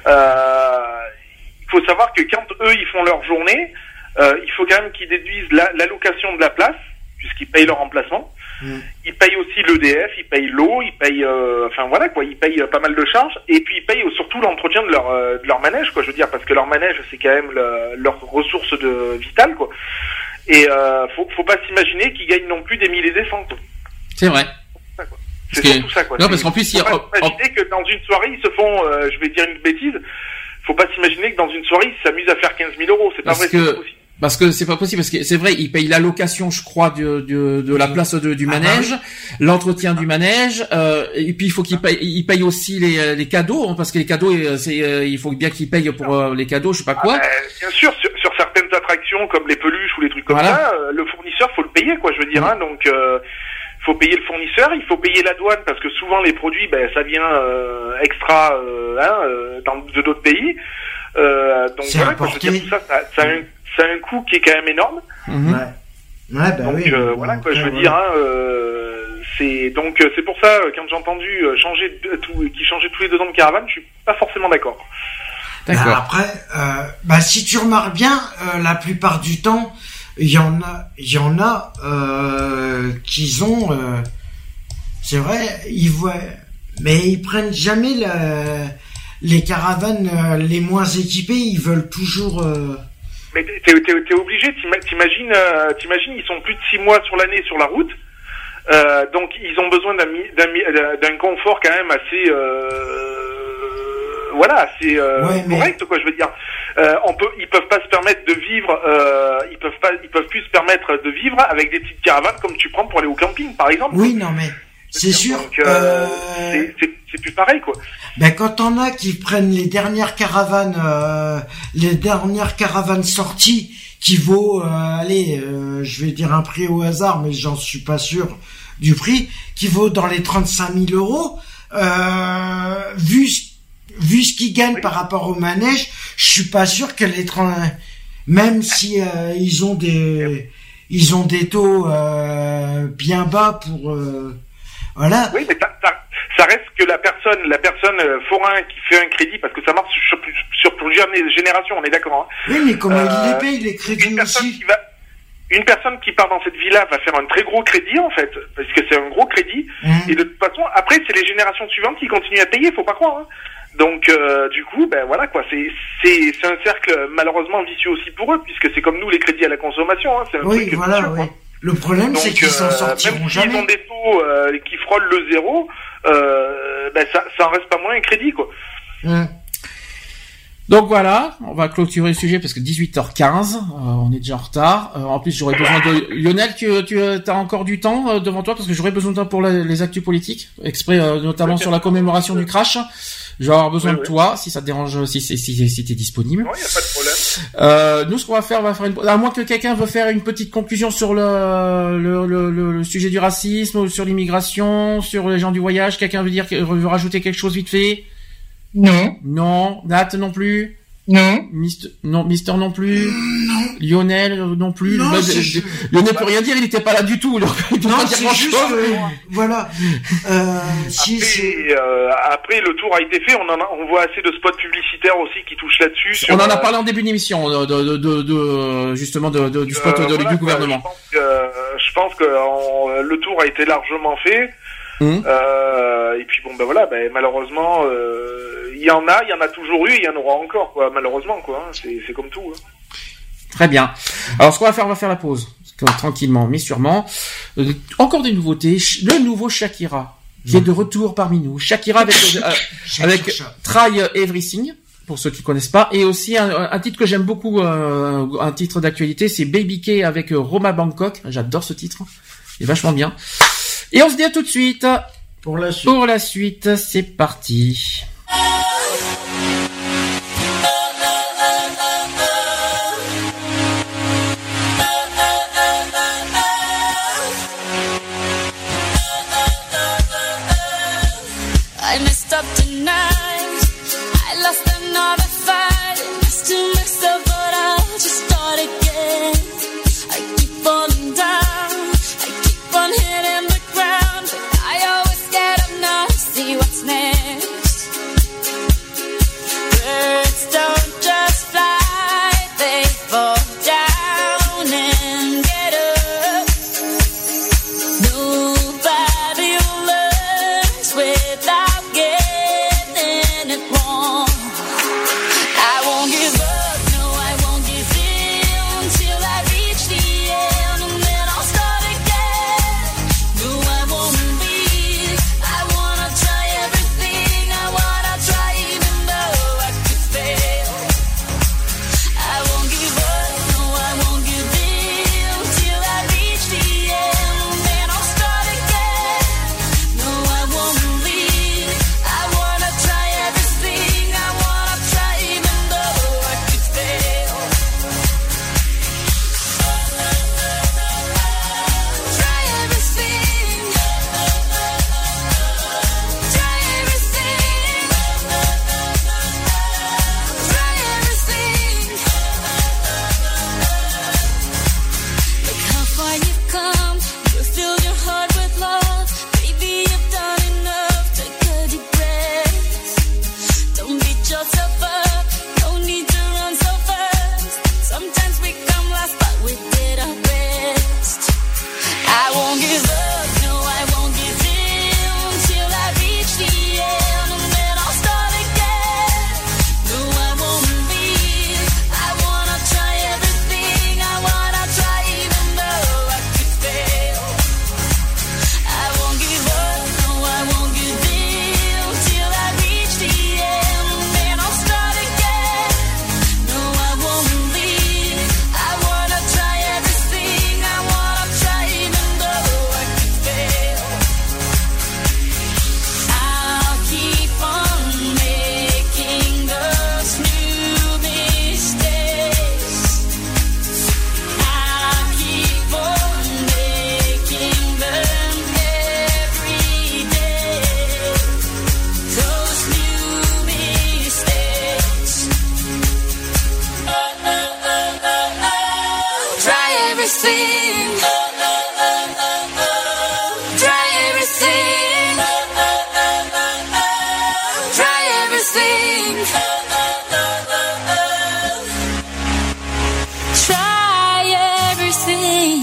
Il faut savoir que quand eux, ils font leur journée, il faut quand même qu'ils déduisent l'allocation de la place, puisqu'ils payent leur emplacement. Ils payent aussi l'EDF, ils payent l'eau, ils payent, ils payent pas mal de charges, et puis ils payent surtout l'entretien de leur manège, quoi. Je veux dire, parce que leur manège, c'est quand même leur ressource vitale, quoi. Et faut pas s'imaginer qu'ils gagnent non plus des 1000 et des cents, quoi. C'est vrai. C'est surtout ça, quoi. Non, parce qu'en plus, faut pas s'imaginer que dans une soirée, ils se font, je vais dire une bêtise, faut pas s'imaginer que dans une soirée, ils s'amusent à faire 15 000 euros. C'est pas vrai, c'est possible. Parce que c'est pas possible, parce que c'est vrai, ils payent la location, je crois, de la place du manège, l'entretien du manège, et puis il faut qu'ils payent aussi les cadeaux, hein, parce que les cadeaux, il faut bien qu'ils payent pour les cadeaux, je sais pas quoi. Bien sûr, sur certaines attractions comme les peluches ou les trucs comme ça, le fournisseur faut le payer, quoi, je veux dire, hein, donc faut payer le fournisseur, il faut payer la douane parce que souvent les produits, ça vient extra de d'autres pays, donc c'est voilà, quoi, je veux dire, tout ça a un coût qui est quand même énorme. Donc oui. voilà, quoi, je veux dire, hein, c'est pour ça quand j'ai entendu qu'ils changeaient tous les 2 ans de caravane, je suis pas forcément d'accord. D'accord. Après, si tu remarques bien, la plupart du temps, il y en a qui ont, c'est vrai, mais ils prennent jamais les caravanes les moins équipées, ils veulent toujours. Mais t'es obligé, t'imagines, ils sont plus de 6 mois sur l'année sur la route, donc ils ont besoin d'un confort quand même assez, correct, quoi, je veux dire. Ils peuvent pas se permettre de vivre, ils peuvent plus se permettre de vivre avec des petites caravanes comme tu prends pour aller au camping, par exemple. Oui, non, mais c'est sûr. Donc, c'est plus pareil, quoi. Quand on a qui prennent les dernières caravanes sorties, qui vaut, je vais dire un prix au hasard, mais j'en suis pas sûr du prix, qui vaut dans les 35 000 €, vu ce qu'ils gagnent par rapport au manège, je suis pas sûr que même si ils ont des taux bien bas pour voilà. Oui, mais ça reste que la personne forain qui fait un crédit, parce que ça marche sur plusieurs générations, on est d'accord. Hein. Oui, mais comment il les paye les crédits aussi? Une personne qui part dans cette vie-là va faire un très gros crédit, en fait, parce que c'est un gros crédit. Et de toute façon, après, c'est les générations suivantes qui continuent à payer, faut pas croire. Hein. Donc, du coup, voilà, quoi, c'est un cercle malheureusement vicieux aussi pour eux, puisque c'est comme nous les crédits à la consommation. Hein, c'est un truc voilà, vicieux, oui. Le problème, c'est qu'ils s'en sortiront jamais. Même s'ils ont des taux qui frôlent le 0, ça en reste pas moins un crédit, quoi. Donc voilà, on va clôturer le sujet parce que 18h15, on est déjà en retard. En plus, j'aurais besoin de Lionel. Tu as encore du temps devant toi parce que j'aurais besoin de toi pour les actus politiques, exprès notamment sur la commémoration du crash. Je vais avoir besoin de toi, si ça te dérange, si t'es disponible. Non, y a pas de problème. Nous, ce qu'on va faire, à moins que quelqu'un veut faire une petite conclusion sur le sujet du racisme, sur l'immigration, sur les gens du voyage. Quelqu'un veut rajouter quelque chose vite fait? Non. Non. Nat non plus? Non. Mister non plus? Non. Lionel non plus? Non, Lionel peut rien dire, il était pas là du tout. Il peut pas dire grand chose. Voilà. Après, le tour a été fait. On voit assez de spots publicitaires aussi qui touchent là-dessus. On en a parlé en début d'émission, justement du spot du gouvernement. Je pense que le tour a été largement fait. Et puis malheureusement, il y en a toujours eu, il y en aura encore, quoi, malheureusement, quoi. Hein, c'est comme tout. Hein. Très bien. Alors, ce qu'on va faire, on va faire la pause, tranquillement, mais sûrement. Encore des nouveautés. Le nouveau Shakira, qui est de retour parmi nous. Shakira avec Try Everything, pour ceux qui connaissent pas, et aussi un titre que j'aime beaucoup, un titre d'actualité, c'est Baby K avec Roma Bangkok. J'adore ce titre, il est vachement bien. Et on se dit à tout de suite. Pour la suite, c'est parti. I messed up tonight. I lost another fight. It's too messed up, but I'll just start again. I keep falling down. I keep on hitting the ground, but I always get up now to see what's next. everything. Try everything. Try everything. Try everything.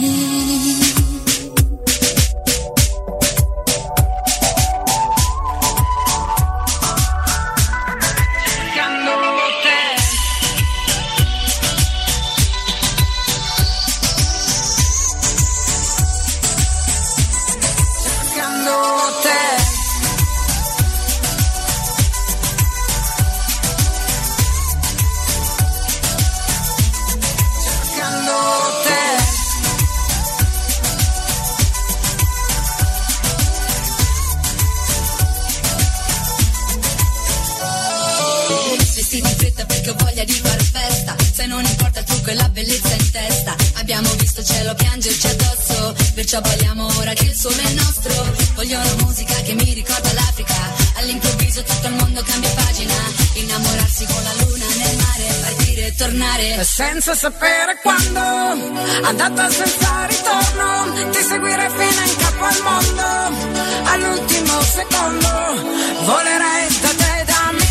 Non importa il trucco e la bellezza in testa. Abbiamo visto il cielo piangerci addosso, perciò balliamo ora che il sole è nostro. Voglio una musica che mi ricorda l'Africa. All'improvviso tutto il mondo cambia pagina. Innamorarsi con la luna nel mare, partire e tornare senza sapere quando, andata senza ritorno. Ti seguire fino in capo al mondo. All'ultimo secondo volerei da te, da me.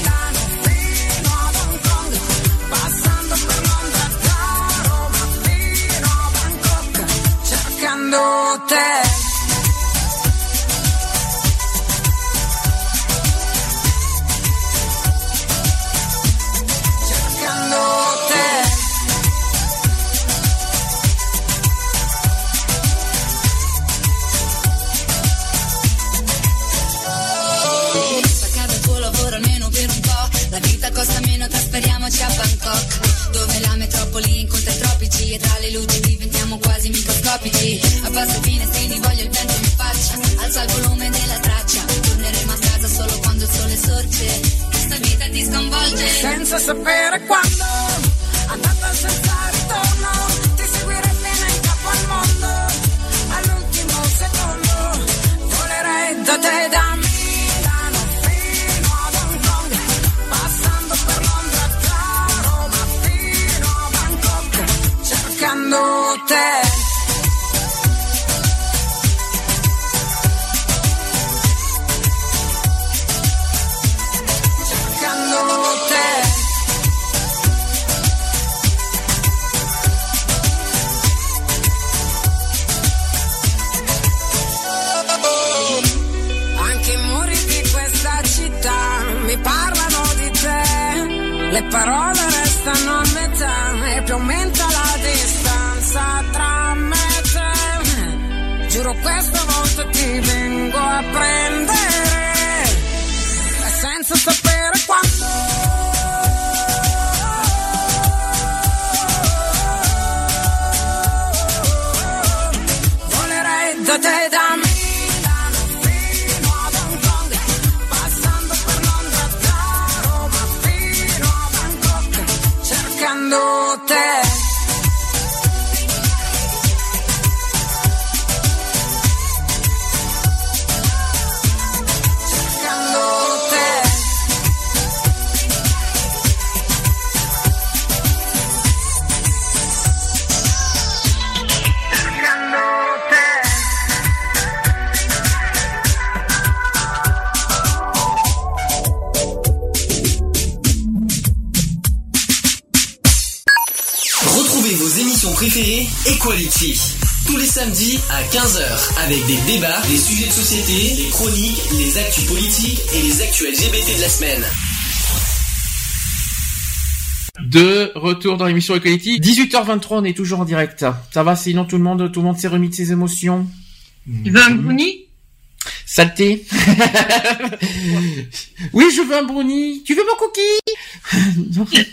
Te. Cercando te. Staccare il tuo lavoro almeno per un po'. La vita costa meno, trasferiamoci a Bangkok, dove la metropoli incontra i tropici e tra le luci diventiamo quasi microscopici. Abbassa i finestrini, voglio il vento in faccia, alza il volume della traccia. Torneremo a casa solo quando il sole sorge. Questa vita ti sconvolge senza sapere quando, andata senza ritorno. Ti seguirei fino in capo al mondo. All'ultimo secondo volerei da te, da Milano fino ad Hong Kong, passando per Londra, da Roma fino a Bangkok, cercando te. Le parole restano a metà e più aumenta la distanza tra me e te. Giuro questa volta ti vengo a prendere senza sapere quando. Volerei da te, da me. Cercando te. Cercando te. Cercando te. Retrouvez vos émissions préférées Equality tous les samedis à 15h avec des débats, des sujets de société, des chroniques, les actus politiques et les actus LGBT de la semaine. De retour dans l'émission Equality, 18h23, on est toujours en direct. Ça va, sinon tout le monde s'est remis de ses émotions. Tu veux un brownie? Saleté. Oui, je veux un brownie. Tu veux mon cookie?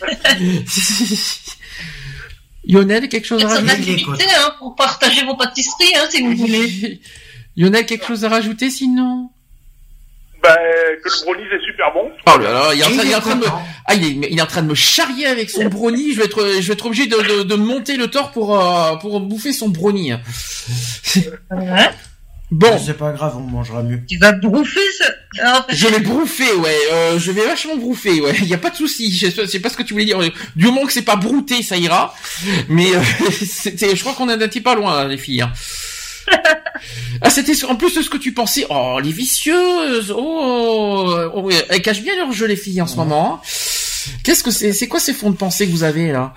Lionel, quelque chose à rajouter? Pour partager vos pâtisseries, si vous voulez. Lionel, quelque chose à rajouter sinon? Bah, que le brownie c'est super bon. Oh là là, il est en train de me charrier avec son brownie. Je vais être obligé de monter le tort pour bouffer son brownie. Bon. C'est pas grave, on mangera mieux. Tu vas bouffer ça? Je vais bouffer, ouais. Je vais vachement bouffer, ouais. Y a pas de souci. Je sais pas ce que tu voulais dire. Du moment que c'est pas brouté, ça ira. Mais je crois qu'on en était pas loin, les filles. Hein. Ah, c'était en plus de ce que tu pensais. Oh, les vicieuses. Oh, elles cachent bien leur jeu, les filles, en ce moment. Qu'est-ce que c'est quoi ces fonds de pensée que vous avez là?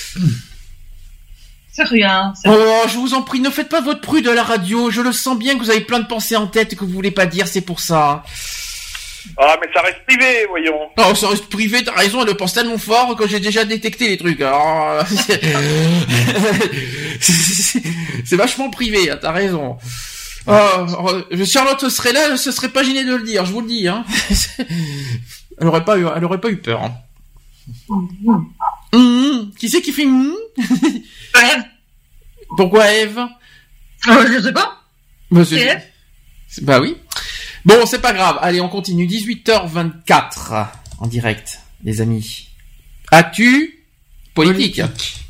C'est rien. Oh, je vous en prie, ne faites pas votre prude à la radio. Je le sens bien que vous avez plein de pensées en tête et que vous voulez pas dire, c'est pour ça. Ah, mais ça reste privé, voyons. Oh, ça reste privé, t'as raison, elle le pense tellement fort que j'ai déjà détecté les trucs. Alors, c'est vachement privé, t'as raison. Oh, Charlotte serait là, elle se serait pas gênée de le dire, je vous le dis. Hein. Elle aurait pas eu peur. Hein. Qui c'est qui fait Ève. Pourquoi Ève? Je sais pas. C'est Ève. Bah oui. Bon, c'est pas grave. Allez, on continue. 18h24 en direct, les amis. Actu politique.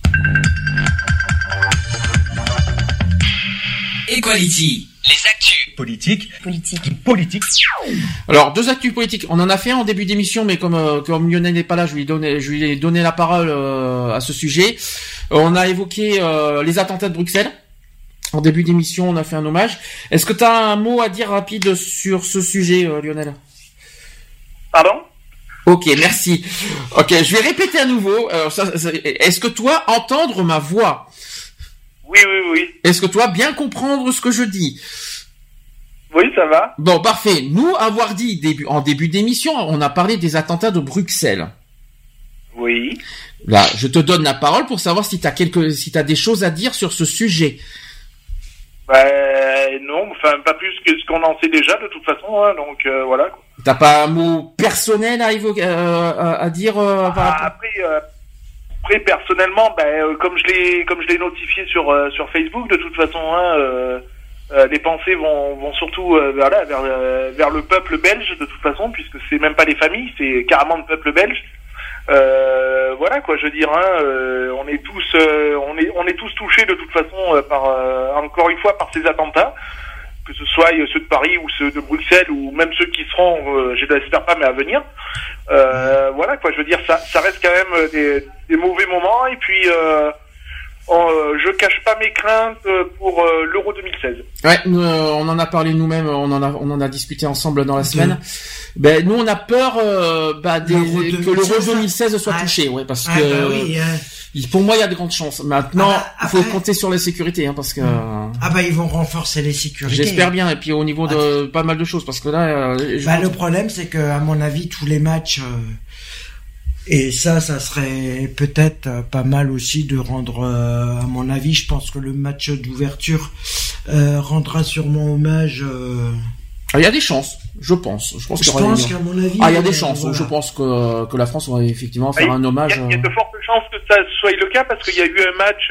Equality. Les actus Politique. Alors, deux actus politiques. On en a fait un en début d'émission, mais comme Lionel n'est pas là, je lui ai donné la parole à ce sujet. On a évoqué les attentats de Bruxelles. En début d'émission, on a fait un hommage. Est-ce que tu as un mot à dire rapide sur ce sujet, Lionel? Pardon? Ok, merci. Ok, je vais répéter à nouveau. Est-ce que toi, entendre ma voix? Oui. Est-ce que toi, bien comprendre ce que je dis? Oui, ça va. Bon, parfait. Nous, avoir dit en début d'émission, on a parlé des attentats de Bruxelles. Oui. Là, je te donne la parole pour savoir si t'as des choses à dire sur ce sujet. Non, enfin pas plus que ce qu'on en sait déjà de toute façon, hein, donc voilà. T'as pas un mot personnel à évoquer, à dire Après personnellement, comme je l'ai notifié sur Facebook, de toute façon, hein, les pensées vont surtout vers le peuple belge de toute façon, puisque c'est même pas les familles, c'est carrément le peuple belge. Voilà quoi, je veux dire, hein, on est tous touchés de toute façon encore une fois par ces attentats, que ce soit ceux de Paris ou ceux de Bruxelles ou même ceux qui seront, je l'espère pas, mais à venir. Voilà quoi, je veux dire, ça reste quand même des mauvais moments, et puis je cache pas mes craintes pour l'Euro 2016. Ouais, on en a parlé nous-mêmes, on en a discuté ensemble dans la semaine. Nous on a peur que l'Euro 2016 soit touché, ouais, parce que pour moi il y a de grandes chances. Maintenant, il faut compter sur la sécurité, hein, parce que ils vont renforcer les sécurités. J'espère bien, et puis au niveau de pas mal de choses, parce que là le problème c'est que à mon avis tous les matchs et ça serait peut-être pas mal aussi de rendre, à mon avis, je pense que le match d'ouverture rendra sûrement hommage. Il y a des chances, je pense. Je pense qu'à mon avis. Il y a des chances. Voilà. Je pense que la France va effectivement faire un hommage. Il y a de fortes chances que ça soit le cas, parce qu'il y a eu un match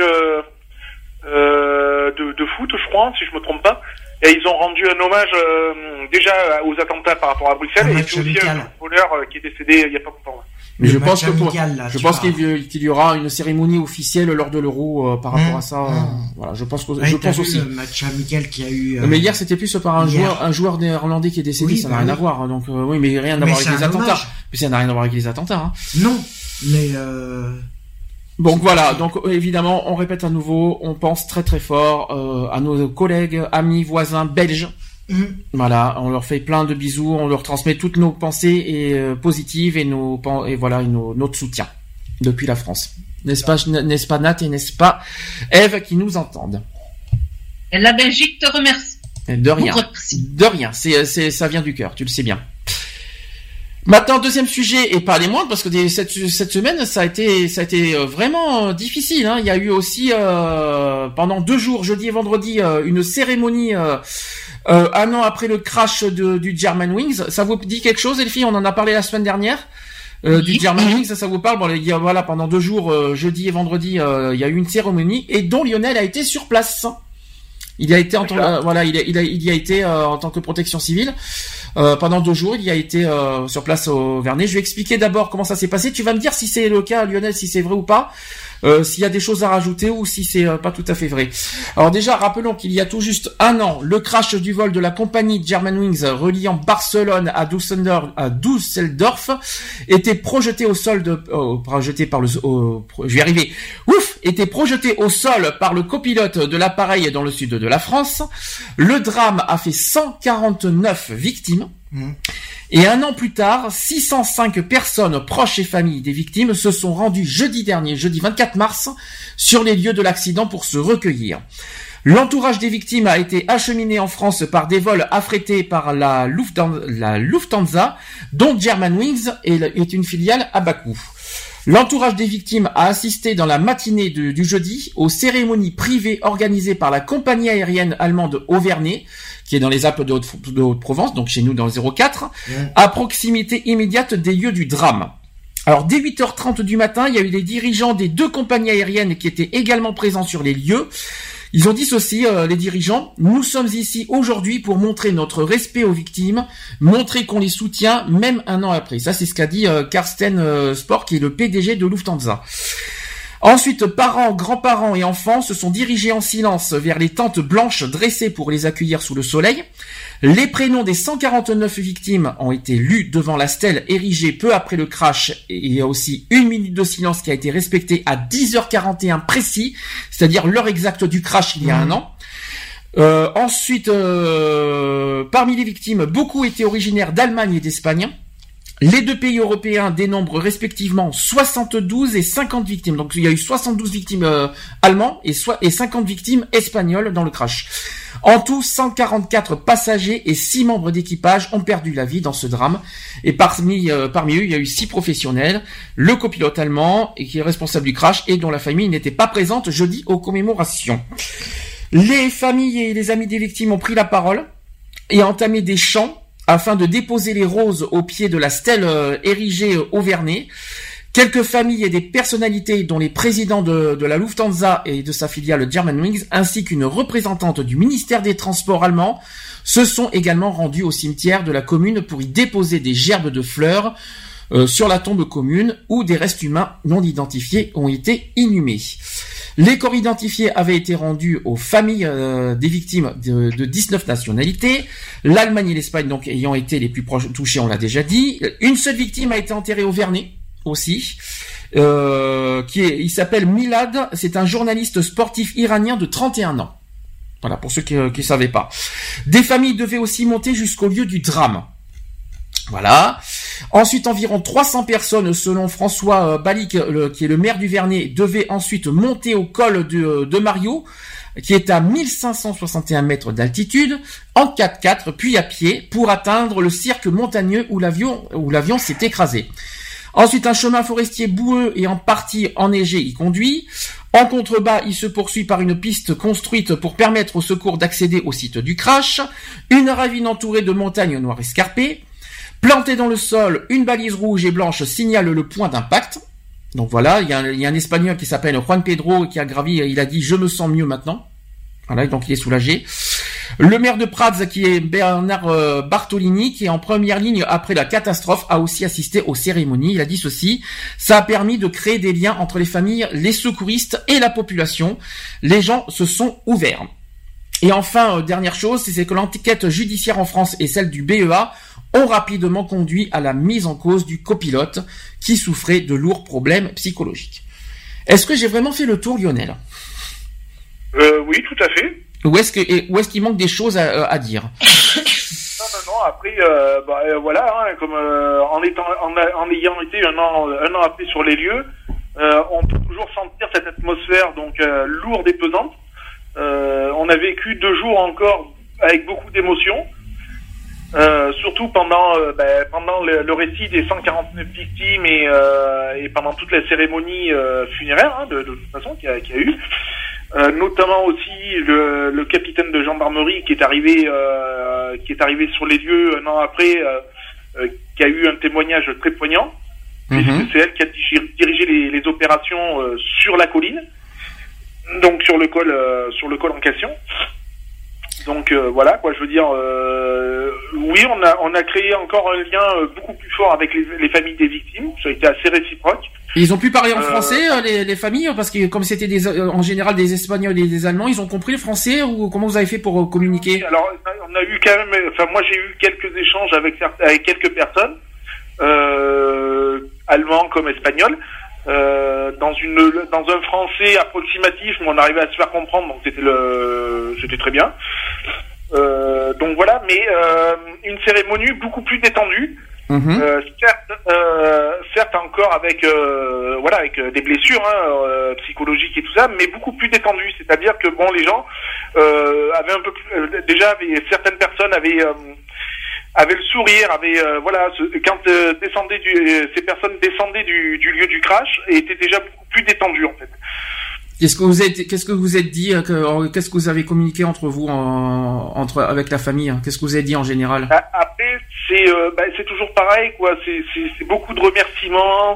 de foot, je crois, si je me trompe pas. Et ils ont rendu un hommage déjà aux attentats par rapport à Bruxelles, et puis aussi un footballeur qui est décédé il y a pas longtemps. Mais je pense qu'il y aura une cérémonie officielle lors de l'Euro par rapport à ça. Voilà, je pense aussi. Le match amical qu'il y a eu. Mais hier c'était plus par un joueur néerlandais qui est décédé, ça n'a rien à voir. Donc oui, mais rien à voir avec les attentats. Mais ça n'a rien à voir avec les attentats. Hein. Non, mais. Donc voilà, donc évidemment, on répète à nouveau, on pense très très fort à nos collègues, amis, voisins belges. Voilà, on leur fait plein de bisous, on leur transmet toutes nos pensées positives et notre soutien depuis la France. N'est-ce pas Nat et n'est-ce pas Ève qui nous entendent? Et la Belgique te remercie. De rien. De rien, ça vient du cœur, tu le sais bien. Maintenant, deuxième sujet, et pas les moindres, parce que cette semaine, ça a été vraiment difficile. Hein. Il y a eu aussi pendant 2 jours, jeudi et vendredi, une cérémonie un an après le crash du Germanwings. Ça vous dit quelque chose, les filles? On en a parlé la semaine dernière. Du Germanwings, ça vous parle? Bon, voilà, pendant 2 jours, jeudi et vendredi, il y a eu une cérémonie, et dont Lionel a été sur place. Il a été en tant que protection civile. Pendant 2 jours, il y a été sur place au Vernet. Je vais expliquer d'abord comment ça s'est passé. Tu vas me dire si c'est le cas, Lionel, si c'est vrai ou pas. S'il y a des choses à rajouter ou si c'est pas tout à fait vrai. Alors déjà, rappelons qu'il y a tout juste 1 an, le crash du vol de la compagnie Germanwings reliant Barcelone à Düsseldorf était projeté au sol était projeté au sol par le copilote de l'appareil dans le sud de la France. Le drame a fait 149 victimes. Et 1 an plus tard, 605 personnes proches et familles des victimes se sont rendues jeudi 24 mars, sur les lieux de l'accident pour se recueillir. L'entourage des victimes a été acheminé en France par des vols affrétés par la Lufthansa, dont Germanwings est une filiale à bas coût. L'entourage des victimes a assisté dans la matinée du jeudi aux cérémonies privées organisées par la compagnie aérienne allemande Auvergne, qui est dans les Alpes de Haute-Provence, donc chez nous dans le 04, à proximité immédiate des lieux du drame. Alors, dès 8h30 du matin, il y a eu les dirigeants des 2 compagnies aériennes qui étaient également présents sur les lieux. Ils ont dit ceci, les dirigeants: nous sommes ici aujourd'hui pour montrer notre respect aux victimes, montrer qu'on les soutient même 1 an après. Ça, c'est ce qu'a dit Carsten Spohr, qui est le PDG de Lufthansa. Ensuite, parents, grands-parents et enfants se sont dirigés en silence vers les tentes blanches dressées pour les accueillir sous le soleil. Les prénoms des 149 victimes ont été lus devant la stèle érigée peu après le crash, et il y a aussi 1 minute de silence qui a été respectée à 10h41 précis, c'est-à-dire l'heure exacte du crash il y a 1 an. Ensuite, parmi les victimes, beaucoup étaient originaires d'Allemagne et d'Espagne. Les 2 pays européens dénombrent respectivement 72 et 50 victimes. Donc il y a eu 72 victimes allemands et 50 victimes espagnoles dans le crash. En tout, 144 passagers et 6 membres d'équipage ont perdu la vie dans ce drame. Et parmi eux, il y a eu 6 professionnels, le copilote allemand qui est responsable du crash et dont la famille n'était pas présente jeudi aux commémorations. Les familles et les amis des victimes ont pris la parole et entamé des chants afin de déposer les roses au pied de la stèle érigée au Vernet. Quelques familles et des personnalités, dont les présidents de la Lufthansa et de sa filiale Germanwings, ainsi qu'une représentante du ministère des Transports allemand, se sont également rendus au cimetière de la commune pour y déposer des gerbes de fleurs sur la tombe commune, où des restes humains non identifiés ont été inhumés. Les corps identifiés avaient été rendus aux familles des victimes de 19 nationalités, l'Allemagne et l'Espagne donc ayant été les plus proches touchés, on l'a déjà dit. Une seule victime a été enterrée au Vernet aussi, il s'appelle Milad, c'est un journaliste sportif iranien de 31 ans. Voilà, pour ceux qui ne savaient pas. Des familles devaient aussi monter jusqu'au lieu du drame. Voilà. Ensuite, environ 300 personnes, selon François Balic, qui est le maire du Vernet, devaient ensuite monter au col de Mario, qui est à 1561 mètres d'altitude, en 4x4, puis à pied, pour atteindre le cirque montagneux où l'avion s'est écrasé. Ensuite, un chemin forestier boueux et en partie enneigé y conduit. En contrebas, il se poursuit par une piste construite pour permettre aux secours d'accéder au site du crash. Une ravine entourée de montagnes noires escarpées. Plantée dans le sol, une balise rouge et blanche signale le point d'impact. Donc voilà, il y a un Espagnol qui s'appelle Juan Pedro qui a gravi, il a dit « Je me sens mieux maintenant ». Voilà, donc il est soulagé. Le maire de Prades, qui est Bernard Bartolini, qui est en première ligne après la catastrophe, a aussi assisté aux cérémonies. Il a dit ceci: ça a permis de créer des liens entre les familles, les secouristes et la population. Les gens se sont ouverts. Et enfin, dernière chose, c'est que l'enquête judiciaire en France et celle du BEA ont rapidement conduit à la mise en cause du copilote qui souffrait de lourds problèmes psychologiques. Est-ce que j'ai vraiment fait le tour, Lionel ? Oui, tout à fait. Ou est-ce qu'il manque des choses à dire? Non, après, voilà, hein, comme en ayant été un an après sur les lieux, on peut toujours sentir cette atmosphère donc lourde et pesante. On a vécu 2 jours encore avec beaucoup d'émotions, surtout pendant le récit des 149 victimes et pendant toute la cérémonie funéraire, hein, de toute façon qu'il y a eu. Notamment aussi le capitaine de gendarmerie qui est arrivé sur les lieux un an après, qui a eu un témoignage très poignant, puisque c'est elle qui a dirigé les opérations sur la colline, donc sur le col en question. Donc voilà quoi, je veux dire, oui, on a créé encore un lien beaucoup plus fort avec les familles des victimes. Ça a été assez réciproque. Et ils ont pu parler en français, les familles, parce que comme c'était en général des Espagnols et des Allemands, ils ont compris le français, ou comment vous avez fait pour communiquer? Alors on a eu quand même, enfin moi j'ai eu quelques échanges avec quelques personnes, allemands comme espagnols. Dans un français approximatif, mais on arrivait à se faire comprendre, donc c'était très bien. Donc voilà, mais une cérémonie beaucoup plus détendue. Certes encore avec des blessures psychologiques et tout ça, mais beaucoup plus détendue. C'est-à-dire que bon, les gens avaient un peu plus, certaines personnes avaient le sourire, quand ces personnes descendaient du lieu du crash et étaient déjà beaucoup plus détendues en fait. Qu'est-ce que vous êtes dit, qu'est-ce que vous avez communiqué entre vous, avec la famille, hein? Qu'est-ce que vous avez dit en général? Après, c'est toujours pareil, quoi. C'est beaucoup de remerciements,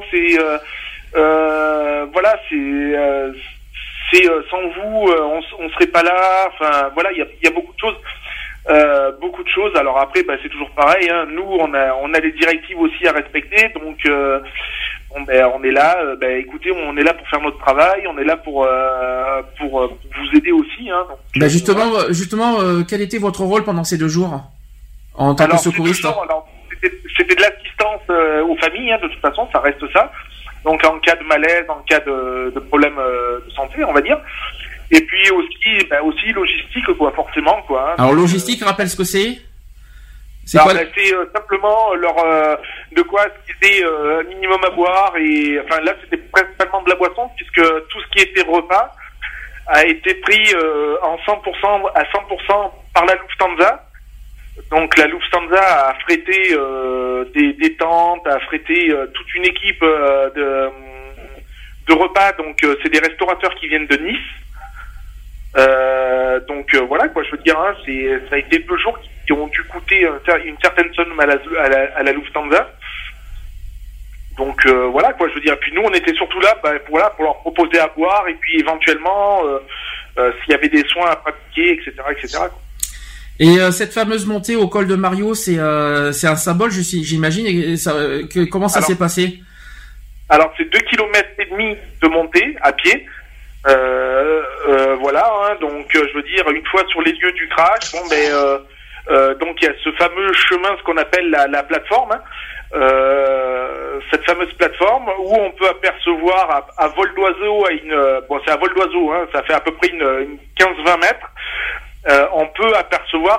sans vous, on serait pas là. Enfin, voilà, il y a beaucoup de choses. Alors après, c'est toujours pareil, hein. Nous, on a les directives aussi à respecter, donc on est là. Écoutez, on est là pour faire notre travail, on est là pour vous aider aussi, hein. Donc, justement, quel était votre rôle pendant ces 2 jours en tant que secouriste? C'était de l'assistance aux familles, hein, de toute façon, ça reste ça. Donc en cas de malaise, en cas de problème de santé, on va dire. Et puis aussi logistique, quoi, forcément, quoi. Hein. Alors logistique, rappelle ce que c'est. C'est simplement de quoi c'était un minimum à boire, et enfin là c'était principalement de la boisson, puisque tout ce qui était repas a été pris à 100% par la Lufthansa. Donc la Lufthansa a frété des tentes, a frété toute une équipe de repas. Donc c'est des restaurateurs qui viennent de Nice. Voilà quoi, je veux dire, hein, ça a été 2 jours qui ont dû coûter une certaine somme à la Lufthansa. Donc voilà quoi, je veux dire. Puis nous on était surtout là pour leur proposer à boire, et puis éventuellement s'il y avait des soins à pratiquer, etc. quoi. Et cette fameuse montée au col de Mario, c'est un symbole, j'imagine. Et comment ça s'est passé? Alors c'est 2,5 km de montée à pied. Voilà, hein, donc je veux dire, une fois sur les lieux du crash, donc il y a ce fameux chemin, ce qu'on appelle la plateforme, hein, cette fameuse plateforme où on peut apercevoir à vol d'oiseau, c'est à vol d'oiseau, hein, ça fait à peu près une 15-20 mètres. On peut apercevoir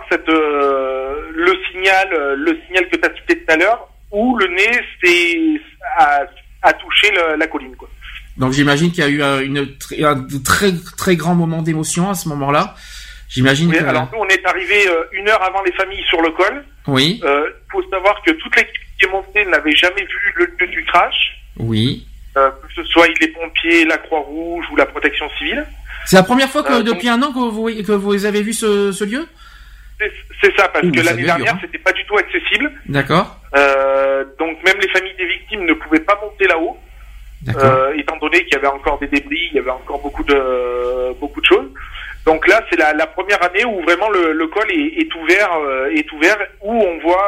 le signal que tu as cité tout à l'heure, où le nez a touché la colline, quoi. Donc j'imagine qu'il y a eu un très très grand moment d'émotion à ce moment-là. J'imagine. Oui, alors nous on est arrivé 1 heure avant les familles sur le col. Oui. Faut savoir que toute l'équipe qui est montée n'avait jamais vu le lieu du crash. Oui. Que ce soit les pompiers, la Croix-Rouge ou la Protection civile. C'est la première fois que depuis 1 an que vous avez vu ce lieu? C'est ça, parce que l'année dernière c'était pas du tout accessible. D'accord. Donc même les familles des victimes ne pouvaient pas monter là-haut. Étant donné qu'il y avait encore des débris, il y avait encore beaucoup de choses. Donc là, c'est la première année où vraiment le col est ouvert, où on voit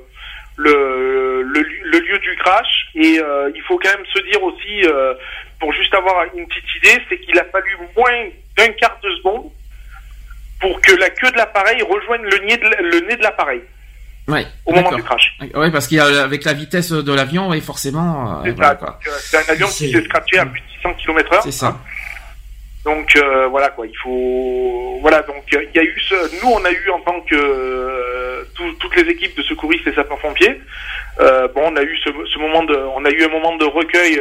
le lieu du crash. Et il faut quand même se dire aussi, pour juste avoir une petite idée, c'est qu'il a fallu moins d'1 quart de seconde pour que la queue de l'appareil rejoigne le nez de l'appareil. Ouais, au moment du crash. Ouais, parce qu'il y a, avec la vitesse de l'avion, oui, forcément. C'est ça. Quoi. C'est un avion qui s'est scratché à plus de 600 km/h. C'est ça. Donc voilà quoi, il faut donc il y a eu nous on a eu en tant que toutes les équipes de secouristes et sapeurs-pompiers, on a eu on a eu un moment de recueil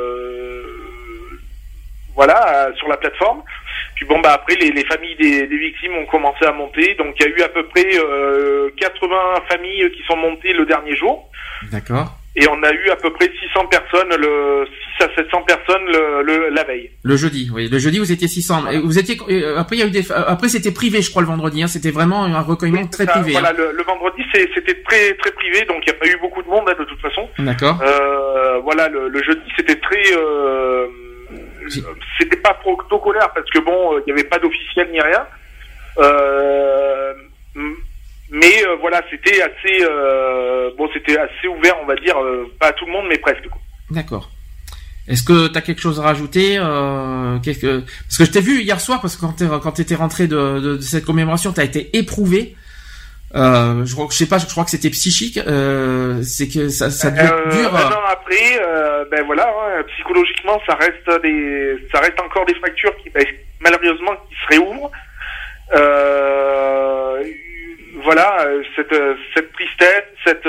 sur la plateforme. Puis après les familles des victimes ont commencé à monter, donc il y a eu à peu près 80 familles qui sont montées le dernier jour. D'accord. Et on a eu à peu près 600 personnes, 600 à 700 personnes la veille. Le jeudi, oui. Le jeudi, vous étiez 600. Et vous étiez, après, il y a eu après, c'était privé, je crois, le vendredi, hein. C'était vraiment un recueillement très privé. Voilà, hein. Le vendredi, c'était très, très privé, donc il n'y a pas eu beaucoup de monde, hein, de toute façon. D'accord. Le jeudi, c'était très, c'était pas protocolaire parce que il n'y avait pas d'officiel ni rien. Mais voilà, c'était assez ouvert, on va dire, pas à tout le monde, mais presque, quoi. D'accord. Est-ce que tu as quelque chose à rajouter parce que je t'ai vu hier soir, parce que quand t'étais rentré de cette commémoration, t'as été éprouvé. Je crois que c'était psychique. C'est que ça doit être dur. Un an après, psychologiquement, ça reste encore des fractures qui, malheureusement, qui se réouvrent. Cette tristesse,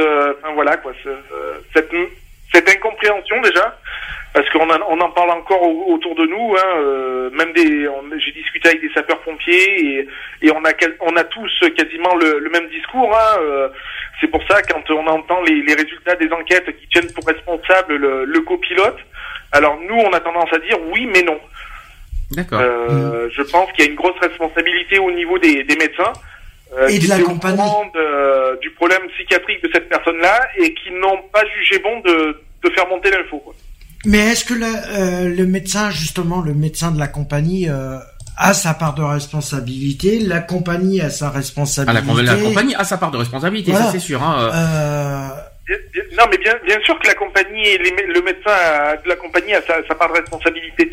cette incompréhension déjà, parce qu'on en parle encore autour de nous, j'ai discuté avec des sapeurs-pompiers et on a tous quasiment le même discours, c'est pour ça, quand on entend les résultats des enquêtes qui tiennent pour responsable le copilote, alors nous on a tendance à dire oui mais non. D'accord. Je pense qu'il y a une grosse responsabilité au niveau des médecins et de la compagnie du problème psychiatrique de cette personne-là et qui n'ont pas jugé bon de faire monter l'info, quoi. Mais est-ce que le médecin de la compagnie a sa part de responsabilité, la compagnie a sa responsabilité. La compagnie a sa part de responsabilité, voilà. Ça c'est sûr. Non, mais bien sûr que la compagnie et le médecin de la compagnie a sa part de responsabilité.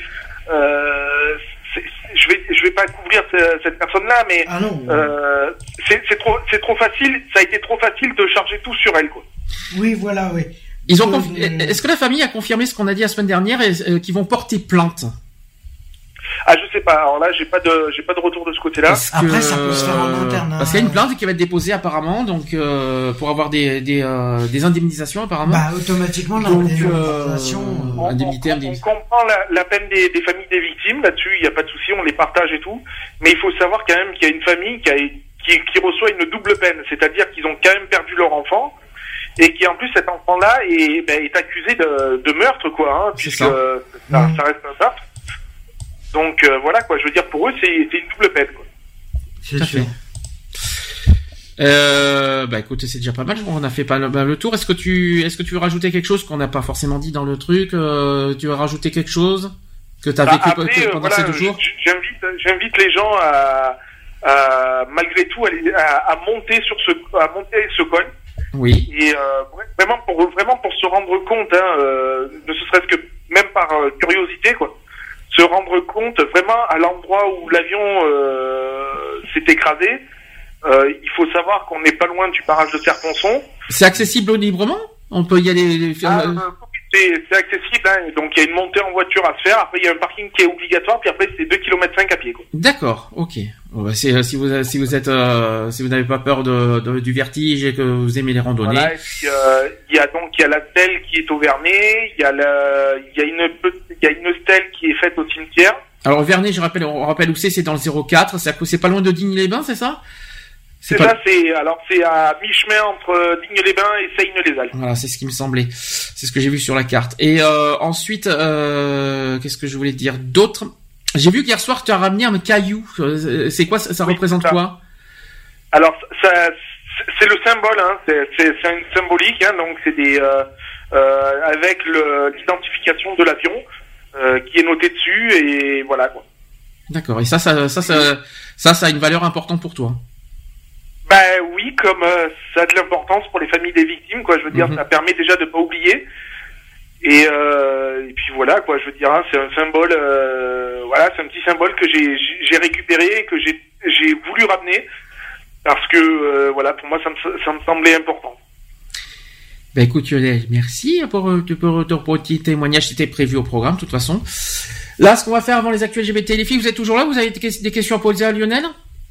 Je vais pas couvrir cette personne-là, mais c'est trop facile. Ça a été trop facile de charger tout sur elle, quoi. Oui, voilà, oui. Est-ce que la famille a confirmé ce qu'on a dit la semaine dernière et qu'ils vont porter plainte? Ah, je sais pas. Alors là, j'ai pas de retour de ce côté-là. Après, ça peut se faire en interne. Parce qu'il y a une plainte qui va être déposée apparemment, donc pour avoir des indemnisations apparemment. Bah automatiquement l'indemnisation. On comprend la peine des familles des victimes là-dessus. Il y a pas de souci, on les partage et tout. Mais il faut savoir quand même qu'il y a une famille qui reçoit une double peine, c'est-à-dire qu'ils ont quand même perdu leur enfant. Et qui en plus cet enfant-là est accusé de meurtre, quoi, puisque ça reste un meurtre. Donc voilà, quoi. Je veux dire, pour eux, c'est une double peine, quoi. C'est sûr. Écoute, c'est déjà pas mal. On a fait pas le tour. Est-ce que tu veux rajouter quelque chose qu'on n'a pas forcément dit dans le truc? Tu veux rajouter quelque chose que t'as vécu pendant ces 2 jours? J'invite les gens à malgré tout à monter ce col. Oui. Et vraiment pour se rendre compte, ne serait-ce que même par curiosité, quoi, se rendre compte vraiment à l'endroit où l'avion s'est écrasé. Il faut savoir qu'on n'est pas loin du barrage de Serponçon. C'est accessible librement? On peut y aller. C'est accessible, donc il y a une montée en voiture à se faire. Après il y a un parking qui est obligatoire, puis après c'est 2,5 km à pied, quoi. D'accord, ok. Bon, si vous n'avez pas peur du vertige et que vous aimez les randonnées. Voilà, et puis, il y a la stèle qui est au Vernet, il y a une stèle qui est faite au cimetière. Alors Vernet, on rappelle où c'est dans le 04, c'est pas loin de Digne-les-Bains, c'est ça? C'est à mi-chemin entre Digne-les-Bains et Seynes-les-Alpes. Voilà, c'est ce qui me semblait. C'est ce que j'ai vu sur la carte. Et ensuite, qu'est-ce que je voulais dire d'autre? J'ai vu qu'hier soir tu as ramené un caillou. C'est quoi ça représente quoi? Alors c'est le symbole, c'est une symbolique, donc c'est avec l'identification de l'avion qui est noté dessus et voilà, quoi. D'accord. Et ça a une valeur importante pour toi? Oui, comme ça a de l'importance pour les familles des victimes, quoi. Je veux dire, ça permet déjà de pas oublier. Et puis voilà, quoi. Je veux dire, c'est un symbole. C'est un petit symbole que j'ai récupéré, que j'ai voulu ramener parce que pour moi ça me semblait important. Écoute, Lionel, merci pour ton petit témoignage. C'était prévu au programme, de toute façon. Là, ce qu'on va faire avant les actuels LGBT, les filles, vous êtes toujours là? Vous avez des questions à poser à Lionel?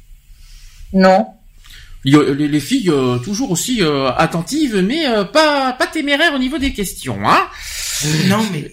Non. Les filles toujours aussi attentives, mais pas téméraires au niveau des questions, hein. Non, mais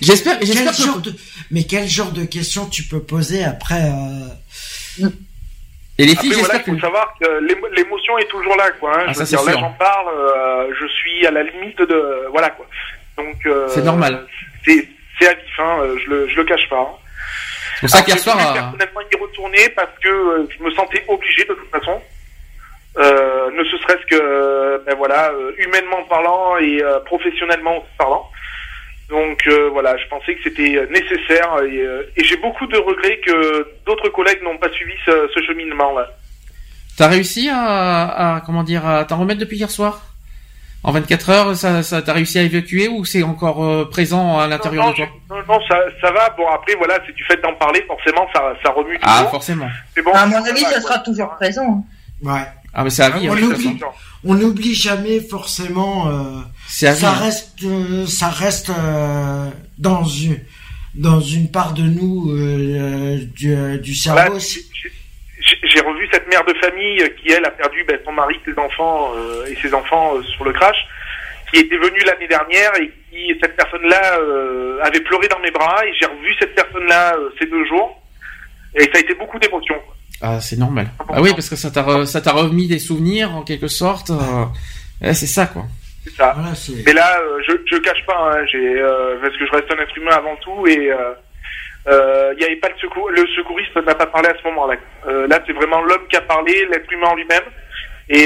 quel genre de questions tu peux poser après Et les filles, il faut savoir que l'émotion est toujours là, quoi. Là, j'en parle, je suis à la limite de voilà, quoi. Donc c'est normal. C'est à vif, je le cache pas. C'est pour ça qu'hier soir, personnellement y retourner parce que je me sentais obligé de toute façon. Ne serait-ce que humainement parlant et professionnellement parlant, Donc voilà, je pensais que c'était nécessaire et j'ai beaucoup de regrets que d'autres collègues n'ont pas suivi ce cheminement-là. T'as réussi à t'en remettre depuis hier soir? En 24 heures, t'as réussi à évacuer ou c'est encore présent à l'intérieur de toi? Non, ça va. Bon, après, voilà, c'est du fait d'en parler, forcément, ça remue toujours. Ah, forcément. Mais bon, à mon avis, ça sera toujours présent. Ouais. Ah, mais c'est à vie. On n'oublie jamais forcément. Ça reste dans une part de nous du cerveau. Voilà, j'ai revu cette mère de famille qui, elle, a perdu son mari, ses enfants et ses enfants sur le crash, qui était venue l'année dernière et qui, cette personne-là, avait pleuré dans mes bras, et j'ai revu cette personne-là ces 2 jours, et ça a été beaucoup d'émotions. Ah, c'est normal. Ah oui, parce que ça t'a remis des souvenirs, en quelque sorte. C'est ça, quoi. C'est ça. Voilà, mais là, je cache pas, parce que je reste un être humain avant tout, et il y avait pas le secouriste n'a pas parlé à ce moment-là. Là, c'est vraiment l'homme qui a parlé, l'être humain en lui-même, et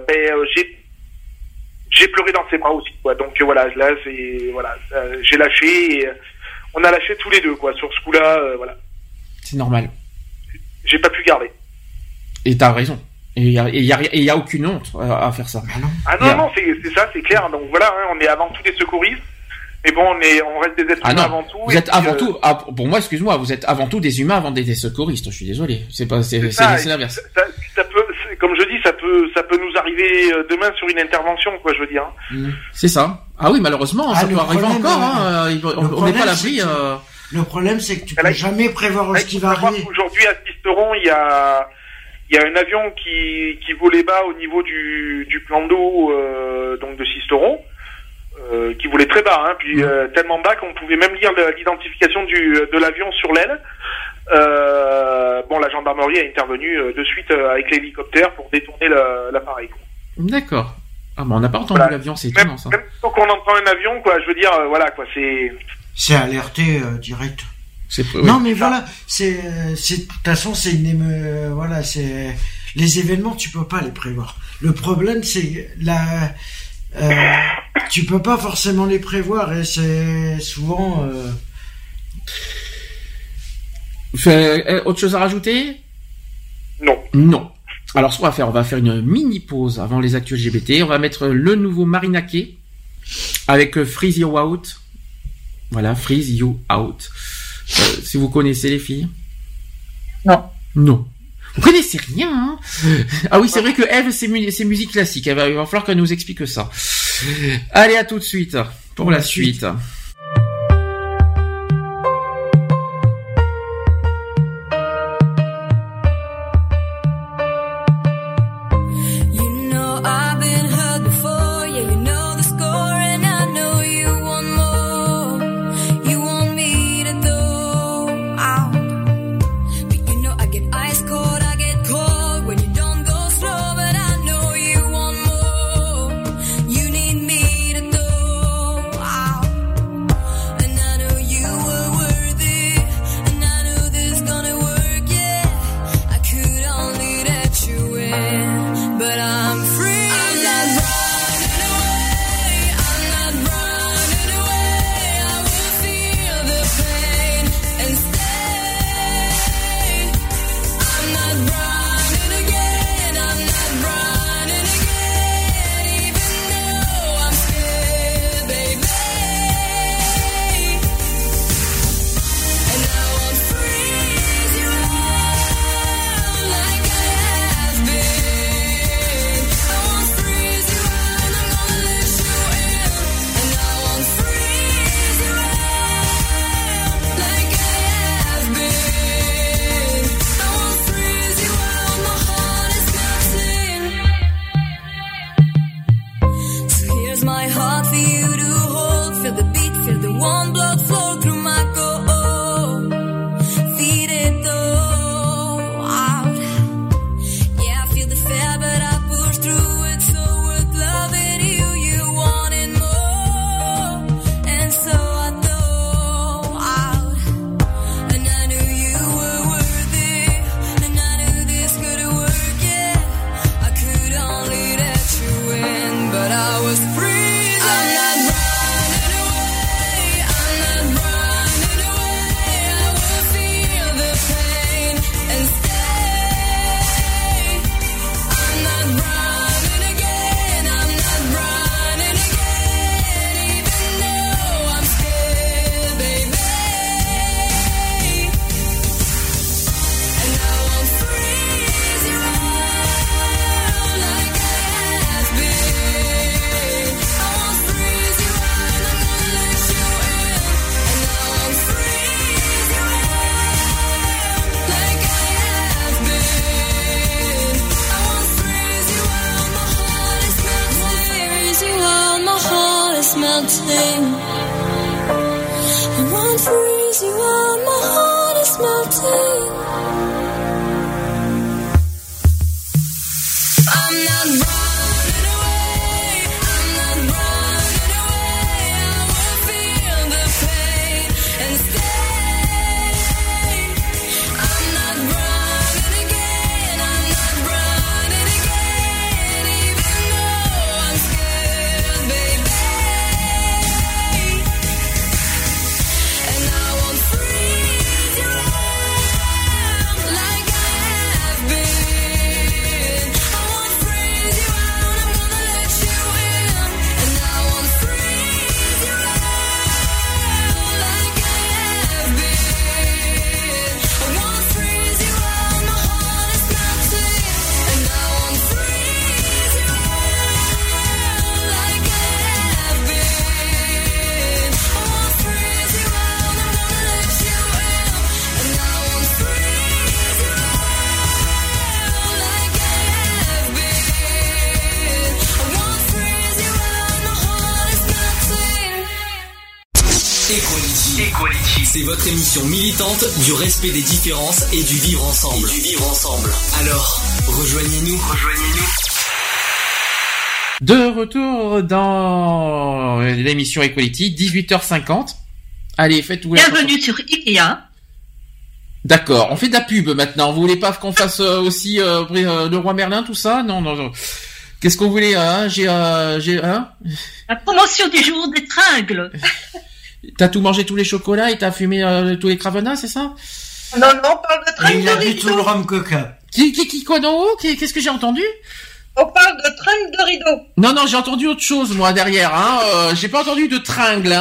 j'ai pleuré dans ses bras aussi, quoi. Donc voilà, là j'ai lâché, et on a lâché tous les deux, quoi. Sur ce coup-là, voilà. C'est normal. J'ai pas pu garder. Et t'as raison. Et il y a aucune honte à faire ça. Non, c'est ça, c'est clair. Donc voilà, on est avant tout des secouristes. Mais bon, on reste des êtres humains avant tout. Vous êtes avant tout, pour moi, excuse-moi, vous êtes avant tout des humains avant des secouristes. Je suis désolé. C'est l'inverse. Ça peut, comme je dis, ça peut nous arriver demain sur une intervention, quoi, je veux dire. C'est ça. Ah oui, malheureusement, ça peut arriver encore, on n'est pas à l'abri, Le problème, c'est que tu peux jamais prévoir ce qui va arriver. Aujourd'hui, à Sisteron, il y a un avion qui volait bas au niveau du plan d'eau, donc de Sisteron. Qui volait très bas, puis tellement bas qu'on pouvait même lire l'identification de l'avion sur l'aile. La gendarmerie a intervenu de suite avec l'hélicoptère pour détourner l'appareil. D'accord. Ah, on n'a pas entendu l'avion, c'est étonnant ça. Même quand on entend un avion, quoi, je veux dire, voilà, quoi, c'est. C'est alerté direct. Oui. Non, mais voilà, c'est de toute façon, c'est c'est les événements, tu peux pas les prévoir. Le problème, c'est tu peux pas forcément les prévoir, et c'est souvent. Autre chose à rajouter? Non. Alors, ce qu'on va faire, on va faire une mini pause avant les actus LGBT. On va mettre le nouveau Marina Kaye avec Freeze You Out. Voilà, Freeze You Out. Si vous connaissez les filles. Non. Vous connaissez rien, hein? Ah oui, c'est vrai que Eve, c'est musique classique. Il va falloir qu'elle nous explique ça. Allez, à tout de suite pour la suite. Equality. C'est votre émission militante du respect des différences et du vivre ensemble. Alors, rejoignez-nous. De retour dans l'émission Equality, 18h50. Allez, faites-vous la Bienvenue sur Ikea. D'accord, on fait de la pub maintenant. Vous voulez pas qu'on fasse aussi le roi Merlin, tout ça? Non. Qu'est-ce qu'on voulait j'ai La promotion du jour des tringles. T'as tout mangé, tous les chocolats, et t'as fumé tous les cravenats, c'est ça? Non, on parle de tringles. Il a bu tout le rhum coca. Qui quoi d'en haut? Qu'est-ce que j'ai entendu? On parle de tringles de rideau. Non, j'ai entendu autre chose, moi, derrière, j'ai pas entendu de tringle,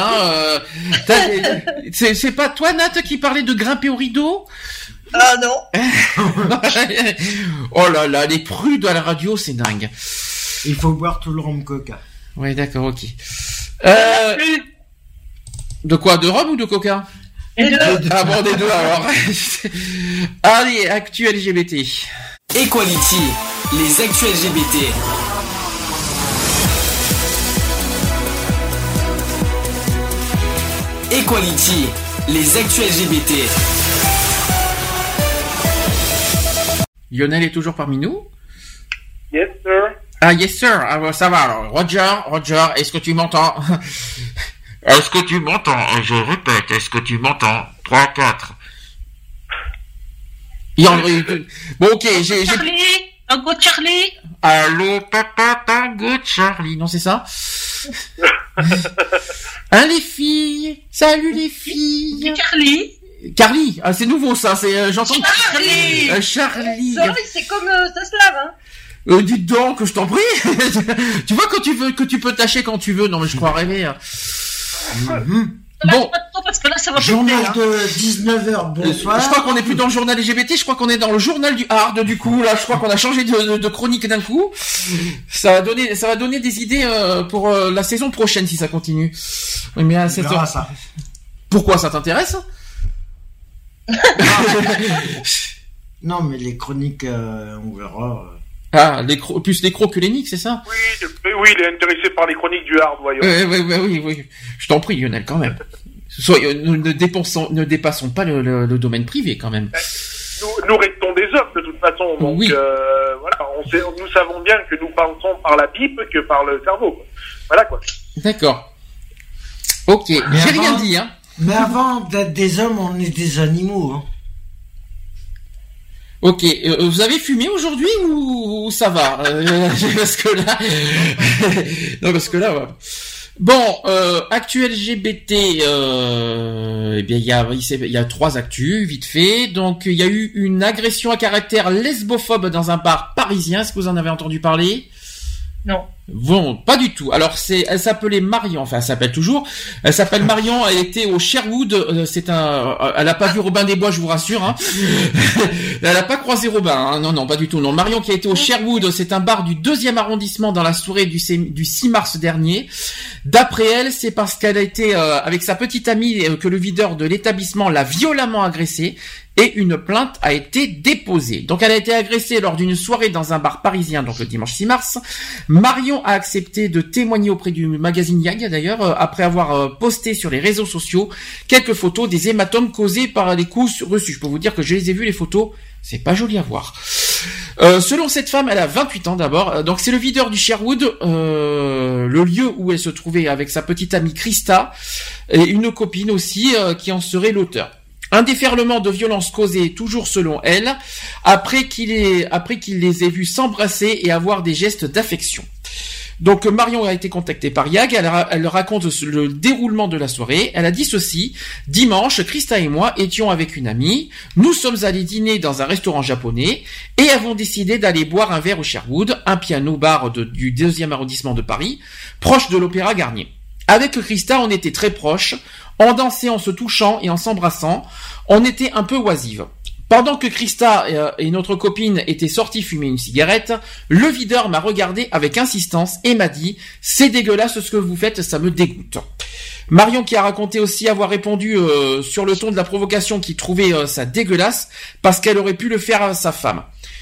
c'est pas toi, Nat, qui parlait de grimper au rideau? Ah non. Oh là là, les prudes à la radio, c'est dingue. Il faut boire tout le rhum coca. Ouais, d'accord, ok. De quoi? De rhum ou de coca? Les deux. Ah bon, des deux, alors. Allez, actu LGBT. Equality, les actus LGBT. Equality, les actus LGBT. Lionel est toujours parmi nous? Yes, sir. Ah, yes, sir. Ah, bah, ça va, alors. Roger, est-ce que tu m'entends? Est-ce que tu m'entends? Je répète, est-ce que tu m'entends? 3, 4. Bon, ok, j'ai... Charlie, Tango Charlie. Allô, papa, Tango Charlie. Non, c'est ça? Hein, les filles? Salut, les filles. Carly. Ah, c'est nouveau, ça. J'entends... Charlie. Charlie. C'est comme ça se lave, hein. Dites donc, je t'en prie. Tu vois, quand tu veux, que tu peux tâcher quand tu veux. Non, mais je crois rêver. Bon. Parce que là, ça va journal péter, de 19h, bonsoir. Je crois qu'on n'est plus dans le journal LGBT, je crois qu'on est dans le journal du hard, du coup. Là, je crois qu'on a changé de chronique d'un coup. Ça va donner des idées pour la saison prochaine si ça continue. Oui, mais c'est ça. Pourquoi ça t'intéresse? Non, mais les chroniques, on verra. Ah, plus les crocs que les nicks, c'est ça? Oui, il est intéressé par les chroniques du hard, voyons. Oui. Je t'en prie, Lionel, quand même. Ne dépassons pas le domaine privé, quand même. Nous restons des hommes, de toute façon. Donc, oui. Voilà, nous savons bien que nous pensons par la pipe que par le cerveau, quoi. Voilà, quoi. D'accord. Ok, j'ai rien dit, hein. Mais avant d'être des hommes, on est des animaux, hein. Ok, vous avez fumé aujourd'hui ou ça va? Parce que là, ouais. Bon, actu LGBT, eh bien il y a 3 actus vite fait. Donc il y a eu une agression à caractère lesbophobe dans un bar parisien. Est-ce que vous en avez entendu parler? Non. Bon, pas du tout. Alors elle s'appelait Marion, enfin elle s'appelle toujours. Elle s'appelle Marion, elle était au Sherwood, elle a pas vu Robin des Bois, je vous rassure, hein. Elle a pas croisé Robin, hein. Non, pas du tout. Non, Marion qui a été au Sherwood, c'est un bar du 2e arrondissement dans la soirée du 6 mars dernier. D'après elle, c'est parce qu'elle a été avec sa petite amie que le videur de l'établissement l'a violemment agressée. Et une plainte a été déposée. Donc elle a été agressée lors d'une soirée dans un bar parisien, donc le dimanche 6 mars. Marion a accepté de témoigner auprès du magazine Yag, d'ailleurs, après avoir posté sur les réseaux sociaux quelques photos des hématomes causés par les coups reçus. Je peux vous dire que je les ai vus, les photos, c'est pas joli à voir. Selon cette femme, elle a 28 ans d'abord, donc c'est le videur du Sherwood, le lieu où elle se trouvait avec sa petite amie Christa, et une copine aussi, qui en serait l'auteur. Un déferlement de violence causé, toujours selon elle, après qu'il les ait vus s'embrasser et avoir des gestes d'affection. Donc Marion a été contactée par Yag, elle raconte le déroulement de la soirée. Elle a dit ceci: dimanche, Christa et moi étions avec une amie, nous sommes allés dîner dans un restaurant japonais et avons décidé d'aller boire un verre au Sherwood, un piano-bar du 2e arrondissement de Paris, proche de l'Opéra Garnier. Avec Christa, on était très proches, on dansait en se touchant et en s'embrassant, on était un peu oisives. Pendant que Christa et notre copine étaient sortis fumer une cigarette, le videur m'a regardé avec insistance et m'a dit « C'est dégueulasse ce que vous faites, ça me dégoûte ». Marion qui a raconté aussi avoir répondu sur le ton de la provocation qu'il trouvait ça dégueulasse parce qu'elle aurait pu le faire à sa femme.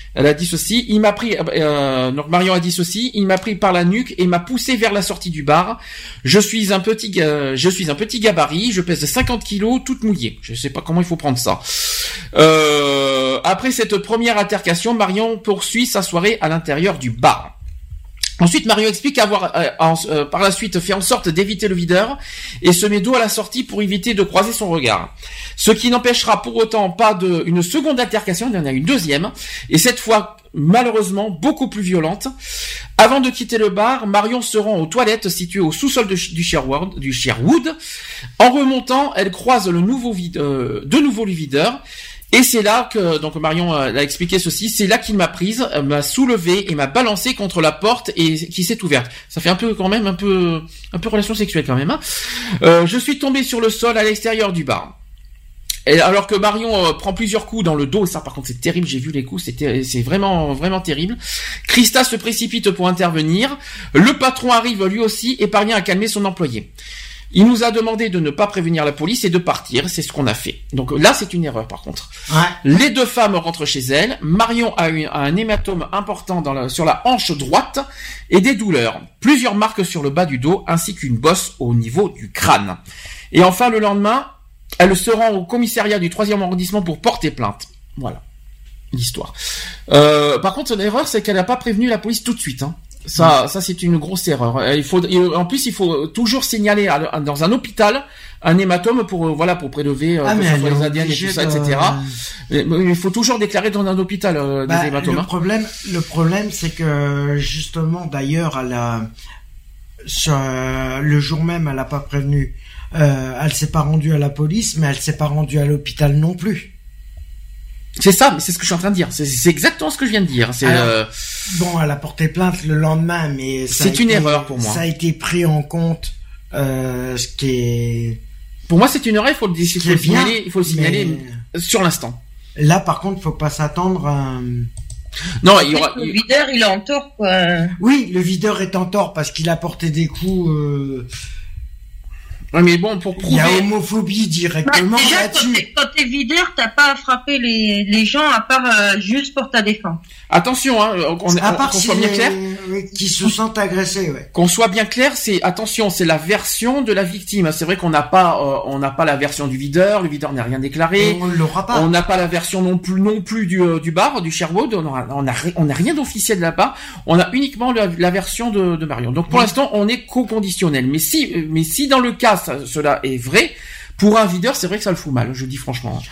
Elle a dit ceci, il m'a pris, donc Marion a dit ceci, il m'a pris par la nuque et m'a poussé vers la sortie du bar. Je suis un petit gabarit, je pèse 50 kilos, toute mouillée. Je sais pas comment il faut prendre ça. Après cette première altercation, Marion poursuit sa soirée à l'intérieur du bar. Ensuite, Marion explique avoir par la suite fait en sorte d'éviter le videur et se met dos à la sortie pour éviter de croiser son regard. Ce qui n'empêchera pour autant pas une seconde altercation, il y en a une deuxième, et cette fois, malheureusement, beaucoup plus violente. Avant de quitter le bar, Marion se rend aux toilettes situées au sous-sol du Sherwood. En remontant, elle croise de nouveau le videur. Et c'est là que, donc Marion a expliqué ceci, c'est là qu'il m'a prise, m'a soulevée et m'a balancée contre la porte et qui s'est ouverte. Ça fait un peu relation sexuelle quand même, hein. Je suis tombé sur le sol à l'extérieur du bar. Et alors que Marion prend plusieurs coups dans le dos, ça par contre c'est terrible, j'ai vu les coups, c'est vraiment terrible. Christa se précipite pour intervenir. Le patron arrive lui aussi et parvient à calmer son employé. Il nous a demandé de ne pas prévenir la police et de partir, c'est ce qu'on a fait. Donc là, c'est une erreur par contre. Ouais. Les deux femmes rentrent chez elles. Marion a un hématome important sur la hanche droite et des douleurs. Plusieurs marques sur le bas du dos ainsi qu'une bosse au niveau du crâne. Et enfin, le lendemain, elle se rend au commissariat du 3e arrondissement pour porter plainte. Voilà l'histoire. Par contre, l'erreur, c'est qu'elle n'a pas prévenu la police tout de suite, hein. Ça c'est une grosse erreur. En plus, il faut toujours signaler dans un hôpital un hématome pour prélever les ADN et tout ça, etc. Il faut toujours déclarer dans un hôpital des hématomes. Le problème, c'est que justement, d'ailleurs, le jour même, elle a pas prévenu. Elle s'est pas rendue à la police, mais elle s'est pas rendue à l'hôpital non plus. C'est ça, mais c'est ce que je suis en train de dire. C'est exactement ce que je viens de dire. Bon, elle a porté plainte le lendemain, mais c'est une erreur pour moi. Ça a été pris en compte, ce qui est. Pour moi, c'est une erreur. Il faut le signaler sur l'instant. Là, par contre, faut pas s'attendre à. Non, le videur, il est en tort, quoi. Oui, le videur est en tort parce qu'il a porté des coups. Ouais, mais bon, pour prouver. Il y a homophobie directement déjà, là-dessus. Quand t'es videur, t'as pas à frapper les gens à part juste pour ta défense. Attention, hein, qu'on soit bien clair. Qui se sentent agressés, ouais. Qu'on soit bien clair, c'est la version de la victime. C'est vrai qu'on n'a pas la version du videur. Le videur n'a rien déclaré. On l'aura pas. On n'a pas la version non plus du bar, du Sherwood. On a rien d'officiel là-bas. On a uniquement la version de Marion. Donc pour l'instant, on est co-conditionnel. Mais si dans le cas cela est vrai, pour un videur, c'est vrai que ça le fout mal. Je dis franchement.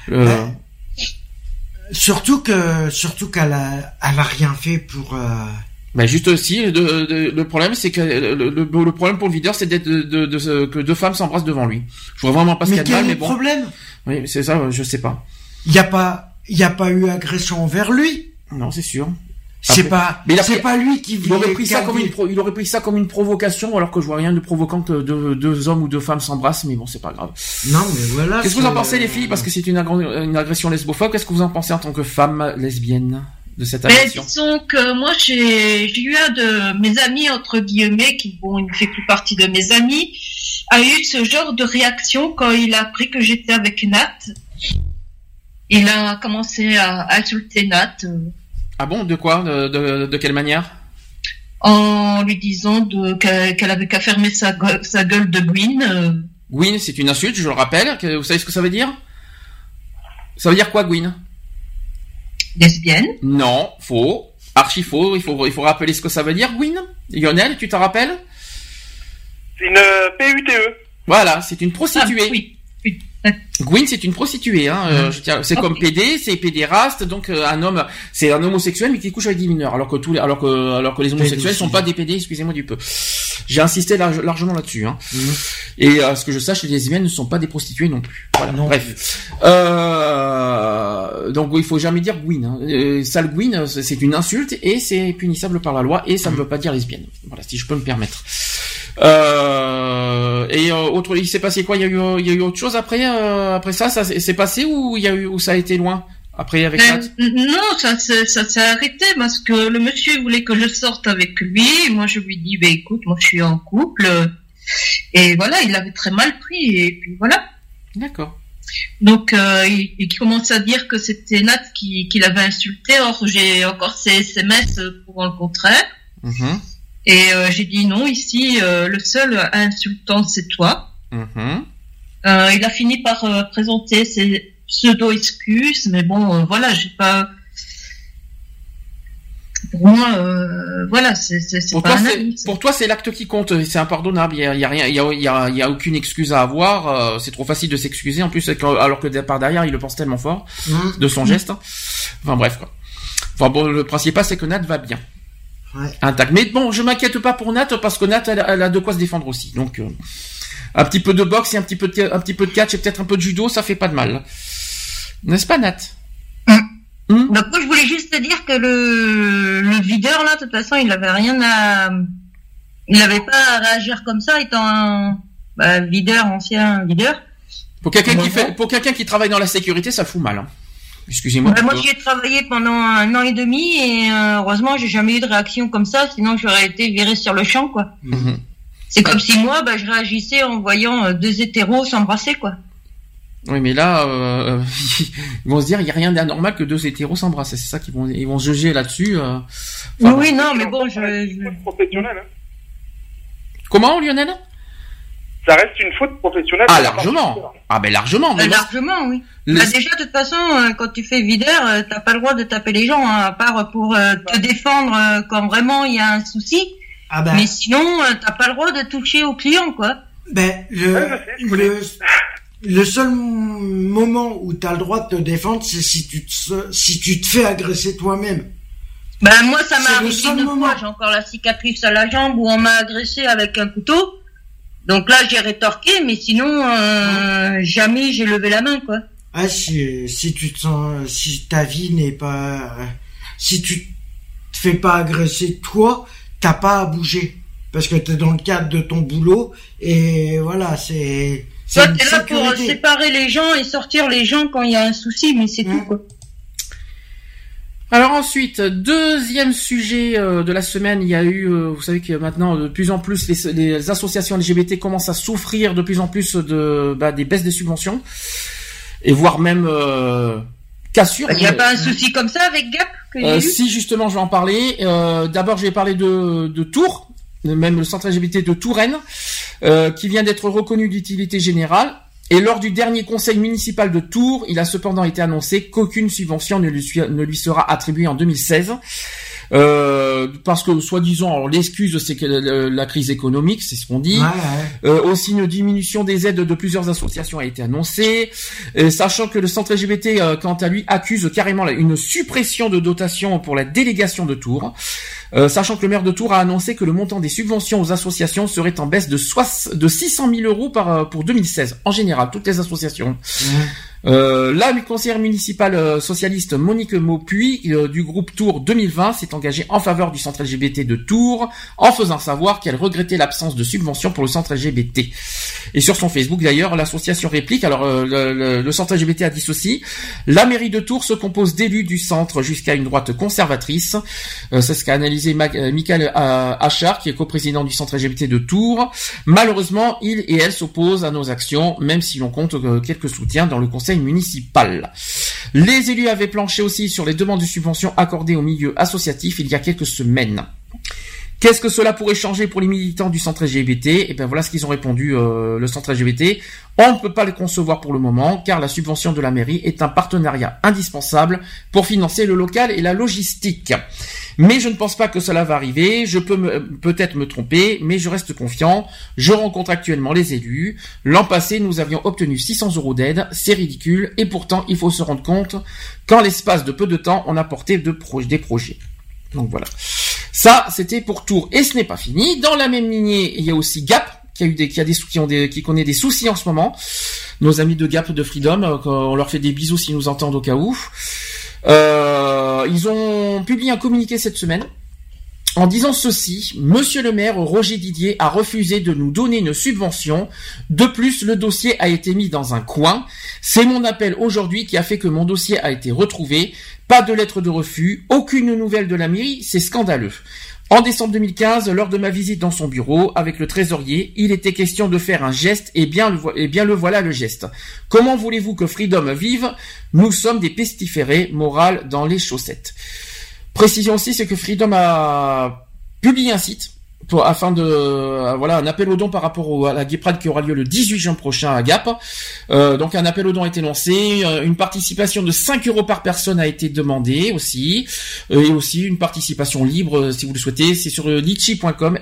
Surtout qu'elle a rien fait pour. Ben juste aussi, le problème, c'est que le problème pour le videur, c'est que deux femmes s'embrassent devant lui. Je vois vraiment pas ce qu'il y a de mal, mais bon. Mais quel est le problème? Oui, c'est ça, je sais pas. Il y a pas eu agression envers lui. Non, c'est sûr. C'est pas lui qui il aurait pris ça comme une provocation, alors que je vois rien de provoquant que deux hommes ou deux femmes s'embrassent, mais bon, c'est pas grave. Non, mais voilà. Qu'est-ce que vous en pensez, les filles? Parce que c'est une agression lesbophobe. Qu'est-ce que vous en pensez en tant que femme lesbienne de cette agression? Disons que moi, j'ai eu un de mes amis, entre guillemets, il ne fait plus partie de mes amis, a eu ce genre de réaction quand il a appris que j'étais avec Nat. Il a commencé à insulter Nat. Ah bon, de quoi? De quelle manière? En lui disant qu'elle avait qu'à fermer sa gueule de Gwyn. Gwyn, c'est une insulte, je le rappelle. Vous savez ce que ça veut dire? Ça veut dire quoi, Gwyn? Lesbienne? Non, faux. Archi faux. Il faut rappeler ce que ça veut dire, Gwyn. Lionel, tu t'en rappelles? C'est une PUTE. Voilà, c'est une prostituée. Ah, oui. Gwyn, c'est une prostituée, hein. C'est comme PD, c'est pédéraste, donc un homme, c'est un homosexuel mais qui couche avec des mineurs, alors que les homosexuels sont pas des PD, excusez-moi du peu. J'ai insisté largement là-dessus, hein. Et à ce que je sache, les lesbiennes ne sont pas des prostituées non plus. Voilà. Non. Bref. Donc il faut jamais dire Gwyn. Hein. Sale Gwyn, c'est une insulte et c'est punissable par la loi et ça ne veut pas dire lesbienne. Voilà, si je peux me permettre. Il s'est passé quoi? Il y a eu autre chose après ça s'est passé ou ça a été loin après avec Nat? Non, ça s'est arrêté parce que le monsieur voulait que je sorte avec lui. Moi, je lui dis, écoute, moi, je suis en couple. Et voilà, il avait très mal pris et puis voilà. D'accord. Donc il commence à dire que c'était Nat qui l'avait insulté. Or j'ai encore ses SMS pour le contraire. Mhm. Et j'ai dit non, ici le seul insultant c'est toi. Mhm. Il a fini par présenter ses pseudo-excuses, mais bon, voilà, j'ai pas. Pour moi, voilà, c'est pour pas toi, un ami. pour toi, c'est l'acte qui compte. C'est impardonnable. Il y a rien, il y a aucune excuse à avoir. C'est trop facile de s'excuser. En plus, alors que par derrière, il le pense tellement fort de son geste. Enfin bref quoi. Enfin bon, le principal c'est que Nat va bien. Ouais. Intact. Mais bon, je m'inquiète pas pour Nat parce que Nat, elle a de quoi se défendre aussi. Donc un petit peu de boxe et un petit peu de catch et peut-être un peu de judo, ça fait pas de mal. N'est-ce pas, Nat? Donc moi je voulais juste te dire que le videur là, de toute façon, il avait pas à réagir comme ça, étant un ancien videur. Pour quelqu'un qui travaille dans la sécurité, ça fout mal. Hein. Excusez-moi. Moi j'y ai travaillé pendant 1 an et demi et heureusement j'ai jamais eu de réaction comme ça, sinon j'aurais été viré sur le champ quoi. Mm-hmm. C'est comme si moi je réagissais en voyant 2 hétéros s'embrasser quoi. Oui, mais là, ils vont se dire, il n'y a rien d'anormal que 2 hétéros s'embrassent. C'est ça qu'ils vont se juger là-dessus. Oui, non, mais bon, professionnel. Hein. Comment, Lionel? Ça reste une faute professionnelle. Ah, largement. Ah, ben largement. Mais largement, oui. Bah, déjà, de toute façon, quand tu fais videur, t'as pas le droit de taper les gens, hein, à part pour te défendre quand vraiment il y a un souci. Ah ben. Mais sinon, t'as pas le droit de toucher au client, quoi. Ben, le seul moment où t'as le droit de te défendre, c'est si tu te fais agresser toi-même. Ben, moi, ça m'est arrivé 2 fois. J'ai encore la cicatrice à la jambe où on m'a agressé avec un couteau. Donc là, j'ai rétorqué, mais sinon, jamais j'ai levé la main, quoi. Ah, si tu te sens, si ta vie n'est pas, si tu te fais pas agresser toi, t'as pas à bouger. Parce que t'es dans le cadre de ton boulot, et voilà, c'est toi, t'es là pour séparer les gens et sortir les gens quand il y a un souci, mais c'est tout, quoi. Alors ensuite, deuxième sujet de la semaine, il y a eu, vous savez que maintenant de plus en plus les associations LGBT commencent à souffrir de plus en plus des baisses des subventions et voire même cassures. Il n'y a pas un souci comme ça avec Gap Si justement, je vais en parler. D'abord, je vais parler de Tours, même le centre LGBT de Touraine, qui vient d'être reconnu d'utilité générale. Et lors du dernier conseil municipal de Tours, il a cependant été annoncé qu'aucune subvention ne lui sera attribuée en 2016. Parce que, soi-disant, alors l'excuse, c'est que la crise économique, c'est ce qu'on dit. Ouais. Aussi, une diminution des aides de plusieurs associations a été annoncée. Sachant que le centre LGBT, quant à lui, accuse carrément une suppression de dotation pour la délégation de Tours. Sachant que le maire de Tours a annoncé que le montant des subventions aux associations serait en baisse de 600 000 euros pour 2016. En général, toutes les associations. La conseillère municipale socialiste Monique Maupuy du groupe Tours 2020 s'est engagée en faveur du centre LGBT de Tours en faisant savoir qu'elle regrettait l'absence de subventions pour le centre LGBT. Et sur son Facebook d'ailleurs, l'association réplique, alors le centre LGBT a dit ceci: la mairie de Tours se compose d'élus du centre jusqu'à une droite conservatrice. C'est ce qu'a analysé Michael Achard, qui est coprésident du centre LGBT de Tours. Malheureusement, il et elle s'opposent à nos actions, même si l'on compte quelques soutiens dans le conseil municipal. Les élus avaient planché aussi sur les demandes de subventions accordées au milieu associatif il y a quelques semaines. Qu'est-ce que cela pourrait changer pour les militants du centre LGBT? Et bien voilà ce qu'ils ont répondu, le centre LGBT. On ne peut pas le concevoir pour le moment, car la subvention de la mairie est un partenariat indispensable pour financer le local et la logistique. Mais je ne pense pas que cela va arriver, je peux peut-être me tromper, mais je reste confiant. Je rencontre actuellement les élus. L'an passé, nous avions obtenu 600 euros d'aide, c'est ridicule, et pourtant, il faut se rendre compte qu'en l'espace de peu de temps, on a porté des projets. Donc voilà. Ça, c'était pour Tours. Et ce n'est pas fini. Dans la même lignée, il y a aussi Gap, qui connaît des soucis en ce moment. Nos amis de Gap, de Freedom, on leur fait des bisous s'ils nous entendent au cas où. Ils ont publié un communiqué cette semaine En disant ceci, Monsieur le maire Roger Didier a refusé de nous donner une subvention. De plus, le dossier a été mis dans un coin. C'est mon appel aujourd'hui qui a fait que mon dossier a été retrouvé. Pas de lettre de refus, aucune nouvelle de la mairie, c'est scandaleux. En décembre 2015, lors de ma visite dans son bureau avec le trésorier, il était question de faire un geste et bien le voilà le geste. Comment voulez-vous que Freedom vive ? Nous sommes des pestiférés, morale dans les chaussettes. Précision aussi, c'est que Freedom a publié un site afin de un appel aux dons par rapport à la Gay Pride qui aura lieu le 18 juin prochain à Gap. Donc un appel aux dons a été lancé, une participation de 5 € par personne a été demandée aussi, et aussi une participation libre si vous le souhaitez. C'est sur litchi.com,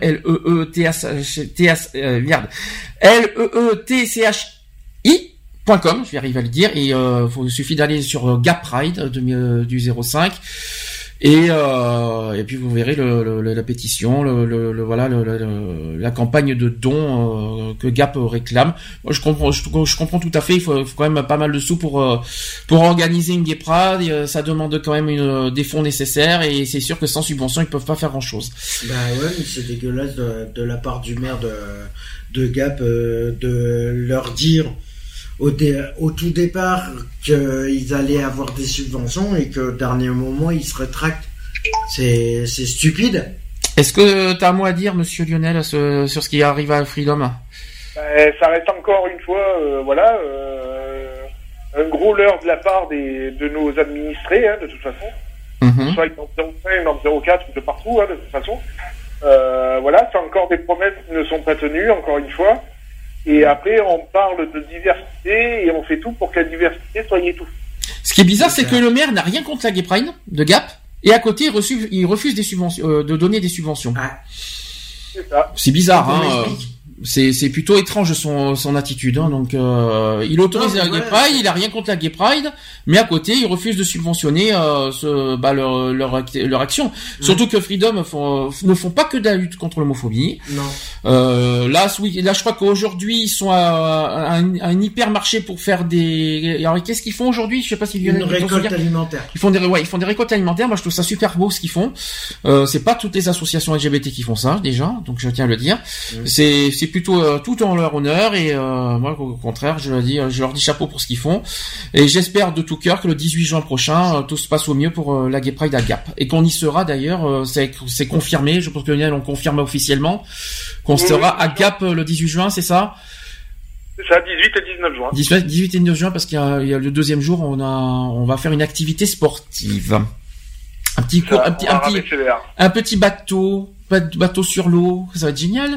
LEETCHI.com, je vais arriver à le dire, et il suffit d'aller sur Gap Pride du 05. Et puis vous verrez la pétition, la campagne de dons que Gap réclame. Moi je comprends tout à fait. Il faut quand même pas mal de sous pour organiser une Gay Pride. Ça demande quand même des fonds nécessaires et c'est sûr que sans subvention ils peuvent pas faire grand chose. Bah ouais, mais c'est dégueulasse de la part du maire de Gap de leur dire au tout départ qu'ils allaient avoir des subventions et qu'au dernier moment ils se rétractent. C'est stupide. Est-ce que t'as un mot à dire, monsieur Lionel, sur ce qui arrive à Freedom ? Ça reste encore une fois, un gros leurre de la part de nos administrés, de toute façon. Mm-hmm. Soit dans 05, dans 04, de partout, de toute façon. C'est encore des promesses qui ne sont pas tenues, encore une fois. Et après, on parle de diversité et on fait tout pour que la diversité soit étouffée. Ce qui est bizarre, c'est que le maire n'a rien contre la Gay Pride de Gap, et à côté, il refuse des subventions, de donner des subventions. Ah. C'est ça. C'est bizarre, c'est plutôt étrange son attitude, donc il autorise la Gay Pride, il a rien contre la Gay Pride, mais à côté il refuse de subventionner leur action. Surtout que Freedom ne font pas que de la lutte contre l'homophobie. Non. Là je crois qu'aujourd'hui ils sont à un hypermarché pour faire des. Alors qu'est-ce qu'ils font aujourd'hui ? Je sais pas si une récolte alimentaire. Ils font des récoltes alimentaires. Moi je trouve ça super beau ce qu'ils font. C'est pas toutes les associations LGBT qui font ça déjà, donc je tiens à le dire. C'est plutôt tout en leur honneur et moi au contraire je leur dis chapeau pour ce qu'ils font et j'espère de tout cœur que le 18 juin prochain tout se passe au mieux pour la Gay Pride à Gap et qu'on y sera d'ailleurs, c'est confirmé, je pense que Lionel on confirme officiellement qu'on sera à Gap le 18 juin, c'est ça ? C'est ça, 18 et 19 juin. 18 et 19 juin parce qu'il y a le deuxième jour on va faire une activité sportive. Un petit bateau sur l'eau, ça va être génial.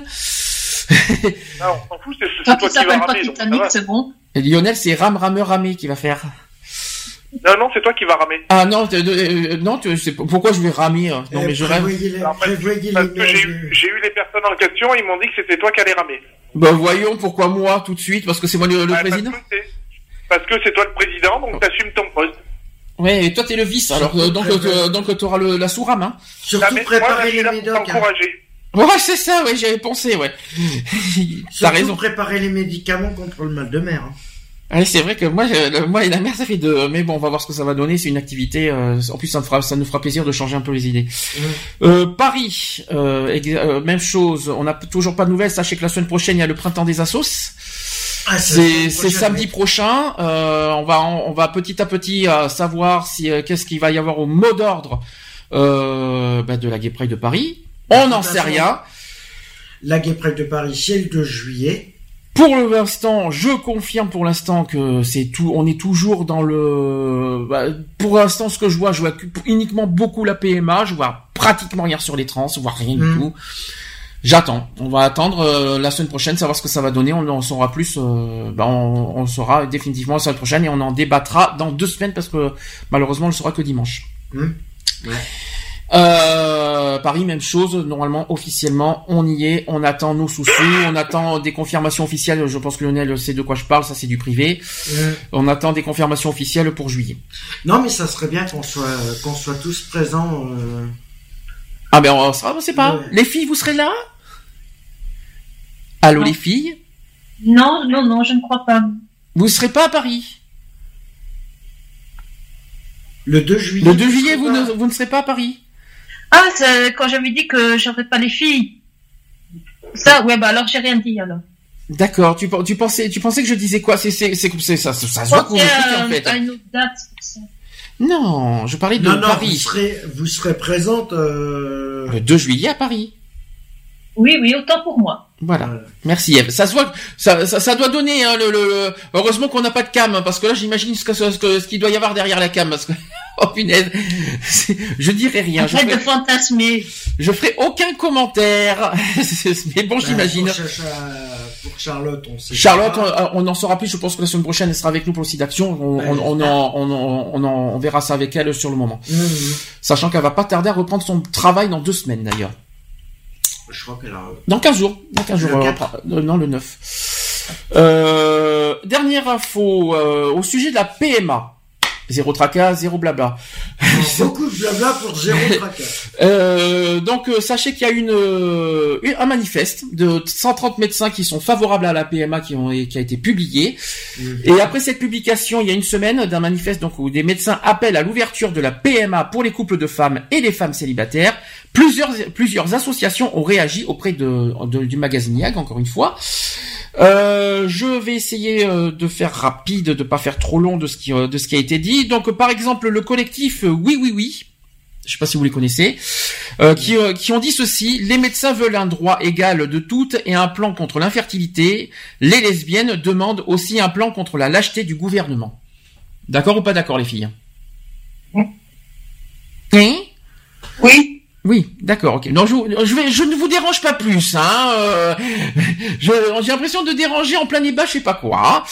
Non, on s'en fout, c'est toi qui vas ramer. Titanic, c'est bon. Et Lionel, c'est ramé qui va faire. Non, c'est toi qui vas ramer. Ah non, non, pourquoi je vais ramer Non, mais je rêve. Parce que j'ai eu les personnes en question, ils m'ont dit que c'était toi qui allais ramer. Bah voyons, pourquoi moi tout de suite ? Parce que c'est moi le président. Parce que c'est toi le président, donc t'assumes ton poste. Ouais, et toi t'es le vice, alors donc t'auras la sous-rame, hein. Surtout préparer les médocs. Ouais, c'est ça, ouais, j'avais pensé, ouais. T'as raison. Préparer les médicaments contre le mal de mer. Ouais, c'est vrai que moi et la mer, ça fait deux. Mais bon, on va voir ce que ça va donner. C'est une activité. En plus, ça nous fera plaisir de changer un peu les idées. Paris, même chose. On n'a toujours pas de nouvelles. Sachez que la semaine prochaine, il y a le printemps des assos. C'est samedi prochain. On va petit à petit savoir qu'est-ce qu'il va y avoir au mot d'ordre de la Gay Pride de Paris. On n'en sait rien. La Gay Pride de Paris, c'est le 2 juillet. Pour l'instant, je confirme que c'est tout. On est toujours dans le. Pour l'instant, ce que je vois uniquement beaucoup la PMA. Je vois pratiquement rien sur les trans, je vois rien du tout. J'attends. On va attendre la semaine prochaine, savoir ce que ça va donner. On en saura plus. On saura définitivement la semaine prochaine et on en débattra dans 2 semaines parce que malheureusement, on le saura que dimanche. Ouais. Paris, même chose. Normalement, officiellement, on y est. On attend nos sous-sous. On attend des confirmations officielles. Je pense que Lionel sait de quoi je parle. Ça, c'est du privé. On attend des confirmations officielles pour juillet. Non, mais ça serait bien qu'on soit tous présents. Ah ben, on sait pas. Ouais. Les filles, vous serez là ? Allô, non. Les filles ? Non, je ne crois pas. Vous serez pas à Paris ? Le 2 juillet. Le 2 juillet, vous ne serez pas à Paris ? Ah, c'est quand j'avais dit que j'aurais pas les filles. Ça, ouais, bah alors j'ai rien dit alors. D'accord. Tu pensais que je disais quoi? C'est ça se voit qu'on écoute en fait. À une autre date. Ça. Non, je parlais de Paris. Vous serez présente le 2 juillet à Paris. Oui, autant pour moi. Voilà. Merci Eve. Ça se voit, ça doit donner hein, heureusement qu'on n'a pas de cam, parce que là j'imagine ce qu'il doit y avoir derrière la cam, parce que oh punaise, je dirais rien. Arrête de fantasmer. Je ferai aucun commentaire. Mais bon, j'imagine. Pour Charlotte, on en saura plus. Je pense que la semaine prochaine, elle sera avec nous pour le site d'action. On verra ça avec elle sur le moment. Sachant qu'elle va pas tarder à reprendre son travail dans 2 semaines d'ailleurs. Je crois qu'elle a... Dans 15 jours. Non, le 9. Dernière info au sujet de la PMA. 0 tracas, 0 blabla. Beaucoup de blabla pour 0 tracas. Donc sachez qu'il y a un manifeste de 130 médecins qui sont favorables à la PMA qui a été publié. Et après cette publication, il y a une semaine d'un manifeste donc où des médecins appellent à l'ouverture de la PMA pour les couples de femmes et les femmes célibataires. Plusieurs associations ont réagi auprès du magazine YAG, encore une fois. Je vais essayer de faire rapide, de pas faire trop long de ce qui a été dit. Donc par exemple le collectif Oui, je sais pas si vous les connaissez, qui ont dit ceci: les médecins veulent un droit égal de toutes et un plan contre l'infertilité. Les lesbiennes demandent aussi un plan contre la lâcheté du gouvernement. D'accord ou pas d'accord les filles? Hein? Oui, d'accord, ok. Non, je ne vous dérange pas plus, hein. J'ai l'impression de déranger en plein débat, je sais pas quoi.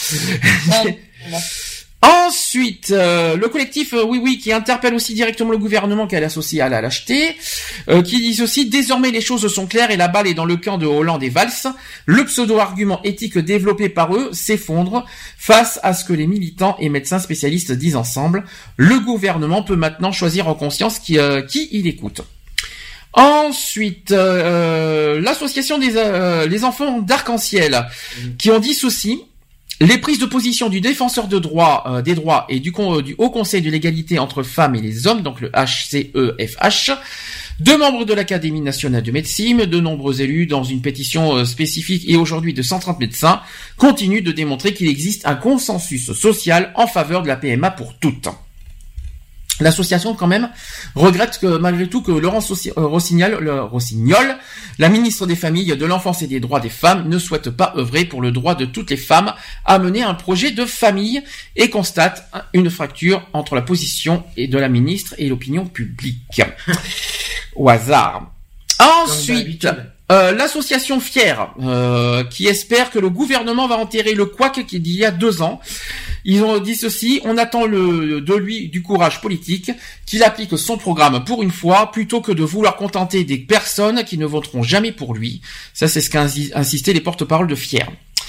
Ensuite, le collectif Oui, qui interpelle aussi directement le gouvernement qu'elle associe à la lâcheté, qui dit aussi: désormais les choses sont claires et la balle est dans le camp de Hollande et Valls. Le pseudo-argument éthique développé par eux s'effondre face à ce que les militants et médecins spécialistes disent ensemble. Le gouvernement peut maintenant choisir en conscience qui il écoute. Ensuite, l'association les enfants d'Arc-en-Ciel, qui ont dit ceci: les prises de position du défenseur des droits et du Haut Conseil de l'égalité entre femmes et les hommes, donc le HCEFH, de membres de l'Académie nationale de médecine, de nombreux élus dans une pétition spécifique et aujourd'hui de 130 médecins, continuent de démontrer qu'il existe un consensus social en faveur de la PMA pour toutes. L'association, quand même, regrette que, malgré tout, que Laurence Rossignol, la ministre des Familles, de l'Enfance et des Droits des Femmes, ne souhaite pas œuvrer pour le droit de toutes les femmes à mener un projet de famille et constate une fracture entre la position de la ministre et l'opinion publique. Au hasard. Ensuite, l'association Fier, qui espère que le gouvernement va enterrer le couac d'il y a 2 ans. Ils ont dit ceci: on attend de lui du courage politique, qu'il applique son programme pour une fois, plutôt que de vouloir contenter des personnes qui ne voteront jamais pour lui. Ça, c'est ce qu'a insisté les porte-paroles de Fier.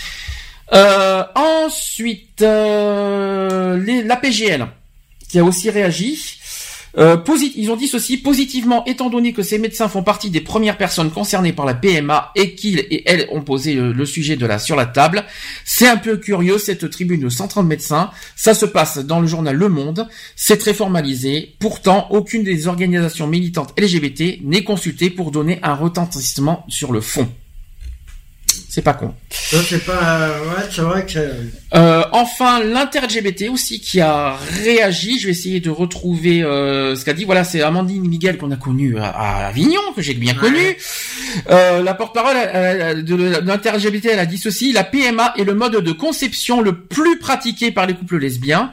Ensuite, la PGL, qui a aussi réagi. Ils ont dit ceci: positivement, étant donné que ces médecins font partie des premières personnes concernées par la PMA et qu'ils et elles ont posé le sujet sur la table, c'est un peu curieux cette tribune de 130 médecins. Ça se passe dans le journal Le Monde, c'est très formalisé. Pourtant, aucune des organisations militantes LGBT n'est consultée pour donner un retentissement sur le fond. C'est pas con. Ça, c'est pas... Ouais, c'est vrai que... Enfin, l'inter-LGBT aussi qui a réagi. Je vais essayer de retrouver ce qu'a dit. Voilà, c'est Amandine Miguel qu'on a connue à Avignon, que j'ai bien connue. La porte-parole de l'inter-LGBT, elle a dit ceci: la PMA est le mode de conception le plus pratiqué par les couples lesbiens.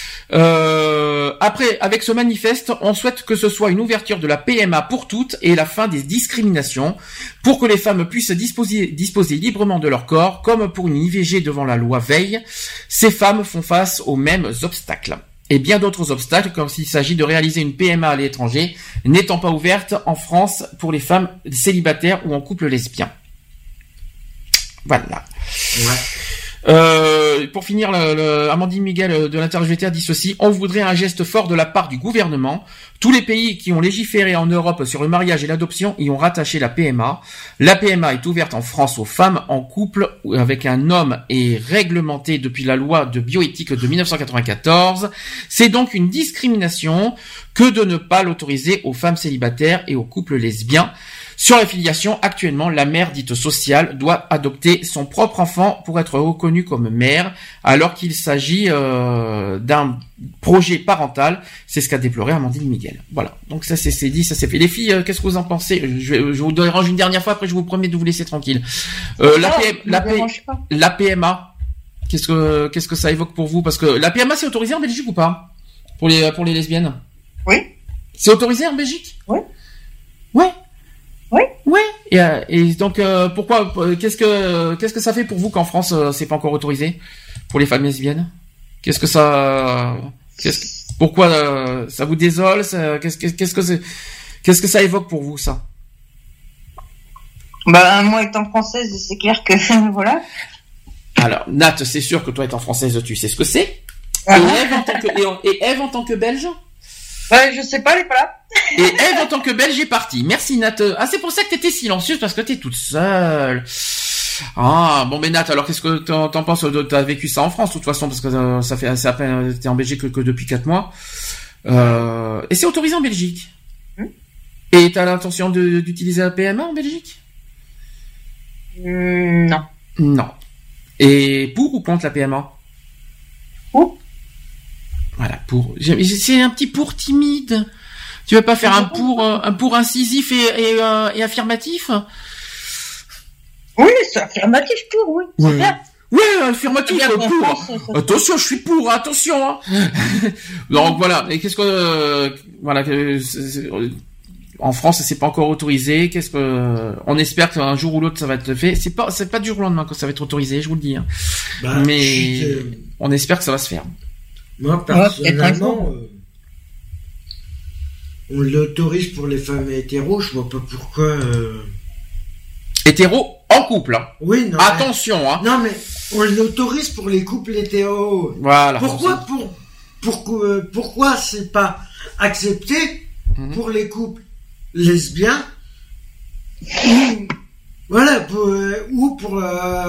Après, avec ce manifeste, on souhaite que ce soit une ouverture de la PMA pour toutes et la fin des discriminations, pour que les femmes puissent disposer librement de leur corps, comme pour une IVG devant la loi Veil. Ces femmes font face aux mêmes obstacles. Et bien d'autres obstacles, comme s'il s'agit de réaliser une PMA à l'étranger, n'étant pas ouverte en France pour les femmes célibataires ou en couple lesbien. Voilà. Ouais. Pour finir, Amandine Miguel de l'Inter-LGBT dit ceci: on voudrait un geste fort de la part du gouvernement. Tous les pays qui ont légiféré en Europe sur le mariage et l'adoption y ont rattaché la PMA. La PMA est ouverte en France aux femmes en couple avec un homme et réglementée depuis la loi de bioéthique de 1994. C'est donc une discrimination que de ne pas l'autoriser aux femmes célibataires et aux couples lesbiens. Sur la filiation, actuellement, la mère dite sociale doit adopter son propre enfant pour être reconnue comme mère, alors qu'il s'agit d'un projet parental. C'est ce qu'a déploré Amandine Miguel. Voilà. Donc ça c'est dit, ça c'est fait. Les filles, qu'est-ce que vous en pensez? Je vous dérange une dernière fois, après je vous promets de vous laisser tranquille. La PMA. Qu'est-ce que ça évoque pour vous? Parce que la PMA c'est autorisé en Belgique ou pas? Pour les lesbiennes? Oui. C'est autorisé en Belgique? Oui. Ouais. Oui. Ouais. Et donc pourquoi qu'est-ce que ça fait pour vous qu'en France c'est pas encore autorisé pour les femmes lesbiennes? Pourquoi ça vous désole? Qu'est-ce que ça évoque pour vous ça? Bah moi étant française, c'est clair que voilà. Alors Nat, c'est sûr que toi étant française, tu sais ce que c'est. Et Ève en tant que Belge? Ouais, je sais pas, elle est pas là. Et Ève en tant que Belge est partie. Merci Nat. Ah, c'est pour ça que t'étais silencieuse, parce que t'es toute seule. Ah, bon, mais Nat, alors qu'est-ce que t'en penses? T'as vécu ça en France, de toute façon, parce que ça fait à peine, t'es en Belgique que depuis 4 mois. Et c'est autorisé en Belgique. Et t'as l'intention d'utiliser la PMA en Belgique? Non. Non. Et pour ou contre la PMA? Pour. Voilà, pour. C'est un petit pour timide. Tu veux pas faire un pour incisif et affirmatif? Oui, c'est affirmatif pour, oui. Ouais. C'est bien. Ouais, affirmatif pour. Attention, je suis pour, attention. Hein. Donc voilà. Et qu'est-ce que voilà, en France, c'est pas encore autorisé. On espère qu'un jour ou l'autre ça va être fait. C'est pas du jour au lendemain que ça va être autorisé, je vous le dis. Hein. Mais on espère que ça va se faire. Moi, personnellement, on l'autorise pour les femmes hétéros, je vois pas pourquoi... Hétéros en couple, hein. Oui, non. Attention, mais... hein. Non, mais on l'autorise pour les couples hétéros. Voilà. Pourquoi c'est pas accepté pour les couples lesbiens? Voilà, ou pour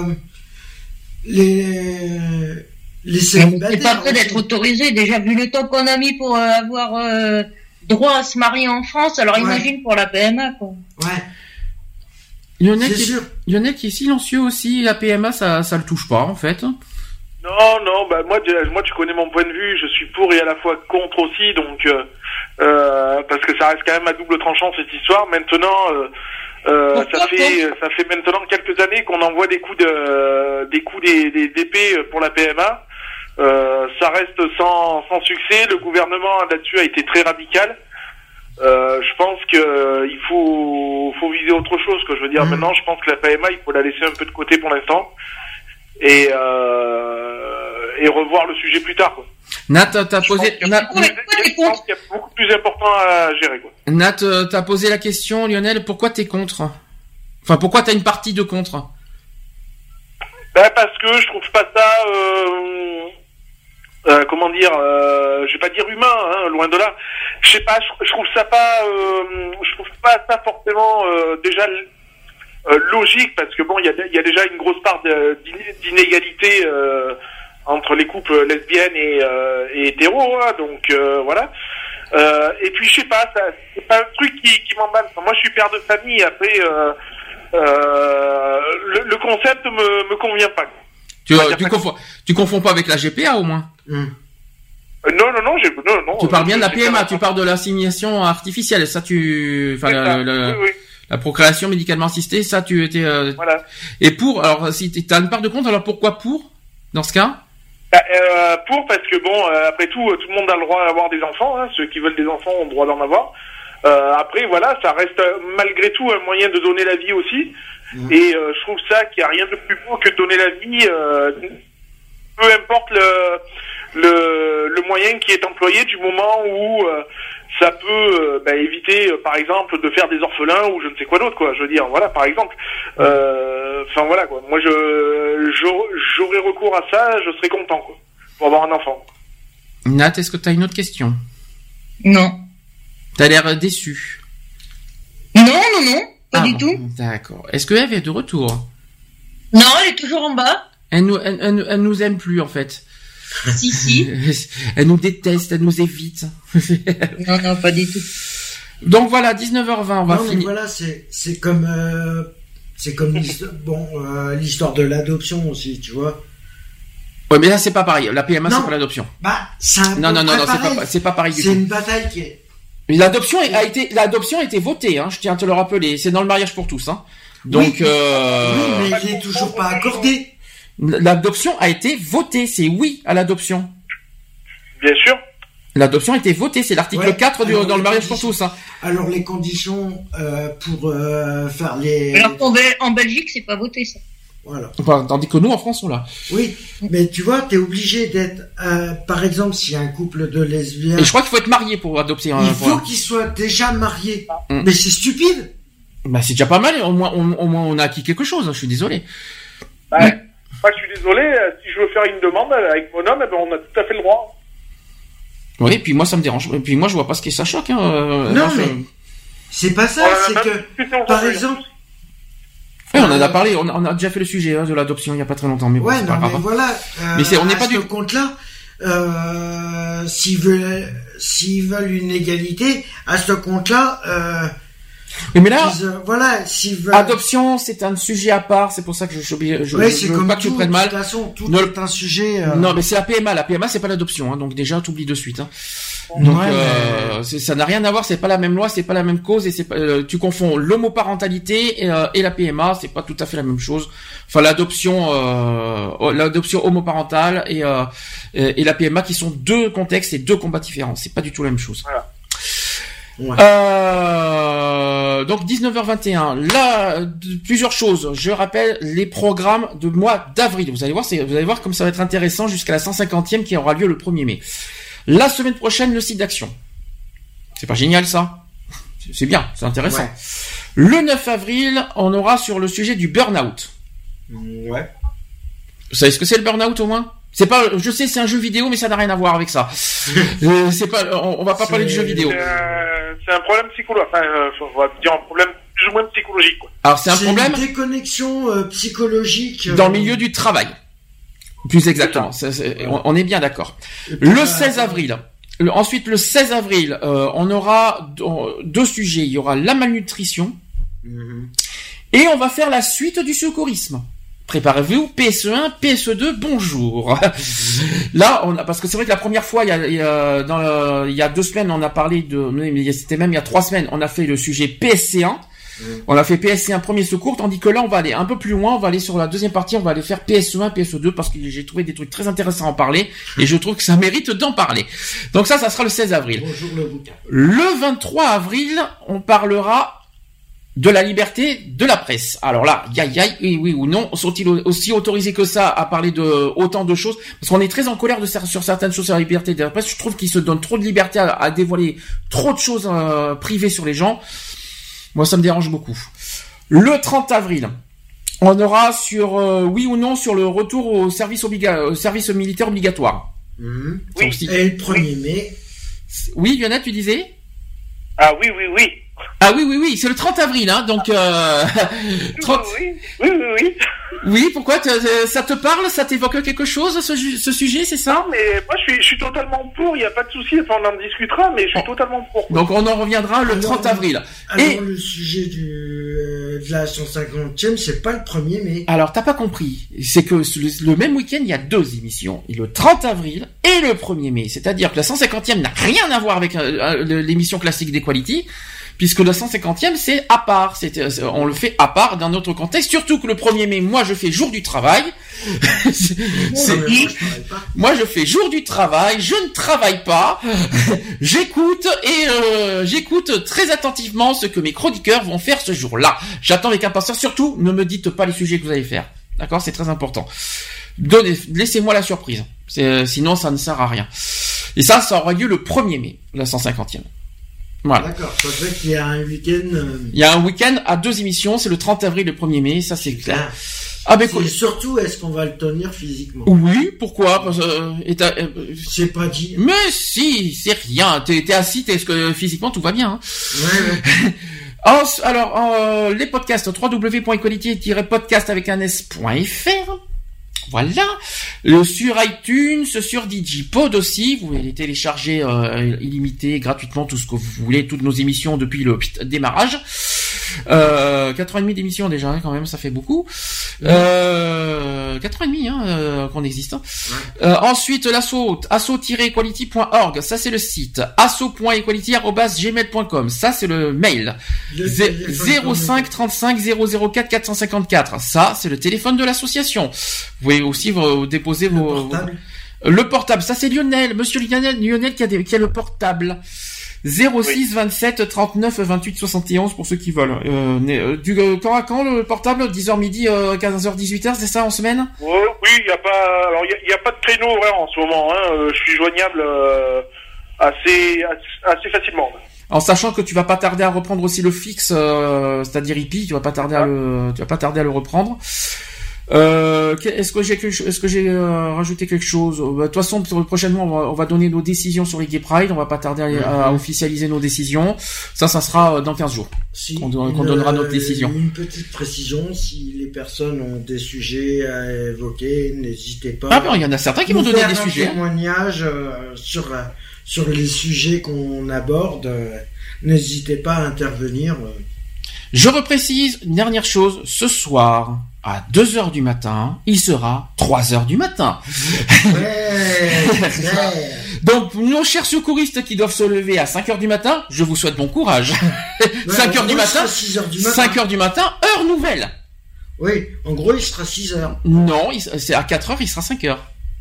les célibataires. C'est pas prêt d'être autorisé, déjà vu le temps qu'on a mis pour avoir droit à se marier en France, alors imagine pour la PMA, quoi. Ouais. Lionel qui est silencieux aussi, la PMA ça le touche pas en fait. Non, bah moi tu connais mon point de vue, je suis pour et à la fois contre aussi, donc parce que ça reste quand même à double tranchant cette histoire. Maintenant ça fait maintenant quelques années qu'on envoie des coups d'épée pour la PMA. Ça reste sans succès. Le gouvernement là-dessus a été très radical. Je pense que il faut viser autre chose, que je veux dire. Maintenant, je pense que la PMA, il faut la laisser un peu de côté pour l'instant et revoir le sujet plus tard, quoi. Nat, t'as posé. Je pense qu'il y a beaucoup plus important à gérer, quoi. Nat, t'as posé la question, Lionel. Pourquoi t'es contre? Enfin, pourquoi t'as une partie de contre? Ben parce que je trouve pas ça. Comment dire, je vais pas dire humain, hein, loin de là. Je sais pas, je trouve ça pas, je trouve pas ça forcément déjà logique, parce que bon, il y a déjà une grosse part d'inégalité entre les couples lesbiennes et hétéros, hein, donc voilà. Et puis je sais pas, c'est pas un truc qui m'emballe. Enfin, moi, je suis père de famille. Après, le concept me convient pas. Tu confonds pas avec la GPA au moins? Non. Tu parles bien de la PMA, tu parles de l'assimilation artificielle, ça la procréation médicalement assistée, ça tu étais... Voilà. Et pour, alors si t'as une part de compte, alors pourquoi pour, dans ce cas? Pour, parce que bon, après tout le monde a le droit d'avoir des enfants, hein, ceux qui veulent des enfants ont le droit d'en avoir. Après voilà, ça reste malgré tout un moyen de donner la vie aussi. Et je trouve ça qu'il n'y a rien de plus beau que de donner la vie, peu importe le moyen qui est employé du moment où ça peut éviter, par exemple, de faire des orphelins ou je ne sais quoi d'autre, quoi. Je veux dire, voilà, par exemple. Enfin voilà, quoi. Moi, j'aurais recours à ça, je serais content, quoi, pour avoir un enfant. Nat, est-ce que tu as une autre question? Non. T'as l'air déçu. Non, pas du tout. D'accord. Est-ce que Eve est de retour? Non, elle est toujours en bas. Elle nous aime plus, en fait. Si. Elle nous déteste, elle nous évite. Non, pas du tout. Donc voilà, 19h20, on va finir. Voilà, c'est comme l'histoire de l'adoption aussi, tu vois. Ouais, mais là c'est pas pareil. La PMA c'est pas l'adoption. C'est un non, c'est pas pareil du tout. C'est une bataille qui est. L'adoption a été votée, hein. Je tiens à te le rappeler. C'est dans le mariage pour tous, hein. Donc. Oui, mais il est toujours pas accordé. L'adoption a été votée, c'est oui à l'adoption. Bien sûr. L'adoption a été votée, c'est l'article 4 dans le mariage pour tous. Hein. Alors les conditions pour faire les... Alors en Belgique, c'est pas voté ça. Voilà. Enfin, tandis que nous en France on l'a. Oui, mais tu vois, t'es obligé d'être, par exemple, s'il y a un couple de lesbiennes... Et je crois qu'il faut être marié pour adopter. Il faut qu'ils soient déjà mariés. Mais c'est stupide. Bah c'est déjà pas mal, au moins on a acquis quelque chose, hein, je suis désolé. Moi, je suis désolé, si je veux faire une demande avec mon homme, on a tout à fait le droit. Oui, et puis moi ça me dérange. Et puis moi je vois pas ce qui ça choque. Hein. Non, mais c'est pas ça, c'est que, par exemple... Oui, on en a parlé, on a déjà fait le sujet de l'adoption il y a pas très longtemps, mais bon, c'est pas grave. Mais voilà, mais on n'est pas à ce compte-là, s'ils veulent une égalité, à ce compte-là... mais là, s'ils veulent... adoption, c'est un sujet à part, c'est pour ça que je veux pas que tu prennes mal. De toute façon, tout est un sujet... Non, mais c'est la PMA. La PMA, c'est pas l'adoption, hein, donc déjà, t'oublies de suite. Hein. Donc, ça n'a rien à voir, c'est pas la même loi, c'est pas la même cause, et c'est pas, tu confonds l'homoparentalité et la PMA, c'est pas tout à fait la même chose. Enfin, l'adoption homoparentale et la PMA, qui sont deux contextes et deux combats différents. C'est pas du tout la même chose. Voilà. Ouais. Donc 19h21. Là, plusieurs choses. Je rappelle les programmes de mois d'avril. Vous allez voir comme ça va être intéressant jusqu'à la 150e qui aura lieu le 1er mai. La semaine prochaine, le site d'action. C'est pas génial ça? C'est bien, c'est intéressant. Ouais. Le 9 avril, on aura sur le sujet du burn-out. Ouais. Vous savez ce que c'est le burn-out au moins? C'est pas, je sais, c'est un jeu vidéo, mais ça n'a rien à voir avec ça. C'est pas, on va pas parler de jeu vidéo. C'est un problème psychologique. Enfin, on va dire un problème plus ou moins psychologique, quoi. Alors c'est un problème. Une déconnexion psychologique. Dans le milieu du travail. Plus exactement. On est bien d'accord. Le 16 avril. Ensuite, le 16 avril, on aura deux sujets. Il y aura la malnutrition. Et on va faire la suite du secourisme. Préparez-vous, PSE1, PSE2, bonjour. Là, parce que c'est vrai que la première fois, il y a 2 semaines, on a parlé c'était même il y a 3 semaines, on a fait le sujet PSC1. On a fait PSC1 premier secours, tandis que là, on va aller un peu plus loin, on va aller sur la deuxième partie, on va aller faire PSE1, PSE2, parce que j'ai trouvé des trucs très intéressants à en parler, et je trouve que ça mérite d'en parler. Donc ça sera le 16 avril. Bonjour le bouquin. Le 23 avril, on parlera de la liberté de la presse. Alors là, oui ou non, sont-ils aussi autorisés que ça à parler de autant de choses? Parce qu'on est très en colère sur certaines choses sur la liberté de la presse. Je trouve qu'ils se donnent trop de liberté à dévoiler trop de choses privées sur les gens. Moi, ça me dérange beaucoup. Le 30 avril, on aura sur oui ou non sur le retour au service militaire obligatoire. Oui. Et le 1er mai. Oui, Lionel, tu disais? Ah oui. Ah oui, c'est le 30 avril, hein, donc 30... Oui. Oui, pourquoi ça te parle, ça t'évoque quelque chose, ce sujet, c'est ça? Non, mais moi je suis totalement pour, il n'y a pas de souci, enfin, on en discutera, mais je suis totalement pour. Donc on en reviendra le 30 avril. Alors le sujet de la 150e, c'est pas le 1er mai. Alors t'as pas compris, c'est que le même week-end, il y a 2 émissions, le 30 avril et le 1er mai, c'est-à-dire que la 150e n'a rien à voir avec l'émission classique d'Equality, puisque le 150e, c'est à part. On le fait à part dans notre contexte. Surtout que le 1er mai, moi, je fais jour du travail. Moi, je fais jour du travail. Je ne travaille pas. J'écoute très attentivement ce que mes chroniqueurs vont faire ce jour-là. J'attends avec impatience. Surtout, ne me dites pas les sujets que vous allez faire. D'accord? C'est très important. laissez-moi la surprise. Sinon, ça ne sert à rien. Et ça aura lieu le 1er mai, la 150e. Voilà. D'accord, ça fait qu'il y a un week-end... Il y a un week-end à 2 émissions, c'est le 30 avril et le 1er mai, ça c'est clair. Surtout, est-ce qu'on va le tenir physiquement? Oui, pourquoi? C'est pas dit. Mais si, c'est rien. T'es assis, physiquement tout va bien. Hein. Ouais. Alors, les podcasts, www.equality-podcast avec un s.fr. Voilà. Sur iTunes, sur Digipod aussi, vous pouvez les télécharger illimité, gratuitement, tout ce que vous voulez, toutes nos émissions depuis le démarrage. 4 ans et demi d'émissions déjà, hein, quand même, ça fait beaucoup. 4 ans et demi qu'on existe. Hein. Ouais. Ensuite, asso-equality.org, ça c'est le site. asso.equality@gmail.com, ça c'est le mail. 05 35 004 454, ça c'est le téléphone de l'association. Vous pouvez aussi déposer le portable, ça c'est Lionel, monsieur Lionel qui a le portable. 06 27 39 28 71 pour ceux qui veulent. Quand à quand le portable? 10h midi, 15h 18h, c'est ça en semaine? Oui, il y a pas de créneau horaire en ce moment, hein. Je suis joignable assez facilement. En sachant que tu vas pas tarder à reprendre aussi le fixe, c'est-à-dire hippie, tu vas pas tarder à le reprendre. Est-ce que j'ai rajouté quelque chose? De toute façon, prochainement, on va donner nos décisions sur les Gay Pride. On va pas tarder à officialiser nos décisions. Ça sera dans 15 jours. Qu'on donnera notre décision. Une petite précision, si les personnes ont des sujets à évoquer, n'hésitez pas. Ah ben, il y en a certains qui vont donner des sujets. Témoignages sur les sujets qu'on aborde. N'hésitez pas à intervenir. Je reprécise une dernière chose. Ce soir, à 2h du matin, il sera 3h du matin. Ouais. Donc, nos chers secouristes qui doivent se lever à 5h du matin, je vous souhaite bon courage. 5h du matin, 5h du matin, heure nouvelle. Oui, en gros, il sera 6h. Non, c'est à 4h, il sera 5h.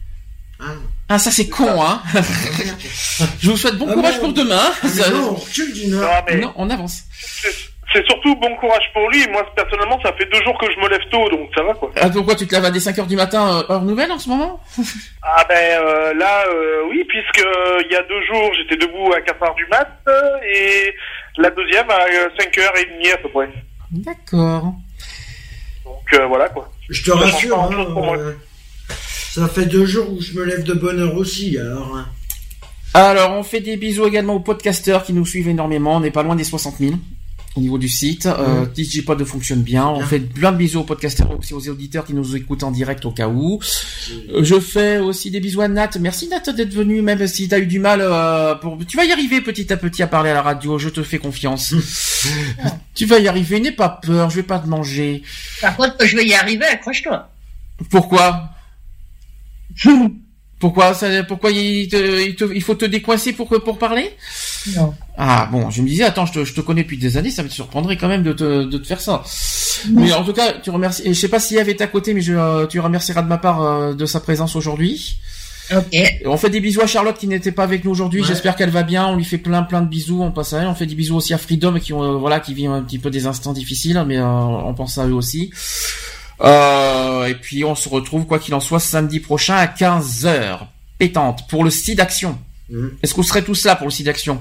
Ah, ça c'est con, hein. Je vous souhaite bon courage pour demain. Non, on recule d'une heure. Non, on avance. C'est surtout bon courage pour lui. Moi, personnellement, ça fait 2 jours que je me lève tôt, donc ça va, quoi. Ah, pourquoi tu te lèves à des 5h du matin, heure nouvelle, en ce moment? Ah, là, oui, puisque il y a 2 jours, j'étais debout à 4h du mat, et la deuxième à 5h30 à peu près. D'accord. Donc, voilà, quoi. Je te rassure, ça fait 2 jours où je me lève de bonne heure aussi, alors. Alors, on fait des bisous également aux podcasteurs qui nous suivent énormément. On n'est pas loin des 60 000. Au niveau du site, Digipod fonctionne bien. On fait plein de bisous aux podcasteurs, aussi aux auditeurs qui nous écoutent en direct au cas où. Je fais aussi des bisous à Nat. Merci Nat d'être venu, même si t'as eu du mal tu vas y arriver petit à petit à parler à la radio. Je te fais confiance. Tu vas y arriver. N'aie pas peur. Je vais pas te manger. Par contre, je vais y arriver. Accroche-toi. Pourquoi? Pourquoi il faut te décoincer pour parler? Non. Ah bon, je me disais attends, je te connais depuis des années, ça me surprendrait quand même de te faire ça. Non. Mais en tout cas, tu remercies. Et je sais pas si Eve est à côté, mais tu remercieras de ma part de sa présence aujourd'hui. Ok. On fait des bisous à Charlotte qui n'était pas avec nous aujourd'hui. Ouais. J'espère qu'elle va bien. On lui fait plein de bisous. On passe à elle. On fait des bisous aussi à Freedom qui vit un petit peu des instants difficiles, mais on pense à eux aussi. Et puis on se retrouve quoi qu'il en soit samedi prochain à 15h pétante pour le site d'action. Est-ce que vous serez tous là pour le site d'action?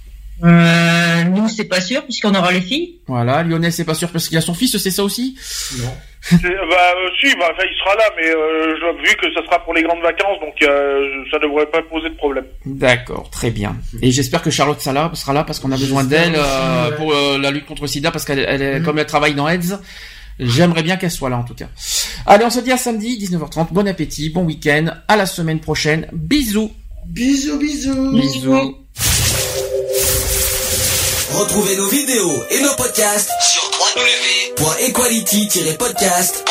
Nous c'est pas sûr puisqu'on aura les filles. Voilà, Lionel c'est pas sûr parce qu'il a son fils, c'est ça aussi? Non. Si, il sera là, mais vu que ça sera pour les grandes vacances, donc ça devrait pas poser de problème. D'accord, très bien. Et j'espère que Charlotte sera là parce qu'on a besoin d'elle pour la lutte contre le sida parce qu'elle comme elle travaille dans AIDS. J'aimerais bien qu'elle soit là en tout cas. Allez, on se dit à samedi 19h30. Bon appétit, bon week-end. À la semaine prochaine. Bisous. Bisous. Bisous. Retrouvez nos vidéos et nos podcasts sur www.equality-podcast.fr.